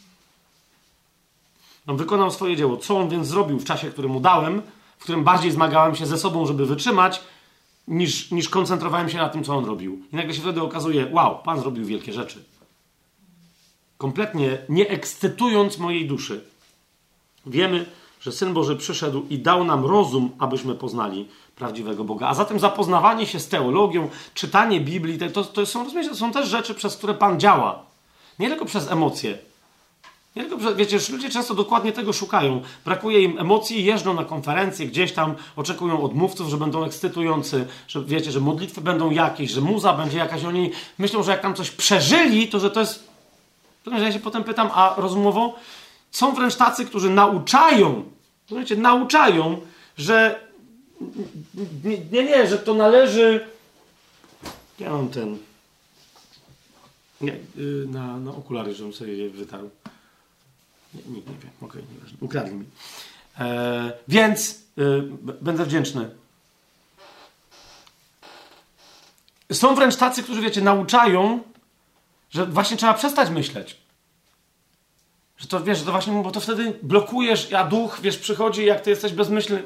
On wykonał swoje dzieło. Co on więc zrobił w czasie, który mu dałem, w którym bardziej zmagałem się ze sobą, żeby wytrzymać, niż, niż koncentrowałem się na tym, co on robił. I nagle się wtedy okazuje, wow, Pan zrobił wielkie rzeczy. Kompletnie nie ekscytując mojej duszy. Wiemy, że Syn Boży przyszedł i dał nam rozum, abyśmy poznali prawdziwego Boga. A zatem zapoznawanie się z teologią, czytanie Biblii, to, to, są, rozumiecie, to są też rzeczy, przez które Pan działa. Nie tylko przez emocje. Nie tylko przez, wiecie, ludzie często dokładnie tego szukają. Brakuje im emocji, jeżdżą na konferencje, gdzieś tam oczekują od mówców, że będą ekscytujący, że wiecie, że modlitwy będą jakieś, że muza będzie jakaś. Oni myślą, że jak tam coś przeżyli, to że to jest... Ja się potem pytam, a rozumowo? Są wręcz tacy, którzy nauczają, rozumiecie, nauczają, że nie, nie, nie, że to należy... Ja mam ten... Nie, yy, na, na okulary, żebym sobie je wytarł. Nie, nikt nie wie. Okej, okay, nieważne. Ukradli mi. E, więc yy, b- będę wdzięczny. Są wręcz tacy, którzy, wiecie, nauczają, że właśnie trzeba przestać myśleć. Że to, wiesz, że to właśnie, bo to wtedy blokujesz, a duch, wiesz, przychodzi, jak ty jesteś bezmyślny.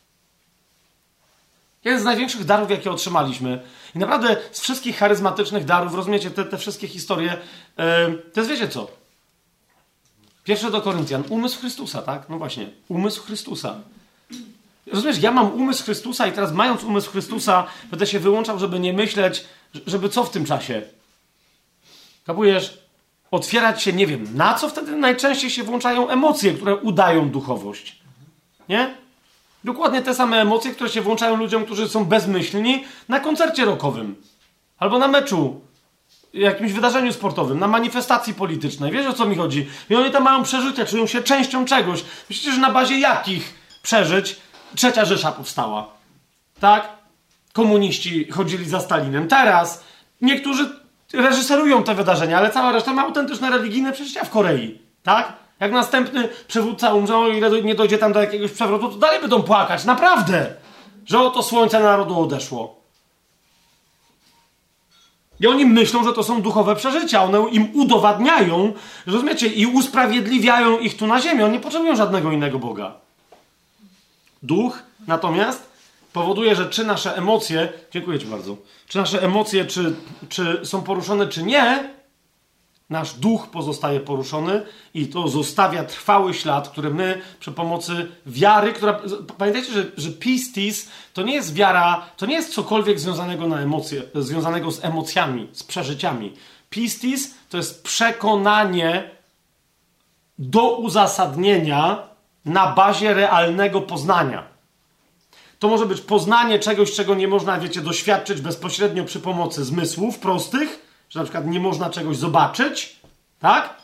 Jeden z największych darów, jakie otrzymaliśmy. I naprawdę z wszystkich charyzmatycznych darów, rozumiecie, te, te wszystkie historie, yy, to jest, wiecie co? Pierwsze do Koryntian. Umysł Chrystusa, tak? No właśnie. Umysł Chrystusa. Rozumiesz, ja mam umysł Chrystusa i teraz mając umysł Chrystusa będę się wyłączał, żeby nie myśleć, żeby co w tym czasie? Kapujesz? Otwierać się, nie wiem, na co wtedy najczęściej się włączają emocje, które udają duchowość. Nie? Dokładnie te same emocje, które się włączają ludziom, którzy są bezmyślni na koncercie rockowym. Albo na meczu, jakimś wydarzeniu sportowym, na manifestacji politycznej. Wiesz, o co mi chodzi? I oni tam mają przeżycia, czują się częścią czegoś. Myślicie, że na bazie jakich przeżyć Trzecia Rzesza powstała? Tak? Komuniści chodzili za Stalinem. Teraz niektórzy reżyserują te wydarzenia, ale cała reszta ma autentyczne religijne przeżycia w Korei. Tak? Jak następny przywódca umrze, o ile nie dojdzie tam do jakiegoś przewrotu, to dalej będą płakać. Naprawdę! Że oto słońce narodu odeszło. I oni myślą, że to są duchowe przeżycia. One im udowadniają, rozumiecie, i usprawiedliwiają ich tu na ziemi. Oni nie potrzebują żadnego innego Boga. Duch natomiast powoduje, że czy nasze emocje, dziękuję ci bardzo, czy nasze emocje, czy, czy są poruszone, czy nie, nasz duch pozostaje poruszony i to zostawia trwały ślad, który my przy pomocy wiary, która... Pamiętajcie, że, że pistis to nie jest wiara, to nie jest cokolwiek związanego na emocje, związanego z emocjami, z przeżyciami. Pistis to jest przekonanie do uzasadnienia na bazie realnego poznania. To może być poznanie czegoś, czego nie można, wiecie, doświadczyć bezpośrednio przy pomocy zmysłów prostych, że na przykład nie można czegoś zobaczyć, tak?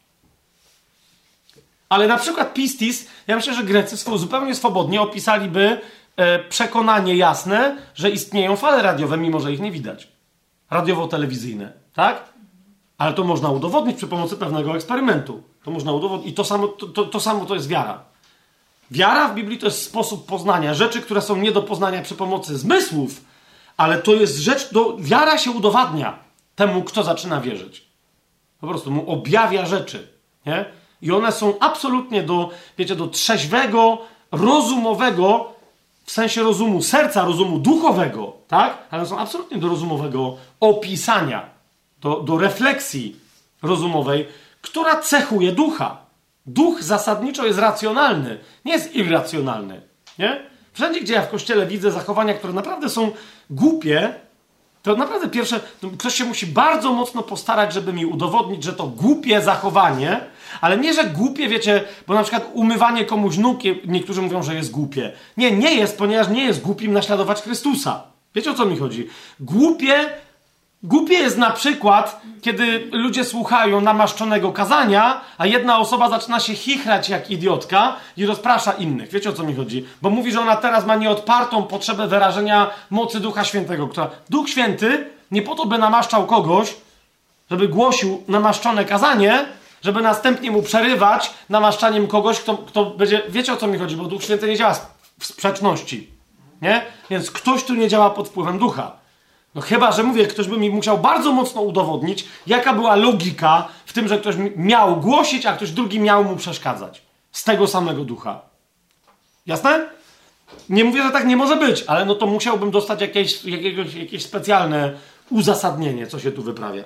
Ale na przykład pistis, ja myślę, że Grecy zupełnie swobodnie opisaliby e, przekonanie jasne, że istnieją fale radiowe, mimo że ich nie widać. Radiowo-telewizyjne, tak? Ale to można udowodnić przy pomocy pewnego eksperymentu. To można udowodnić. I to samo to, to, to samo to jest wiara. Wiara w Biblii to jest sposób poznania rzeczy, które są nie do poznania przy pomocy zmysłów, ale to jest rzecz, do... wiara się udowadnia temu, kto zaczyna wierzyć. Po prostu mu objawia rzeczy, nie? I one są absolutnie do, wiecie, do trzeźwego, rozumowego, w sensie rozumu serca, rozumu duchowego, tak? Ale są absolutnie do rozumowego opisania, do, do refleksji rozumowej, która cechuje ducha. Duch zasadniczo jest racjonalny, nie jest irracjonalny, nie? Wszędzie, gdzie ja w kościele widzę zachowania, które naprawdę są głupie, to naprawdę pierwsze, ktoś się musi bardzo mocno postarać, żeby mi udowodnić, że to głupie zachowanie, ale nie, że głupie, wiecie, bo na przykład umywanie komuś nóg, niektórzy mówią, że jest głupie. Nie, nie jest, ponieważ nie jest głupim naśladować Chrystusa. Wiecie, o co mi chodzi? Głupie, głupie jest na przykład, kiedy ludzie słuchają namaszczonego kazania, a jedna osoba zaczyna się chichrać jak idiotka i rozprasza innych. Wiecie, o co mi chodzi? Bo mówi, że ona teraz ma nieodpartą potrzebę wyrażenia mocy Ducha Świętego, która... Duch Święty nie po to, by namaszczał kogoś, żeby głosił namaszczone kazanie, żeby następnie mu przerywać namaszczaniem kogoś, kto, kto będzie... Wiecie, o co mi chodzi? Bo Duch Święty nie działa w sprzeczności. Nie? Więc ktoś tu nie działa pod wpływem Ducha. No chyba, że mówię, ktoś by mi musiał bardzo mocno udowodnić, jaka była logika w tym, że ktoś miał głosić, a ktoś drugi miał mu przeszkadzać. Z tego samego ducha. Jasne? Nie mówię, że tak nie może być, ale no to musiałbym dostać jakieś, jakiegoś, jakieś specjalne uzasadnienie, co się tu wyprawia.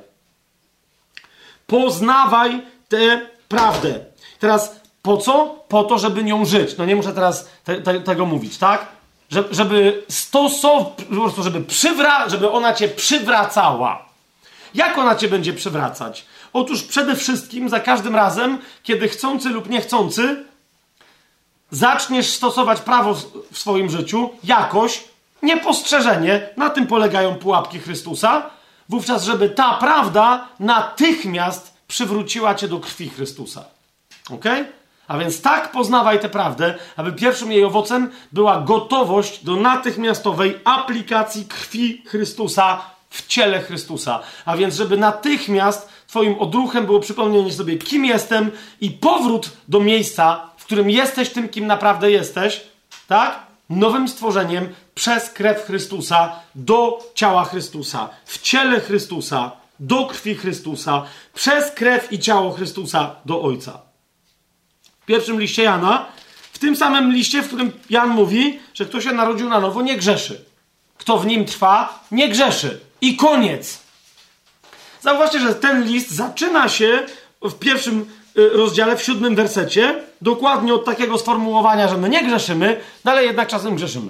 Poznawaj tę prawdę. Teraz po co? Po to, żeby nią żyć. No nie muszę teraz te, te, tego mówić, tak? Żeby stosować, po prostu, żeby przywra- żeby ona cię przywracała. Jak ona cię będzie przywracać? Otóż przede wszystkim za każdym razem, kiedy chcący lub niechcący zaczniesz stosować prawo w swoim życiu jakoś, niepostrzeżenie, na tym polegają pułapki Chrystusa, wówczas, żeby ta prawda natychmiast przywróciła cię do krwi Chrystusa. Okej? Okay? A więc tak poznawaj tę prawdę, aby pierwszym jej owocem była gotowość do natychmiastowej aplikacji krwi Chrystusa w ciele Chrystusa. A więc, żeby natychmiast twoim odruchem było przypomnienie sobie, kim jestem i powrót do miejsca, w którym jesteś tym, kim naprawdę jesteś, tak? Nowym stworzeniem przez krew Chrystusa do ciała Chrystusa, w ciele Chrystusa, do krwi Chrystusa, przez krew i ciało Chrystusa do Ojca. W pierwszym liście Jana, w tym samym liście, w którym Jan mówi, że kto się narodził na nowo, nie grzeszy. Kto w nim trwa, nie grzeszy. I koniec. Zauważcie, że ten list zaczyna się w pierwszym rozdziale, w siódmym wersecie, dokładnie od takiego sformułowania, że my nie grzeszymy, no ale jednak czasem grzeszymy.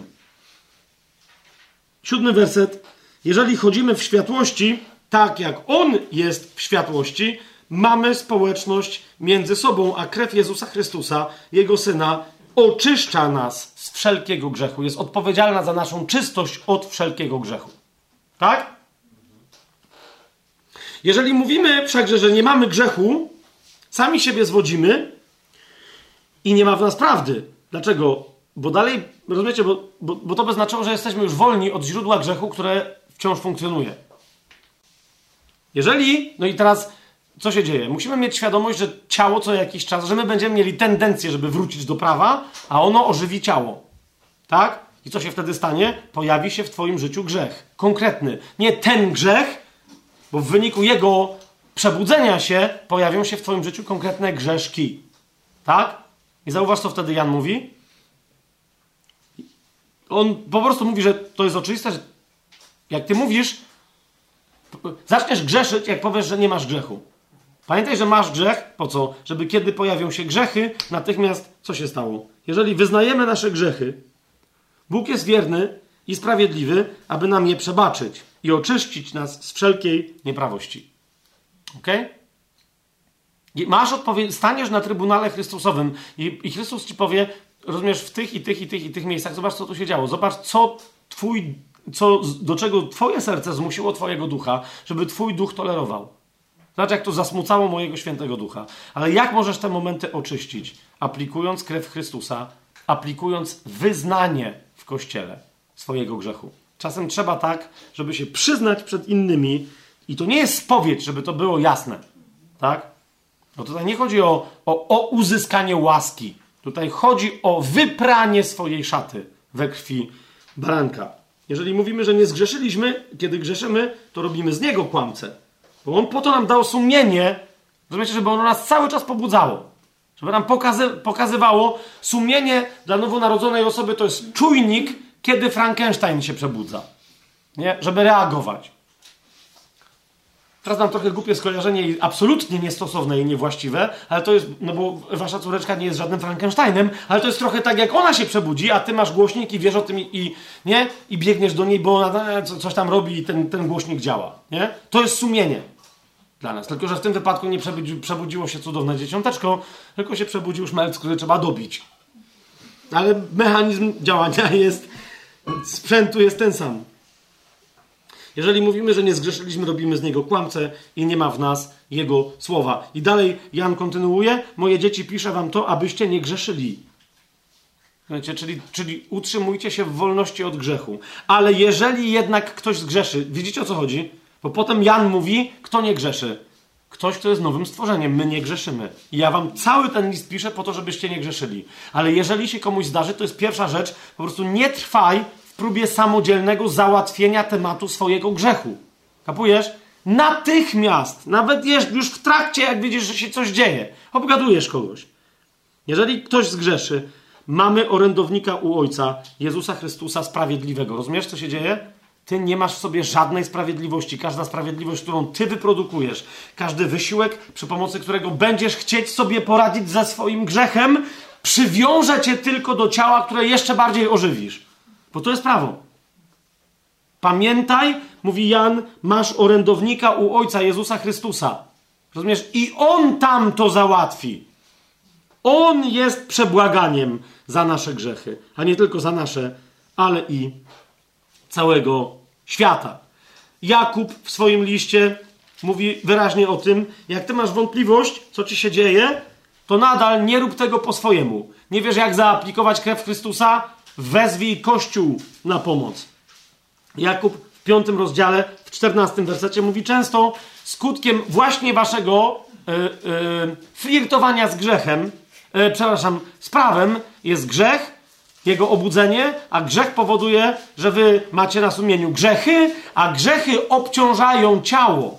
Siódmy werset. Jeżeli chodzimy w światłości, tak jak On jest w światłości, mamy społeczność między sobą, a krew Jezusa Chrystusa, Jego Syna, oczyszcza nas z wszelkiego grzechu. Jest odpowiedzialna za naszą czystość od wszelkiego grzechu. Tak? Jeżeli mówimy wszakże, że nie mamy grzechu, sami siebie zwodzimy i nie ma w nas prawdy. Dlaczego? Bo dalej, rozumiecie, bo, bo, bo to by znaczyło, że jesteśmy już wolni od źródła grzechu, które wciąż funkcjonuje. Jeżeli, no i teraz co się dzieje? Musimy mieć świadomość, że ciało co jakiś czas, że my będziemy mieli tendencję, żeby wrócić do prawa, a ono ożywi ciało. Tak? I co się wtedy stanie? Pojawi się w twoim życiu grzech. Konkretny. Nie ten grzech, bo w wyniku jego przebudzenia się pojawią się w twoim życiu konkretne grzeszki. Tak? I zauważ, co wtedy Jan mówi. On po prostu mówi, że to jest oczywiste, że jak ty mówisz, zaczniesz grzeszyć, jak powiesz, że nie masz grzechu. Pamiętaj, że masz grzech. Po co? Żeby kiedy pojawią się grzechy, natychmiast co się stało? Jeżeli wyznajemy nasze grzechy, Bóg jest wierny i sprawiedliwy, aby nam je przebaczyć i oczyścić nas z wszelkiej nieprawości. Okej? Okay? Masz odpowiedź, staniesz na Trybunale Chrystusowym i, i Chrystus ci powie, rozumiesz, w tych i tych i tych i tych miejscach, zobacz, co tu się działo. Zobacz, co twój, co, do czego twoje serce zmusiło twojego ducha, żeby twój duch tolerował. Zobacz, jak to zasmucało mojego świętego ducha. Ale jak możesz te momenty oczyścić? Aplikując krew Chrystusa, aplikując wyznanie w Kościele swojego grzechu. Czasem trzeba tak, żeby się przyznać przed innymi i to nie jest spowiedź, żeby to było jasne. Tak? No tutaj nie chodzi o, o, o uzyskanie łaski. Tutaj chodzi o wypranie swojej szaty we krwi baranka. Jeżeli mówimy, że nie zgrzeszyliśmy, kiedy grzeszymy, to robimy z niego kłamcę. Bo on po to nam dał sumienie, rozumiecie, żeby ono nas cały czas pobudzało. Żeby nam pokazy pokazywało, sumienie dla nowonarodzonej osoby to jest czujnik, kiedy Frankenstein się przebudza. Nie? Żeby reagować. Teraz mam trochę głupie skojarzenie i absolutnie niestosowne i niewłaściwe, ale to jest, no bo wasza córeczka nie jest żadnym Frankensteinem, ale to jest trochę tak, jak ona się przebudzi, a ty masz głośnik i wiesz o tym i, i, nie? I biegniesz do niej, bo ona coś tam robi i ten, ten głośnik działa. Nie? To jest sumienie dla nas. Tylko że w tym wypadku nie przebudzi, przebudziło się cudowne dzieciąteczko, tylko się przebudził szmelc, który trzeba dobić. Ale mechanizm działania jest, sprzętu jest ten sam. Jeżeli mówimy, że nie zgrzeszyliśmy, robimy z niego kłamcę i nie ma w nas jego słowa. I dalej Jan kontynuuje. Moje dzieci, piszę wam to, abyście nie grzeszyli. Wiecie, czyli, czyli utrzymujcie się w wolności od grzechu. Ale jeżeli jednak ktoś zgrzeszy, widzicie, o co chodzi? Bo potem Jan mówi, kto nie grzeszy? Ktoś, kto jest nowym stworzeniem. My nie grzeszymy. I ja wam cały ten list piszę po to, żebyście nie grzeszyli. Ale jeżeli się komuś zdarzy, to jest pierwsza rzecz. Po prostu nie trwaj w próbie samodzielnego załatwienia tematu swojego grzechu. Kapujesz? Natychmiast, nawet już w trakcie, jak widzisz, że się coś dzieje, obgadujesz kogoś. Jeżeli ktoś zgrzeszy, mamy orędownika u Ojca, Jezusa Chrystusa Sprawiedliwego. Rozumiesz, co się dzieje? Ty nie masz w sobie żadnej sprawiedliwości. Każda sprawiedliwość, którą ty wyprodukujesz, każdy wysiłek, przy pomocy którego będziesz chcieć sobie poradzić ze swoim grzechem, przywiąże cię tylko do ciała, które jeszcze bardziej ożywisz. Bo to jest prawo. Pamiętaj, mówi Jan, masz orędownika u Ojca Jezusa Chrystusa. Rozumiesz? I On tam to załatwi. On jest przebłaganiem za nasze grzechy. A nie tylko za nasze, ale i całego świata. Jakub w swoim liście mówi wyraźnie o tym, jak ty masz wątpliwość, co ci się dzieje, to nadal nie rób tego po swojemu. Nie wiesz, jak zaaplikować krew Chrystusa? Wezwij Kościół na pomoc. Jakub w piątym rozdziale, w czternastym wersecie mówi często skutkiem właśnie waszego yy, yy, flirtowania z grzechem, yy, przepraszam, z prawem jest grzech, jego obudzenie, a grzech powoduje, że wy macie na sumieniu grzechy, a grzechy obciążają ciało.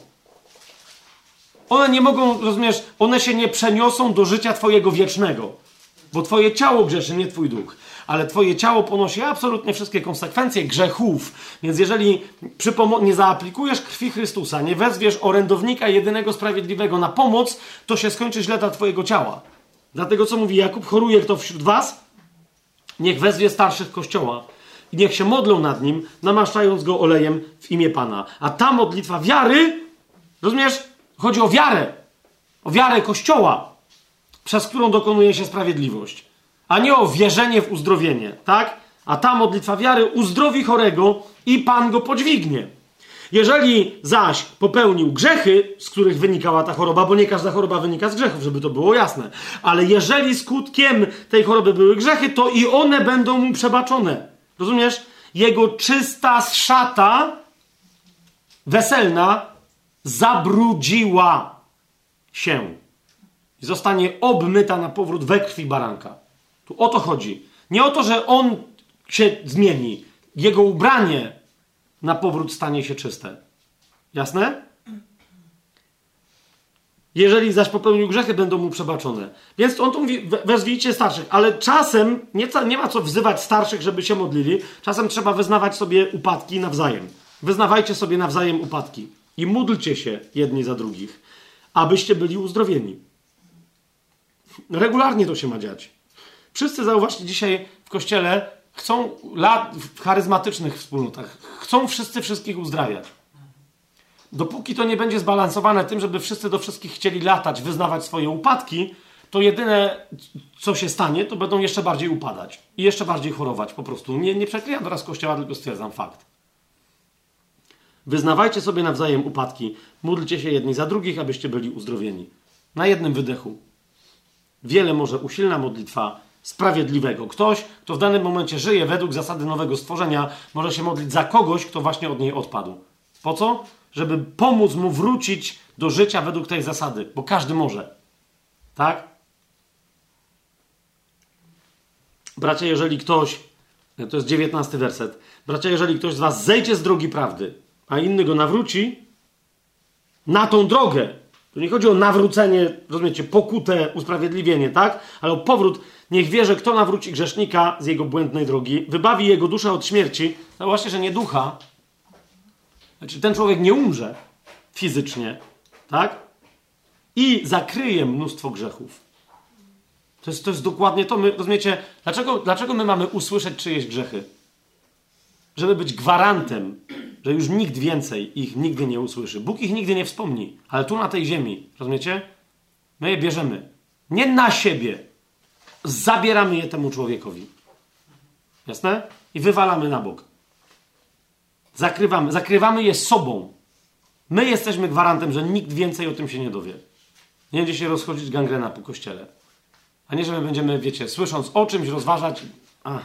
One nie mogą, rozumiesz, one się nie przeniosą do życia twojego wiecznego, bo twoje ciało grzeszy, nie twój duch. ale twoje ciało ponosi absolutnie wszystkie konsekwencje grzechów. Więc jeżeli przypomo- nie zaaplikujesz krwi Chrystusa, nie wezwiesz orędownika jedynego sprawiedliwego na pomoc, to się skończy źle dla twojego ciała. Dlatego co mówi Jakub, choruje kto wśród was? Niech wezwie starszych Kościoła i niech się modlą nad nim, namaszczając go olejem w imię Pana. A ta modlitwa wiary, rozumiesz? Chodzi o wiarę. O wiarę Kościoła, przez którą dokonuje się sprawiedliwość. A nie o wierzenie w uzdrowienie, tak? A ta modlitwa wiary uzdrowi chorego i Pan go podźwignie. Jeżeli zaś popełnił grzechy, z których wynikała ta choroba, bo nie każda choroba wynika z grzechów, żeby to było jasne, ale jeżeli skutkiem tej choroby były grzechy, to i one będą mu przebaczone. Rozumiesz? Jego czysta szata weselna zabrudziła się i zostanie obmyta na powrót we krwi baranka. Tu o to chodzi. Nie o to, że on się zmieni. Jego ubranie na powrót stanie się czyste. Jasne? Jeżeli zaś popełnił grzechy, będą mu przebaczone. Więc on tu mówi, wezwijcie starszych, ale czasem nie, nie ma co wzywać starszych, żeby się modlili. Czasem trzeba wyznawać sobie upadki nawzajem. Wyznawajcie sobie nawzajem upadki i módlcie się jedni za drugich, abyście byli uzdrowieni. Regularnie to się ma dziać. Wszyscy, zauważcie, dzisiaj w Kościele chcą, w charyzmatycznych wspólnotach, chcą wszyscy wszystkich uzdrawiać. Dopóki to nie będzie zbalansowane tym, żeby wszyscy do wszystkich chcieli latać, wyznawać swoje upadki, to jedyne, co się stanie, to będą jeszcze bardziej upadać. I jeszcze bardziej chorować po prostu. Nie, nie przeklinam teraz Kościoła, tylko stwierdzam fakt. Wyznawajcie sobie nawzajem upadki. Módlcie się jedni za drugich, abyście byli uzdrowieni. Na jednym wydechu. Wiele może usilna modlitwa sprawiedliwego. Ktoś, kto w danym momencie żyje według zasady nowego stworzenia, może się modlić za kogoś, kto właśnie od niej odpadł. Po co? Żeby pomóc mu wrócić do życia według tej zasady. Bo każdy może. Tak? Bracia, jeżeli ktoś, to jest dziewiętnasty werset, bracia, jeżeli ktoś z was zejdzie z drogi prawdy, a inny go nawróci na tą drogę, to nie chodzi o nawrócenie, rozumiecie, pokutę, usprawiedliwienie, tak? Ale o powrót. Niech wie, że kto nawróci grzesznika z jego błędnej drogi, wybawi jego duszę od śmierci, no właśnie, że nie ducha, znaczy ten człowiek nie umrze fizycznie, tak? I zakryje mnóstwo grzechów. To jest, to jest dokładnie to. My, rozumiecie, dlaczego, dlaczego my mamy usłyszeć czyjeś grzechy? Żeby być gwarantem, że już nikt więcej ich nigdy nie usłyszy. Bóg ich nigdy nie wspomni, ale tu na tej ziemi, rozumiecie? My je bierzemy. Nie na siebie. Zabieramy je temu człowiekowi. Jasne? I wywalamy na bok. Zakrywamy, zakrywamy je sobą. My jesteśmy gwarantem, że nikt więcej o tym się nie dowie. Nie będzie się rozchodzić gangrena po kościele. A nie, że my będziemy, wiecie, słysząc o czymś, rozważać. A.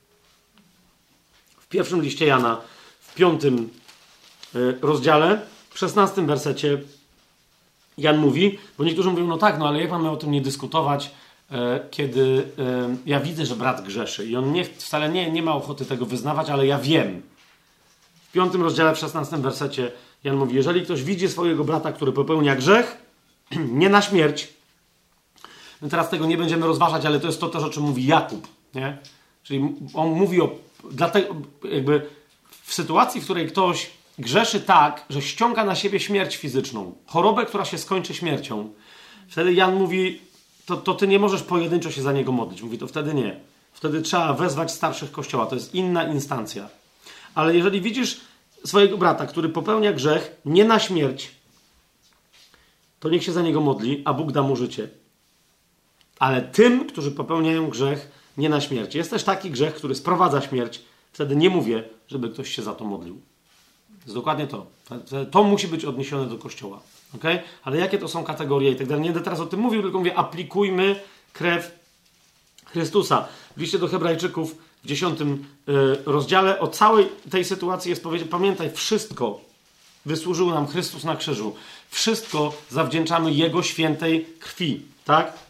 W pierwszym liście Jana, w piątym y, rozdziale, w szesnastym wersecie Jan mówi, bo niektórzy mówią, no tak, no ale jak mamy o tym nie dyskutować, y, kiedy y, ja widzę, że brat grzeszy i on nie, wcale nie, nie ma ochoty tego wyznawać, ale ja wiem. W piątym rozdziale, w szesnastym wersecie Jan mówi, jeżeli ktoś widzi swojego brata, który popełnia grzech, nie na śmierć, my teraz tego nie będziemy rozważać, ale to jest to też, o czym mówi Jakub, nie? Czyli on mówi o, dlatego jakby w sytuacji, w której ktoś grzeszy tak, że ściąga na siebie śmierć fizyczną, chorobę, która się skończy śmiercią, wtedy Jan mówi, to, to ty nie możesz pojedynczo się za niego modlić. Mówi, to wtedy nie. Wtedy trzeba wezwać starszych Kościoła. To jest inna instancja. Ale jeżeli widzisz swojego brata, który popełnia grzech nie na śmierć, to niech się za niego modli, a Bóg da mu życie. Ale tym, którzy popełniają grzech nie na śmierć. Jest też taki grzech, który sprowadza śmierć. Wtedy nie mówię, żeby ktoś się za to modlił. To jest dokładnie to. To musi być odniesione do Kościoła. Okay? Ale jakie to są kategorie i tak dalej. Nie będę teraz o tym mówił, tylko mówię, aplikujmy krew Chrystusa. W liście do Hebrajczyków w dziesiątym y, rozdziale o całej tej sytuacji jest powiedziane, pamiętaj, wszystko wysłużył nam Chrystus na krzyżu. Wszystko zawdzięczamy Jego świętej krwi. Tak? Y,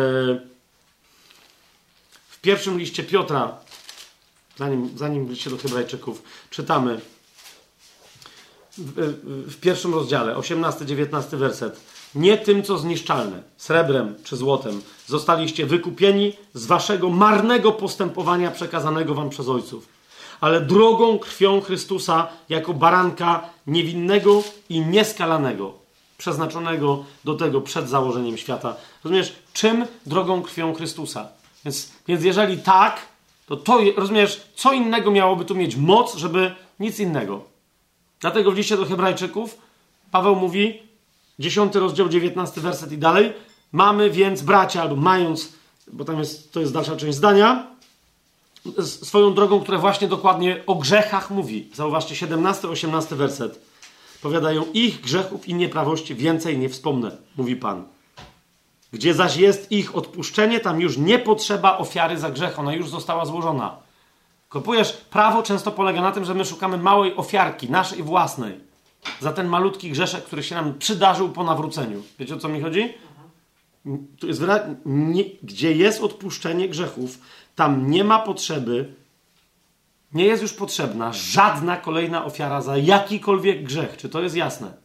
w pierwszym liście Piotra, zanim, zanim w liście do Hebrajczyków, czytamy w, w, w pierwszym rozdziale, osiemnasty dziewiętnasty werset. nie tym, co zniszczalne, srebrem czy złotem, zostaliście wykupieni z waszego marnego postępowania przekazanego wam przez ojców, ale drogą krwią Chrystusa jako baranka niewinnego i nieskalanego, przeznaczonego do tego przed założeniem świata. Rozumiesz, czym? Drogą krwią Chrystusa. Więc, więc jeżeli tak, to, to rozumiesz, co innego miałoby tu mieć moc, żeby nic innego. Dlatego w liście do Hebrajczyków Paweł mówi, dziesiąty rozdział, dziewiętnasty werset i dalej, mamy więc bracia, albo mając, bo tam jest, to jest dalsza część zdania, swoją drogą, która właśnie dokładnie o grzechach mówi. Zauważcie, siedemnasty, osiemnasty werset. Powiadają, ich grzechów i nieprawości więcej nie wspomnę, mówi Pan. Gdzie zaś jest ich odpuszczenie, tam już nie potrzeba ofiary za grzech, ona już została złożona. Kupujesz, prawo często polega na tym, że my szukamy małej ofiarki, naszej własnej, za ten malutki grzeszek, który się nam przydarzył po nawróceniu. Wiecie, o co mi chodzi? Tu jest wyra... nie... Gdzie jest odpuszczenie grzechów, tam nie ma potrzeby, nie jest już potrzebna żadna kolejna ofiara za jakikolwiek grzech. Czy to jest jasne?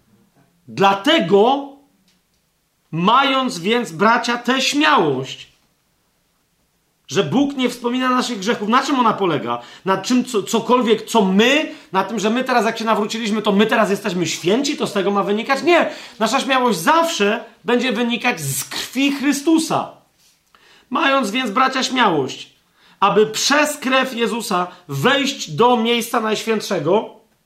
Dlatego, mając więc, bracia, tę śmiałość, że Bóg nie wspomina naszych grzechów. Na czym ona polega? Na czym co, cokolwiek, co my, na tym, że my teraz jak się nawróciliśmy, to my teraz jesteśmy święci, to z tego ma wynikać? Nie. Nasza śmiałość zawsze będzie wynikać z krwi Chrystusa. Mając więc, bracia, śmiałość, aby przez krew Jezusa wejść do miejsca najświętszego.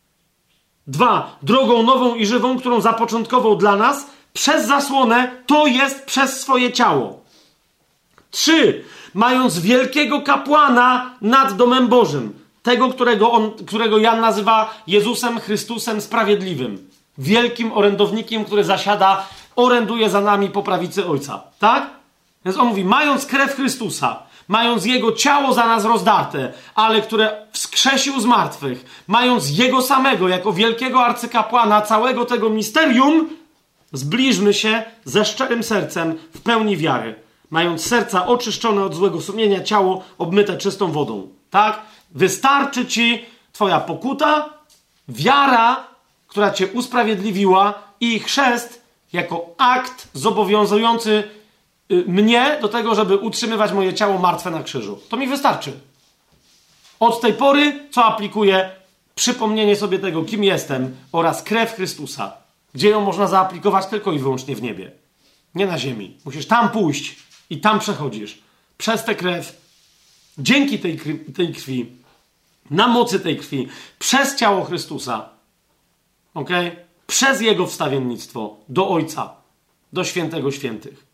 Dwa, drogą nową i żywą, którą zapoczątkował dla nas przez zasłonę, to jest przez swoje ciało. Trzy, mając wielkiego kapłana nad domem Bożym, tego, którego, on, którego Jan nazywa Jezusem Chrystusem Sprawiedliwym, wielkim orędownikiem, który zasiada, oręduje za nami po prawicy Ojca. Tak? Więc on mówi, mając krew Chrystusa, mając Jego ciało za nas rozdarte, ale które wskrzesił z martwych, mając Jego samego jako wielkiego arcykapłana całego tego misterium, zbliżmy się ze szczerym sercem w pełni wiary, mając serca oczyszczone od złego sumienia, ciało obmyte czystą wodą. Tak? Wystarczy ci twoja pokuta, wiara, która cię usprawiedliwiła i chrzest jako akt zobowiązujący mnie do tego, żeby utrzymywać moje ciało martwe na krzyżu. To mi wystarczy. Od tej pory, co aplikuję? Przypomnienie sobie tego, kim jestem oraz krew Chrystusa, gdzie ją można zaaplikować tylko i wyłącznie w niebie. Nie na ziemi. Musisz tam pójść i tam przechodzisz. Przez tę krew, dzięki tej, krwi, tej krwi, na mocy tej krwi, przez ciało Chrystusa, okay? Przez Jego wstawiennictwo do Ojca, do Świętego Świętych.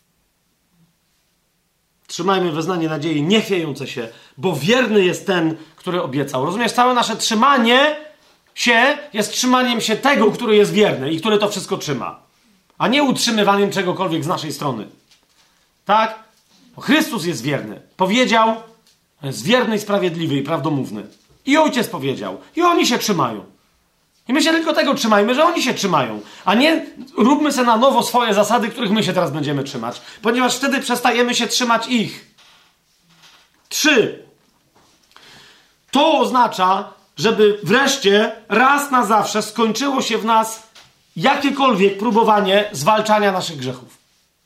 Trzymajmy wyznanie nadziei niechwiejące się, bo wierny jest ten, który obiecał. Rozumiesz, całe nasze trzymanie się jest trzymaniem się tego, który jest wierny i który to wszystko trzyma, a nie utrzymywaniem czegokolwiek z naszej strony. Tak? Bo Chrystus jest wierny. Powiedział, jest wierny i sprawiedliwy i prawdomówny. I Ojciec powiedział. I oni się trzymają. I my się tylko tego trzymajmy, że oni się trzymają. A nie róbmy sobie na nowo swoje zasady, których my się teraz będziemy trzymać. Ponieważ wtedy przestajemy się trzymać ich. Trzy. To oznacza, żeby wreszcie raz na zawsze skończyło się w nas jakiekolwiek próbowanie zwalczania naszych grzechów.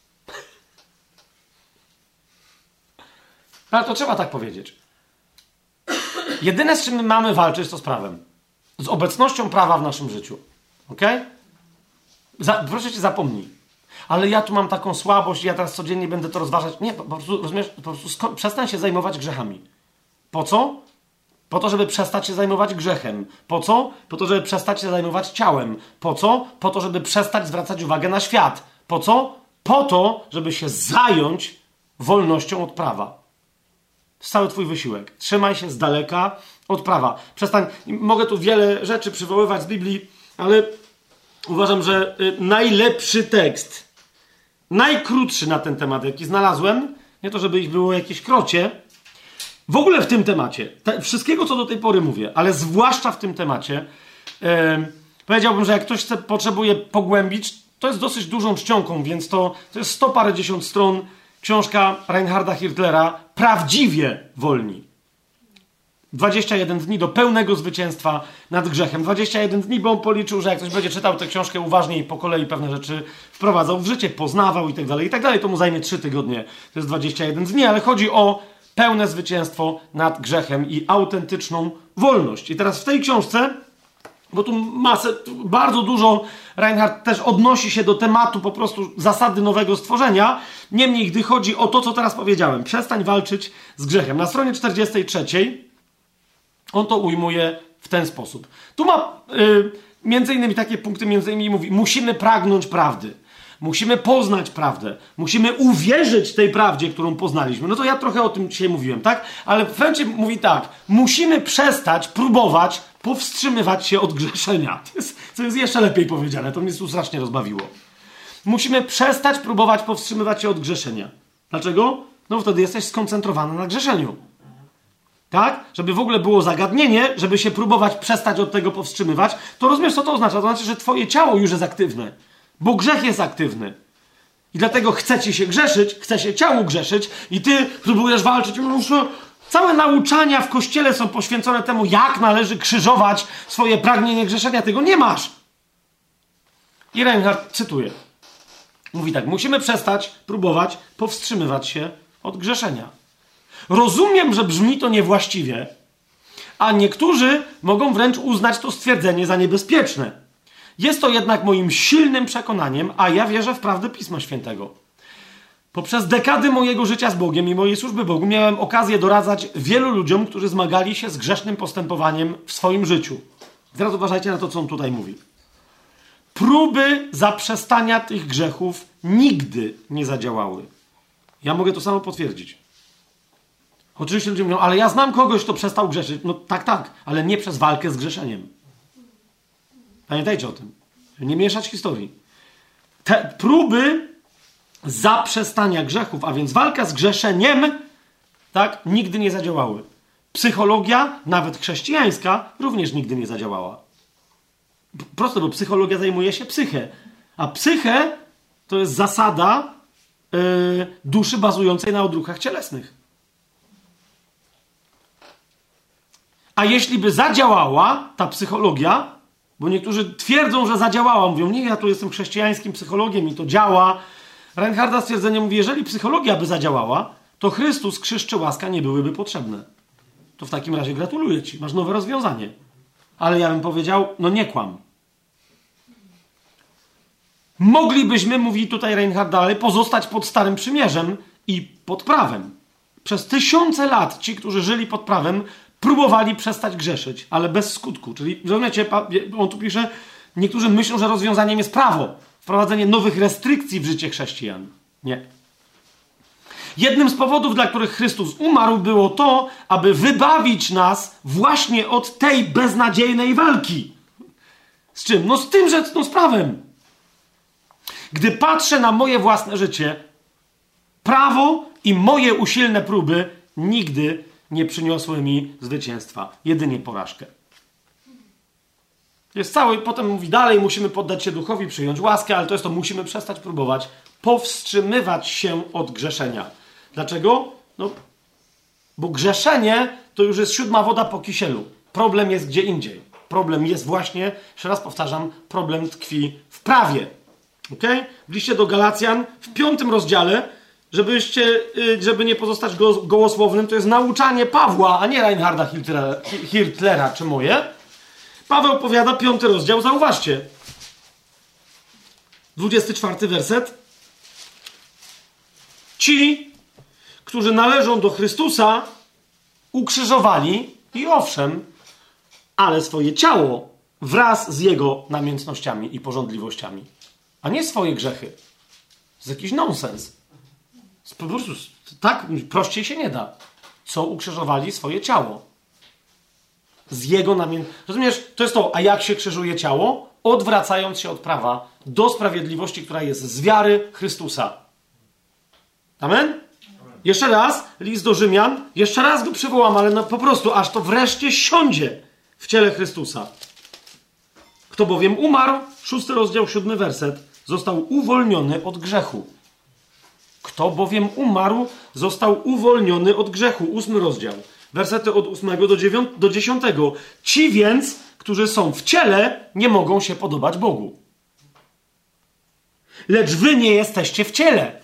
Ale to trzeba tak powiedzieć. Jedyne, z czym my mamy walczyć, to z prawem. Z obecnością prawa w naszym życiu. Okej? Okay? Proszę cię, zapomnij. Ale ja tu mam taką słabość, ja teraz codziennie będę to rozważać. Nie, po, po prostu, rozumiesz, po prostu sko- przestań się zajmować grzechami. Po co? Po to, żeby przestać się zajmować grzechem. Po co? Po to, żeby przestać się zajmować ciałem. Po co? Po to, żeby przestać zwracać uwagę na świat. Po co? Po to, żeby się zająć wolnością od prawa. To jest cały twój wysiłek. Trzymaj się z daleka od prawa. Przestań. Mogę tu wiele rzeczy przywoływać z Biblii, ale uważam, że najlepszy tekst, najkrótszy na ten temat, jaki znalazłem, nie to, żeby ich było jakieś krocie, w ogóle w tym temacie, te, wszystkiego, co do tej pory mówię, ale zwłaszcza w tym temacie, e, powiedziałbym, że jak ktoś chce, potrzebuje pogłębić, to jest dosyć dużą czcionką, więc to, to jest sto parędziesiąt stron, książka Reinharda Hirtlera, Prawdziwie wolni. dwadzieścia jeden dni do pełnego zwycięstwa nad grzechem. dwadzieścia jeden dni, bo on policzył, że jak ktoś będzie czytał tę książkę uważnie i po kolei pewne rzeczy wprowadzał w życie, poznawał i tak dalej, i tak dalej, to mu zajmie trzy tygodnie. To jest dwadzieścia jeden dni, ale chodzi o pełne zwycięstwo nad grzechem i autentyczną wolność. I teraz w tej książce, bo tu masę, bardzo dużo Reinhard też odnosi się do tematu po prostu zasady nowego stworzenia. Niemniej, gdy chodzi o to, co teraz powiedziałem, przestań walczyć z grzechem. Na stronie czterdziestej trzeciej on to ujmuje w ten sposób. Tu ma yy, między innymi takie punkty, między innymi mówi, musimy pragnąć prawdy. Musimy poznać prawdę. Musimy uwierzyć tej prawdzie, którą poznaliśmy. No to ja trochę o tym dzisiaj mówiłem, tak? Ale French mówi tak. Musimy przestać próbować powstrzymywać się od grzeszenia. To jest, co jest jeszcze lepiej powiedziane. To mnie tu strasznie rozbawiło. Musimy przestać próbować powstrzymywać się od grzeszenia. Dlaczego? No bo wtedy jesteś skoncentrowany na grzeszeniu. Tak? Żeby w ogóle było zagadnienie, żeby się próbować przestać od tego powstrzymywać, to rozumiesz, co to oznacza? To znaczy, że twoje ciało już jest aktywne. Bo grzech jest aktywny. I dlatego chce ci się grzeszyć, chce się ciału grzeszyć i ty próbujesz walczyć. Całe nauczania w Kościele są poświęcone temu, jak należy krzyżować swoje pragnienie grzeszenia. Tego nie masz. I Reinhard cytuje. Mówi tak, musimy przestać próbować powstrzymywać się od grzeszenia. Rozumiem, że brzmi to niewłaściwie, a niektórzy mogą wręcz uznać to stwierdzenie za niebezpieczne. Jest to jednak moim silnym przekonaniem, a ja wierzę w prawdę Pisma Świętego. Poprzez dekady mojego życia z Bogiem i mojej służby Bogu miałem okazję doradzać wielu ludziom, którzy zmagali się z grzesznym postępowaniem w swoim życiu. Teraz uważajcie na to, co on tutaj mówi. Próby zaprzestania tych grzechów nigdy nie zadziałały. Ja mogę to samo potwierdzić. Oczywiście ludzie mówią, ale ja znam kogoś, kto przestał grzeszyć. No tak, tak, ale nie przez walkę z grzeszeniem. Pamiętajcie o tym. Nie mieszać historii. Te próby zaprzestania grzechów, a więc walka z grzeszeniem, tak, nigdy nie zadziałały. Psychologia, nawet chrześcijańska, również nigdy nie zadziałała. Prosto, bo psychologia zajmuje się psychę. A psychę to jest zasada yy, duszy bazującej na odruchach cielesnych. A jeśli by zadziałała ta psychologia, bo niektórzy twierdzą, że zadziałała, mówią, nie, ja tu jestem chrześcijańskim psychologiem i to działa. Reinharda stwierdzenie mówi, jeżeli psychologia by zadziałała, to Chrystus, krzyż czy łaska nie byłyby potrzebne. To w takim razie gratuluję ci, masz nowe rozwiązanie. Ale ja bym powiedział, no nie kłam. Moglibyśmy, mówi tutaj Reinhard dalej, pozostać pod Starym Przymierzem i pod prawem. Przez tysiące lat ci, którzy żyli pod prawem, próbowali przestać grzeszyć, ale bez skutku. Czyli, rozumiecie, on tu pisze, niektórzy myślą, że rozwiązaniem jest prawo. Wprowadzenie nowych restrykcji w życie chrześcijan. Nie. Jednym z powodów, dla których Chrystus umarł, było to, aby wybawić nas właśnie od tej beznadziejnej walki. Z czym? No z tym, że no z prawem. Gdy patrzę na moje własne życie, prawo i moje usilne próby nigdy nie przyniosły mi zwycięstwa. Jedynie porażkę. Jest cały, potem mówi dalej, musimy poddać się duchowi, przyjąć łaskę, ale to jest to, musimy przestać próbować powstrzymywać się od grzeszenia. Dlaczego? No, bo grzeszenie to już jest siódma woda po kisielu. Problem jest gdzie indziej. Problem jest właśnie, jeszcze raz powtarzam, problem tkwi w prawie. Okay? W liście do Galacjan, w piątym rozdziale, żebyście, żeby nie pozostać go, gołosłownym, to jest nauczanie Pawła, a nie Reinharda Hitlera, Hitlera czy moje. Paweł powiada, piąty rozdział, zauważcie. Dwudziesty czwarty werset. Ci, którzy należą do Chrystusa, ukrzyżowali i owszem, ale swoje ciało wraz z jego namiętnościami i pożądliwościami, a nie swoje grzechy. To jest jakiś nonsens. Po prostu tak prościej się nie da. Co ukrzyżowali swoje ciało? Z jego namiętnościami. Rozumiesz? To jest to, a jak się krzyżuje ciało? Odwracając się od prawa do sprawiedliwości, która jest z wiary Chrystusa. Amen? Jeszcze raz, list do Rzymian, jeszcze raz go przywołam, ale no po prostu, aż to wreszcie siądzie w ciele Chrystusa. Kto bowiem umarł, szósty rozdział, siódmy werset, został uwolniony od grzechu. Kto bowiem umarł, został uwolniony od grzechu. Ósmy rozdział. Wersety od ósmego do, dziewiątego, do dziesiątego. Ci więc, którzy są w ciele, nie mogą się podobać Bogu. Lecz wy nie jesteście w ciele,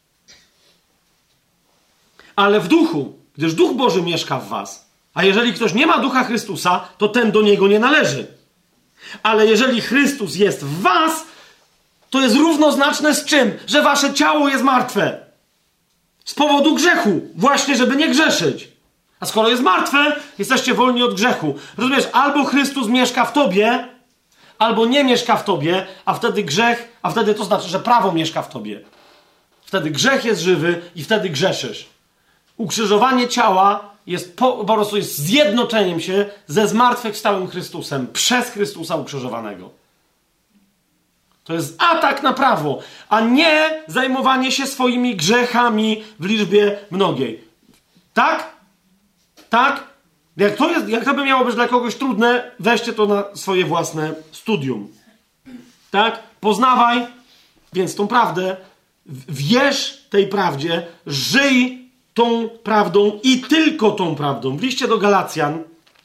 ale w duchu, gdyż Duch Boży mieszka w was. A jeżeli ktoś nie ma Ducha Chrystusa, to ten do niego nie należy. Ale jeżeli Chrystus jest w was, to jest równoznaczne z czym? Że wasze ciało jest martwe. Z powodu grzechu. Właśnie, żeby nie grzeszyć. A skoro jest martwe, jesteście wolni od grzechu. Rozumiesz? Albo Chrystus mieszka w tobie, albo nie mieszka w tobie, a wtedy grzech, a wtedy to znaczy, że prawo mieszka w tobie. Wtedy grzech jest żywy i wtedy grzeszysz. Ukrzyżowanie ciała jest po, po prostu jest zjednoczeniem się ze zmartwychwstałym Chrystusem przez Chrystusa ukrzyżowanego. To jest atak na prawo, a nie zajmowanie się swoimi grzechami w liczbie mnogiej. Tak? Tak? Jak to, jest, jak to by miało być dla kogoś trudne, weźcie to na swoje własne studium. Tak? Poznawaj więc tą prawdę, wierz tej prawdzie, żyj tą prawdą i tylko tą prawdą. W liście do Galacjan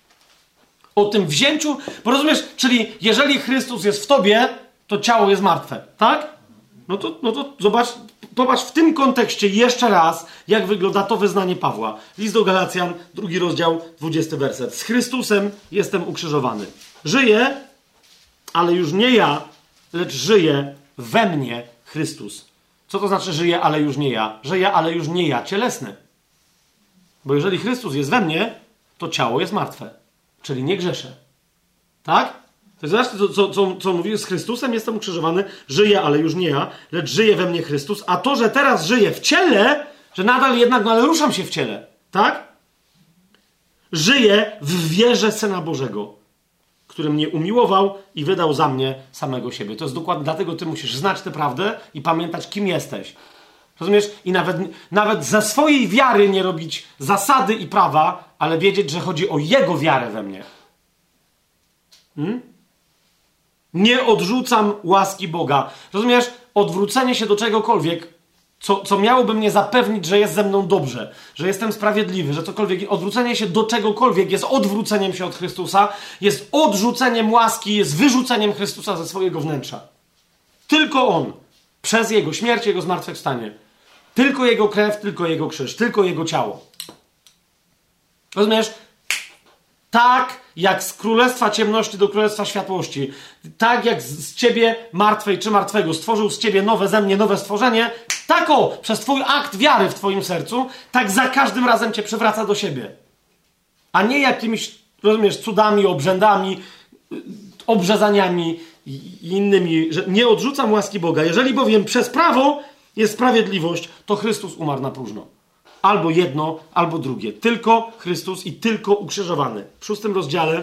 o tym wzięciu, bo rozumiesz, czyli jeżeli Chrystus jest w tobie, to ciało jest martwe, tak? No to, no to zobacz, popatrz w tym kontekście jeszcze raz, jak wygląda to wyznanie Pawła. List do Galacjan, drugi rozdział, dwudziesty werset. Z Chrystusem jestem ukrzyżowany. Żyję, ale już nie ja, lecz żyje we mnie Chrystus. Co to znaczy żyję, ale już nie ja? Żyję, ale już nie ja, cielesny. Bo jeżeli Chrystus jest we mnie, to ciało jest martwe. Czyli nie grzeszę. Tak? To zobaczcie, co, co, co, co mówi, z Chrystusem jestem ukrzyżowany, żyję, ale już nie ja, lecz żyje we mnie Chrystus, a to, że teraz żyję w ciele, że nadal jednak, no ale ruszam się w ciele, tak? Żyję w wierze Syna Bożego, który mnie umiłował i wydał za mnie samego siebie. To jest dokładnie, dlatego ty musisz znać tę prawdę i pamiętać, kim jesteś. Rozumiesz? I nawet, nawet ze swojej wiary nie robić zasady i prawa, ale wiedzieć, że chodzi o Jego wiarę we mnie. Hmm? Nie odrzucam łaski Boga. Rozumiesz? Odwrócenie się do czegokolwiek, co, co miałoby mnie zapewnić, że jest ze mną dobrze, że jestem sprawiedliwy, że cokolwiek, odwrócenie się do czegokolwiek jest odwróceniem się od Chrystusa, jest odrzuceniem łaski, jest wyrzuceniem Chrystusa ze swojego wnętrza. Tylko On, przez Jego śmierć, Jego zmartwychwstanie. Tylko Jego krew, tylko Jego krzyż, tylko Jego ciało. Rozumiesz? Tak jak z królestwa ciemności do królestwa światłości, tak jak z ciebie martwej czy martwego stworzył z ciebie nowe ze mnie nowe stworzenie, tak o, przez twój akt wiary w twoim sercu, tak za każdym razem cię przywraca do siebie. A nie jakimiś, rozumiesz, cudami, obrzędami, obrzezaniami i innymi, że nie odrzucam łaski Boga. Jeżeli bowiem przez prawo jest sprawiedliwość, to Chrystus umarł na próżno. Albo jedno, albo drugie. Tylko Chrystus i tylko ukrzyżowany. W szóstym rozdziale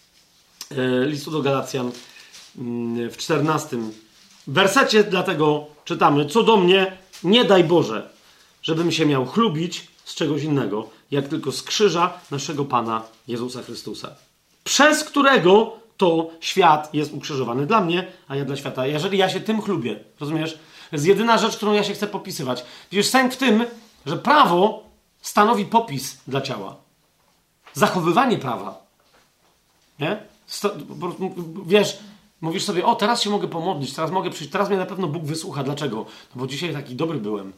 e, listu do Galacjan, e, w czternastym wersecie dlatego czytamy: co do mnie, nie daj Boże, żebym się miał chlubić z czegoś innego, jak tylko z krzyża naszego Pana Jezusa Chrystusa, przez którego to świat jest ukrzyżowany dla mnie, a ja dla świata. Jeżeli ja się tym chlubię, rozumiesz? To jest jedyna rzecz, którą ja się chcę popisywać. Widzisz, sęk w tym, że prawo stanowi popis dla ciała. Zachowywanie prawa. Nie? Sto, wiesz, mówisz sobie, o, teraz się mogę pomodlić, teraz mogę przyjść, teraz mnie na pewno Bóg wysłucha. Dlaczego? No bo dzisiaj taki dobry byłem.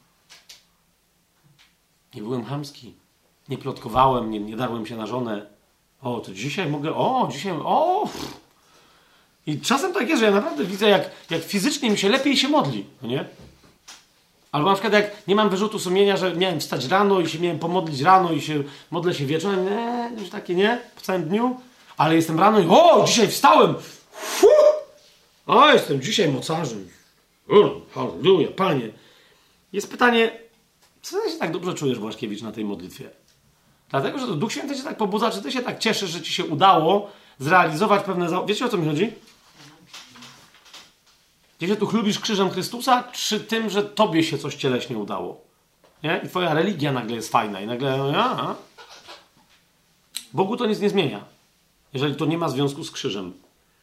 Nie byłem chamski. Nie plotkowałem, nie, nie darłem się na żonę. O, to dzisiaj mogę, o, dzisiaj, o. I czasem tak jest, że ja naprawdę widzę, jak, jak fizycznie mi się lepiej się modli. No nie? Albo na przykład jak nie mam wyrzutu sumienia, że miałem wstać rano i się miałem pomodlić rano i się modlę się wieczorem, nie, już takie nie, po całym dniu, ale jestem rano i o, dzisiaj wstałem, Fuh! O, jestem dzisiaj mocarzem, o, halleluja, Panie. Jest pytanie, co ty się tak dobrze czujesz, Błaszkiewicz, na tej modlitwie? Dlatego, że to Duch Święty się tak pobudza, czy ty się tak cieszysz, że ci się udało zrealizować pewne... Za... Wiecie, o co mi chodzi? Gdzie się tu chlubisz krzyżem Chrystusa, czy tym, że tobie się coś cieleśnie udało? Nie? I twoja religia nagle jest fajna i nagle... Aha. Bogu to nic nie zmienia, jeżeli to nie ma związku z krzyżem.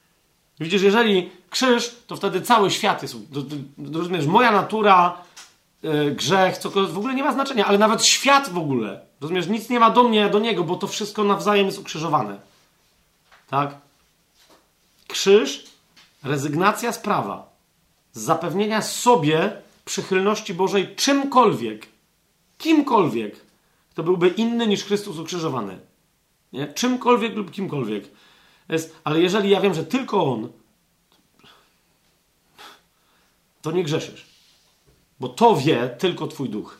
Widzisz, jeżeli krzyż, to wtedy cały świat jest... Rozumiesz, moja natura yy, grzech, cokolwiek, w ogóle nie ma znaczenia, ale nawet świat w ogóle. Rozumiesz, nic nie ma do mnie, a do niego, bo to wszystko nawzajem jest ukrzyżowane. Tak? Krzyż, rezygnacja z prawa, z zapewnienia sobie przychylności Bożej czymkolwiek, kimkolwiek, kto byłby inny niż Chrystus ukrzyżowany. Nie? Czymkolwiek lub kimkolwiek. Jest, ale jeżeli ja wiem, że tylko On, to nie grzeszysz. Bo to wie tylko Twój duch.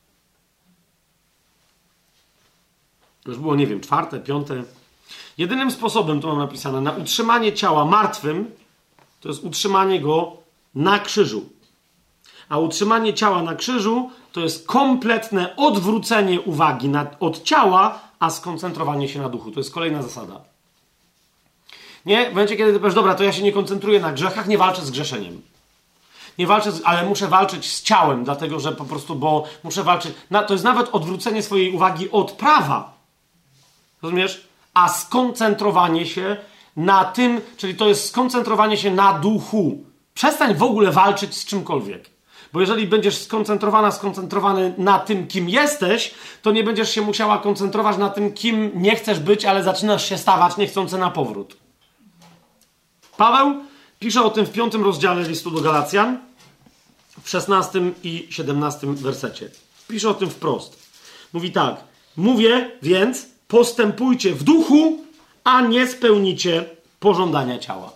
To już było, nie wiem, czwarte, piąte. Jedynym sposobem, to mam napisane, na utrzymanie ciała martwym, to jest utrzymanie go na krzyżu. A utrzymanie ciała na krzyżu to jest kompletne odwrócenie uwagi na, od ciała, a skoncentrowanie się na duchu. To jest kolejna zasada. Nie? W momencie, kiedy ty powiesz, dobra, to ja się nie koncentruję na grzechach, nie walczę z grzeszeniem. Nie walczę, z, ale muszę walczyć z ciałem, dlatego że po prostu, bo muszę walczyć. Na, to jest nawet odwrócenie swojej uwagi od prawa. Rozumiesz? A skoncentrowanie się na tym, czyli to jest skoncentrowanie się na duchu. Przestań w ogóle walczyć z czymkolwiek. Bo jeżeli będziesz skoncentrowana, skoncentrowany na tym, kim jesteś, to nie będziesz się musiała koncentrować na tym, kim nie chcesz być, ale zaczynasz się stawać niechcący na powrót. Paweł pisze o tym w piątym rozdziale listu do Galacjan, w szesnastym i siedemnastym wersecie. Pisze o tym wprost. Mówi tak. Mówię więc, postępujcie w duchu, a nie spełnicie pożądania ciała.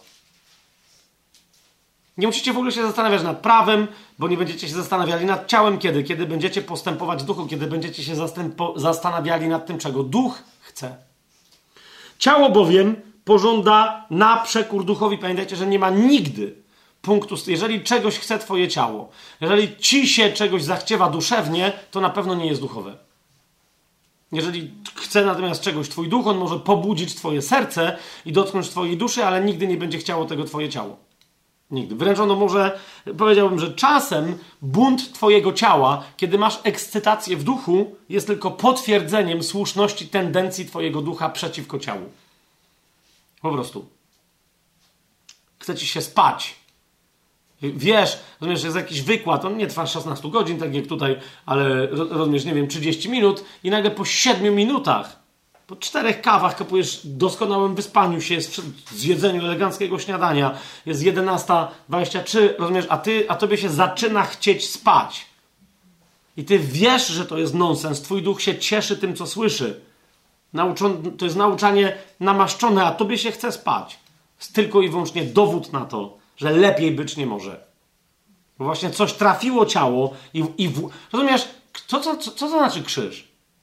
Nie musicie w ogóle się zastanawiać nad prawem, bo nie będziecie się zastanawiali nad ciałem kiedy? Kiedy będziecie postępować w duchu, kiedy będziecie się zastanawiali nad tym, czego duch chce. Ciało bowiem pożąda na przekór duchowi. Pamiętajcie, że nie ma nigdy punktu, jeżeli czegoś chce twoje ciało, jeżeli ci się czegoś zachciewa duszewnie, to na pewno nie jest duchowe. Jeżeli chce natomiast czegoś twój duch, on może pobudzić twoje serce i dotknąć twojej duszy, ale nigdy nie będzie chciało tego twoje ciało. Nigdy. Wręcz ono może, powiedziałbym, że czasem bunt twojego ciała, kiedy masz ekscytację w duchu, jest tylko potwierdzeniem słuszności tendencji twojego ducha przeciwko ciału. Po prostu. Chce ci się spać. Wiesz, rozumiesz, jest jakiś wykład, on nie trwa szesnaście godzin, tak jak tutaj, ale rozumiesz, nie wiem, trzydzieści minut i nagle po siedmiu minutach, po czterech kawach kapujesz doskonałym wyspaniu się, zjedzeniu eleganckiego śniadania, jest jedenasta dwadzieścia trzy, rozumiesz, a, ty, a tobie się zaczyna chcieć spać. I ty wiesz, że to jest nonsens, twój duch się cieszy tym, co słyszy. Nauczon, to jest nauczanie namaszczone, a tobie się chce spać. Jest tylko i wyłącznie dowód na to, że lepiej być nie może. Bo właśnie coś trafiło ciało i... i w... Rozumiesz, co, co, co, co to znaczy krzyż?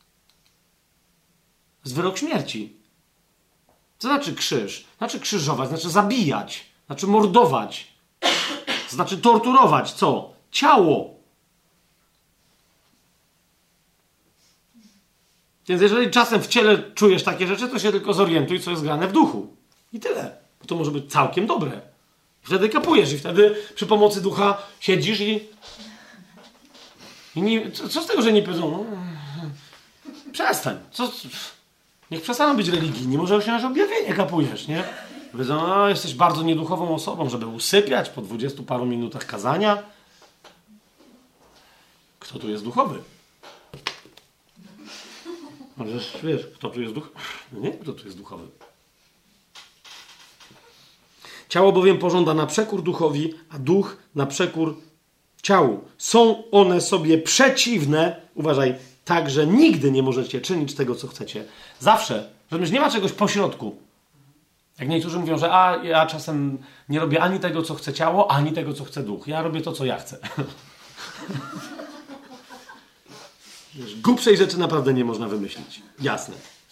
To jest wyrok śmierci. Co znaczy krzyż? Znaczy krzyżować, znaczy zabijać, znaczy mordować, znaczy torturować. Co? Ciało. Więc jeżeli czasem w ciele czujesz takie rzeczy, to się tylko zorientuj, co jest grane w duchu. I tyle. Bo to może być całkiem dobre. Wtedy kapujesz i wtedy przy pomocy ducha siedzisz i... I nie... Co z tego, że nie powiedzą? No... Przestań. Co... Niech przestaną być religijni. Może osiągnąć objawienie, kapujesz, nie? Powiedzą, no jesteś bardzo nieduchową osobą, żeby usypiać po dwudziestu paru minutach kazania. Kto tu jest duchowy? Może wiesz, kto tu jest duchowy? No nie, kto tu jest duchowy. Ciało bowiem pożąda na przekór duchowi, a duch na przekór ciału. Są one sobie przeciwne, uważaj, tak, że nigdy nie możecie czynić tego, co chcecie. Zawsze. Rozumiesz, nie ma czegoś pośrodku. Jak niektórzy mówią, że a ja czasem nie robię ani tego, co chce ciało, ani tego, co chce duch. Ja robię to, co ja chcę. Wiesz, głupszej rzeczy naprawdę nie można wymyślić. Jasne.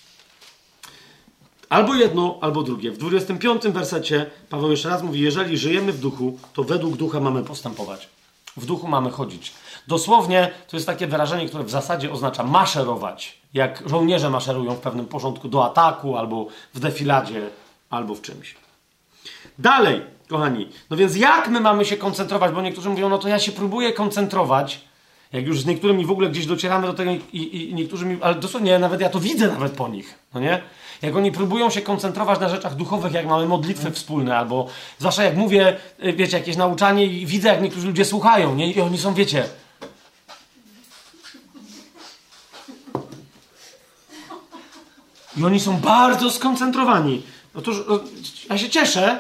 Albo jedno, albo drugie. W dwudziestym piątym wersecie Paweł jeszcze raz mówi, jeżeli żyjemy w duchu, to według ducha mamy postępować. W duchu mamy chodzić. Dosłownie to jest takie wyrażenie, które w zasadzie oznacza maszerować. Jak żołnierze maszerują w pewnym porządku do ataku, albo w defiladzie, albo w czymś. Dalej, kochani. No więc jak my mamy się koncentrować? Bo niektórzy mówią, no to ja się próbuję koncentrować. Jak już z niektórymi w ogóle gdzieś docieramy do tego i, i, i niektórzy mi... Ale dosłownie nawet ja to widzę nawet po nich. No nie? Jak oni próbują się koncentrować na rzeczach duchowych, jak mamy modlitwy wspólne, albo zwłaszcza jak mówię, wiecie, jakieś nauczanie i widzę, jak niektórzy ludzie słuchają, nie? I oni są, wiecie, I oni są bardzo skoncentrowani. Otóż ja się cieszę.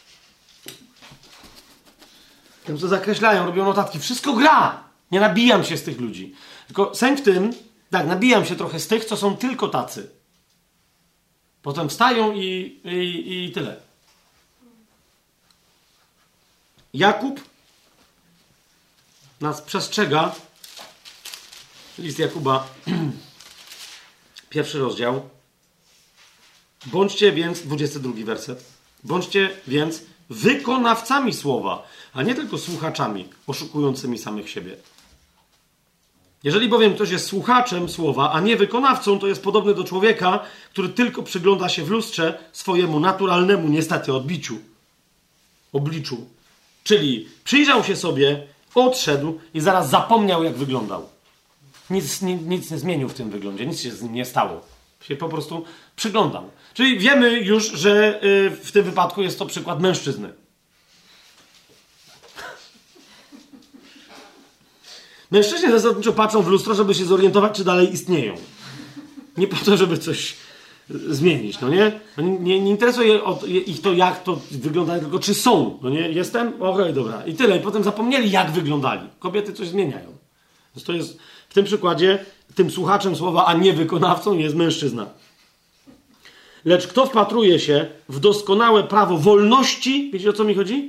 Tym, co zakreślają, robią notatki. Wszystko gra. Nie nabijam się z tych ludzi. Tylko sęk w tym, tak, nabijam się trochę z tych, co są tylko tacy. Potem wstają i, i, i tyle. Jakub nas przestrzega. List Jakuba, pierwszy rozdział. Bądźcie więc, dwudziesty drugi werset. Bądźcie więc wykonawcami słowa, a nie tylko słuchaczami, oszukującymi samych siebie. Jeżeli bowiem ktoś jest słuchaczem słowa, a nie wykonawcą, to jest podobny do człowieka, który tylko przygląda się w lustrze swojemu naturalnemu, niestety, odbiciu, obliczu. Czyli przyjrzał się sobie, odszedł i zaraz zapomniał, jak wyglądał. Nic, nic, nic nie zmienił w tym wyglądzie, nic się z nim nie stało. Się po prostu przyglądał. Czyli wiemy już, że yy, w tym wypadku jest to przykład mężczyzny. Mężczyźni zasadniczo patrzą w lustro, żeby się zorientować, czy dalej istnieją. Nie po to, żeby coś zmienić, no nie? Nie, nie interesuje od, ich to, jak to wygląda, tylko czy są, no nie? Jestem? Okej, okay, dobra. I tyle. I potem zapomnieli, jak wyglądali. Kobiety coś zmieniają. Więc to jest w tym przykładzie tym słuchaczem słowa, a nie wykonawcą jest mężczyzna. Lecz kto wpatruje się w doskonałe prawo wolności, wiecie, o co mi chodzi?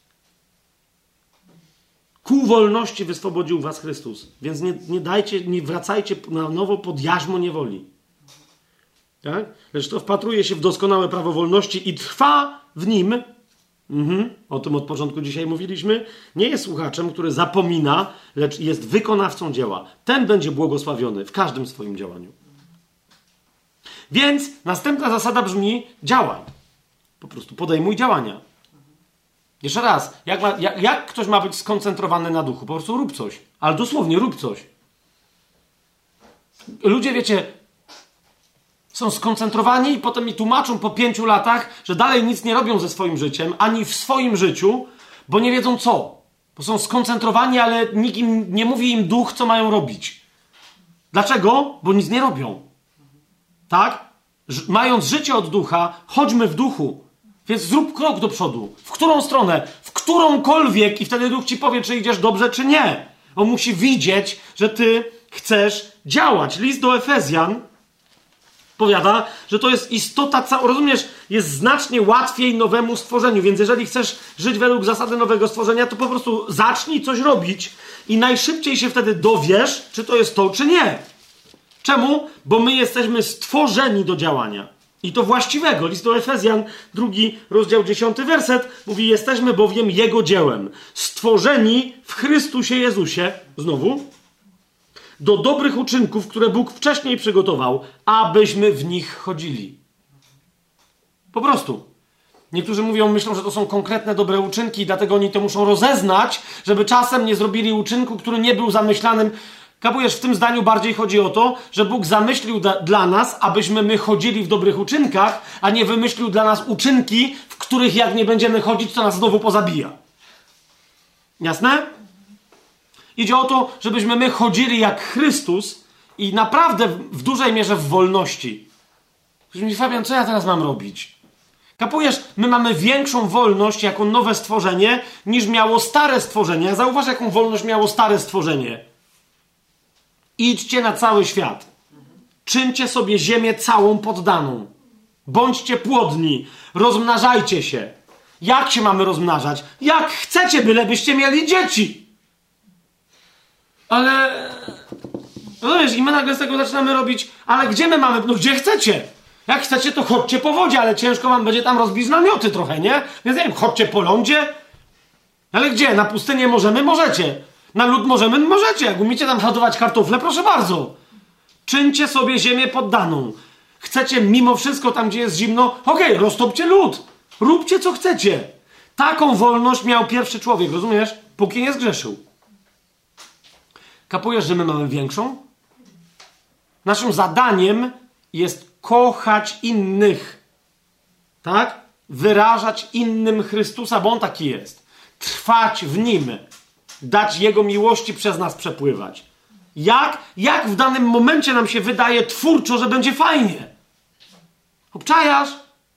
Ku wolności wyswobodził was Chrystus. Więc nie, nie dajcie, nie wracajcie na nowo pod jarzmo niewoli. Tak? Lecz kto wpatruje się w doskonałe prawo wolności i trwa w nim, mhm, o tym od początku dzisiaj mówiliśmy, nie jest słuchaczem, który zapomina, lecz jest wykonawcą dzieła. Ten będzie błogosławiony w każdym swoim działaniu. Więc następna zasada brzmi: działaj. Po prostu podejmuj działania. Jeszcze raz, jak, ma, jak, jak ktoś ma być skoncentrowany na duchu? Po prostu rób coś. Ale dosłownie rób coś. Ludzie, wiecie, są skoncentrowani i potem mi tłumaczą po pięciu latach, że dalej nic nie robią ze swoim życiem, ani w swoim życiu, bo nie wiedzą co. Bo są skoncentrowani, ale nikt im nie mówi im duch, co mają robić. Dlaczego? Bo nic nie robią. Tak? Ż- mając życie od ducha, chodźmy w duchu. Więc zrób krok do przodu. W którą stronę? W którąkolwiek i wtedy duch ci powie, czy idziesz dobrze, czy nie. On musi widzieć, że ty chcesz działać. List do Efezjan powiada, że to jest istota cała, rozumiesz, jest znacznie łatwiej nowemu stworzeniu, więc jeżeli chcesz żyć według zasady nowego stworzenia, to po prostu zacznij coś robić i najszybciej się wtedy dowiesz, czy to jest to, czy nie. Czemu? Bo my jesteśmy stworzeni do działania. I to właściwego. List do Efezjan, drugi rozdział, dziesiąty werset mówi: jesteśmy bowiem Jego dziełem, stworzeni w Chrystusie Jezusie, znowu, do dobrych uczynków, które Bóg wcześniej przygotował, abyśmy w nich chodzili. Po prostu. Niektórzy mówią, myślą, że to są konkretne dobre uczynki i dlatego oni to muszą rozeznać, żeby czasem nie zrobili uczynku, który nie był zamyślanym. Kapujesz, w tym zdaniu bardziej chodzi o to, że Bóg zamyślił da- dla nas, abyśmy my chodzili w dobrych uczynkach, a nie wymyślił dla nas uczynki, w których jak nie będziemy chodzić, to nas znowu pozabija. Jasne? Idzie o to, żebyśmy my chodzili jak Chrystus i naprawdę w, w dużej mierze w wolności. Mówi: Fabian, co ja teraz mam robić? Kapujesz? My mamy większą wolność jako nowe stworzenie, niż miało stare stworzenie. Zauważ, jaką wolność miało stare stworzenie. Idźcie na cały świat. Czyńcie sobie ziemię całą poddaną. Bądźcie płodni. Rozmnażajcie się. Jak się mamy rozmnażać? Jak chcecie, bylebyście mieli dzieci. Ale... No wiesz, i my nagle z tego zaczynamy robić, ale gdzie my mamy? No gdzie chcecie. Jak chcecie, to chodźcie po wodzie, ale ciężko wam będzie tam rozbić namioty trochę, nie? Więc nie wiem, chodźcie po lądzie. Ale gdzie? Na pustynię możemy? Możecie. Na lód możemy? Możecie. Jak umiecie tam hodować kartofle, proszę bardzo. Czyńcie sobie ziemię poddaną. Chcecie mimo wszystko tam, gdzie jest zimno? Okej, okay, roztopcie lód. Róbcie, co chcecie. Taką wolność miał pierwszy człowiek, rozumiesz? Póki nie zgrzeszył. Kapujesz, że my mamy większą? Naszym zadaniem jest kochać innych. Tak? Wyrażać innym Chrystusa, bo On taki jest. Trwać w Nim. Dać Jego miłości przez nas przepływać. Jak? Jak w danym momencie nam się wydaje twórczo, że będzie fajnie. Obczajasz?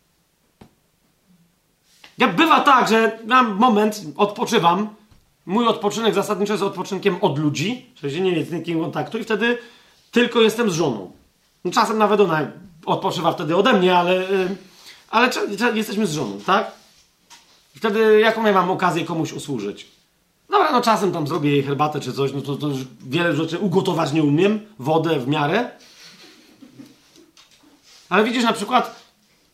Ja bywa tak, że mam moment, odpoczywam. Mój odpoczynek zasadniczo jest odpoczynkiem od ludzi, czyli nie jest nikim kontaktu i wtedy tylko jestem z żoną. No, czasem nawet ona odpoczywa wtedy ode mnie, ale, ale jesteśmy z żoną, tak? I wtedy jaką ja mam okazję komuś usłużyć? Dobra, no czasem tam zrobię jej herbatę czy coś, no to, to już wiele rzeczy ugotować nie umiem, wodę w miarę. Ale widzisz, na przykład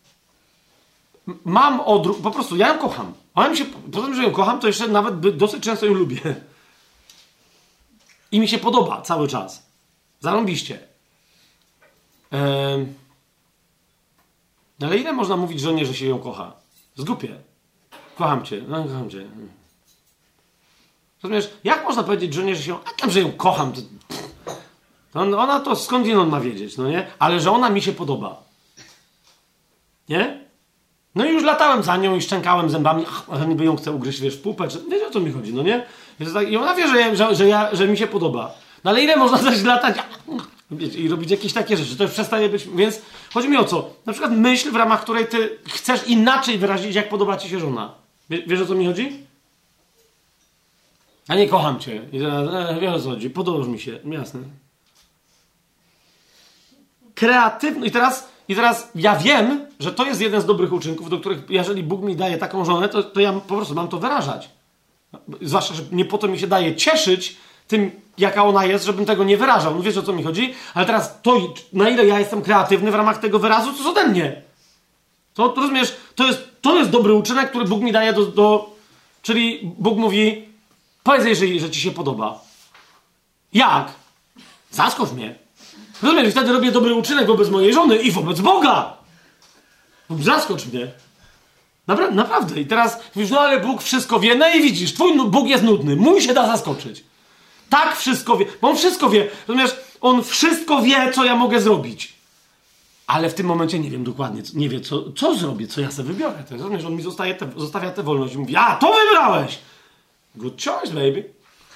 mam odruch, po prostu ja ją kocham. Ona mi się, poza tym, że ją kocham, to jeszcze nawet dosyć często ją lubię. I mi się podoba cały czas. Zarąbiście. Eee... Ale ile można mówić żonie, że się ją kocha? Zgupie. Kocham cię. No, kocham cię. Rozumiesz? Jak można powiedzieć żonie, że się ją... A tam, że ją kocham, to... to ona to skądinąd ma wiedzieć, no nie? Ale że ona mi się podoba. Nie? No i już latałem za nią i szczękałem zębami, ach, niby ją chcę ugryźć, wiesz, w pupę, czy... Wiecie, o co mi chodzi, no nie? I ona wie, że, ja, że, że, ja, że mi się podoba. No ale ile można coś latać i robić jakieś takie rzeczy? To już przestaje być... Więc chodzi mi o co? Na przykład myśl, w ramach której ty chcesz inaczej wyrazić, jak podoba ci się żona. Wiesz, o co mi chodzi? A nie kocham cię. I teraz, e, wiesz, o co chodzi? Podobasz mi się. Jasne. Kreatywny. I teraz, I teraz ja wiem, że to jest jeden z dobrych uczynków, do których, jeżeli Bóg mi daje taką żonę, to, to ja po prostu mam to wyrażać. Zwłaszcza, że nie po to mi się daje cieszyć tym, jaka ona jest, żebym tego nie wyrażał. No wiesz, o co mi chodzi? Ale teraz to, na ile ja jestem kreatywny w ramach tego wyrazu, to jest ode mnie. To, to rozumiesz? To jest, to jest dobry uczynek, który Bóg mi daje do... do czyli Bóg mówi, powiedz jej, że, że ci się podoba. Jak? Zaskocz mnie. Rozumiesz? I wtedy robię dobry uczynek wobec mojej żony i wobec Boga. Zaskocz mnie. Napra- naprawdę. I teraz mówisz, no ale Bóg wszystko wie. No i widzisz, twój Bóg jest nudny. Mój się da zaskoczyć. Tak wszystko wie. Bo on wszystko wie. Rozumiesz? On wszystko wie, co ja mogę zrobić. Ale w tym momencie nie wiem dokładnie, nie wie, co, co zrobię, co ja sobie wybiorę. To jest, rozumiesz? On mi zostaje te, zostawia tę wolność i mówi, a, to wybrałeś! Good choice, baby.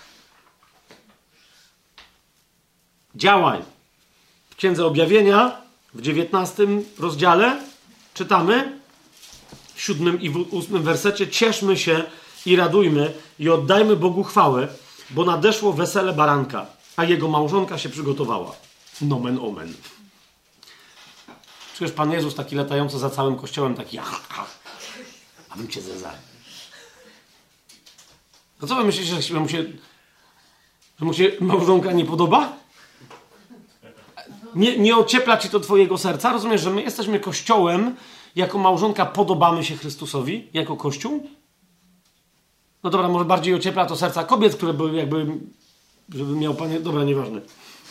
Działaj. W Księdze Objawienia, w dziewiętnastym rozdziale, czytamy, w siódmym i w ósmym wersecie, cieszmy się i radujmy i oddajmy Bogu chwałę, bo nadeszło wesele baranka, a jego małżonka się przygotowała. Nomen omen. Przecież Pan Jezus taki latający za całym kościołem, taki ach, ach, a bym cię zezał. To co wy myślicie, że mu się, że mu się małżonka nie podoba? Nie, nie ociepla ci to twojego serca? Rozumiesz, że my jesteśmy kościołem, jako małżonka podobamy się Chrystusowi, jako kościół? No dobra, może bardziej ociepla to serca kobiet, które były jakby, żeby miał Panie... Dobra, nieważne.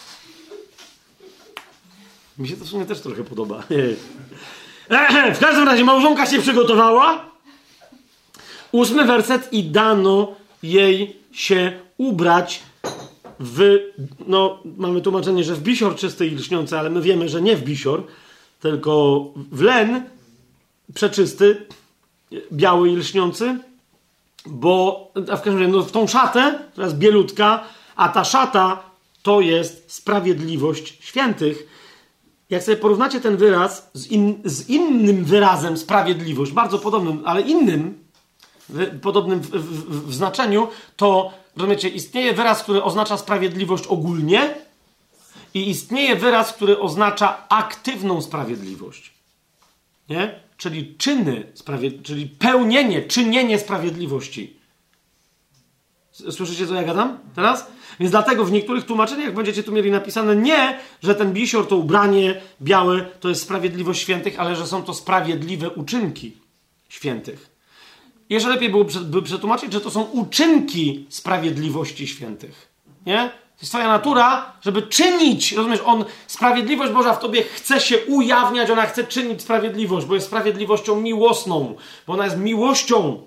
Mi się to w sumie też trochę podoba. W każdym razie małżonka się przygotowała. Ósmy werset i dano jej się ubrać w... No, mamy tłumaczenie, że w bisior czysty i lśniący, ale my wiemy, że nie w bisior, tylko w len przeczysty, biały i lśniący, bo a w każdym razie no, w tą szatę, która jest bielutka, a ta szata to jest sprawiedliwość świętych. Jak sobie porównacie ten wyraz z, in, z innym wyrazem sprawiedliwość, bardzo podobnym, ale innym, w, podobnym w, w, w znaczeniu, to, rozumiecie, istnieje wyraz, który oznacza sprawiedliwość ogólnie i istnieje wyraz, który oznacza aktywną sprawiedliwość. Nie? Czyli czyny, sprawiedli- czyli pełnienie, czynienie sprawiedliwości. Słyszycie, co ja gadam teraz? Więc dlatego w niektórych tłumaczeniach będziecie tu mieli napisane nie, że ten bisior, to ubranie białe, to jest sprawiedliwość świętych, ale że są to sprawiedliwe uczynki świętych. Jeszcze lepiej byłoby przetłumaczyć, że to są uczynki sprawiedliwości świętych. Nie? To jest twoja natura, żeby czynić. Rozumiesz, on, sprawiedliwość Boża w tobie chce się ujawniać, ona chce czynić sprawiedliwość, bo jest sprawiedliwością miłosną, bo ona jest miłością.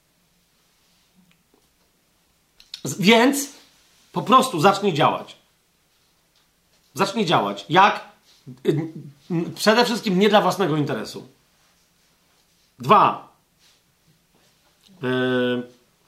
Więc po prostu zacznij działać. Zacznij działać. Jak? Przede wszystkim nie dla własnego interesu. Dwa. Yy...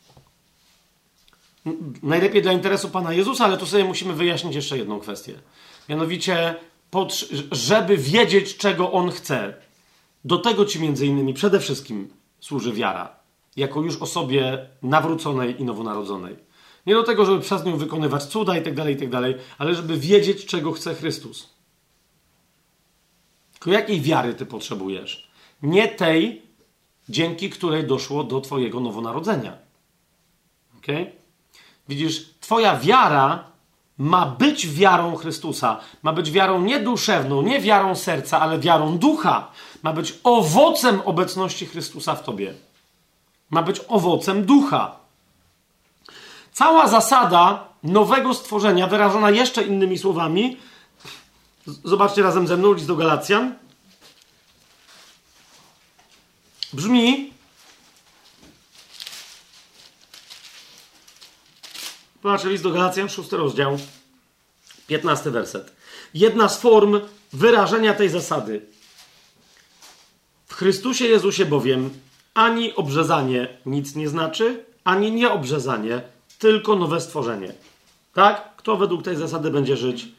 Najlepiej dla interesu Pana Jezusa, ale tu sobie musimy wyjaśnić jeszcze jedną kwestię. Mianowicie, żeby wiedzieć, czego On chce. Do tego ci między innymi przede wszystkim służy wiara, jako już osobie nawróconej i nowonarodzonej. Nie do tego, żeby przez nią wykonywać cuda i tak dalej, i tak dalej, ale żeby wiedzieć, czego chce Chrystus. Tylko jakiej wiary ty potrzebujesz? Nie tej, dzięki której doszło do twojego nowonarodzenia. Okay? Widzisz, twoja wiara ma być wiarą Chrystusa. Ma być wiarą nie duszewną, nie wiarą serca, ale wiarą ducha. Ma być owocem obecności Chrystusa w tobie. Ma być owocem ducha. Cała zasada nowego stworzenia, wyrażona jeszcze innymi słowami, zobaczcie razem ze mną list do Galacjan, brzmi: zobaczcie, list do Galacjan, szósty rozdział, piętnasty werset. Jedna z form wyrażenia tej zasady. W Chrystusie Jezusie bowiem ani obrzezanie nic nie znaczy, ani nieobrzezanie, tylko nowe stworzenie. Tak? Kto według tej zasady będzie żyć?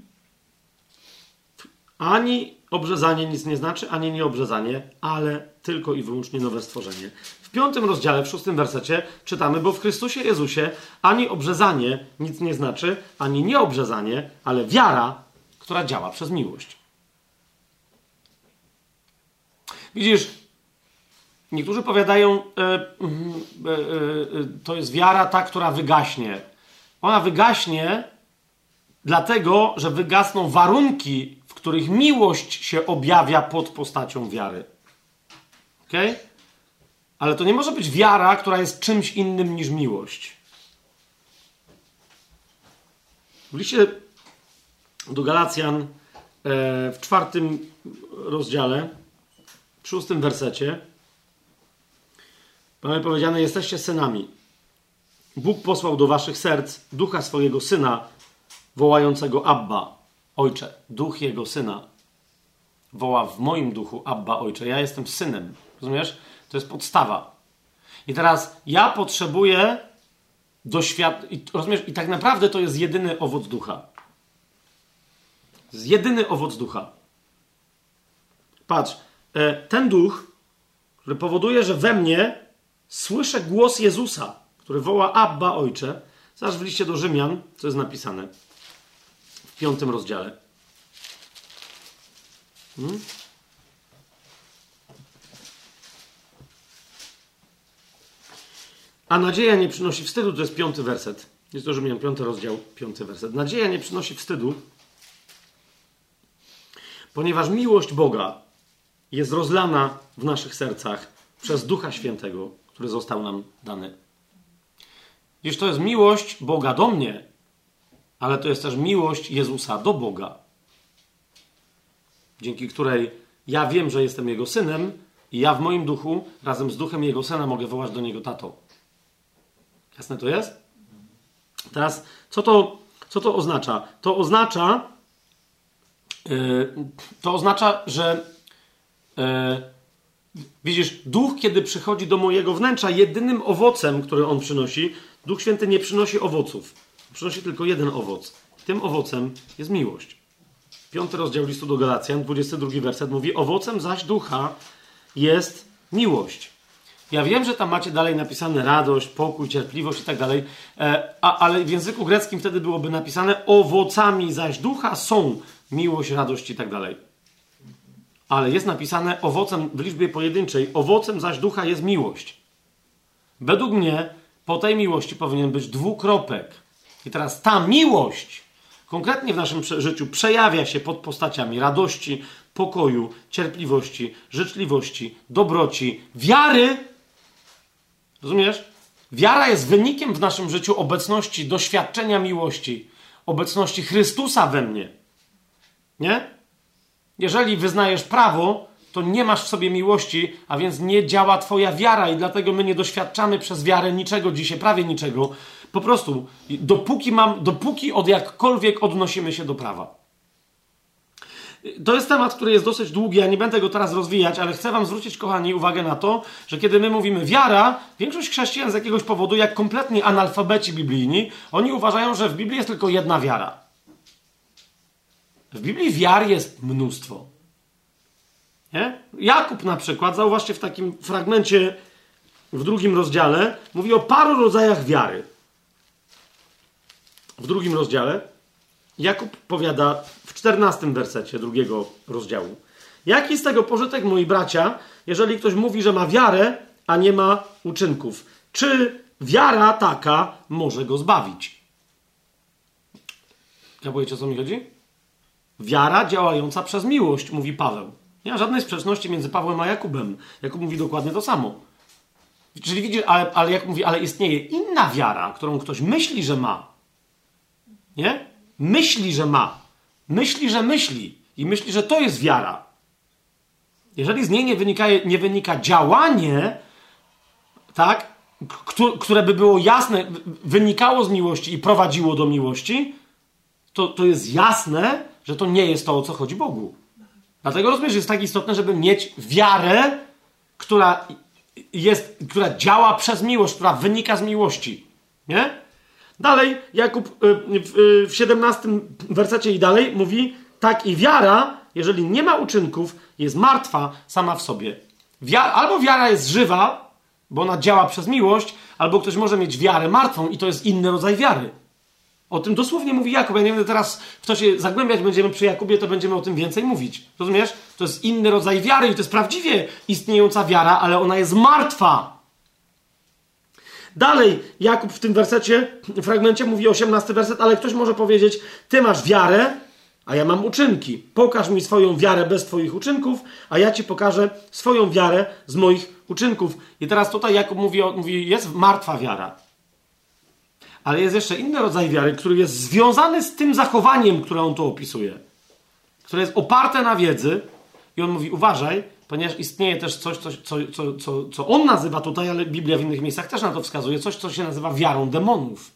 Ani obrzezanie nic nie znaczy, ani nieobrzezanie, ale tylko i wyłącznie nowe stworzenie. W piątym rozdziale, w szóstym wersecie czytamy: bo w Chrystusie Jezusie ani obrzezanie nic nie znaczy, ani nieobrzezanie, ale wiara, która działa przez miłość. Widzisz, niektórzy powiadają, e, e, e, to jest wiara ta, która wygaśnie. Ona wygaśnie dlatego, że wygasną warunki, w których miłość się objawia pod postacią wiary. Okej? Okay? Ale to nie może być wiara, która jest czymś innym niż miłość. W liście do Galacjan e, w czwartym rozdziale, w szóstym wersecie mamy powiedziane: jesteście synami. Bóg posłał do waszych serc ducha swojego Syna, wołającego Abba, Ojcze. Duch Jego Syna woła w moim duchu: Abba, Ojcze. Ja jestem synem. Rozumiesz? To jest podstawa. I teraz ja potrzebuję doświadczyć. Rozumiesz? I tak naprawdę to jest jedyny owoc ducha. To jest jedyny owoc ducha. Patrz, ten duch, który powoduje, że we mnie słyszę głos Jezusa, który woła Abba, Ojcze. Zobacz w liście do Rzymian, co jest napisane w piątym rozdziale. Hmm? A nadzieja nie przynosi wstydu, to jest piąty werset. Jest to Rzymian, piąty rozdział, piąty werset. Nadzieja nie przynosi wstydu, ponieważ miłość Boga jest rozlana w naszych sercach przez Ducha Świętego, który został nam dany. Wiesz, to jest miłość Boga do mnie, ale to jest też miłość Jezusa do Boga, dzięki której ja wiem, że jestem Jego synem i ja w moim duchu, razem z duchem Jego Syna, mogę wołać do Niego tato. Jasne to jest? Teraz, co to, co to oznacza? To oznacza, yy, to oznacza, że yy, widzisz, duch, kiedy przychodzi do mojego wnętrza, jedynym owocem, który on przynosi, Duch Święty nie przynosi owoców. Przynosi tylko jeden owoc. Tym owocem jest miłość. Piąty rozdział listu do Galacjan, dwudziesty drugi werset mówi: owocem zaś ducha jest miłość. Ja wiem, że tam macie dalej napisane radość, pokój, cierpliwość i tak dalej, a, ale w języku greckim wtedy byłoby napisane: owocami zaś ducha są miłość, radość i tak dalej. Ale jest napisane owocem w liczbie pojedynczej: owocem zaś ducha jest miłość. Według mnie po tej miłości powinien być dwukropek. I teraz ta miłość konkretnie w naszym życiu przejawia się pod postaciami radości, pokoju, cierpliwości, życzliwości, dobroci, wiary. Rozumiesz? Wiara jest wynikiem w naszym życiu obecności, doświadczenia miłości, obecności Chrystusa we mnie. Nie? Jeżeli wyznajesz prawo, to nie masz w sobie miłości, a więc nie działa twoja wiara i dlatego my nie doświadczamy przez wiarę niczego dzisiaj, prawie niczego. Po prostu, dopóki mam, dopóki od jakkolwiek odnosimy się do prawa. To jest temat, który jest dosyć długi, ja nie będę go teraz rozwijać, ale chcę wam zwrócić, kochani, uwagę na to, że kiedy my mówimy wiara, większość chrześcijan z jakiegoś powodu, jak kompletni analfabeci biblijni, oni uważają, że w Biblii jest tylko jedna wiara. W Biblii wiar jest mnóstwo. Nie? Jakub na przykład, zauważcie w takim fragmencie w drugim rozdziale, mówi o paru rodzajach wiary. W drugim rozdziale Jakub powiada w czternastym wersecie drugiego rozdziału. Jaki z tego pożytek, moi bracia, jeżeli ktoś mówi, że ma wiarę, a nie ma uczynków? Czy wiara taka może go zbawić? Wiecie, o co mi chodzi? Wiara działająca przez miłość, mówi Paweł. Nie ma żadnej sprzeczności między Pawłem a Jakubem. Jakub mówi dokładnie to samo. Czyli widzisz, ale, ale jak mówi, ale istnieje inna wiara, którą ktoś myśli, że ma. Nie? Myśli, że ma. Myśli, że myśli. I myśli, że to jest wiara. Jeżeli z niej nie wynika, nie wynika działanie, tak, które by było jasne, wynikało z miłości i prowadziło do miłości, to, to jest jasne, że to nie jest to, o co chodzi Bogu. Dlatego rozumiesz, że jest tak istotne, żeby mieć wiarę, która jest, która działa przez miłość, która wynika z miłości. Nie? Dalej, Jakub w siedemnastym wersecie i dalej mówi, tak i wiara, jeżeli nie ma uczynków, jest martwa sama w sobie. Wiara, albo wiara jest żywa, bo ona działa przez miłość, albo ktoś może mieć wiarę martwą i to jest inny rodzaj wiary. O tym dosłownie mówi Jakub. Ja nie będę teraz w to się zagłębiać, będziemy przy Jakubie, to będziemy o tym więcej mówić. Rozumiesz? To jest inny rodzaj wiary i to jest prawdziwie istniejąca wiara, ale ona jest martwa. Dalej Jakub w tym wersecie, w fragmencie mówi osiemnasty werset, ale ktoś może powiedzieć, ty masz wiarę, a ja mam uczynki. Pokaż mi swoją wiarę bez twoich uczynków, a ja ci pokażę swoją wiarę z moich uczynków. I teraz tutaj Jakub mówi, mówi jest martwa wiara. Ale jest jeszcze inny rodzaj wiary, który jest związany z tym zachowaniem, które on tu opisuje. Które jest oparte na wiedzy. I on mówi, uważaj, ponieważ istnieje też coś, coś co, co, co, co on nazywa tutaj, ale Biblia w innych miejscach też na to wskazuje, coś, co się nazywa wiarą demonów.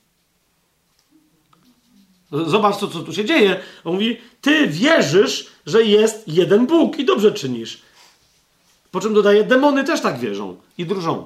Zobacz, co, co tu się dzieje. On mówi, ty wierzysz, że jest jeden Bóg i dobrze czynisz. Po czym dodaje, demony też tak wierzą i drżą.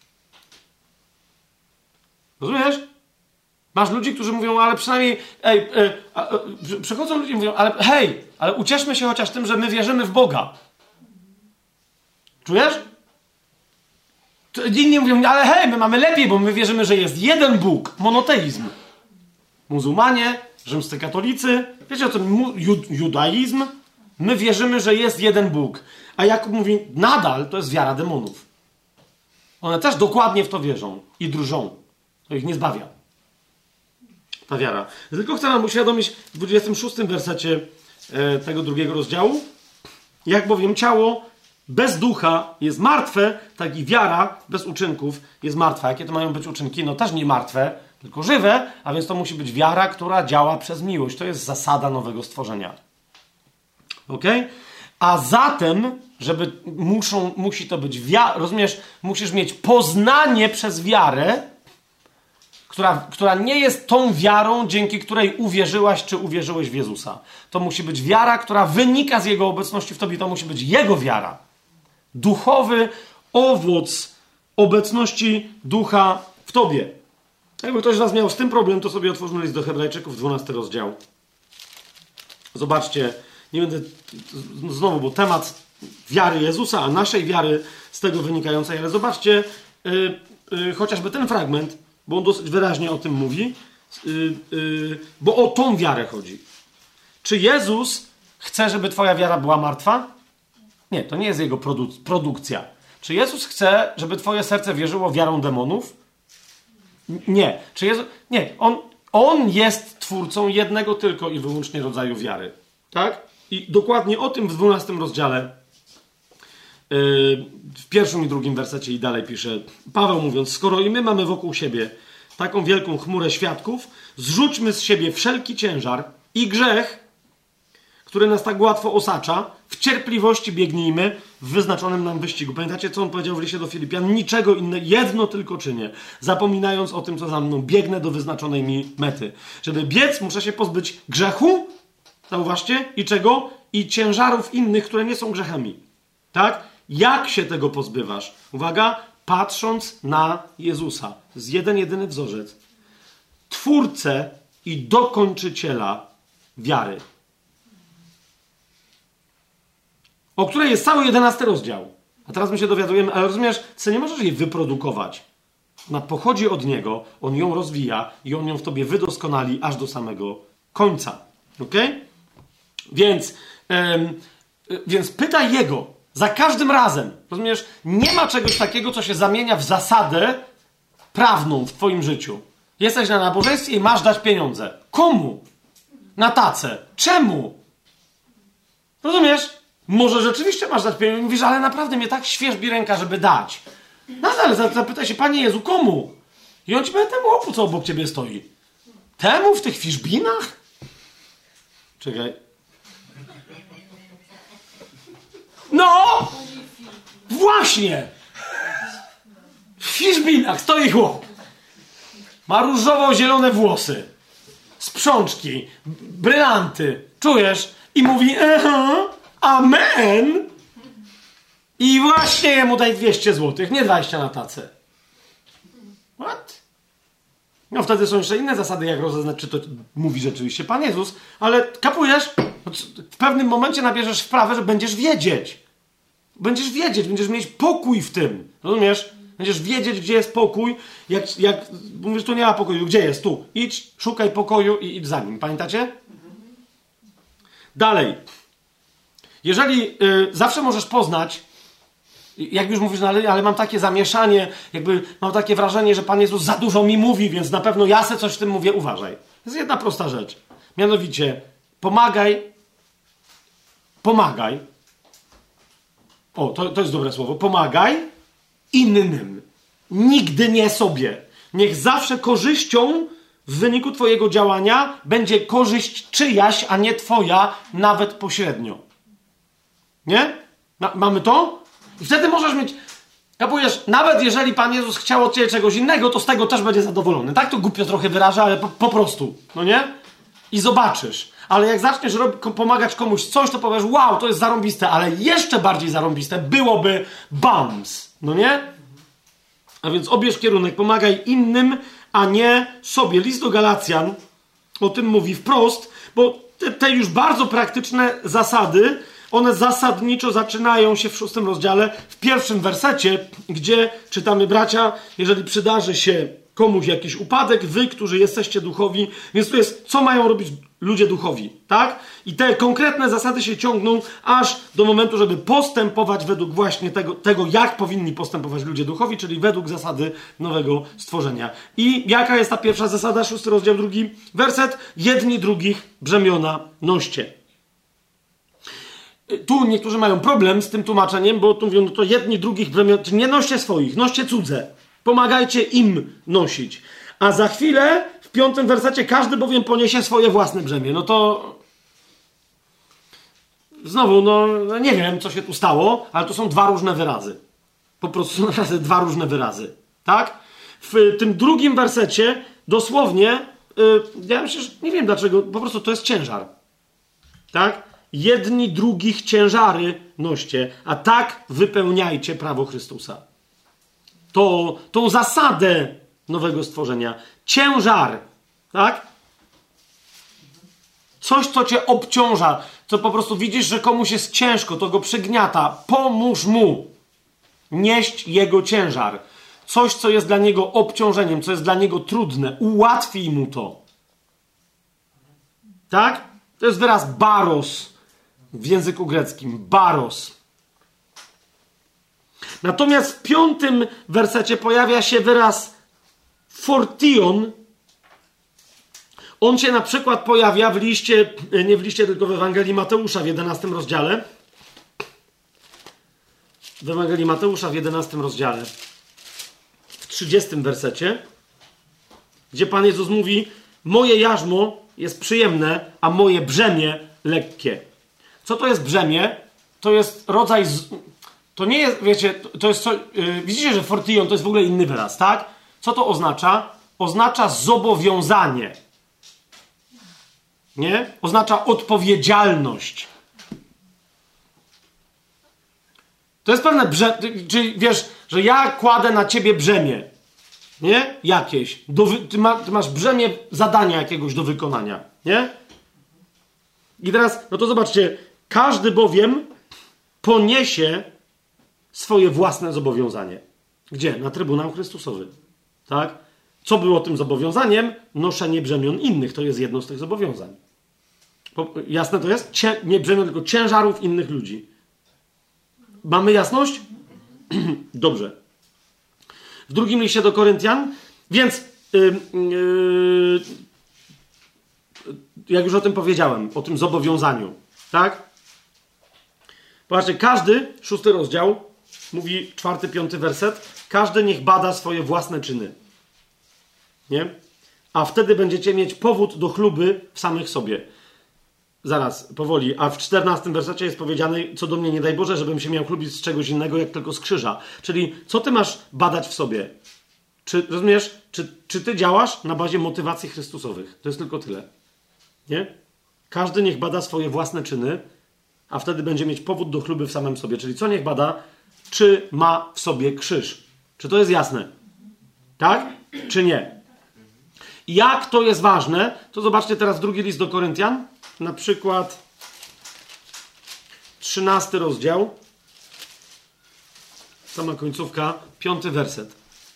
Rozumiesz? Masz ludzi, którzy mówią, ale przynajmniej, ej, ej, a, a, przychodzą ludzie i mówią, ale hej, ale ucieszmy się chociaż tym, że my wierzymy w Boga. Czujesz? To inni mówią, ale hej, my mamy lepiej, bo my wierzymy, że jest jeden Bóg. Monoteizm. Muzułmanie, rzymscy katolicy, wiecie o co? Jud, judaizm. My wierzymy, że jest jeden Bóg. A Jakub mówi, nadal to jest wiara demonów. One też dokładnie w to wierzą i drżą. To ich nie zbawia. Ta wiara. Tylko chcę nam uświadomić w dwudziestym szóstym wersecie e, tego drugiego rozdziału, jak bowiem ciało bez ducha jest martwe, tak i wiara bez uczynków jest martwa. Jakie to mają być uczynki? No też nie martwe, tylko żywe, a więc to musi być wiara, która działa przez miłość. To jest zasada nowego stworzenia. Ok? A zatem, żeby muszą, musi to być wiara, rozumiesz, musisz mieć poznanie przez wiarę, Która, która nie jest tą wiarą, dzięki której uwierzyłaś, czy uwierzyłeś w Jezusa. To musi być wiara, która wynika z Jego obecności w tobie. To musi być Jego wiara. Duchowy owoc obecności Ducha w tobie. Jakby ktoś z was miał z tym problem, to sobie otwórzmy list do Hebrajczyków, dwunasty rozdział. Zobaczcie, nie będę znowu, bo temat wiary Jezusa, a naszej wiary z tego wynikającej, ale zobaczcie yy, yy, chociażby ten fragment, bo on dosyć wyraźnie o tym mówi, yy, yy, bo o tą wiarę chodzi. Czy Jezus chce, żeby twoja wiara była martwa? Nie, to nie jest jego produ- produkcja. Czy Jezus chce, żeby twoje serce wierzyło wiarą demonów? Nie. Czy Jezus... Nie, on, on jest twórcą jednego tylko i wyłącznie rodzaju wiary. Tak? I dokładnie o tym w dwunastym rozdziale w pierwszym i drugim wersecie i dalej pisze Paweł mówiąc, skoro i my mamy wokół siebie taką wielką chmurę świadków, zrzućmy z siebie wszelki ciężar i grzech, który nas tak łatwo osacza, w cierpliwości biegnijmy w wyznaczonym nam wyścigu. Pamiętacie, co on powiedział w liście do Filipian? Niczego innego, jedno tylko czynię, zapominając o tym, co za mną, biegnę do wyznaczonej mi mety. Żeby biec, muszę się pozbyć grzechu, zauważcie, i czego? I ciężarów innych, które nie są grzechami. Tak? Jak się tego pozbywasz? Uwaga, patrząc na Jezusa. Z jeden, jedyny wzorzec. Twórcę i dokończyciela wiary. o której jest cały jedenasty rozdział. A teraz my się dowiadujemy, ale rozumiesz, ty nie możesz jej wyprodukować. Ona pochodzi od niego, on ją rozwija i on ją w tobie wydoskonali aż do samego końca. Okej? Okay? Więc, ym, więc pytaj jego za każdym razem. Rozumiesz? Nie ma czegoś takiego, co się zamienia w zasadę prawną w twoim życiu. Jesteś na nabożeństwie i masz dać pieniądze. Komu? Na tacę. Czemu? Rozumiesz? Może rzeczywiście masz dać pieniądze. Mówisz, ale naprawdę mnie tak świerzbi ręka, żeby dać. Nadal zapytaj się, Panie Jezu, komu? I on ci powie temu łopu, co obok ciebie stoi. Temu w tych fiszbinach? Czekaj. No! Właśnie! W fiszbinach stoi chłop. Ma różowo-zielone włosy. Sprzączki. Brylanty. Czujesz? I mówi, aha, amen. I właśnie jemu daj dwieście złotych, nie dwadzieścia na tacę. What? No wtedy są jeszcze inne zasady, jak rozeznać, czy to mówi rzeczywiście Pan Jezus, ale kapujesz? W pewnym momencie nabierzesz wprawę, że będziesz wiedzieć. Będziesz wiedzieć, będziesz mieć pokój w tym. Rozumiesz? Będziesz wiedzieć, gdzie jest pokój. Jak, jak mówisz, tu nie ma pokoju. Gdzie jest? Tu. Idź, szukaj pokoju i idź za nim. Pamiętacie? Dalej. Jeżeli y, zawsze możesz poznać, jak już mówisz, no ale, ale mam takie zamieszanie, jakby mam takie wrażenie, że Pan Jezus za dużo mi mówi, więc na pewno ja se coś w tym mówię. Uważaj. To jest jedna prosta rzecz. Mianowicie, pomagaj, pomagaj. O, to, to jest dobre słowo. Pomagaj innym. Nigdy nie sobie. Niech zawsze korzyścią w wyniku twojego działania będzie korzyść czyjaś, a nie twoja, nawet pośrednio. Nie? Ma, mamy to? I wtedy możesz mieć... Kapujesz, nawet jeżeli Pan Jezus chciał od ciebie czegoś innego, to z tego też będzie zadowolony. Tak to głupio trochę wyraża, ale po, po prostu. No nie? I zobaczysz. Ale jak zaczniesz rob- pomagać komuś coś, to powiesz, wow, to jest zarąbiste, ale jeszcze bardziej zarąbiste byłoby bams. No nie? A więc obierz kierunek, pomagaj innym, a nie sobie. List do Galacjan o tym mówi wprost, bo te, te już bardzo praktyczne zasady, one zasadniczo zaczynają się w szóstym rozdziale, w pierwszym wersecie, gdzie czytamy, bracia, jeżeli przydarzy się komuś jakiś upadek, wy, którzy jesteście duchowi, więc to jest, co mają robić ludzie duchowi, tak? I te konkretne zasady się ciągną aż do momentu, żeby postępować według właśnie tego, tego, jak powinni postępować ludzie duchowi, czyli według zasady nowego stworzenia. I jaka jest ta pierwsza zasada? Szósty rozdział, drugi werset. Jedni drugich brzemiona noście. Tu niektórzy mają problem z tym tłumaczeniem, bo tu mówią, no to jedni drugich brzemiona, nie noście swoich, noście cudze. Pomagajcie im nosić. A za chwilę, w piątym wersecie, każdy bowiem poniesie swoje własne brzemię. No to... Znowu, no nie wiem, co się tu stało, ale to są dwa różne wyrazy. Po prostu są naprawdę dwa różne wyrazy. Tak? W tym drugim wersecie dosłownie, yy, ja myślę, że nie wiem dlaczego, po prostu to jest ciężar. Tak? Jedni drugich ciężary noście, a tak wypełniajcie prawo Chrystusa. To, tą zasadę nowego stworzenia. Ciężar. Tak? Coś, co cię obciąża, co po prostu widzisz, że komuś jest ciężko, to go przygniata. Pomóż mu nieść jego ciężar. Coś, co jest dla niego obciążeniem, co jest dla niego trudne. Ułatwij mu to. Tak? To jest wyraz baros w języku greckim. Baros. Natomiast w piątym wersecie pojawia się wyraz fortion. On się na przykład pojawia w liście, nie w liście, tylko w Ewangelii Mateusza w jedenastym rozdziale. W Ewangelii Mateusza w jedenastym rozdziale, w trzydziestym wersecie, gdzie Pan Jezus mówi: moje jarzmo jest przyjemne, a moje brzemię lekkie. Co to jest brzemię? To jest rodzaj... Z... To nie jest, wiecie, to jest co... Yy, widzicie, że fortion to jest w ogóle inny wyraz, tak? Co to oznacza? Oznacza zobowiązanie. Nie? Oznacza odpowiedzialność. To jest pewne brzemię, czyli wiesz, że ja kładę na ciebie brzemię. Nie? Jakieś. Do wy... ty, ma... ty masz brzemię zadania jakiegoś do wykonania. Nie? I teraz, no to zobaczcie, każdy bowiem poniesie swoje własne zobowiązanie. Gdzie? Na Trybunał Chrystusowy. Tak? Co było tym zobowiązaniem? Noszenie brzemion innych. To jest jedno z tych zobowiązań. Jasne to jest? Cię, nie brzemion, tylko ciężarów innych ludzi. Mamy jasność? Dobrze. W drugim liście do Koryntian, więc yy, yy, jak już o tym powiedziałem, o tym zobowiązaniu, tak? Popatrzcie, każdy, szósty rozdział, mówi czwarty, piąty werset, każdy niech bada swoje własne czyny. Nie? A wtedy będziecie mieć powód do chluby w samych sobie. Zaraz, powoli. A w czternastym wersecie jest powiedziane, co do mnie nie daj Boże, żebym się miał chlubić z czegoś innego, jak tylko z krzyża. Czyli co ty masz badać w sobie? Czy, rozumiesz? Czy, czy ty działasz na bazie motywacji chrystusowych? To jest tylko tyle. Nie? Każdy niech bada swoje własne czyny, a wtedy będzie mieć powód do chluby w samym sobie. Czyli co niech bada? Czy ma w sobie krzyż? Czy to jest jasne? Tak? Czy nie? Jak to jest ważne, to zobaczcie teraz drugi list do Koryntian. Na przykład trzynasty rozdział, sama końcówka, piąty werset.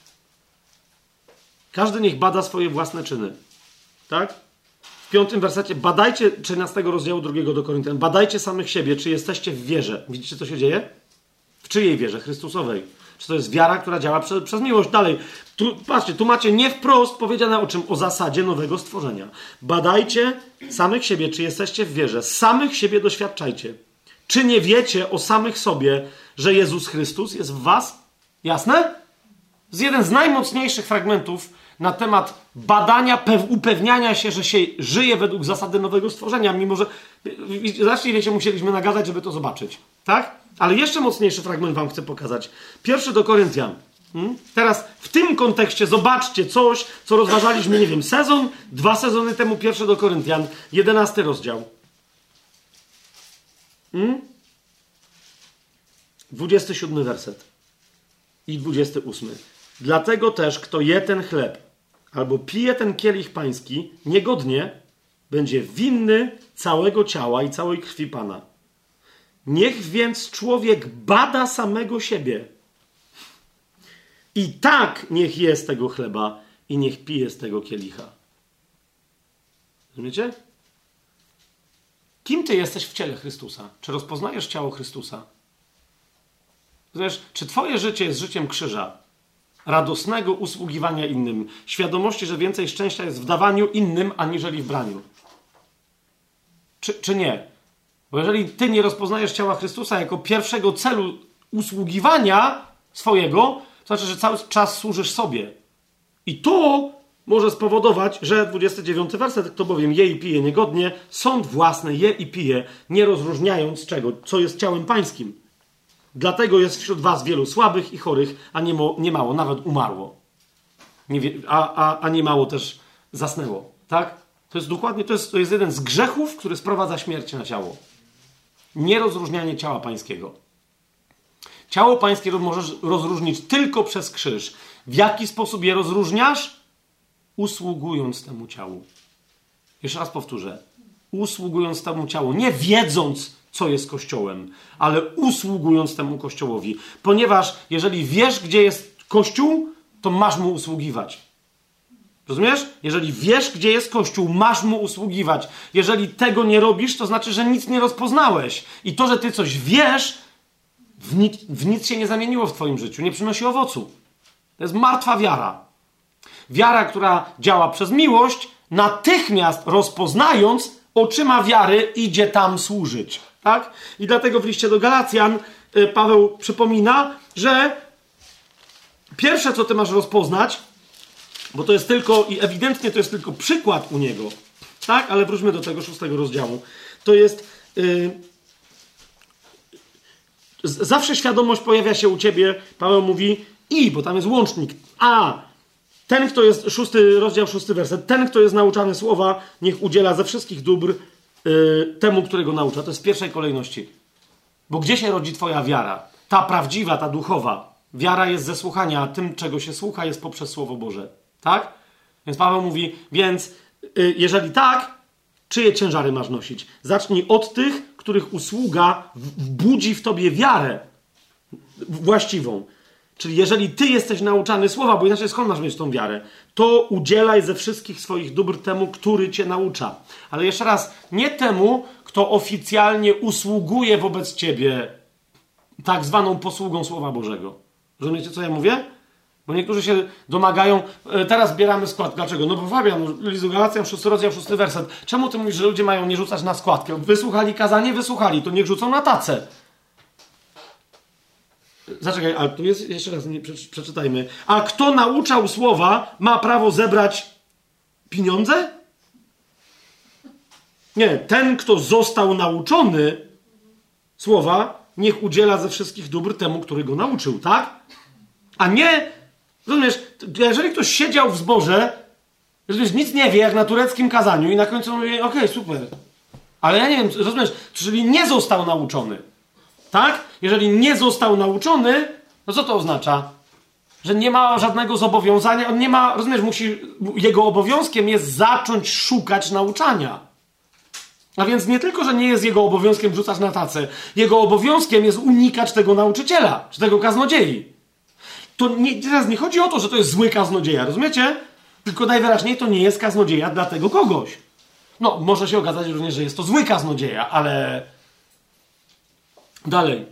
Każdy niech bada swoje własne czyny. Tak? W piątym wersecie badajcie, trzynastego rozdziału drugiego do Koryntian, badajcie samych siebie, czy jesteście w wierze. Widzicie, co się dzieje? W czyjej wierze? Chrystusowej. Czy to jest wiara, która działa przez, przez miłość? Dalej. Tu, patrzcie, tu macie nie wprost powiedziane o czym? O zasadzie nowego stworzenia. Badajcie samych siebie, czy jesteście w wierze. Samych siebie doświadczajcie. Czy nie wiecie o samych sobie, że Jezus Chrystus jest w was? Jasne? To jest jeden z najmocniejszych fragmentów na temat badania, upewniania się, że się żyje według zasady nowego stworzenia, mimo że zobaczcie, ile się musieliśmy nagadać, żeby to zobaczyć. Tak? Ale jeszcze mocniejszy fragment wam chcę pokazać. Pierwszy do Koryntian. Hmm? Teraz w tym kontekście zobaczcie coś, co rozważaliśmy, nie wiem, sezon, dwa sezony temu, pierwszy do Koryntian, jedenasty rozdział. Hmm? dwudziesty siódmy werset i dwudziesty ósmy. Dlatego też, kto je ten chleb albo pije ten kielich pański, niegodnie będzie winny całego ciała i całej krwi Pana. Niech więc człowiek bada samego siebie. I tak niech je z tego chleba i niech pije z tego kielicha. Rozumiecie? Kim ty jesteś w ciele Chrystusa? Czy rozpoznajesz ciało Chrystusa? Wiesz, czy twoje życie jest życiem krzyża? Radosnego usługiwania innym. Świadomości, że więcej szczęścia jest w dawaniu innym, aniżeli w braniu. Czy, czy nie? Bo jeżeli ty nie rozpoznajesz ciała Chrystusa jako pierwszego celu usługiwania swojego, to znaczy, że cały czas służysz sobie. I to może spowodować, że dwudziesty dziewiąty werset, kto bowiem je i pije niegodnie, sąd własny je i pije, nie rozróżniając czego, co jest ciałem pańskim. Dlatego jest wśród was wielu słabych i chorych, a nie, mo, nie mało nawet umarło. Nie wie, a, a, a nie mało też zasnęło. Tak? To jest dokładnie, to jest, to jest jeden z grzechów, który sprowadza śmierć na ciało. Nierozróżnianie ciała pańskiego. Ciało pańskie możesz rozróżnić tylko przez krzyż. W jaki sposób je rozróżniasz? Usługując temu ciału. Jeszcze raz powtórzę. Usługując temu ciału. Nie wiedząc, co jest Kościołem, ale usługując temu Kościołowi. Ponieważ jeżeli wiesz, gdzie jest Kościół, to masz mu usługiwać. Rozumiesz? Jeżeli wiesz, gdzie jest Kościół, masz mu usługiwać. Jeżeli tego nie robisz, to znaczy, że nic nie rozpoznałeś. I to, że ty coś wiesz, w nic, w nic się nie zamieniło w twoim życiu. Nie przynosi owocu. To jest martwa wiara. Wiara, która działa przez miłość, natychmiast rozpoznając, oczyma wiary idzie tam służyć. Tak? I dlatego w liście do Galacjan Paweł przypomina, że pierwsze, co ty masz rozpoznać, bo to jest tylko, i ewidentnie to jest tylko przykład u niego, tak? Ale wróćmy do tego szóstego rozdziału. To jest... Yy, zawsze świadomość pojawia się u ciebie, Paweł mówi i, bo tam jest łącznik, a ten, kto jest, szósty rozdział, szósty werset, ten, kto jest nauczany słowa, niech udziela ze wszystkich dóbr yy, temu, którego naucza. To jest w pierwszej kolejności. Bo gdzie się rodzi twoja wiara? Ta prawdziwa, ta duchowa. Wiara jest ze słuchania, a tym, czego się słucha, jest poprzez Słowo Boże. Tak? Więc Paweł mówi, więc yy, jeżeli tak, czyje ciężary masz nosić? Zacznij od tych, których usługa budzi w tobie wiarę właściwą. Czyli jeżeli ty jesteś nauczany słowa, bo inaczej skąd masz mieć tą wiarę, to udzielaj ze wszystkich swoich dóbr temu, który cię naucza. Ale jeszcze raz, nie temu, kto oficjalnie usługuje wobec ciebie tak zwaną posługą Słowa Bożego. Rozumiecie, co ja mówię? Bo niektórzy się domagają, teraz zbieramy skład. Dlaczego? No bo Fabian, list do Galacjan, szósty rozdział, szósty werset. Czemu ty mówisz, że ludzie mają nie rzucać na składkę? Wysłuchali kazanie? Wysłuchali. To niech rzucą na tacę. Zaczekaj, ale tu jest, jeszcze raz nie, przeczytajmy. A kto nauczał słowa, ma prawo zebrać pieniądze? Nie, ten, kto został nauczony słowa, niech udziela ze wszystkich dóbr temu, który go nauczył, tak? A nie, rozumiesz, jeżeli ktoś siedział w zborze, rozumiesz, nic nie wie, jak na tureckim kazaniu i na końcu mówi, okej, okay, super. Ale ja nie wiem, rozumiesz, czyli nie został nauczony. Tak? Jeżeli nie został nauczony, no co to oznacza? Że nie ma żadnego zobowiązania, on nie ma, rozumiesz, musi, jego obowiązkiem jest zacząć szukać nauczania. A więc nie tylko, że nie jest jego obowiązkiem rzucać na tacę, jego obowiązkiem jest unikać tego nauczyciela, czy tego kaznodziei. To nie, teraz nie chodzi o to, że to jest zły kaznodzieja, rozumiecie? Tylko najwyraźniej to nie jest kaznodzieja dla tego kogoś. No, może się okazać również, że jest to zły kaznodzieja, ale... Dalej.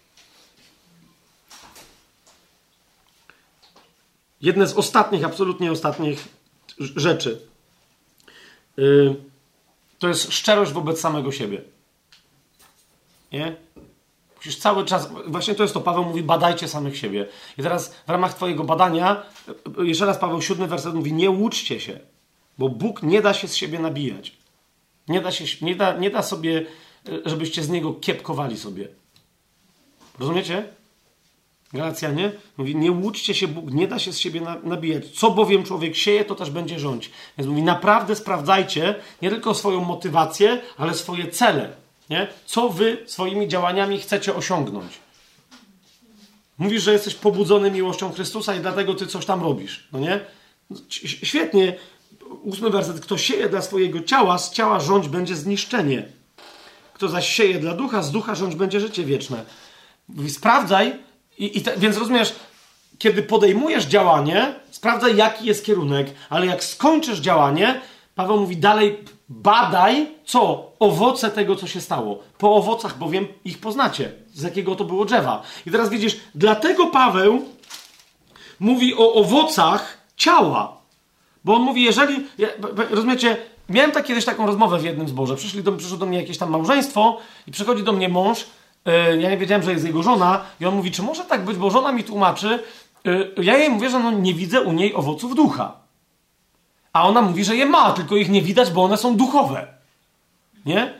Jedne z ostatnich, absolutnie ostatnich rzeczy. Yy, to jest szczerość wobec samego siebie. Nie? Musisz cały czas... Właśnie to jest to, Paweł mówi, badajcie samych siebie. I teraz w ramach twojego badania, jeszcze raz Paweł siódmy werset mówi, nie łudźcie się, bo Bóg nie da się z siebie nabijać. Nie da, się, nie da, nie da sobie, żebyście z Niego kiepkowali sobie. Rozumiecie? Galacjanie mówi, nie łudźcie się, Bóg nie da się z siebie nabijać. Co bowiem człowiek sieje, to też będzie rządź. Więc mówi, naprawdę sprawdzajcie nie tylko swoją motywację, ale swoje cele. Nie? Co wy swoimi działaniami chcecie osiągnąć. Mówisz, że jesteś pobudzony miłością Chrystusa i dlatego ty coś tam robisz. No nie? Świetnie. Ósmy werset. Kto sieje dla swojego ciała, z ciała rządź będzie zniszczenie. Kto zaś sieje dla ducha, z ducha rządź będzie życie wieczne. Mówi, sprawdzaj. I, i te, więc rozumiesz, kiedy podejmujesz działanie, sprawdzaj, jaki jest kierunek, ale jak skończysz działanie, Paweł mówi dalej, badaj, co? Owoce tego, co się stało. Po owocach bowiem ich poznacie. Z jakiego to było drzewa. I teraz widzisz, dlatego Paweł mówi o owocach ciała. Bo on mówi, jeżeli... Rozumiecie, miałem tak kiedyś taką rozmowę w jednym zborze. Przyszli do, przyszło do mnie jakieś tam małżeństwo i przychodzi do mnie mąż. Yy, ja nie wiedziałem, że jest jego żona. I on mówi, czy może tak być, bo żona mi tłumaczy. Yy, ja jej mówię, że no, nie widzę u niej owoców ducha. A ona mówi, że je ma, tylko ich nie widać, bo one są duchowe. Nie?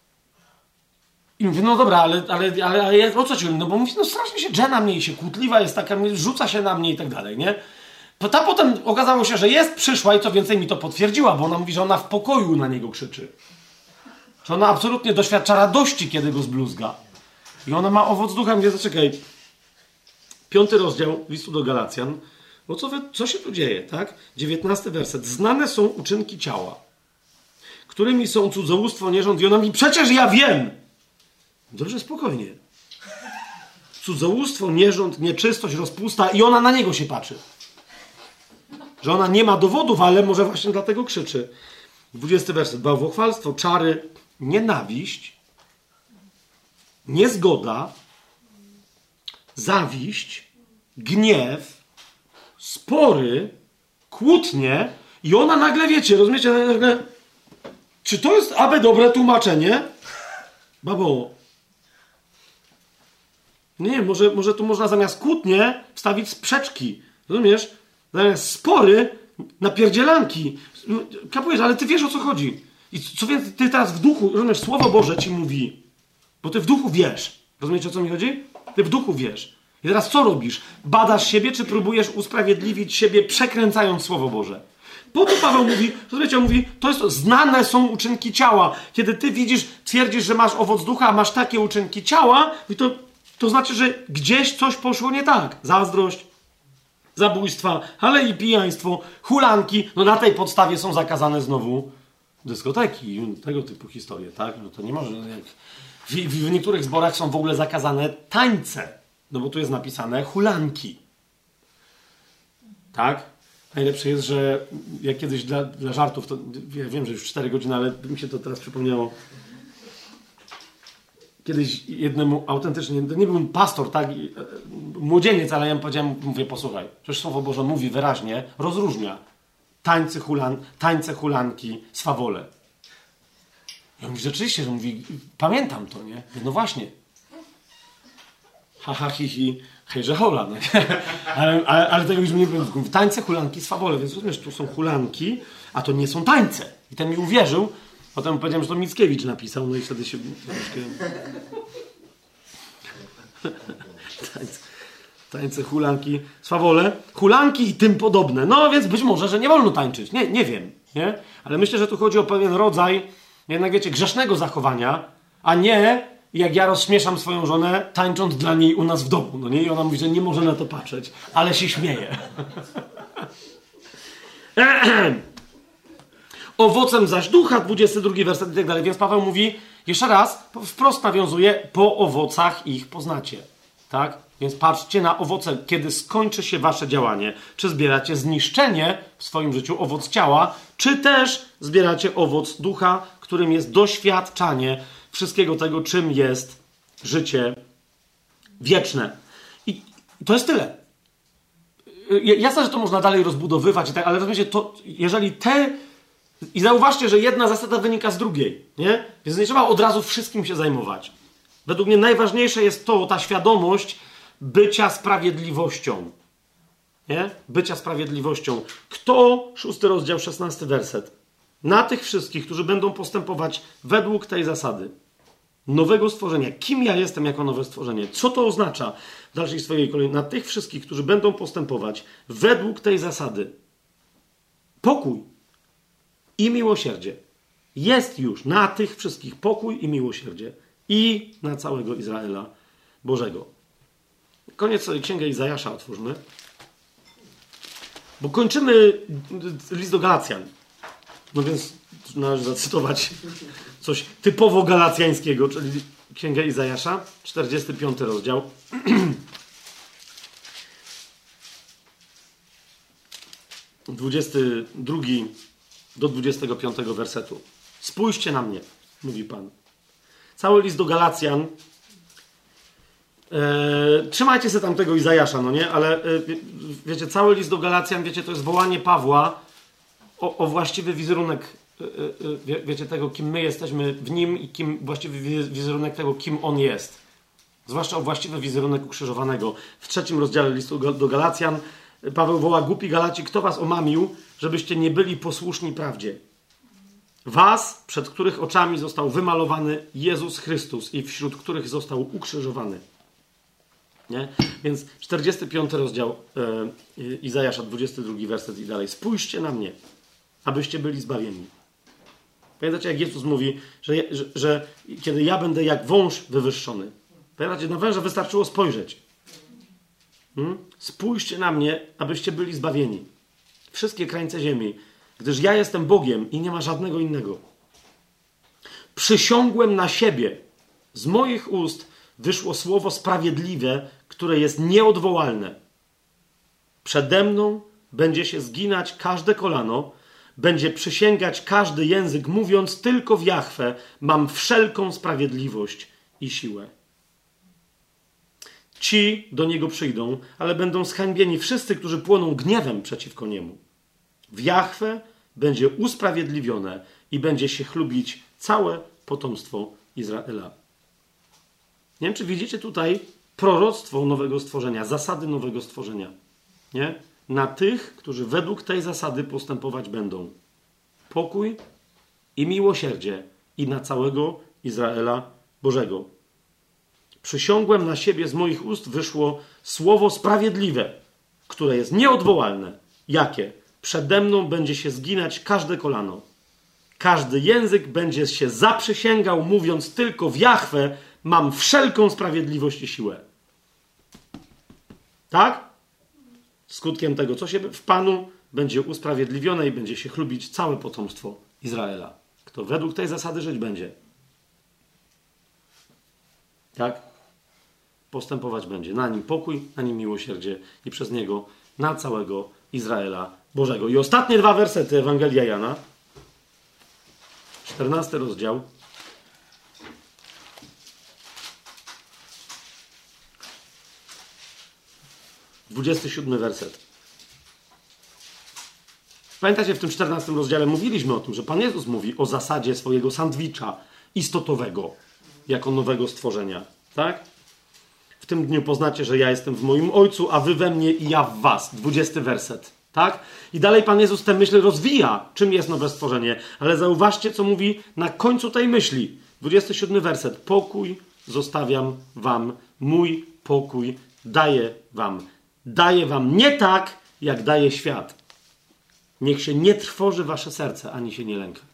I mówię, no dobra, ale, ale, ale, ale o co ci? No bo mówi, no strasznie się drze na mnie i się kłótliwa jest taka, rzuca się na mnie i tak dalej, nie? Ta potem okazało się, że jest, przyszła i co więcej mi to potwierdziła, bo ona mówi, że ona w pokoju na niego krzyczy. Że ona absolutnie doświadcza radości, kiedy go zbluzga. I ona ma owoc ducha. Mówię, zaczekaj. Piąty rozdział listu do Galacjan. Bo co, wy, co się tu dzieje, tak? Dziewiętnasty werset. Znane są uczynki ciała, którymi są cudzołóstwo, nierząd. I ona mówi, przecież ja wiem. Dobrze, spokojnie. Cudzołóstwo, nierząd, nieczystość, rozpusta i ona na niego się patrzy. Że ona nie ma dowodów, ale może właśnie dlatego krzyczy. Dwudziesty werset. Bałwochwalstwo, czary, nienawiść, niezgoda, zawiść, gniew, spory, kłótnie i ona nagle, wiecie, rozumiecie, nagle, czy to jest aby dobre tłumaczenie? Babo. Nie, może, może tu można zamiast kłótnie wstawić sprzeczki. Rozumiesz? Zamiast spory, napierdzielanki. Kapujesz, ale ty wiesz, o co chodzi. I co więcej, ty teraz w duchu, rozumiesz, Słowo Boże ci mówi. Bo ty w duchu wiesz. Rozumiecie, o co mi chodzi? Ty w duchu wiesz. I teraz co robisz? Badasz siebie, czy próbujesz usprawiedliwić siebie, przekręcając Słowo Boże? Po to Paweł mówi, rozumiecie, on mówi, to jest to, znane są uczynki ciała. Kiedy ty widzisz, twierdzisz, że masz owoc ducha, a masz takie uczynki ciała, to, to znaczy, że gdzieś coś poszło nie tak. Zazdrość, zabójstwa, ale i pijaństwo, hulanki, no na tej podstawie są zakazane znowu dyskoteki, tego typu historie, tak? No to nie może, jak W, w niektórych zborach są w ogóle zakazane tańce. No bo tu jest napisane hulanki. Tak? Najlepsze jest, że jak kiedyś dla, dla żartów, to ja wiem, że już cztery godziny, ale mi się to teraz przypomniało. Kiedyś jednemu autentycznie, to nie był pastor, tak, młodzieniec, ale ja mu powiedziałem, mówię, posłuchaj, przecież Słowo Boże mówi wyraźnie, rozróżnia tańce, hulan, tańce hulanki, swawole. Ja mówię, rzeczywiście, że mówi, pamiętam to, nie? No właśnie. Ha, ha, hi, hi, hejże hola, no. ale, ale, ale tego już nie powiem. Tańce, hulanki, swawole, więc rozumiesz, tu są hulanki, a to nie są tańce. I ten mi uwierzył. Potem powiedziałem, że to Mickiewicz napisał, no i wtedy się... tańce, tańce, hulanki, swawole, hulanki i tym podobne. No więc być może, że nie wolno tańczyć. Nie, nie wiem, nie? Ale myślę, że tu chodzi o pewien rodzaj, jednak wiecie, grzesznego zachowania, a nie jak ja rozśmieszam swoją żonę, tańcząc dla niej u nas w domu. No nie? I ona mówi, że nie może na to patrzeć, ale się śmieje. Owocem zaś ducha, dwudziesty drugi werset i tak dalej. Więc Paweł mówi, jeszcze raz, wprost nawiązuje, po owocach ich poznacie. Tak? Więc patrzcie na owoce, kiedy skończy się wasze działanie. Czy zbieracie zniszczenie w swoim życiu, owoc ciała, czy też zbieracie owoc ducha, którym jest doświadczanie wszystkiego tego, czym jest życie wieczne. I to jest tyle. Jasne, że to można dalej rozbudowywać, i tak, ale rozumiecie, to jeżeli te... I zauważcie, że jedna zasada wynika z drugiej, nie? Więc nie trzeba od razu wszystkim się zajmować. Według mnie najważniejsze jest to, ta świadomość bycia sprawiedliwością. Nie? Bycia sprawiedliwością. Kto, szósty rozdział, szesnasty werset, na tych wszystkich, którzy będą postępować według tej zasady nowego stworzenia. Kim ja jestem jako nowe stworzenie? Co to oznacza w dalszej swojej kolei? Na tych wszystkich, którzy będą postępować według tej zasady. Pokój i miłosierdzie. Jest już na tych wszystkich pokój i miłosierdzie. I na całego Izraela Bożego. Koniec sobie Księgę Izajasza otwórzmy. Bo kończymy list do Galacjan. No więc należy zacytować coś typowo galacjańskiego, czyli Księgę Izajasza, czterdziesty piąty rozdział. dwudziesty drugi do dwudziestego piątego wersetu. Spójrzcie na mnie, mówi Pan. Cały list do Galacjan. E, trzymajcie się tam tego Izajasza, no nie? Ale e, wiecie, cały list do Galacjan, wiecie, to jest wołanie Pawła o, o właściwy wizerunek, e, e, wie, wiecie, tego, kim my jesteśmy w nim i kim, właściwy wizerunek tego, kim on jest. Zwłaszcza o właściwy wizerunek ukrzyżowanego. W trzecim rozdziale listu do Galacjan Paweł woła: głupi Galaci, kto was omamił, żebyście nie byli posłuszni prawdzie? Was, przed których oczami został wymalowany Jezus Chrystus i wśród których został ukrzyżowany. Nie? Więc czterdziesty piąty rozdział e, Izajasza, dwudziesty drugi werset i dalej. Spójrzcie na mnie, abyście byli zbawieni. Pamiętacie, jak Jezus mówi, że, że, że kiedy ja będę jak wąż wywyższony. Pamiętacie, na węża wystarczyło spojrzeć. Hmm? Spójrzcie na mnie, abyście byli zbawieni. Wszystkie krańce ziemi, gdyż ja jestem Bogiem i nie ma żadnego innego. Przysiągłem na siebie. Z moich ust wyszło słowo sprawiedliwe, które jest nieodwołalne. Przede mną będzie się zginać każde kolano, będzie przysięgać każdy język, mówiąc: tylko w Jahwe mam wszelką sprawiedliwość i siłę. Ci do Niego przyjdą, ale będą zhańbieni wszyscy, którzy płoną gniewem przeciwko Niemu. W Jahwe będzie usprawiedliwione i będzie się chlubić całe potomstwo Izraela. Nie wiem, czy widzicie tutaj proroctwo nowego stworzenia, zasady nowego stworzenia. Nie? Na tych, którzy według tej zasady postępować będą. Pokój i miłosierdzie i na całego Izraela Bożego. Przysiągłem na siebie, z moich ust wyszło słowo sprawiedliwe, które jest nieodwołalne. Jakie? Przede mną będzie się zginać każde kolano. Każdy język będzie się zaprzysięgał, mówiąc: tylko w Jahwe mam wszelką sprawiedliwość i siłę. Tak? Skutkiem tego, co się w Panu będzie usprawiedliwione i będzie się chlubić całe potomstwo Izraela. Kto według tej zasady żyć będzie. Tak? Postępować będzie. Na nim pokój, na nim miłosierdzie i przez niego na całego Izraela Bożego. I ostatnie dwa wersety Ewangelia Jana. czternasty rozdział. dwudziesty siódmy werset. Pamiętacie, w tym czternastym rozdziale mówiliśmy o tym, że Pan Jezus mówi o zasadzie swojego sandwicza istotowego jako nowego stworzenia. Tak? W tym dniu poznacie, że ja jestem w moim Ojcu, a wy we mnie i ja w was. dwudziesty werset. Tak? I dalej Pan Jezus tę myśl rozwija, czym jest nowe stworzenie. Ale zauważcie, co mówi na końcu tej myśli. dwudziesty siódmy werset. Pokój zostawiam wam, mój pokój daję wam. Daję wam nie tak, jak daje świat. Niech się nie trwoży wasze serce, ani się nie lęka.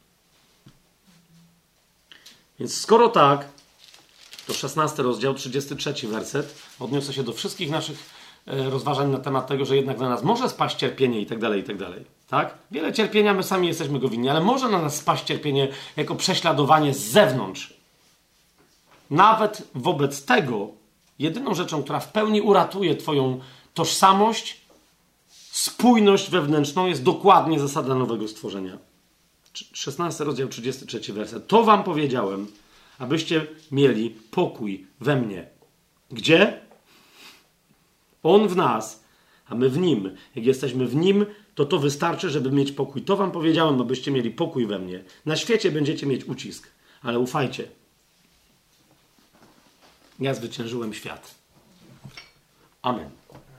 Więc skoro tak, to szesnasty rozdział, trzydziesty trzeci werset. Odniosę się do wszystkich naszych e, rozważań na temat tego, że jednak na nas może spaść cierpienie i tak dalej, i tak dalej. Tak? Wiele cierpienia, my sami jesteśmy go winni, ale może na nas spaść cierpienie jako prześladowanie z zewnątrz. Nawet wobec tego, jedyną rzeczą, która w pełni uratuje twoją tożsamość, spójność wewnętrzną, jest dokładnie zasada nowego stworzenia. szesnasty rozdział, trzydziesty trzeci werset. To wam powiedziałem, abyście mieli pokój we mnie. Gdzie? On w nas, a my w Nim. Jak jesteśmy w Nim, to to wystarczy, żeby mieć pokój. To wam powiedziałem, abyście mieli pokój we mnie. Na świecie będziecie mieć ucisk, ale ufajcie. Ja zwyciężyłem świat. Amen.